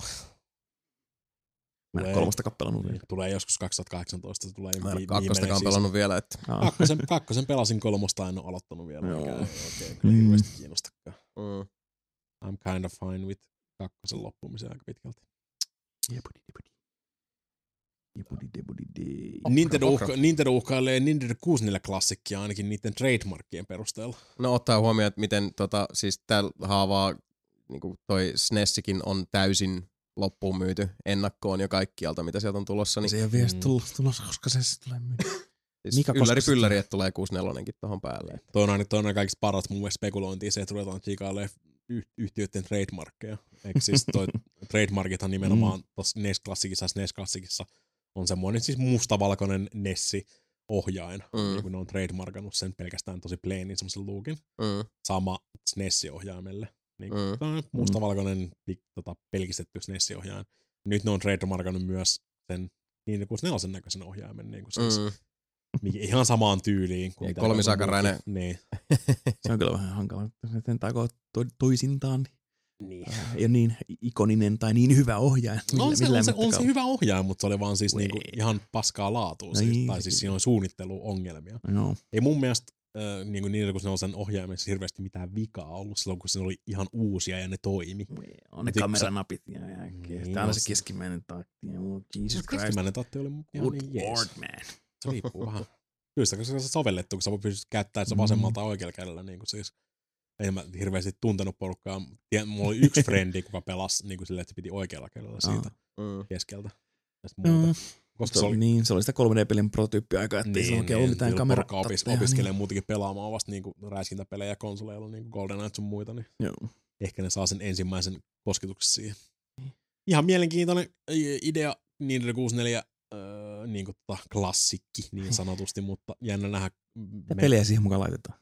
Mä en Tulee. kolmasta kappelannut vielä. tulee joskus kaksituhattakahdeksantoista. Se tulee mä en vi- kakkostakaan viimeinen pelannut vielä. Että season. Aa. Kakkosen, kakkosen pelasin, kolmosta en ole aloittanut vielä. Joo. Mikä ei oikein kyllä Mm. hirveästi kiinnostakaan. mm. I'm kind of fine with kakkosen loppumiseen aika pitkälti. Jepudi, jepudi. Jepudi, debudi, dei. Nintendo, okra. uhka, Nintendo uhkailee Nintendo kuusikymmentäneljä-klassikkia ainakin niiden trademarkkien perusteella. No ottaa huomioon, että miten tota, siis tällä haavaa niin toi SNESikin on täysin loppuun myyty ennakkoon jo kaikkialta, mitä sieltä on tulossa. Niin Se ei ole vielä Mm. tullut, tulossa, koska se sitten tulee myydä. siis Mika, koska ylläri se pylläri, tulee? että tulee kuusikymmentäneljäkin tohon päälle. Toi on aina, toi on aina kaikista paras mun mielestä spekulointia se, että ruvetaan chiikailemaan yh- yhtiöiden trademarkkeja. Eikö siis toi trademarkithan nimenomaan tuossa N E S-klassikissa ja S N E S-klassikissa on semmoinen siis mustavalkoinen Nessi-ohjain. Mm. Niin kun ne on trademarkannut sen pelkästään tosi plainin semmoisen lookin. Mm. Sama S N E S-ohjaimelle. Niin Mm. Tämä on mustavalkoinen pik, tota, pelkistetty S N E S-ohjain. Nyt ne on trademarkannut myös sen niin kuin nelosen näköisen ohjaimen. Niin kuin siis, Mm. mikä ihan samaan tyyliin. Kuin Ei, mitä kolmisakarainen. ne on muutkin. Se on kyllä vähän hankala. Sen taiko to, toisintaan Niin. niin. ei ole niin ikoninen tai niin hyvä ohjaaja. No on, se, on, se, on se mittakaavalla. hyvä ohjaaja, mutta se oli vaan siis Ui. niinku ihan paskaa laatua. No Siis, niin, tai sekin. siis siinä on suunnitteluongelmia. Joo. Ei mun mielestä äh, niinku niillä, kun se on sen ohjaimessa hirveästi mitään vikaa ollut silloin, kun se oli ihan uusia ja ne toimi. On ne Mut kameranapit ja, ja Niin, niin, täällä no se se- keskimmäinen takti. Oh, Jesus Christ. Keskimmäinen tatti oli ihan Good niin jees. lord, man. Se riippuu vähän. Kyllä sitä, koska se on sovellettu, kun sä pystyt käyttämään se vasemmalta tai oikealla kädellä. Niin kuin siis. En mä hirveästi tuntenut porukkaa. Tien- Mulla oli yksi frendi, kuka pelasi niin kuin silleen, että se piti oikealla kädellä siitä Mm. keskeltä. Ja sit Joo. muuta. Koska se oli Niin, se oli sitä kolme D-pelin prototyyppiaikaa, ettei niin, se oikein ollut mitään kyllä kamera. porukka opis, opiskelee muutenkin pelaamaan vasta niinku räiskintäpelejä konsoleilla, niinku Golden Age sun muita, niin Joo. ehkä ne saa sen ensimmäisen kosketuksen siihen. ihan mielenkiintoinen idea Nintendo kuusikymmentäneljä öö, niin kuin tota klassikki niin sanotusti, mutta jännä nähdä. Mitä me... pelejä siihen mukaan laitetaan?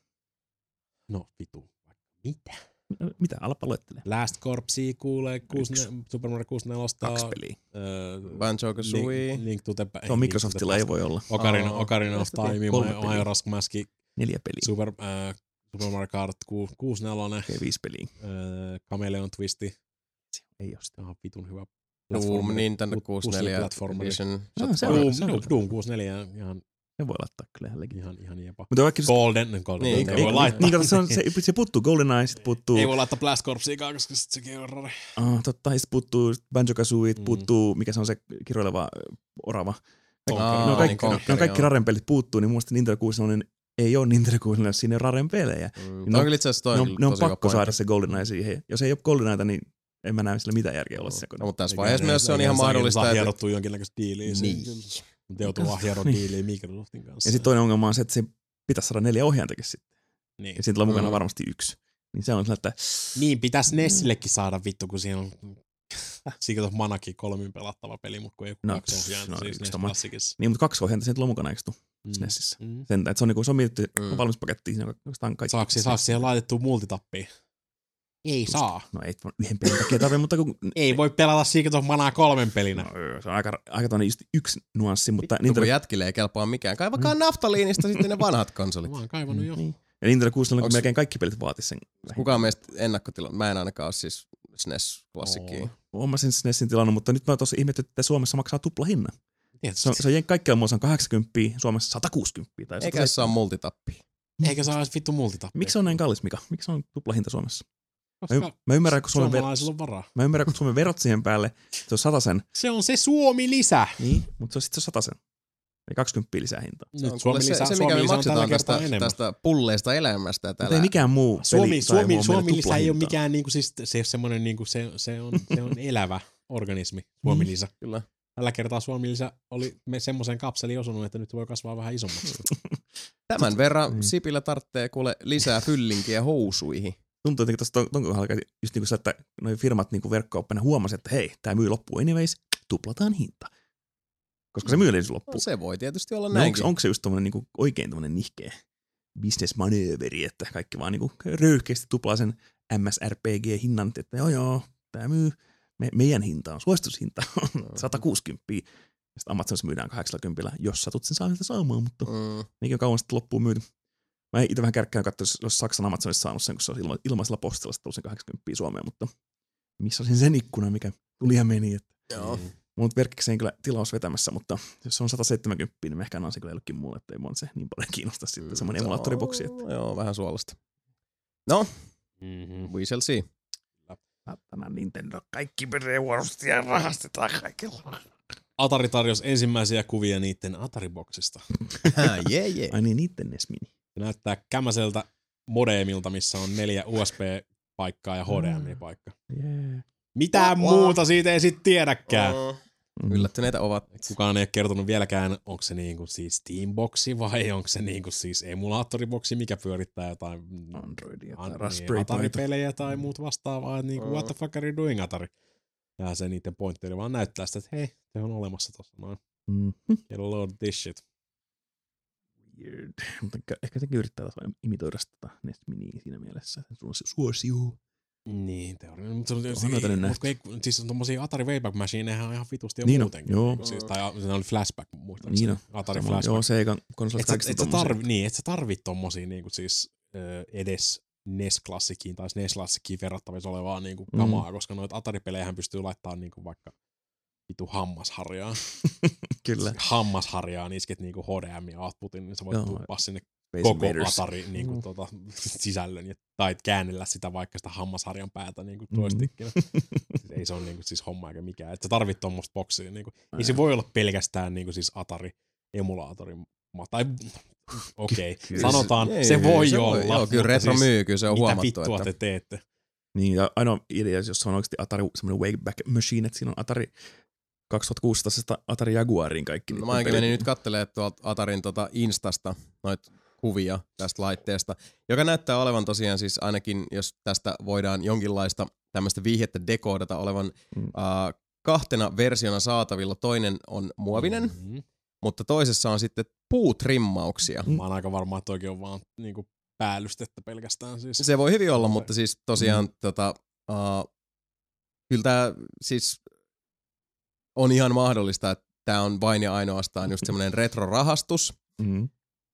No vitu, mitä? Mitä? Alapa luettele. Last Corpsia kuulee, Super Mario kuusikymmentäneljä. Kaksi peliä. Öö, Banjo-Kazooie. Link, Link to the Se on Microsoftilla, ei voi olla. Ocarina, oh, Ocarina of Time, Majora's Mask. Neljä peliä. Super, äh, Super Mario Kart kuusikymmentäneljä. Okei, viisi peliä. Äh, Chameleon Twisti. Ei ole sitä. Ihan vitun hyvä. Doom, Nintendo kuusikymmentäneljä Edition. No, se Doom, on, se on, Doom, Doom kuusikymmentäneljä ihan, se voi laittaa kyllä ihan legit. ihan, ihan jepa. Mutta vaikka Golden, Golden niin, ei, ei voi laittaa. Niin, kato, se, on, se, se puuttuu GoldenEye, sit puuttuu... Ei voi laittaa Blast Corpsiakaan, koska sit sekin on rare. Ah, totta, ja sit puuttuu Banjo-Kazooie, Mm. puuttuu, mikä se on se kiroileva orava. Aa, Ne on kaikki, niin ne on kaikki joo. Raren pelit puuttuu, niin mun mielestä Nintendo kuusikymmentäneljä ei ole Nintendo kuusikymmentäneljä, jos siinä on Raren pelejä. Mm, No, Tämä on kyllä itse asiassa toi Ne on, ne on tosi hyvä pakko pointti. saada se GoldenEye siihen. Jos ei ole GoldenEyeta, niin en mä näe sillä mitään järkeä olla se. No, mutta tässä vaiheessa myös se on ihan mahdollista. Saa Että... hierottua jonkinlaista diiliä. Niin. Mutta joutuu vaan hieroa Niin. diiliä Microsoftin kanssa. Ja sitten toinen ongelma on se, että se pitäisi saada neljä ohjaintakin sitten. Niin. Ja siitä on mukana Mm. varmasti yksi. Niin se on sillä, että Niin, pitäisi Nessillekin saada vittu, kun siinä on Secret of Manakin kolmin pelattava peli, mutta kun ei No, no, kaksi ohjainta no, siis yksi Ness sama. Klassikissa. niin, mutta kaksi ohjainta siitä on mukana, eikö tuu Mm. SNESissä? Mm. Sen, että se on, niinku, se on mietitty Mm. mm. valmis paketti, siinä on oikeastaan kaikki. Saako, saako siihen laitettua multitappiin? Ei saa. No ei yhden pelin takia tarvitse, mutta kun... Ei voi pelata Secret of Manaa kolmen pelinä. No, se on aika, aika toinen just yksi nuanssi, mutta Niin Nintendo... jätkille ei kelpaa mikään. Kaivakaa naftaliinista sitten ne vanhat konsolit. Mä oon kaivannut jo. Niin. Ja Nintendo kuusikymmentäneljä, Onks- kun melkein kaikki pelit vaatii sen. Kukaan meistä ennakkotila... Mä en ainakaan ole siis S N E S-klassikkiin. Oo. Oon mä sen SNESin tilannut, mutta nyt mä tuossa ihmettelin, että Suomessa maksaa tupla hinnan. Se on, se on kaikkialla muussa on kahdeksankymmentä, Suomessa sata kuusikymmentä. Tai Eikä se ole multitappia. Eikä saa edes vittu multitappia. Miksi se on näin kallis, Mika? Miksi se on tupla hinta Suomessa? Koska Mä, mä ymmärrän, kun Suomen, ver... suomalaisilla on varaa. mä ymmärrän, kun Suomen verot siihen päälle, se on satasen. Se on se Suomi-lisä. Niin, mutta se on sitten se satasen. Eli kaksikymmentä lisää hintaa. Se, on Nyt kuule se, Suomi-lisä, se, mikä me Suomi-lisä on tällä maksetaan kertaa tästä, enemmän. tästä pulleista elämästä. Mutta ei Täällä... mikään muu peli Suomi, tai Suomi, muu Suomi-lisä ei ole tuplahintaa. mikään niinku, siis, se, on semmoinen, niinku, se, se, on, se on elävä organismi, Suomi-lisä. Kyllä. Tällä kertaa Suomi-lisä oli me semmoisen kapseliin osunut, että nyt voi kasvaa vähän isommaksi. Tämän verran Niin. Sipilä tarvitsee kuule lisää fyllinkiä housuihin. Tuntuu jotenkin tuossa ton, ton kohdalla just niin kuin se, että noi firmat niin verkko-oppina huomasivat, että hei, tämä myy loppuun anyways, tuplataan hinta. Koska se myy yleensä loppuun. No, se voi tietysti olla No näinkin. onko, onko se just tommonen niinku oikein tommonen nihkeä business-manööveri, että kaikki vaan niinku röyhkeästi tuplaa sen M S R P G-hinnan, että joo joo, tää myy, me, meidän hinta on, suositushinta on sata kuusikymmentä. Sitten Amazonissa myydään kahdeksankymmentä, jos satut sen saamilta saamaan, mutta Mm. mikä on kauan sitten loppuun myyty. Mä itse vähän kärkkään katsoa, jos, jos Saksan Amazonissa saanut sen, kun se on ilma, ilmaisella postilla sitten tullut sen kahdeksankymmentä Suomeen, mutta missasin sen ikkuna, mikä tuli ja meni. Että. Joo. Mut verkkikseen kyllä tilaus vetämässä, mutta jos se on sata seitsemänkymmentä, niin mä ehkä annan sen kyllä jollekin muulle, että ei mua se niin paljon kiinnosta sitten semmoinen Se on- emulaattoriboksi. Että Joo, vähän suolasta. No, Mm-hmm. we shall see. tänään Nintendo kaikki menee huonosti ja rahastetaan kaikilla. Atari tarjosi ensimmäisiä kuvia niiden Atari-boksista. Jee, jee. Ai niin, niitten N E S Mini. Se näyttää kämäseltä modemilta, missä on neljä U S B-paikkaa ja H D M I-paikka. Yeah. Mitään Wow. muuta siitä ei sit tiedäkään. Mm. Yllättyneitä ovat. Kukaan ei ole kertonut vieläkään, onko se niinku siis Steamboxi vai onko se niinku siis emulaattoriboksi, mikä pyörittää jotain Androidia tai an- niin, Raspberry Pita. Atari-pelejä tai muut vastaavaa, että niinku Mm. what the fuck are you doing Atari? Ja se niiden pointti oli vaan näyttää sitä, että hei, se on olemassa tossa noin. Mm. Get a load of this shit. Weird. Mutta ehkä- ehkä sekin yrittää taas vaan imitoida sitä N E S Miniä siinä mielessä. Sulla on se suosio. Niin, teoria. Mutta se on, Onhan noita nyt mut kun ei, siis on tommosia Atari Wayback Machineja on ihan vitusti jo Niin on, muutenkin. joo. Niinku Siis, tai se oli Flashback, muistaakseni. Niin on. Atari Sama- Flashback. Joo, Seikan konsolit Et sä, kaikista et sä tommosia. tarvi, niin, et sä tarvit tommosia niinku siis ö, edes N E S-klassikkiin tai S N E S-klassikkiin verrattavissa olevaa niinku Mm. kamaa, koska noita Atari-pelejähän pystyy laittamaan niinku vaikka vitu hammasharjaa. Kyllä. Hammasharjaan isket niinku H D M I outputin, niin sä voit Joo. tuppaa sinne Space koko Invaders. Atari niinku, Mm. tota, sisällön, ja, tai käännellä sitä vaikka sitä hammasharjan päätä niinku Mm. joystickinä. Siis ei se ole niinku siis homma eikä mikään. Et sä tarvit tommoista boksia. Niinku. Ei se voi olla pelkästään niinku siis Atari-emulaattori. Tai okei, okay. Kyllä. sanotaan, Ei, se voi se olla. Joo, kyllä mutta retro siis myy, kyllä se on mitä huomattu. vittua Että... te teette? Niin, ja ainoa idea, jos se on oikeasti Atari, semmoinen Wayback Machine, että siinä on Atari kaksituhattakuusitoista Atari Jaguariin kaikki. No, mä ainakin menin nyt kattelemaan tuolta Atarin tota Instasta noita kuvia tästä laitteesta, joka näyttää olevan tosiaan siis ainakin, jos tästä voidaan jonkinlaista tämmöistä vihjettä dekoodata olevan Mm. uh, kahtena versiona saatavilla. Toinen on muovinen, Mm-hmm. mutta toisessa on sitten puutrimmauksia. Mä oon aika varma, että toikin on vaan niinku päällystettä pelkästään siis. Se voi hyvin olla, Okay. mutta siis tosiaan Mm. tota, uh, kyllä tää siis on ihan mahdollista, että tää on vain ja ainoastaan just semmoinen retrorahastus, Mm.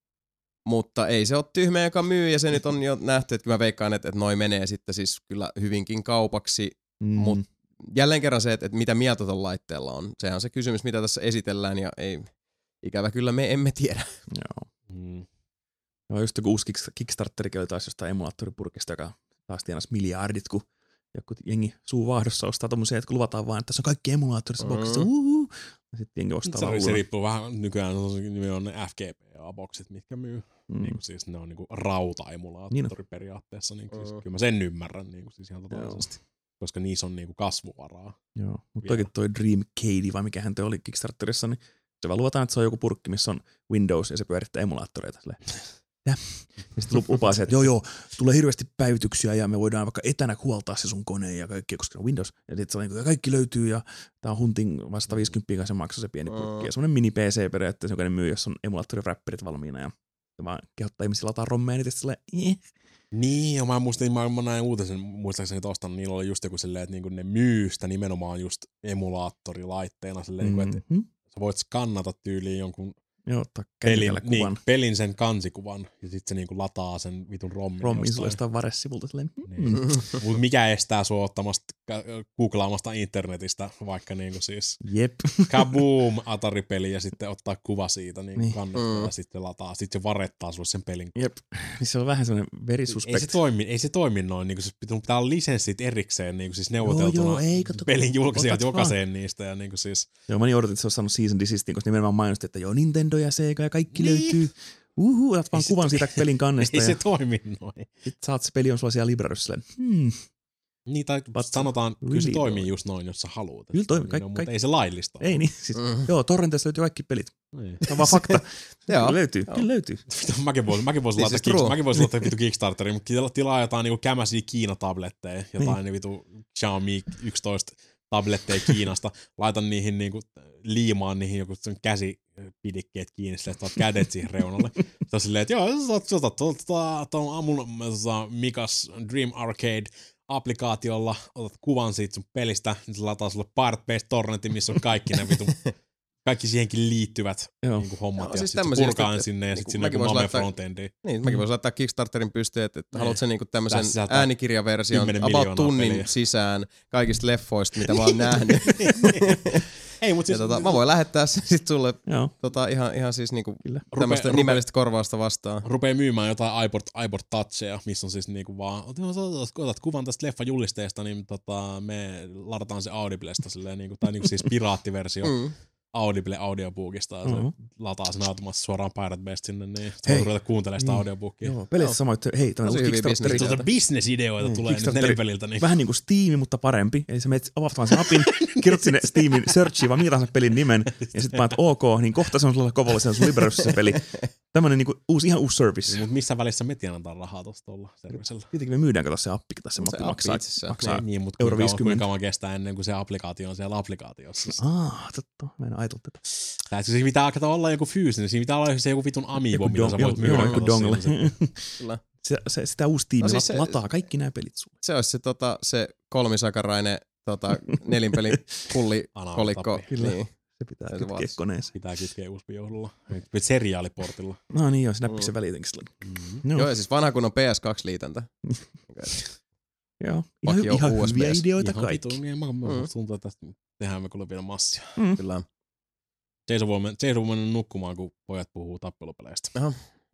mutta ei se ole tyhmä, joka myy, ja se nyt on jo nähty, että mä veikkaan, että, että noi menee sitten siis kyllä hyvinkin kaupaksi, Mm. Mut jälleen kerran se, että, että mitä mieltä tuolla laitteella on. Sehän on se kysymys, mitä tässä esitellään, ja ei, ikävä kyllä me emme tiedä. Joo. Mm. Joo, just joku uusi Kick- Kickstarterikin oli taas jostain emulaattoripurkista, joka taas tienasi miljardit, kun joku jengi suu vaahdossa ostaa tommosia, että kun luvataan vaan, että tässä on kaikki emulaattorissa Mm. boksissa, uhuhu. Ja sitten jengi ostaa Se, vaan se uuden. riippuu vähän, nykyään ne on ne F G P A-boksit, mitkä myy. Mm. Niin kuin siis ne on niinku rauta-emulaattori periaatteessa. Niin siis, Mm. kyllä mä sen ymmärrän niin kuin siis ihan totaalisesti. Koska niissä on niinku kasvuvaraa. Joo, mutta Vielä. toikin toi Dreamcade, vai mikähän toi oli Kickstarterissa, niin se vaan luvataan, että se on joku purkki, missä on Windows ja se pyörittää emulaattoreita. Ja, ja sitten lupaa se, että joo joo, tulee hirveästi päivityksiä ja me voidaan vaikka etänä huoltaa se sun koneen ja kaikki, koska on Windows. Ja sitten se on niin kuin, kaikki löytyy ja tää on hunting vasta viisikymmentä kanssa maksaa se pieni purkki. Ja semmonen mini P C periaatteessa, joka ne myy, jos on emulaattoriräppärit valmiina ja se vaan kehottaa ihmisiä lataa rommeja, niin sitten silleen, eh. Niin, ja mä muistin, mä, mä näin uutisen, muistaakseni tosta, niillä oli just joku silleen, että niinku ne myy sitä nimenomaan just emulaattorilaitteena silleen, mm. että Mm-hmm. sä voit skannata tyyliin jonkun Joo, ottaa pelin, kännykällä niin, kuvan. pelin sen kansikuvan, ja sitten se niinku lataa sen vitun rommin. Rommin sulle jostain varessivulta silleen, Niin. Mut mikä estää sua ottamasta, googlaamasta internetistä, vaikka niinku siis jep. kaboom, Atari-peli ja sitten ottaa kuva siitä niin Niin. kannattaa Mm. ja sitten lataa, sitten se varettaa sulle sen pelin. Jep. Niin se on vähän semmoinen verisuspekt. Ei se toimi, ei se toimi noin, niin se pitää, pitää olla lisenssit erikseen niin siis neuvoteltuna joo, ei, kato, pelin julkaisijat otat jokaiseen niistä ja niin siis Joo, mä niin odotin, että se olisi saanut season desistin, koska nimenomaan mainosti, että joo, Nintendo ja Sega ja kaikki Niin. löytyy. Uhu, otat vaan se kuvan to- siitä pelin kannesta ei ja se toimi noin. sit saat se peli on sulla siellä libraryssä silleen, hmm, Niin, tai But sanotaan, kyllä really se toimii don't. just noin, jos sä haluat. Kyllä toimii, Niin kaik- on, mutta kaik- ei se laillista. ei niin. Siis, Mm. joo, torrentissa löytyy kaikki pelit. Niin. Se on vaan fakta. Joo. Kyllä löytyy, Joo. kyllä löytyy. Vittu, Mäkin voisin, mäkin voisin This laittaa, is kiks, true. mäkin voisin laittaa vitu Kickstarterin, mutta tila- tilaa jotain niinku kämäsiä Kiina-tabletteja, jotain niin. vitu Xiaomi yksitoista tabletteja Kiinasta, laitan niihin niinku, liimaan niihin joku käsipidikkeet kiinni, silleen, että otat kädet siihen reunalle. Se on silleen, että joo, sä otat, sä otat tuolta tuon mun Mikas Dream Arcade-applikaatiolla, otat kuvan siitä sun pelistä, niin se lataa sulle Pirate Bay torrentin, missä on kaikki ne vitu, kaikki siihenkin liittyvät Joo. niinku hommat, Joo, ja siis sit se tämmösiä purkaa just, sinne, ja niinku sit sinne mäkin joku vois mame laittaa- frontendi. Niin, mäkin voisin laittaa Kickstarterin pystyyn, että, että Niin. haluat sen niinku tämmöisen Tässä sisältää äänikirjaversion kymmenen about miljoonaa tunnin peliä. sisään kaikista leffoista, mitä mä oon nähnyt. Ei, mut Ja siis... tota, mä voin lähettää sen sit sulle Joo. tota, ihan, ihan siis niinku Kyllä. tämmöistä Rupe- nimellistä korvausta vastaan. Rupee myymään jotain iPod, iPod Toucheja, missä on siis niinku vaan, otat, otat, otat kuvan tästä leffajulisteesta, niin tota, me ladataan se Audiblesta silleen, niinku, tai niinku siis piraattiversio Mm. Audible audiobookista, ja se Mhm. lataa sen automaattisesti suoraan Pirate Baysta sinne, niin Hei. sitten ruveta kuuntelemaan sitä Niin. audiobookia. Joo, peleissä samoin, että hei, tämä on Tosi uusi hyviä Kickstarteri. bisnes- Tuota bisnesideoita Niin, tulee nyt Kickstarteri- nelinpeliltä. Niin. Vähän niin kuin Steam, mutta parempi. Eli sä menet avaamaan sen appin, kirjoitat sinne Steamin searchiin vaan mikä tahansa pelin nimen, ja sitten painat OK, niin kohta se on sulla kovalla sun libraryssä se peli. Tämmönen niinku uusi, ihan uusi service. Mutta missä välissä me tienataan rahaa tuossa tuolla servisellä? Tietenkin me myydään, kato se appi, kato se mappi appi maksaa, itsessään. maksaa. Niin, niin mutta euro kuinka, viisikymmentä. kuinka kauan kestää ennen kuin se applikaatio on siellä applikaatiossa. Ah, totta, mä en ajatellut tätä. Tää siis pitää alkaa olla joku fyysinen, siinä pitää olla se joku vitun amiibo, Joku mitä sä dong- voit joo, myydä. joo, joku kato dongle. siinä sitten. Kyllä. Se, se, sitä uusi tiimi No siis se, se- lataa kaikki nämä pelit sulle. Se olisi se, tota, se kolmisakarainen tota, nelinpelin pullikolikko. Analogitappi. Kyllä. Niin. Se pitää Se kytkeä vaatii. koneeseen. Pitää kytkeä U S B-johdolla. Nyt seriaaliportilla. No niin joo, se näppisi Mm. se väliin jotenkin sillä. Mm-hmm. No, Joo, ja siis vanha kun on P S kaksi liitäntä. joo. Ihan, Vakio ihan U S B. hyviä ideoita Ihan kaikki. vitun, niin mä, mä Mm. tuntuu, että tästä tehdään me kuule vielä massia. Mm. Kyllä. Jason voi, men- Jason voi mennä nukkumaan, kun pojat puhuu tappelupeleistä. Aha.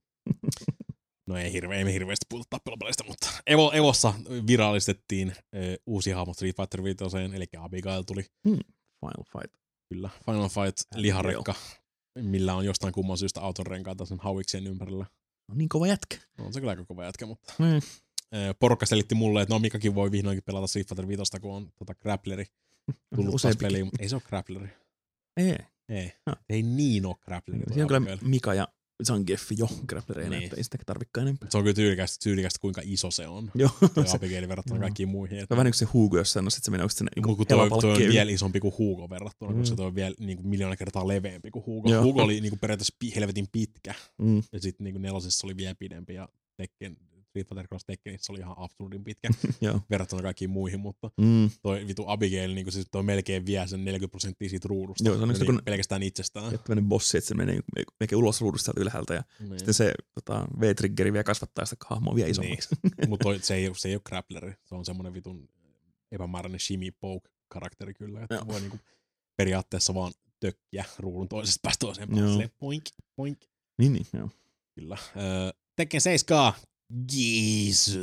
No ei, hirve, ei me hirveästi puhuta tappelupeleistä, mutta Evo, Evossa virallistettiin ö, uusi hahmo Street Fighter viisi, eli Abigail tuli. Final Fight. Kyllä, Final Fight liharekka, millä on jostain kumman syystä auton renkaita sen hauiksien ympärillä. No niin kova jätkä. On se kyllä aika kova jätkä, mutta Mm. ö, porukka selitti mulle, että no Mikakin voi vihdoinkin pelata Street Fighter viisi, kun on tota grappleri tullut taas Useampikin. peliin, mutta ei se ole grappleri. Ei. Ei, No. ei niin ole grappleri. Siinä on kyllä Mika ja Zangief jo grapplereina, Niin. että ei sitä tarvikaan enempää. Se on kyllä tyylikästä, tyylikästä kuinka iso se on. Joo. Toi Abigail verrattuna kaikkiin muihin. Se on vähän niin kuin se Hugo jossain, no sit se menee oikeasti sinne Mutta kun toi, toi on vielä isompi kuin Hugo verrattuna, mm. koska toi on vielä niin kuin miljoona kertaa leveämpi kuin Hugo. Joo. Hugo oli niin kuin periaatteessa helvetin pitkä. Mm. Ja sitten niin nelosessa oli vielä pidempi ja Tekken, Street Fighter Cross Tekkenissä oli ihan absurdin pitkä verrattuna kaikkiin muihin, mutta mm. toi vitu Abigail, niin siis toi melkein vie sen neljäkymmentä prosenttia siitä ruudusta. Joo, se on niin kun pelkästään itsestään. Jättäväinen bossi, että se menee melkein ulos ruudusta ylhäältä ja niin. Sitten se tota, V-triggeri vielä kasvattaa sitä hahmoa vielä isommaksi. Niin. Mutta se ei, se ei ole grappleri, se on semmoinen vitun epämääräinen shimmy poke karakteri kyllä, että Joo. voi niinku periaatteessa vaan tökkiä ruudun toisesta päästä toiseen päälle. Poink, poink. Niin, niin, joo. Kyllä. Öö, Tekken seitsemän Geese.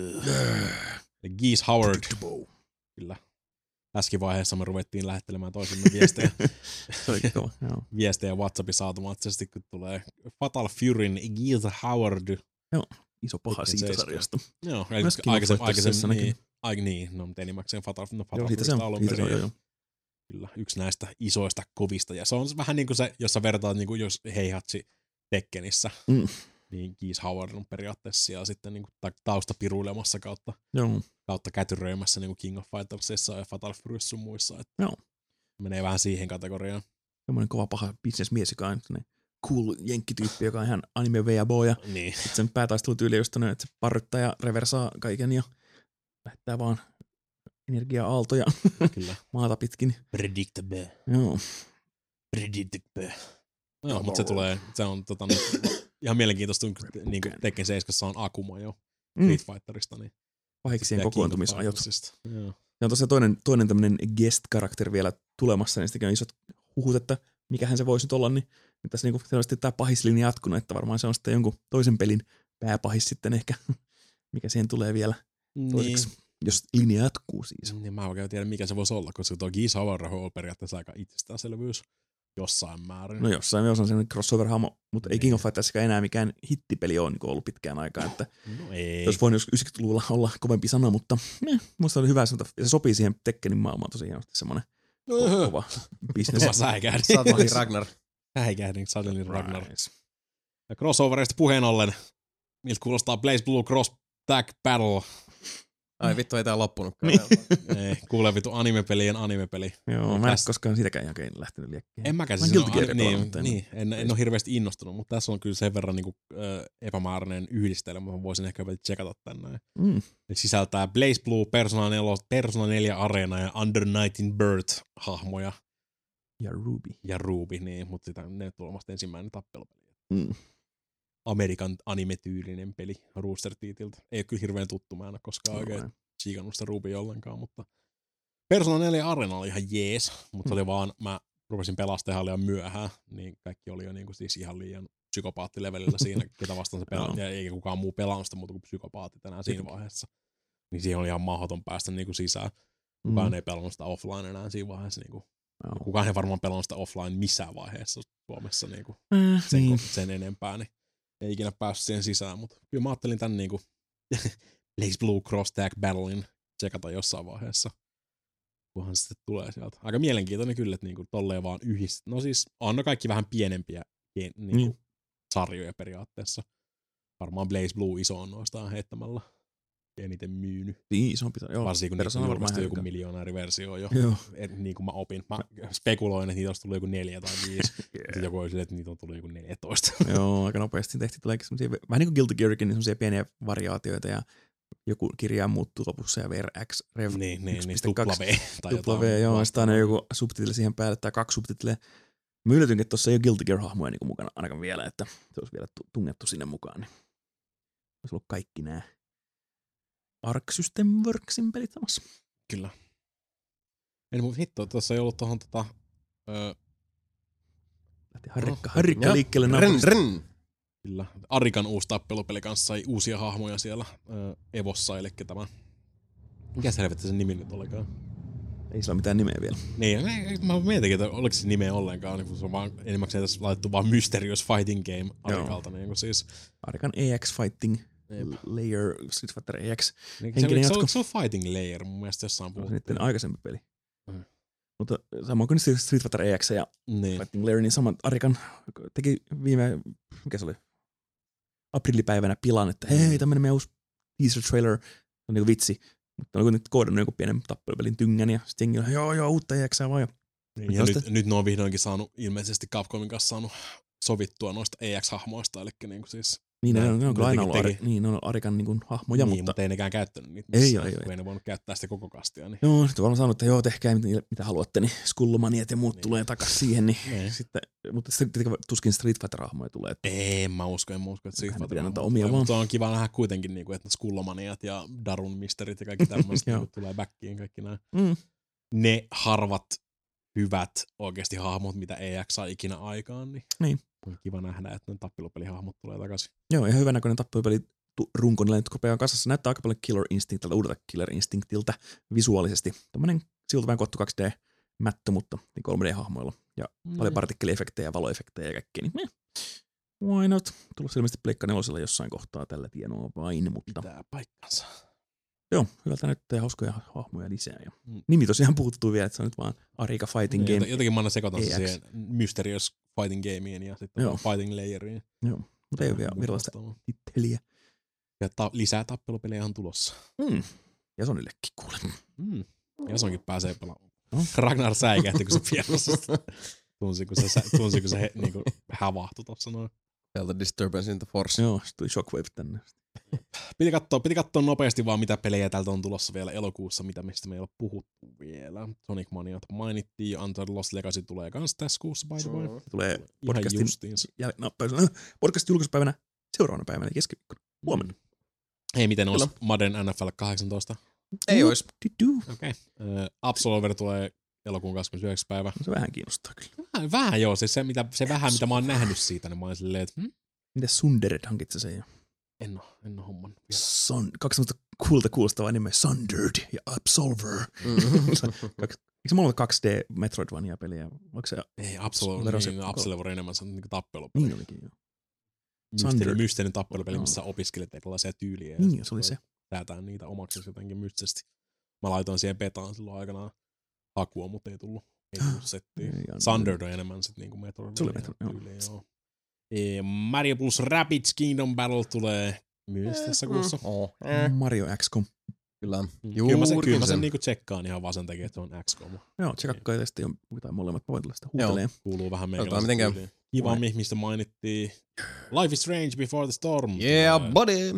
Geese Howard. Kyllä. Tässäkin vaiheessa me ruvettiin lähettelemään toisemme viestejä. Se oli kova, joo. Viestejä WhatsAppissa automaattisesti, kun tulee Fatal Furyn Geese Howard. Joo, iso paha siitä seitsemän. Sarjasta. Joo, eli aikaisemmin, aikaisemmin niin, aik, niin, no enimmäkseen Fatal, no Fatal Furysta alun perin. Joo, joo. Kyllä, yksi näistä isoista kovista. Ja se on vähän niin kuin se, jos sä vertaat, niin kuin jos Heihatsi Tekkenissä, mm. niin Geese Howard on periaatteessa siellä sitten niin kuin taustapiruilemassa kautta, Joo. kautta kätyröimässä niin kuin King of Fightersissa ja Fatal Furyssa sun muissa. Että Joo. Menee vähän siihen kategoriaan. Semmoinen kova paha businessmies, joka on cool jenkkityyppi, joka on ihan anime veabo ja niin. Sitten sen päätaistelutyyli just on, että se parryttää ja reversaa kaiken ja lähettää vaan energia-aaltoja Kyllä. maata pitkin. Predictable. Joo. Predictable. Joo, mutta se tulee, se on tota, niin, ihan mielenkiintoista, niin kuin Tekken seitsemässä on Akuma jo Street Fighterista. Niin pahiksien kokoontumisajot. Joo. Ja on tosiaan toinen, toinen tämmöinen guest-karakteri vielä tulemassa, niin sitäkin on isot huhut, että mikähän se voisi nyt olla, niin tässä niin selvästi tämä pahislinja jatkunut, että varmaan se on sitten jonkun toisen pelin pääpahis sitten ehkä, mikä siihen tulee vielä toiseksi, niin. Jos linja jatkuu siis. Niin mä oikein tiedä, mikä se voisi olla, koska tuo Geese Howard on periaatteessa aika itsestäänselvyys jossain määrin. No jossain myös on sellainen crossover-hahmo, mutta niin. Ei King of Fighterskaan enää mikään hittipeli ole niin ollut pitkään aikaa, että no ei. Olisi voinut yhdeksänkymmentäluvulla olla kovempi sana, mutta eh, musta oli hyvä, se sopii siihen Tekkenin maailmaan tosi hienosti semmoinen öö. kova business. Kova säikähdin. Suddenly Ragnar. Säikähdin, Suddenly Ragnar. Ja crossoverista puheen ollen, miltä kuulostaa Blaze Blue Cross Tag Battle. Ai vittu, ei tää loppunutkaan. Ei, kuulee vittu animepelien animepeli. Joo, mä en tästä... koskaan siitäkään ihan lähtenyt liekkiin. En mäkään. Mä siis Guilty Gear niin, pelannut, niin, en, en ole hirveästi innostunut, mutta tässä on kyllä sen verran niin kuin, äh, epämääräinen yhdistelmä. Mä voisin ehkä vielä tsekata tänne. Mm. Ne sisältää Blaze Blue, Persona neljä, Persona neljä Arena ja Under Nighting Bird-hahmoja. Ja Ruby. Ja Ruby, niin, mutta sitä, ne tulee vasta ensimmäinen tappelupeli. Mm. Amerikan anime-tyylinen peli Rooster Teethiltä. Ei ole kyllä hirveän tuttu, mä en ole koskaan no, oikein siikannut sitä Ruby ollenkaan, mutta Persona neljä Arena oli ihan jees, mutta se oli vaan, mä rupesin pelastamaan liian myöhään, niin kaikki oli jo niinku siis ihan liian psykopaattilevelillä siinä, ketä vastaan se pelaa, ja eikä kukaan muu pelannut sitä muuta kuin psykopaatit enää siinä vaiheessa. Niin siihen oli ihan mahdoton päästä niinku sisään. Kukaan mm. ei pelannut sitä offline enää siinä vaiheessa. Niinku. No. Kukaan ei varmaan pelannut sitä offline missään vaiheessa Suomessa niinku äh, sen, niin. sen enempää, niin ei ikinä päässyt siihen sisään, mutta kyllä mä ajattelin tän niinku Blaze Blue Cross Tag Battlein tsekata jossain vaiheessa, kunhan se sitten tulee sieltä. Aika mielenkiintoinen kyllä, että niinku tolleen vaan yhdistä. No siis on no kaikki vähän pienempiä niinku mm. sarjoja periaatteessa. Varmaan Blaze Blue iso on noistaan heittämällä eniten myynyt. Niin, isompi. Joo, varsinkin kun niitä julkaistui joku miljoonääriversio jo. Et, niin kuin mä opin. Mä spekuloin, että niitä olisi tullut joku neljä tai viisi. Yeah. Joku oli silleen, että niitä on tullut joku neljätoista. Joo, aika nopeasti tehtiin. Tuleekin semmosia, vähän niin kuin Guilty Gearkin, niin semmosia pieniä variaatioita ja joku kirja muuttuu lopussa ja V R X Rev niin, niin, niin, tupla V tai jotain. V, joo, sitten aina joku subtitli siihen päälle tai kaksi subtitleja. Mä yllätynkin, että tuossa ei ole Guilty Gear-hahmoja niin mukana ainakaan vielä, että se olisi vielä tungettu sinne mukaan. Niin olisi ollut kaikki nämä Arc System Worksin pelit samassa. Kyllä. En mun hitto, tuossa ei ollut tohon tota... Öö, Lähti harrikka, no, harrikka ja, liikkeelle naapurista. Ren, ren. Kyllä. Arikan uusi tappelupeli kanssa sai uusia hahmoja siellä öö, Evossa, eli tämä... Mikä se helvetti sen nimi nyt olikaan? Ei sillä ole mitään nimeä vielä. Niin, mä mietinkin, että oliko se nimeä ollenkaan, niin se on vaan enimmäkseen tässä laitettu vaan Mysterious Fighting Game Arikalta. Niin siis... Arikan A X Fighting Layer, Street Fighter A X. Niin, se, se, on, se on Fighting Layer mun mielestä jossain puhuttiin. Se on aikaisempi peli. Mm. Mutta samoin kuin Street Fighter A X ja niin. Fighting Layer, niin saman Arikan teki viime, mikä se oli, aprillipäivänä pilan, että hei, tämmönen meidän uusi teaser trailer on niinku vitsi. Mutta on kuitenkin koodannut joku pienen tappelupelin tyngän ja sitten jengi on, joo joo, uutta E X:ää vaan jo. Niin, ja nyt, nyt ne on vihdoinkin saanut, ilmeisesti Capcomin kanssa saanut sovittua noista E X-hahmoista, eli niinku siis... Niin, näin, ne on, ne on kyllä aina ollut, teki, Ari, niin, ne on Arikan niin kuin, hahmoja, niin, mutta... mutta ei nekään käyttänyt niitä ei, missään, ei, ei, kun ei ne voinut käyttää sitä koko kastia. Niin. Joo, sitten varmaan sanonut, että joo, tehkää mitä, mitä haluatte, niin Skullomaniat ja muut niin. tulee takas siihen, niin, niin. Sitten, mutta sitten tuskin Street Fighter-hahmoja tulee. Että... En mä usko, en mä usko, että Street Fighter-hahmoja omia tulee, vaan. mutta on kiva nähdä kuitenkin, niin kuin, että Skullomaniat ja Darun Misterit ja kaikki tämmöiset niin tulee backiin, kaikki nämä. Mm. Ne harvat hyvät oikeasti hahmot, mitä E X saa ikinä aikaan, niin, niin. on kiva nähdä, että ne tappelupelihahmot tulee takaisin. Joo, ja hyvän näköinen tappelupeli runko, niillä nyt kopeaa kasassa. Näyttää aika paljon Killer Instinctiltä, uudelta Killer Instinctiltä visuaalisesti. Tämmönen siltä vähän kohtu kaksi D-mättö, mutta niin kolme D-hahmoilla. Ja mm. paljon partikkeliefektejä, valoefektejä ja kaikkea. Niin, why not? Tullut ilmeisesti Pleikka nelosella jossain kohtaa tällä tienoa vain, mutta... Pitää paikkansa. Joo, hyvältä näyttää hauskoja hahmoja lisää. Ja mm. nimi tosiaan puuttuu vielä, että se on nyt vaan Arika Fighting Game. Jotenkin mä aina sekoitan siihen Mysterious Fighting Gameen ja sitten Fighting Layeriin. Joo, mutta ei ole vielä virallista titteliä. Ja ta- lisää tappelupelejä on tulossa. Mm. Ja Sonillekin kuule. Mm. Ja Sonkin pääsee pelaamaan. No. Ragnar säikähti, kun se pienossa. Tunsiko se, tunsiko se he, niinku, hävahtui tossa noin. Sieltä Disturbance in the Force. Joo, se tuli Shockwave tänne. Piti katsoa, piti katsoa nopeasti vaan, mitä pelejä täältä on tulossa vielä elokuussa, mitä mistä me ei ole puhuttu vielä. Sonic Maniat mainittiin ja Untitled Lost Legacy tulee kans tässä kuussa, by the way. Se tulee podcastin, jäl- no, podcastin julkaisupäivänä seuraavana päivänä keskiviikkona. Huomenna. Hei, miten olisi Madden N F L kahdeksantoista? Ei ois. Okei. Okay. Uh, Absolver tulee elokuun kahdeskymmenesyhdeksäs päivä. No, se vähän kiinnostaa kyllä. Vähän, vähän joo, siis se, mitä, se vähän mitä mä oon nähnyt siitä, niin mä oon silleen, että... Hmm? Mitäs Sundered hankit sä sen jo? En oo, en oo homman. Sun, kaksi semmoista kuulta kuulostavaa nimeä, Sundered ja Absolver. Mm-hmm. Eikö se mulla ole kaksi D Metroidvania-peliä? Onko se... Ei, Absolver, niin, Absolver enemmän se on niin tappelupeli. Niin olikin, joo. Mysteeri, mysteerinen tappelupeli, missä no. opiskelet erilaisia tyyliä. Niin, ja se oli se. Säätään niitä omaksi jotenkin mystisesti. Mä laitoin siihen betaan silloin aikanaan hakua, mutta ei tullut, ei tullut settiin. Sundered on enemmän sit niinku Metroid. Se oli Metroid, joo. Tyyliä, joo. E, Mario plus Rabbids Kingdom Battle tulee myös tässä kuussa. Oh. Mario X COM. Kyllä. Juu, kyllä mä sen, kyllä mä sen niinku tsekkaan ihan vaan sen takia, että se on X COM. Joo, tsekakkaa ja sitten jotain molemmat. Mä voin tulla sitä huuteleen. Kuuluu vähän meikäläisen. Kiva, mistä mainittiin. Life is Strange Before the Storm. Yeah, tulee. Buddy!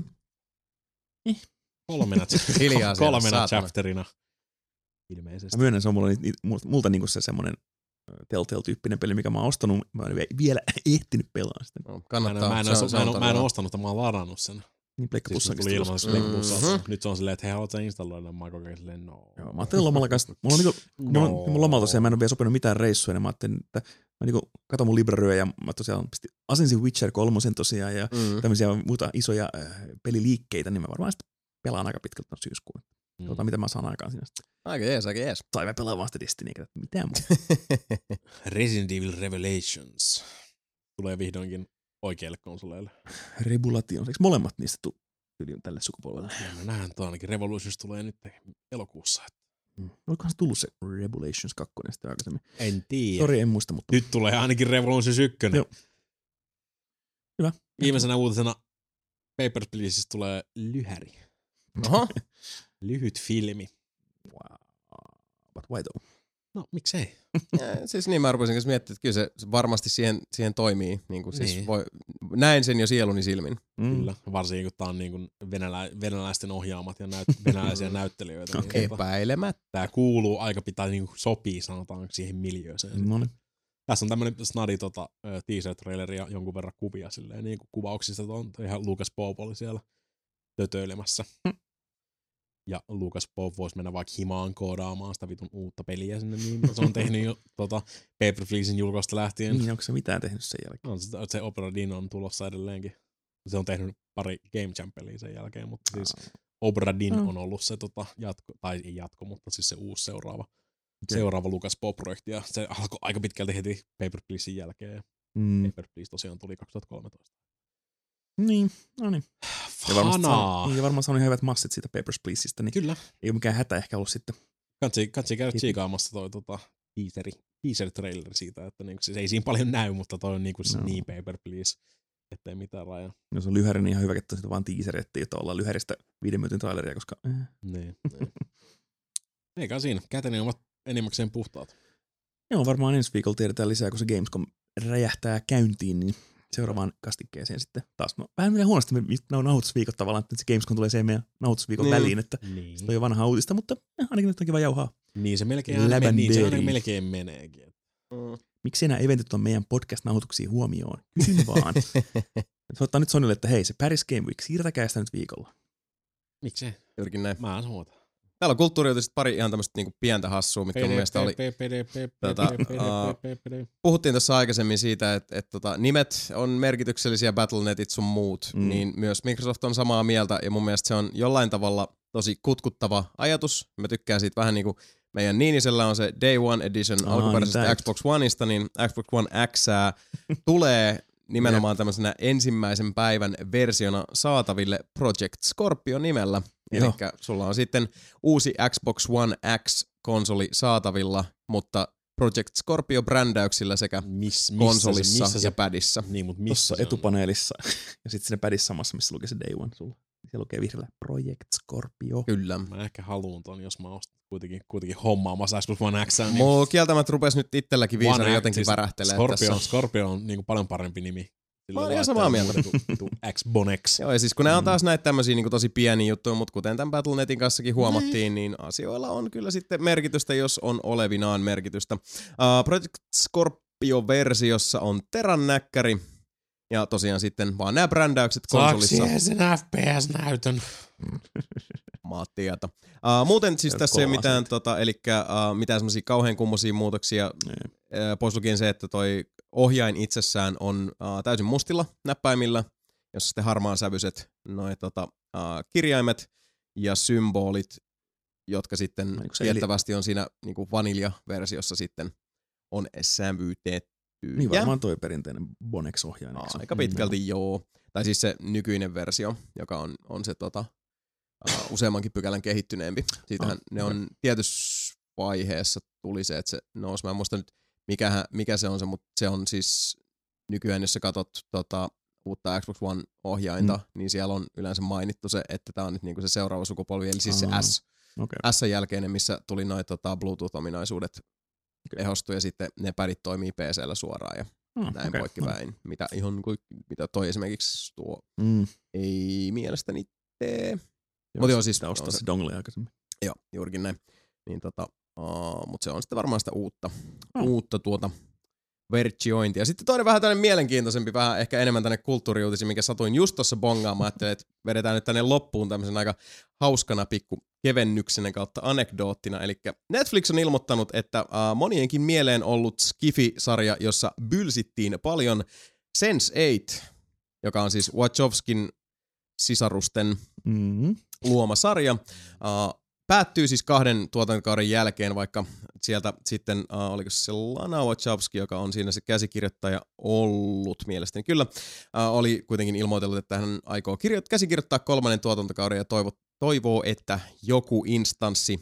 Eh. Kolmena, kolmena chapterina. Ilmeisesti. Mä myönnän, se on mulla, multa, multa niinku se semmonen Telltale-tyyppinen peli, mikä mä oon ostanut. Mä en vielä ehtinyt pelaa sitä. No, kannattaa. Mä en, mä en, se, mä en, mä en ostanut, mutta mä oon ladannut sen. Niin Pleikka Plussakin. Tuli ilmaiseksi Pleikka Plussassa. Mm-hmm. Nyt se on silleen, että hei, haluatko installoida? Mä kokeilin silleen, no. Joo, mä ajattelin lomalla kanssa. Mulla on niinku, no. mulla on lomalla tosiaan, mä en ole vielä sopinut mitään reissuja, niin mä ajattelin, että mä niinku katon mun libraryä ja mä tosiaan pistin, asensin Witcher kolmosen tosiaan ja mm. tämmöisiä muuta isoja äh, peliliikkeitä, niin mä varmaan sitten pelaan aika pitkältä ton syyskuun. Mm. Tota, mitä mä saan aikaan siinä sitten. Aika jees, aika jees. Tai mä pelaan vaan sitä Destinyä, että mitään muuta. Resident Evil Revelations tulee vihdoinkin oikeille konsoleille. Rebulations, eikö molemmat niistä tuu tälle sukupolvelle? Ja mä näen, että ainakin Revolutions tulee nyt elokuussa. Mm. Olikohan se tullut se Revelations kaksi sitten aikaisemmin? En tiedä. Sori, en muista, mutta... Nyt tulee ainakin Revolutions yksi. Joo. Hyvä. Viimeisenä uutisena Paper Pleaseista tulee lyhäri. Oho. Lyhyt filmi. Wow. But why though? No, miksei? Ja, siis niin mä rupesin kanssa miettimään, että kyllä se, se varmasti siihen, siihen toimii. Niin kuin, siis niin. voi, näen sen jo sieluni silmin. Mm. Kyllä, varsinkin kun tää on niin kuin venälä, venäläisten ohjaamat ja näyt, venäläisiä näyttelijöitä. Okay. Niin, epäilemättä. Tää kuuluu aika pitää, niin kuin sopii sanotaan siihen miljööseen. No niin. Tässä on tämmönen snadi tota, teaser-traileri ja jonkun verran kuvia silleen, niin kuin kuvauksista. On ihan Lucas Pope oli siellä tötöilemässä. Mm. Ja Lucas Pope voisi mennä vaikka himaan koodaamaan sitä vitun uutta peliä sinne, niin se on tehnyt jo tota, Paper Pleasein julkaista lähtien. Niin, onko se mitään tehnyt sen jälkeen? On, se, se Obra Dinn on tulossa edelleenkin. Se on tehnyt pari Game Jam-peliä sen jälkeen, mutta siis Obra Dinn on ollut se tota, jatko, tai ei jatko, mutta siis se uusi seuraava, okay. seuraava Lucas Pope-projekti. Ja se alkoi aika pitkälti heti Paper Pleasein jälkeen. Mm. Paper Please tosiaan tuli kaksituhattakolmetoista. Niin, no niin. Ja varmasti, Hanaa. niin, ja varmaan saanut ihan hyvät massit siitä Papers, Pleaseista, niin kyllä. Ei ole mikään hätä ehkä ollut sitten. Katsi, katsi käydä tsiikaamassa toi tota, teaseri, teaser-traileri siitä, että niinku, siis ei siinä paljon näy, mutta toi on niinku no. niin Paper Please. Ettei mitään rajaa. Jos on lyhäri, niin ihan hyvä, että sitä vaan tiiseri, ettei jotta ollaan lyhäristä viiden minuutin traileria, koska... Niin. niin. Eikä siinä. Käteni ovat enimmäkseen puhtaat. Joo, varmaan ensi viikolla tiedetään lisää, kun se Gamescom räjähtää käyntiin, niin seuraavaan kastikkeeseen sitten taas. No, vähän miten huonosti me no, nauhoitusviikot tavallaan, että se Gamescom tulee siihen meidän nauhoitusviikon niin. väliin, että niin. se on jo vanha uutista, mutta eh, ainakin nyt on kiva jauhaa. Niin se melkein, aina, niin, se aina melkein meneekin. Mm. Miksi enää eventit on meidän podcast-nauhoituksia huomioon? Kysyn vaan. Soittaa nyt Sonille, että hei, se Paris Game Week, siirtäkää sitä nyt viikolla. Miksi? Juurikin näin. Mä oon Täällä on kulttuuriuutisesti pari ihan tämmöistä niinku pientä hassua, mitkä mun mielestä oli... Puhuttiin tässä aikaisemmin siitä, että et, tota, nimet on merkityksellisiä, Battle Net Netit sun muut, mm. niin myös Microsoft on samaa mieltä, ja mun mielestä se on jollain tavalla tosi kutkuttava ajatus. Mä tykkään siitä vähän niinku, meidän Niinisellä on se Day One Edition Aa, alkuperäisestä niin Xbox Oneista, niin Xbox One X tulee nimenomaan tämmöisenä ensimmäisen päivän versiona saataville Project Scorpio nimellä. Eli sulla on sitten uusi Xbox One X-konsoli saatavilla, mutta Project Scorpio-brändäyksillä sekä Miss, missä konsolissa se, missä se, ja padissa. Niin, mutta missä Tuossa etupaneelissa. Ja sitten siinä padissa samassa, missä lukee se Day One sulla. Siellä lukee vihreällä Project Scorpio. Kyllä. Mä ehkä haluun ton, jos mä ostan kuitenkin, kuitenkin hommaamassa Xbox One X. Niin Mulla kieltämättä rupesi nyt itselläkin viisari jotenkin siis värähtelee. Scorpio, tässä. Scorpio on niin paljon parempi nimi. Mä oon ihan samaa mieltä. X-Bone X. Joo, ja siis kun nämä on taas näitä tämmöisiä niin tosi pieniä juttuja, mutta kuten tämän Battle Netin kanssakin huomattiin, niin asioilla on kyllä sitten merkitystä, jos on olevinaan merkitystä. Uh, Project Scorpio-versiossa on Teran näkkäri, ja tosiaan sitten vaan nämä brändäykset konsolissa. Saako sen F P S-näytön? Maattieta. Uh, muuten siis tässä ei ole mitään, tota, elikkä, uh, mitään semmosia kauhean kummosia muutoksia, uh, pois lukien se, että toi ohjain itsessään on uh, täysin mustilla näppäimillä, jossa sitten harmaan sävyiset noi, tota, uh, kirjaimet ja symbolit, jotka sitten tiettävästi on siinä niinku vanilja-versiossa sitten on sävytetty. Niin varmaan toi perinteinen Bonex-ohjain. Aika pitkälti mm. joo. Tai siis se nykyinen versio, joka on, on se tota, uh, useammankin pykälän kehittyneempi. Siitähän oh, ne okay. on tietyssä vaiheessa tuli se, että se nousi. Mä en muista nyt, mikä, mikä se on se, mutta se on siis nykyään, jos sä katot tota, uutta Xbox One-ohjainta, mm. niin siellä on yleensä mainittu se, että tää on nyt niinku se seuraava sukupolvi, eli siis Aha. se S. Okay. S-jälkeinen, missä tuli noin tota, Bluetooth-ominaisuudet okay. ehostu, ja sitten ne pädit toimii P C:llä suoraan, ja oh, näin okay. poikkipäin. No. Mitä, ihan, mitä toi esimerkiksi tuo mm. ei mielestäni tee. Mutta joo, siis... ostaa se dongle aikaisemmin. Joo, juurikin näin. Niin tota, uh, mutta se on sitten varmaan sitä uutta, oh. uutta tuota versiointia. Sitten toinen vähän tämmöinen mielenkiintoisempi, vähän ehkä enemmän tänne kulttuuriuutisiin, minkä satuin just tuossa bongaamaan. Ajattelin, että vedetään nyt tänne loppuun tämmöisen aika hauskana pikku kevennyksenä kautta anekdoottina. Eli Netflix on ilmoittanut, että uh, monienkin mieleen ollut Skifi-sarja, jossa bylsittiin paljon, sense eight, joka on siis Wachowskin sisarusten mm-hmm. luoma sarja, uh, päättyy siis kahden tuotantokauden jälkeen, vaikka sieltä sitten, uh, oliko se Lana Wachowski, joka on siinä se käsikirjoittaja ollut mielestäni. Kyllä, uh, oli kuitenkin ilmoitellut, että hän aikoo kirjo- käsikirjoittaa kolmannen tuotantokauden ja toivo- toivoo, että joku instanssi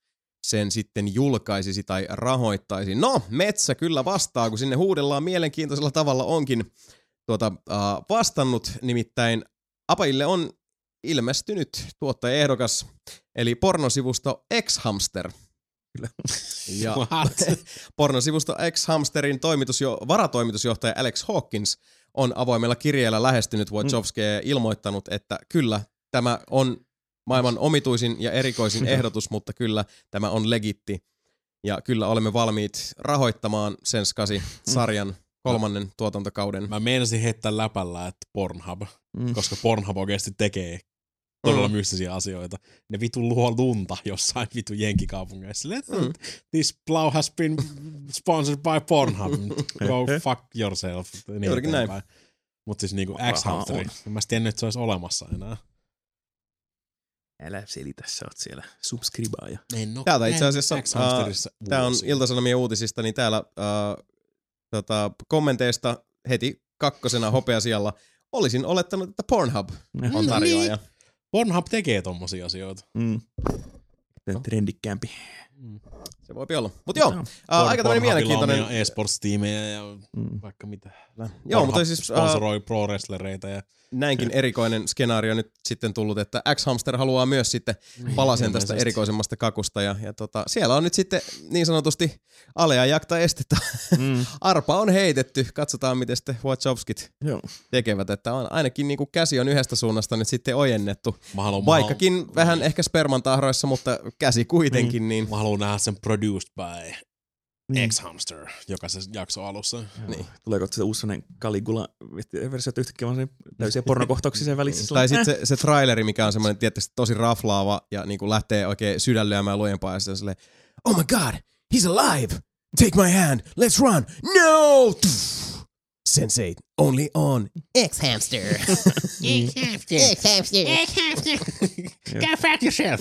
sen sitten julkaisisi tai rahoittaisi. No, Metsä kyllä vastaa, kun sinne huudellaan mielenkiintoisella tavalla onkin tuota, uh, vastannut, nimittäin Apajille on ilmestynyt tuottajaehdokas, eli pornosivusto X-Hamster. Ja pornosivusto X-Hamsterin toimitusjo- varatoimitusjohtaja Alex Hawkins on avoimella kirjeellä lähestynyt Wachowskia ja ilmoittanut, että kyllä, tämä on maailman omituisin ja erikoisin ehdotus, mutta kyllä tämä on legitti. Ja kyllä olemme valmiit rahoittamaan Sense kahdeksan-sarjan kolmannen tuotantokauden. Mä meinasin heittää läpällä, että Pornhub, mm. koska Pornhub oikeasti tekee todella mm. mystisiä asioita. Ne vitu luo lunta jossain vitu jenkikaupungeissa. Mm. This plow has been sponsored by Pornhub. Go fuck yourself. Niin näin. Mut siis niinku X-Hamsteri. Mä en tiennyt, että se olisi olemassa enää. Älä selitä, sä oot siellä subscribaaja. Täältä itse asiassa, uh, tää on Ilta-Sanomien uutisista, niin täällä uh, tota, kommenteista heti kakkosena hopeasijalla olisin olettanut, että Pornhub on tarjoaja. Pornhub tekee tommosia asioita. Mm. Trendikkäämpi. Se voi olla. Mut joo, ää, aika tämmönen mielenkiintoinen. Omia e-sports-tiimejä ja mm. vaikka mitä. Joo, mutta siis sponsoroi uh, pro-wrestlereita ja näinkin erikoinen skenaario nyt sitten tullut, että X-Hamster haluaa myös sitten palasen tästä erikoisemmasta kakusta. Ja, ja tota, siellä on nyt sitten niin sanotusti alea jakta estettä. Mm. Arpa on heitetty. Katsotaan, miten sitten Wachowskit Joo. tekevät. Että on, ainakin niin kuin käsi on yhdestä suunnasta nyt sitten ojennettu. Haluan, Vaikkakin haluan, vähän ehkä sperman tahroissa, mutta käsi kuitenkin. Mm. Niin. Mä haluan nähdä sen produced by Mm. X-Hamster, jokaisessa jakso alussa. Niin. Tuleeko se uusi sellainen Caligula-versio, että yhtäkkiä on täysiä pornokohtauksia sen välissä? Tai sitten se, se traileri, mikä on semmoinen tietysti tosi raflaava ja niin kuin lähtee oikein sydän lyömään lujempaa ja sitten silleen, oh my god, he's alive! Take my hand, let's run! No! Sensei, only on X-Hamster. X-Hamster. X-Hamster. X-Hamster. Go fuck yourself.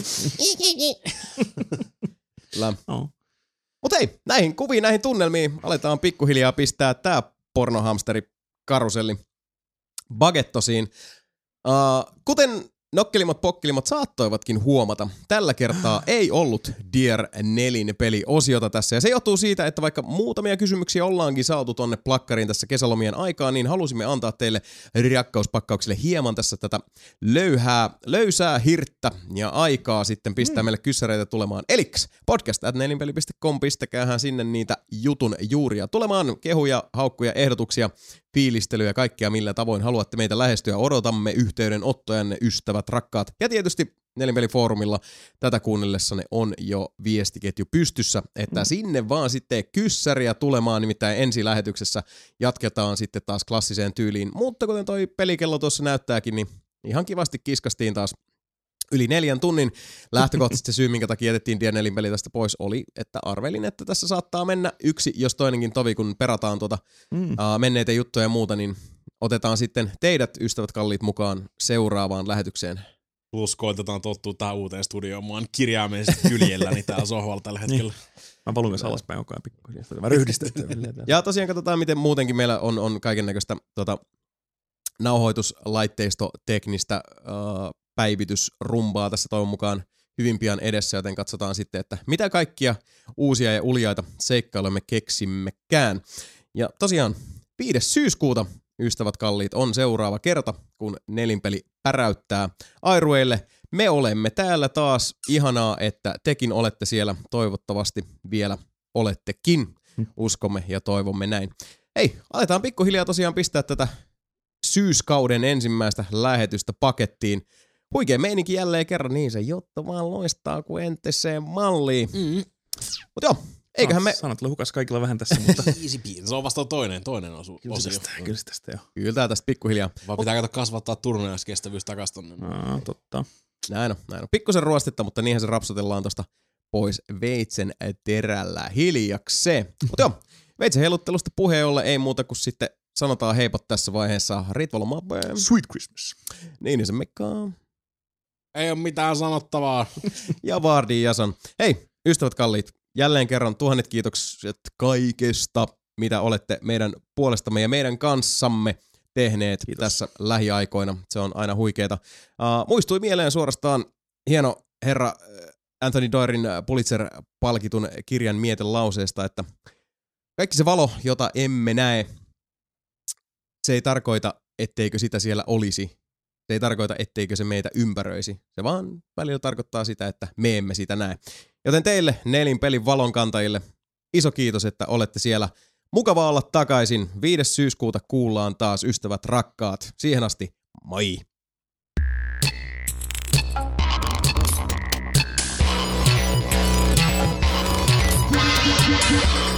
Oh. Mutta hei, näihin kuviin, näihin tunnelmiin aletaan pikkuhiljaa pistää tää pornohamsteri karuselli bagettosiin. Uh, kuten nokkelimmat pokkelimmat saattoivatkin huomata, tällä kertaa ei ollut Dear Nelin peliosiota tässä. Ja se johtuu siitä, että vaikka muutamia kysymyksiä ollaankin saatu tonne plakkariin tässä kesälomien aikaan, niin halusimme antaa teille rakkauspakkauksille hieman tässä tätä löyhää, löysää hirttä ja aikaa sitten pistää mm. meille kyssäreitä tulemaan. Eliks podcast at nelinpeli piste com, pistäkäähän sinne niitä jutun juuria tulemaan, kehuja, haukkuja, ehdotuksia, fiilistelyä, kaikkea millä tavoin haluatte meitä lähestyä. Odotamme yhteydenottojanne, ystävät, rakkaat. Ja tietysti Nelinpelifoorumilla tätä kuunnellessanne on jo viestiketju pystyssä, että mm. sinne vaan sitten kyssäriä tulemaan, nimittäin ensi lähetyksessä jatketaan sitten taas klassiseen tyyliin. Mutta kuten toi pelikello tuossa näyttääkin, niin ihan kivasti kiskastiin taas yli neljän tunnin. Lähtökohtaisesti syy, minkä takia jätettiin Dear Nelin peli tästä pois, oli, että arvelin, että tässä saattaa mennä yksi, jos toinenkin tovi, kun perataan tuota mm. uh, menneitä juttuja ja muuta, niin otetaan sitten teidät, ystävät kalliit, mukaan seuraavaan lähetykseen. Plus koitetaan tottua tähän uuteen studioon. Mä oon kirjaimellisesti kyljelläni täällä sohvalla tällä hetkellä. Mä palun myös alaspäin koko ajan pikkuhiljaa. Mä ryhdistän. Ja tosiaan katsotaan, miten muutenkin meillä on, on kaiken näköistä tota, nauhoituslaitteista-teknistä uh, päivitysrumbaa tässä toivon mukaan hyvin pian edessä, joten katsotaan sitten, että mitä kaikkia uusia ja uljaita seikkailuja me keksimmekään. Ja tosiaan viides syyskuuta, ystävät kalliit, on seuraava kerta, kun Nelinpeli päräyttää airueille. Me olemme täällä taas. Ihanaa, että tekin olette siellä. Toivottavasti vielä olettekin. Uskomme ja toivomme näin. Hei, aletaan pikkuhiljaa tosiaan pistää tätä syyskauden ensimmäistä lähetystä pakettiin. Huikea meininki jälleen kerran, niin se Jotto vaan loistaa kuin entiseen malliin. Mm. Mut joo, eiköhän me... Sanot hukas kaikilla vähän tässä, mutta... Easy peasy, se on vasta toinen, toinen osu, kyllä osio. Tästä, kyllä tästä joo. Kyllä tää tästä pikkuhiljaa. Vaan pitää kato kasvattaa turnauskestävyys takas tonne. No, totta. Näin on, näin on. Pikkusen ruostetta, mutta niinhän se rapsutellaan tosta pois veitsen terällä hiljakseen. Mut joo, veitsen heiluttelusta puheen ollen ei muuta kuin sitten sanotaan heipat tässä vaiheessa. Ritvalo Mabe. Sweet Christmas. Niin, niin se Mekka. Ei ole mitään sanottavaa. Ja Vardi Jason. Hei, ystävät kalliit, jälleen kerran tuhannet kiitokset kaikesta, mitä olette meidän puolestamme ja meidän kanssamme tehneet Kiitos. Tässä lähiaikoina. Se on aina huikeeta. Uh, muistui mieleen suorastaan hieno herra Anthony Doyrin Pulitzer-palkitun kirjan mietelauseesta, että kaikki se valo, jota emme näe, se ei tarkoita, etteikö sitä siellä olisi. Se ei tarkoita, etteikö se meitä ympäröisi. Se vaan välillä tarkoittaa sitä, että me emme sitä näe. Joten teille Nelin pelin valonkantajille iso kiitos, että olette siellä. Mukava olla takaisin. viides syyskuuta kuullaan taas, ystävät rakkaat. Siihen asti, moi! Yeah.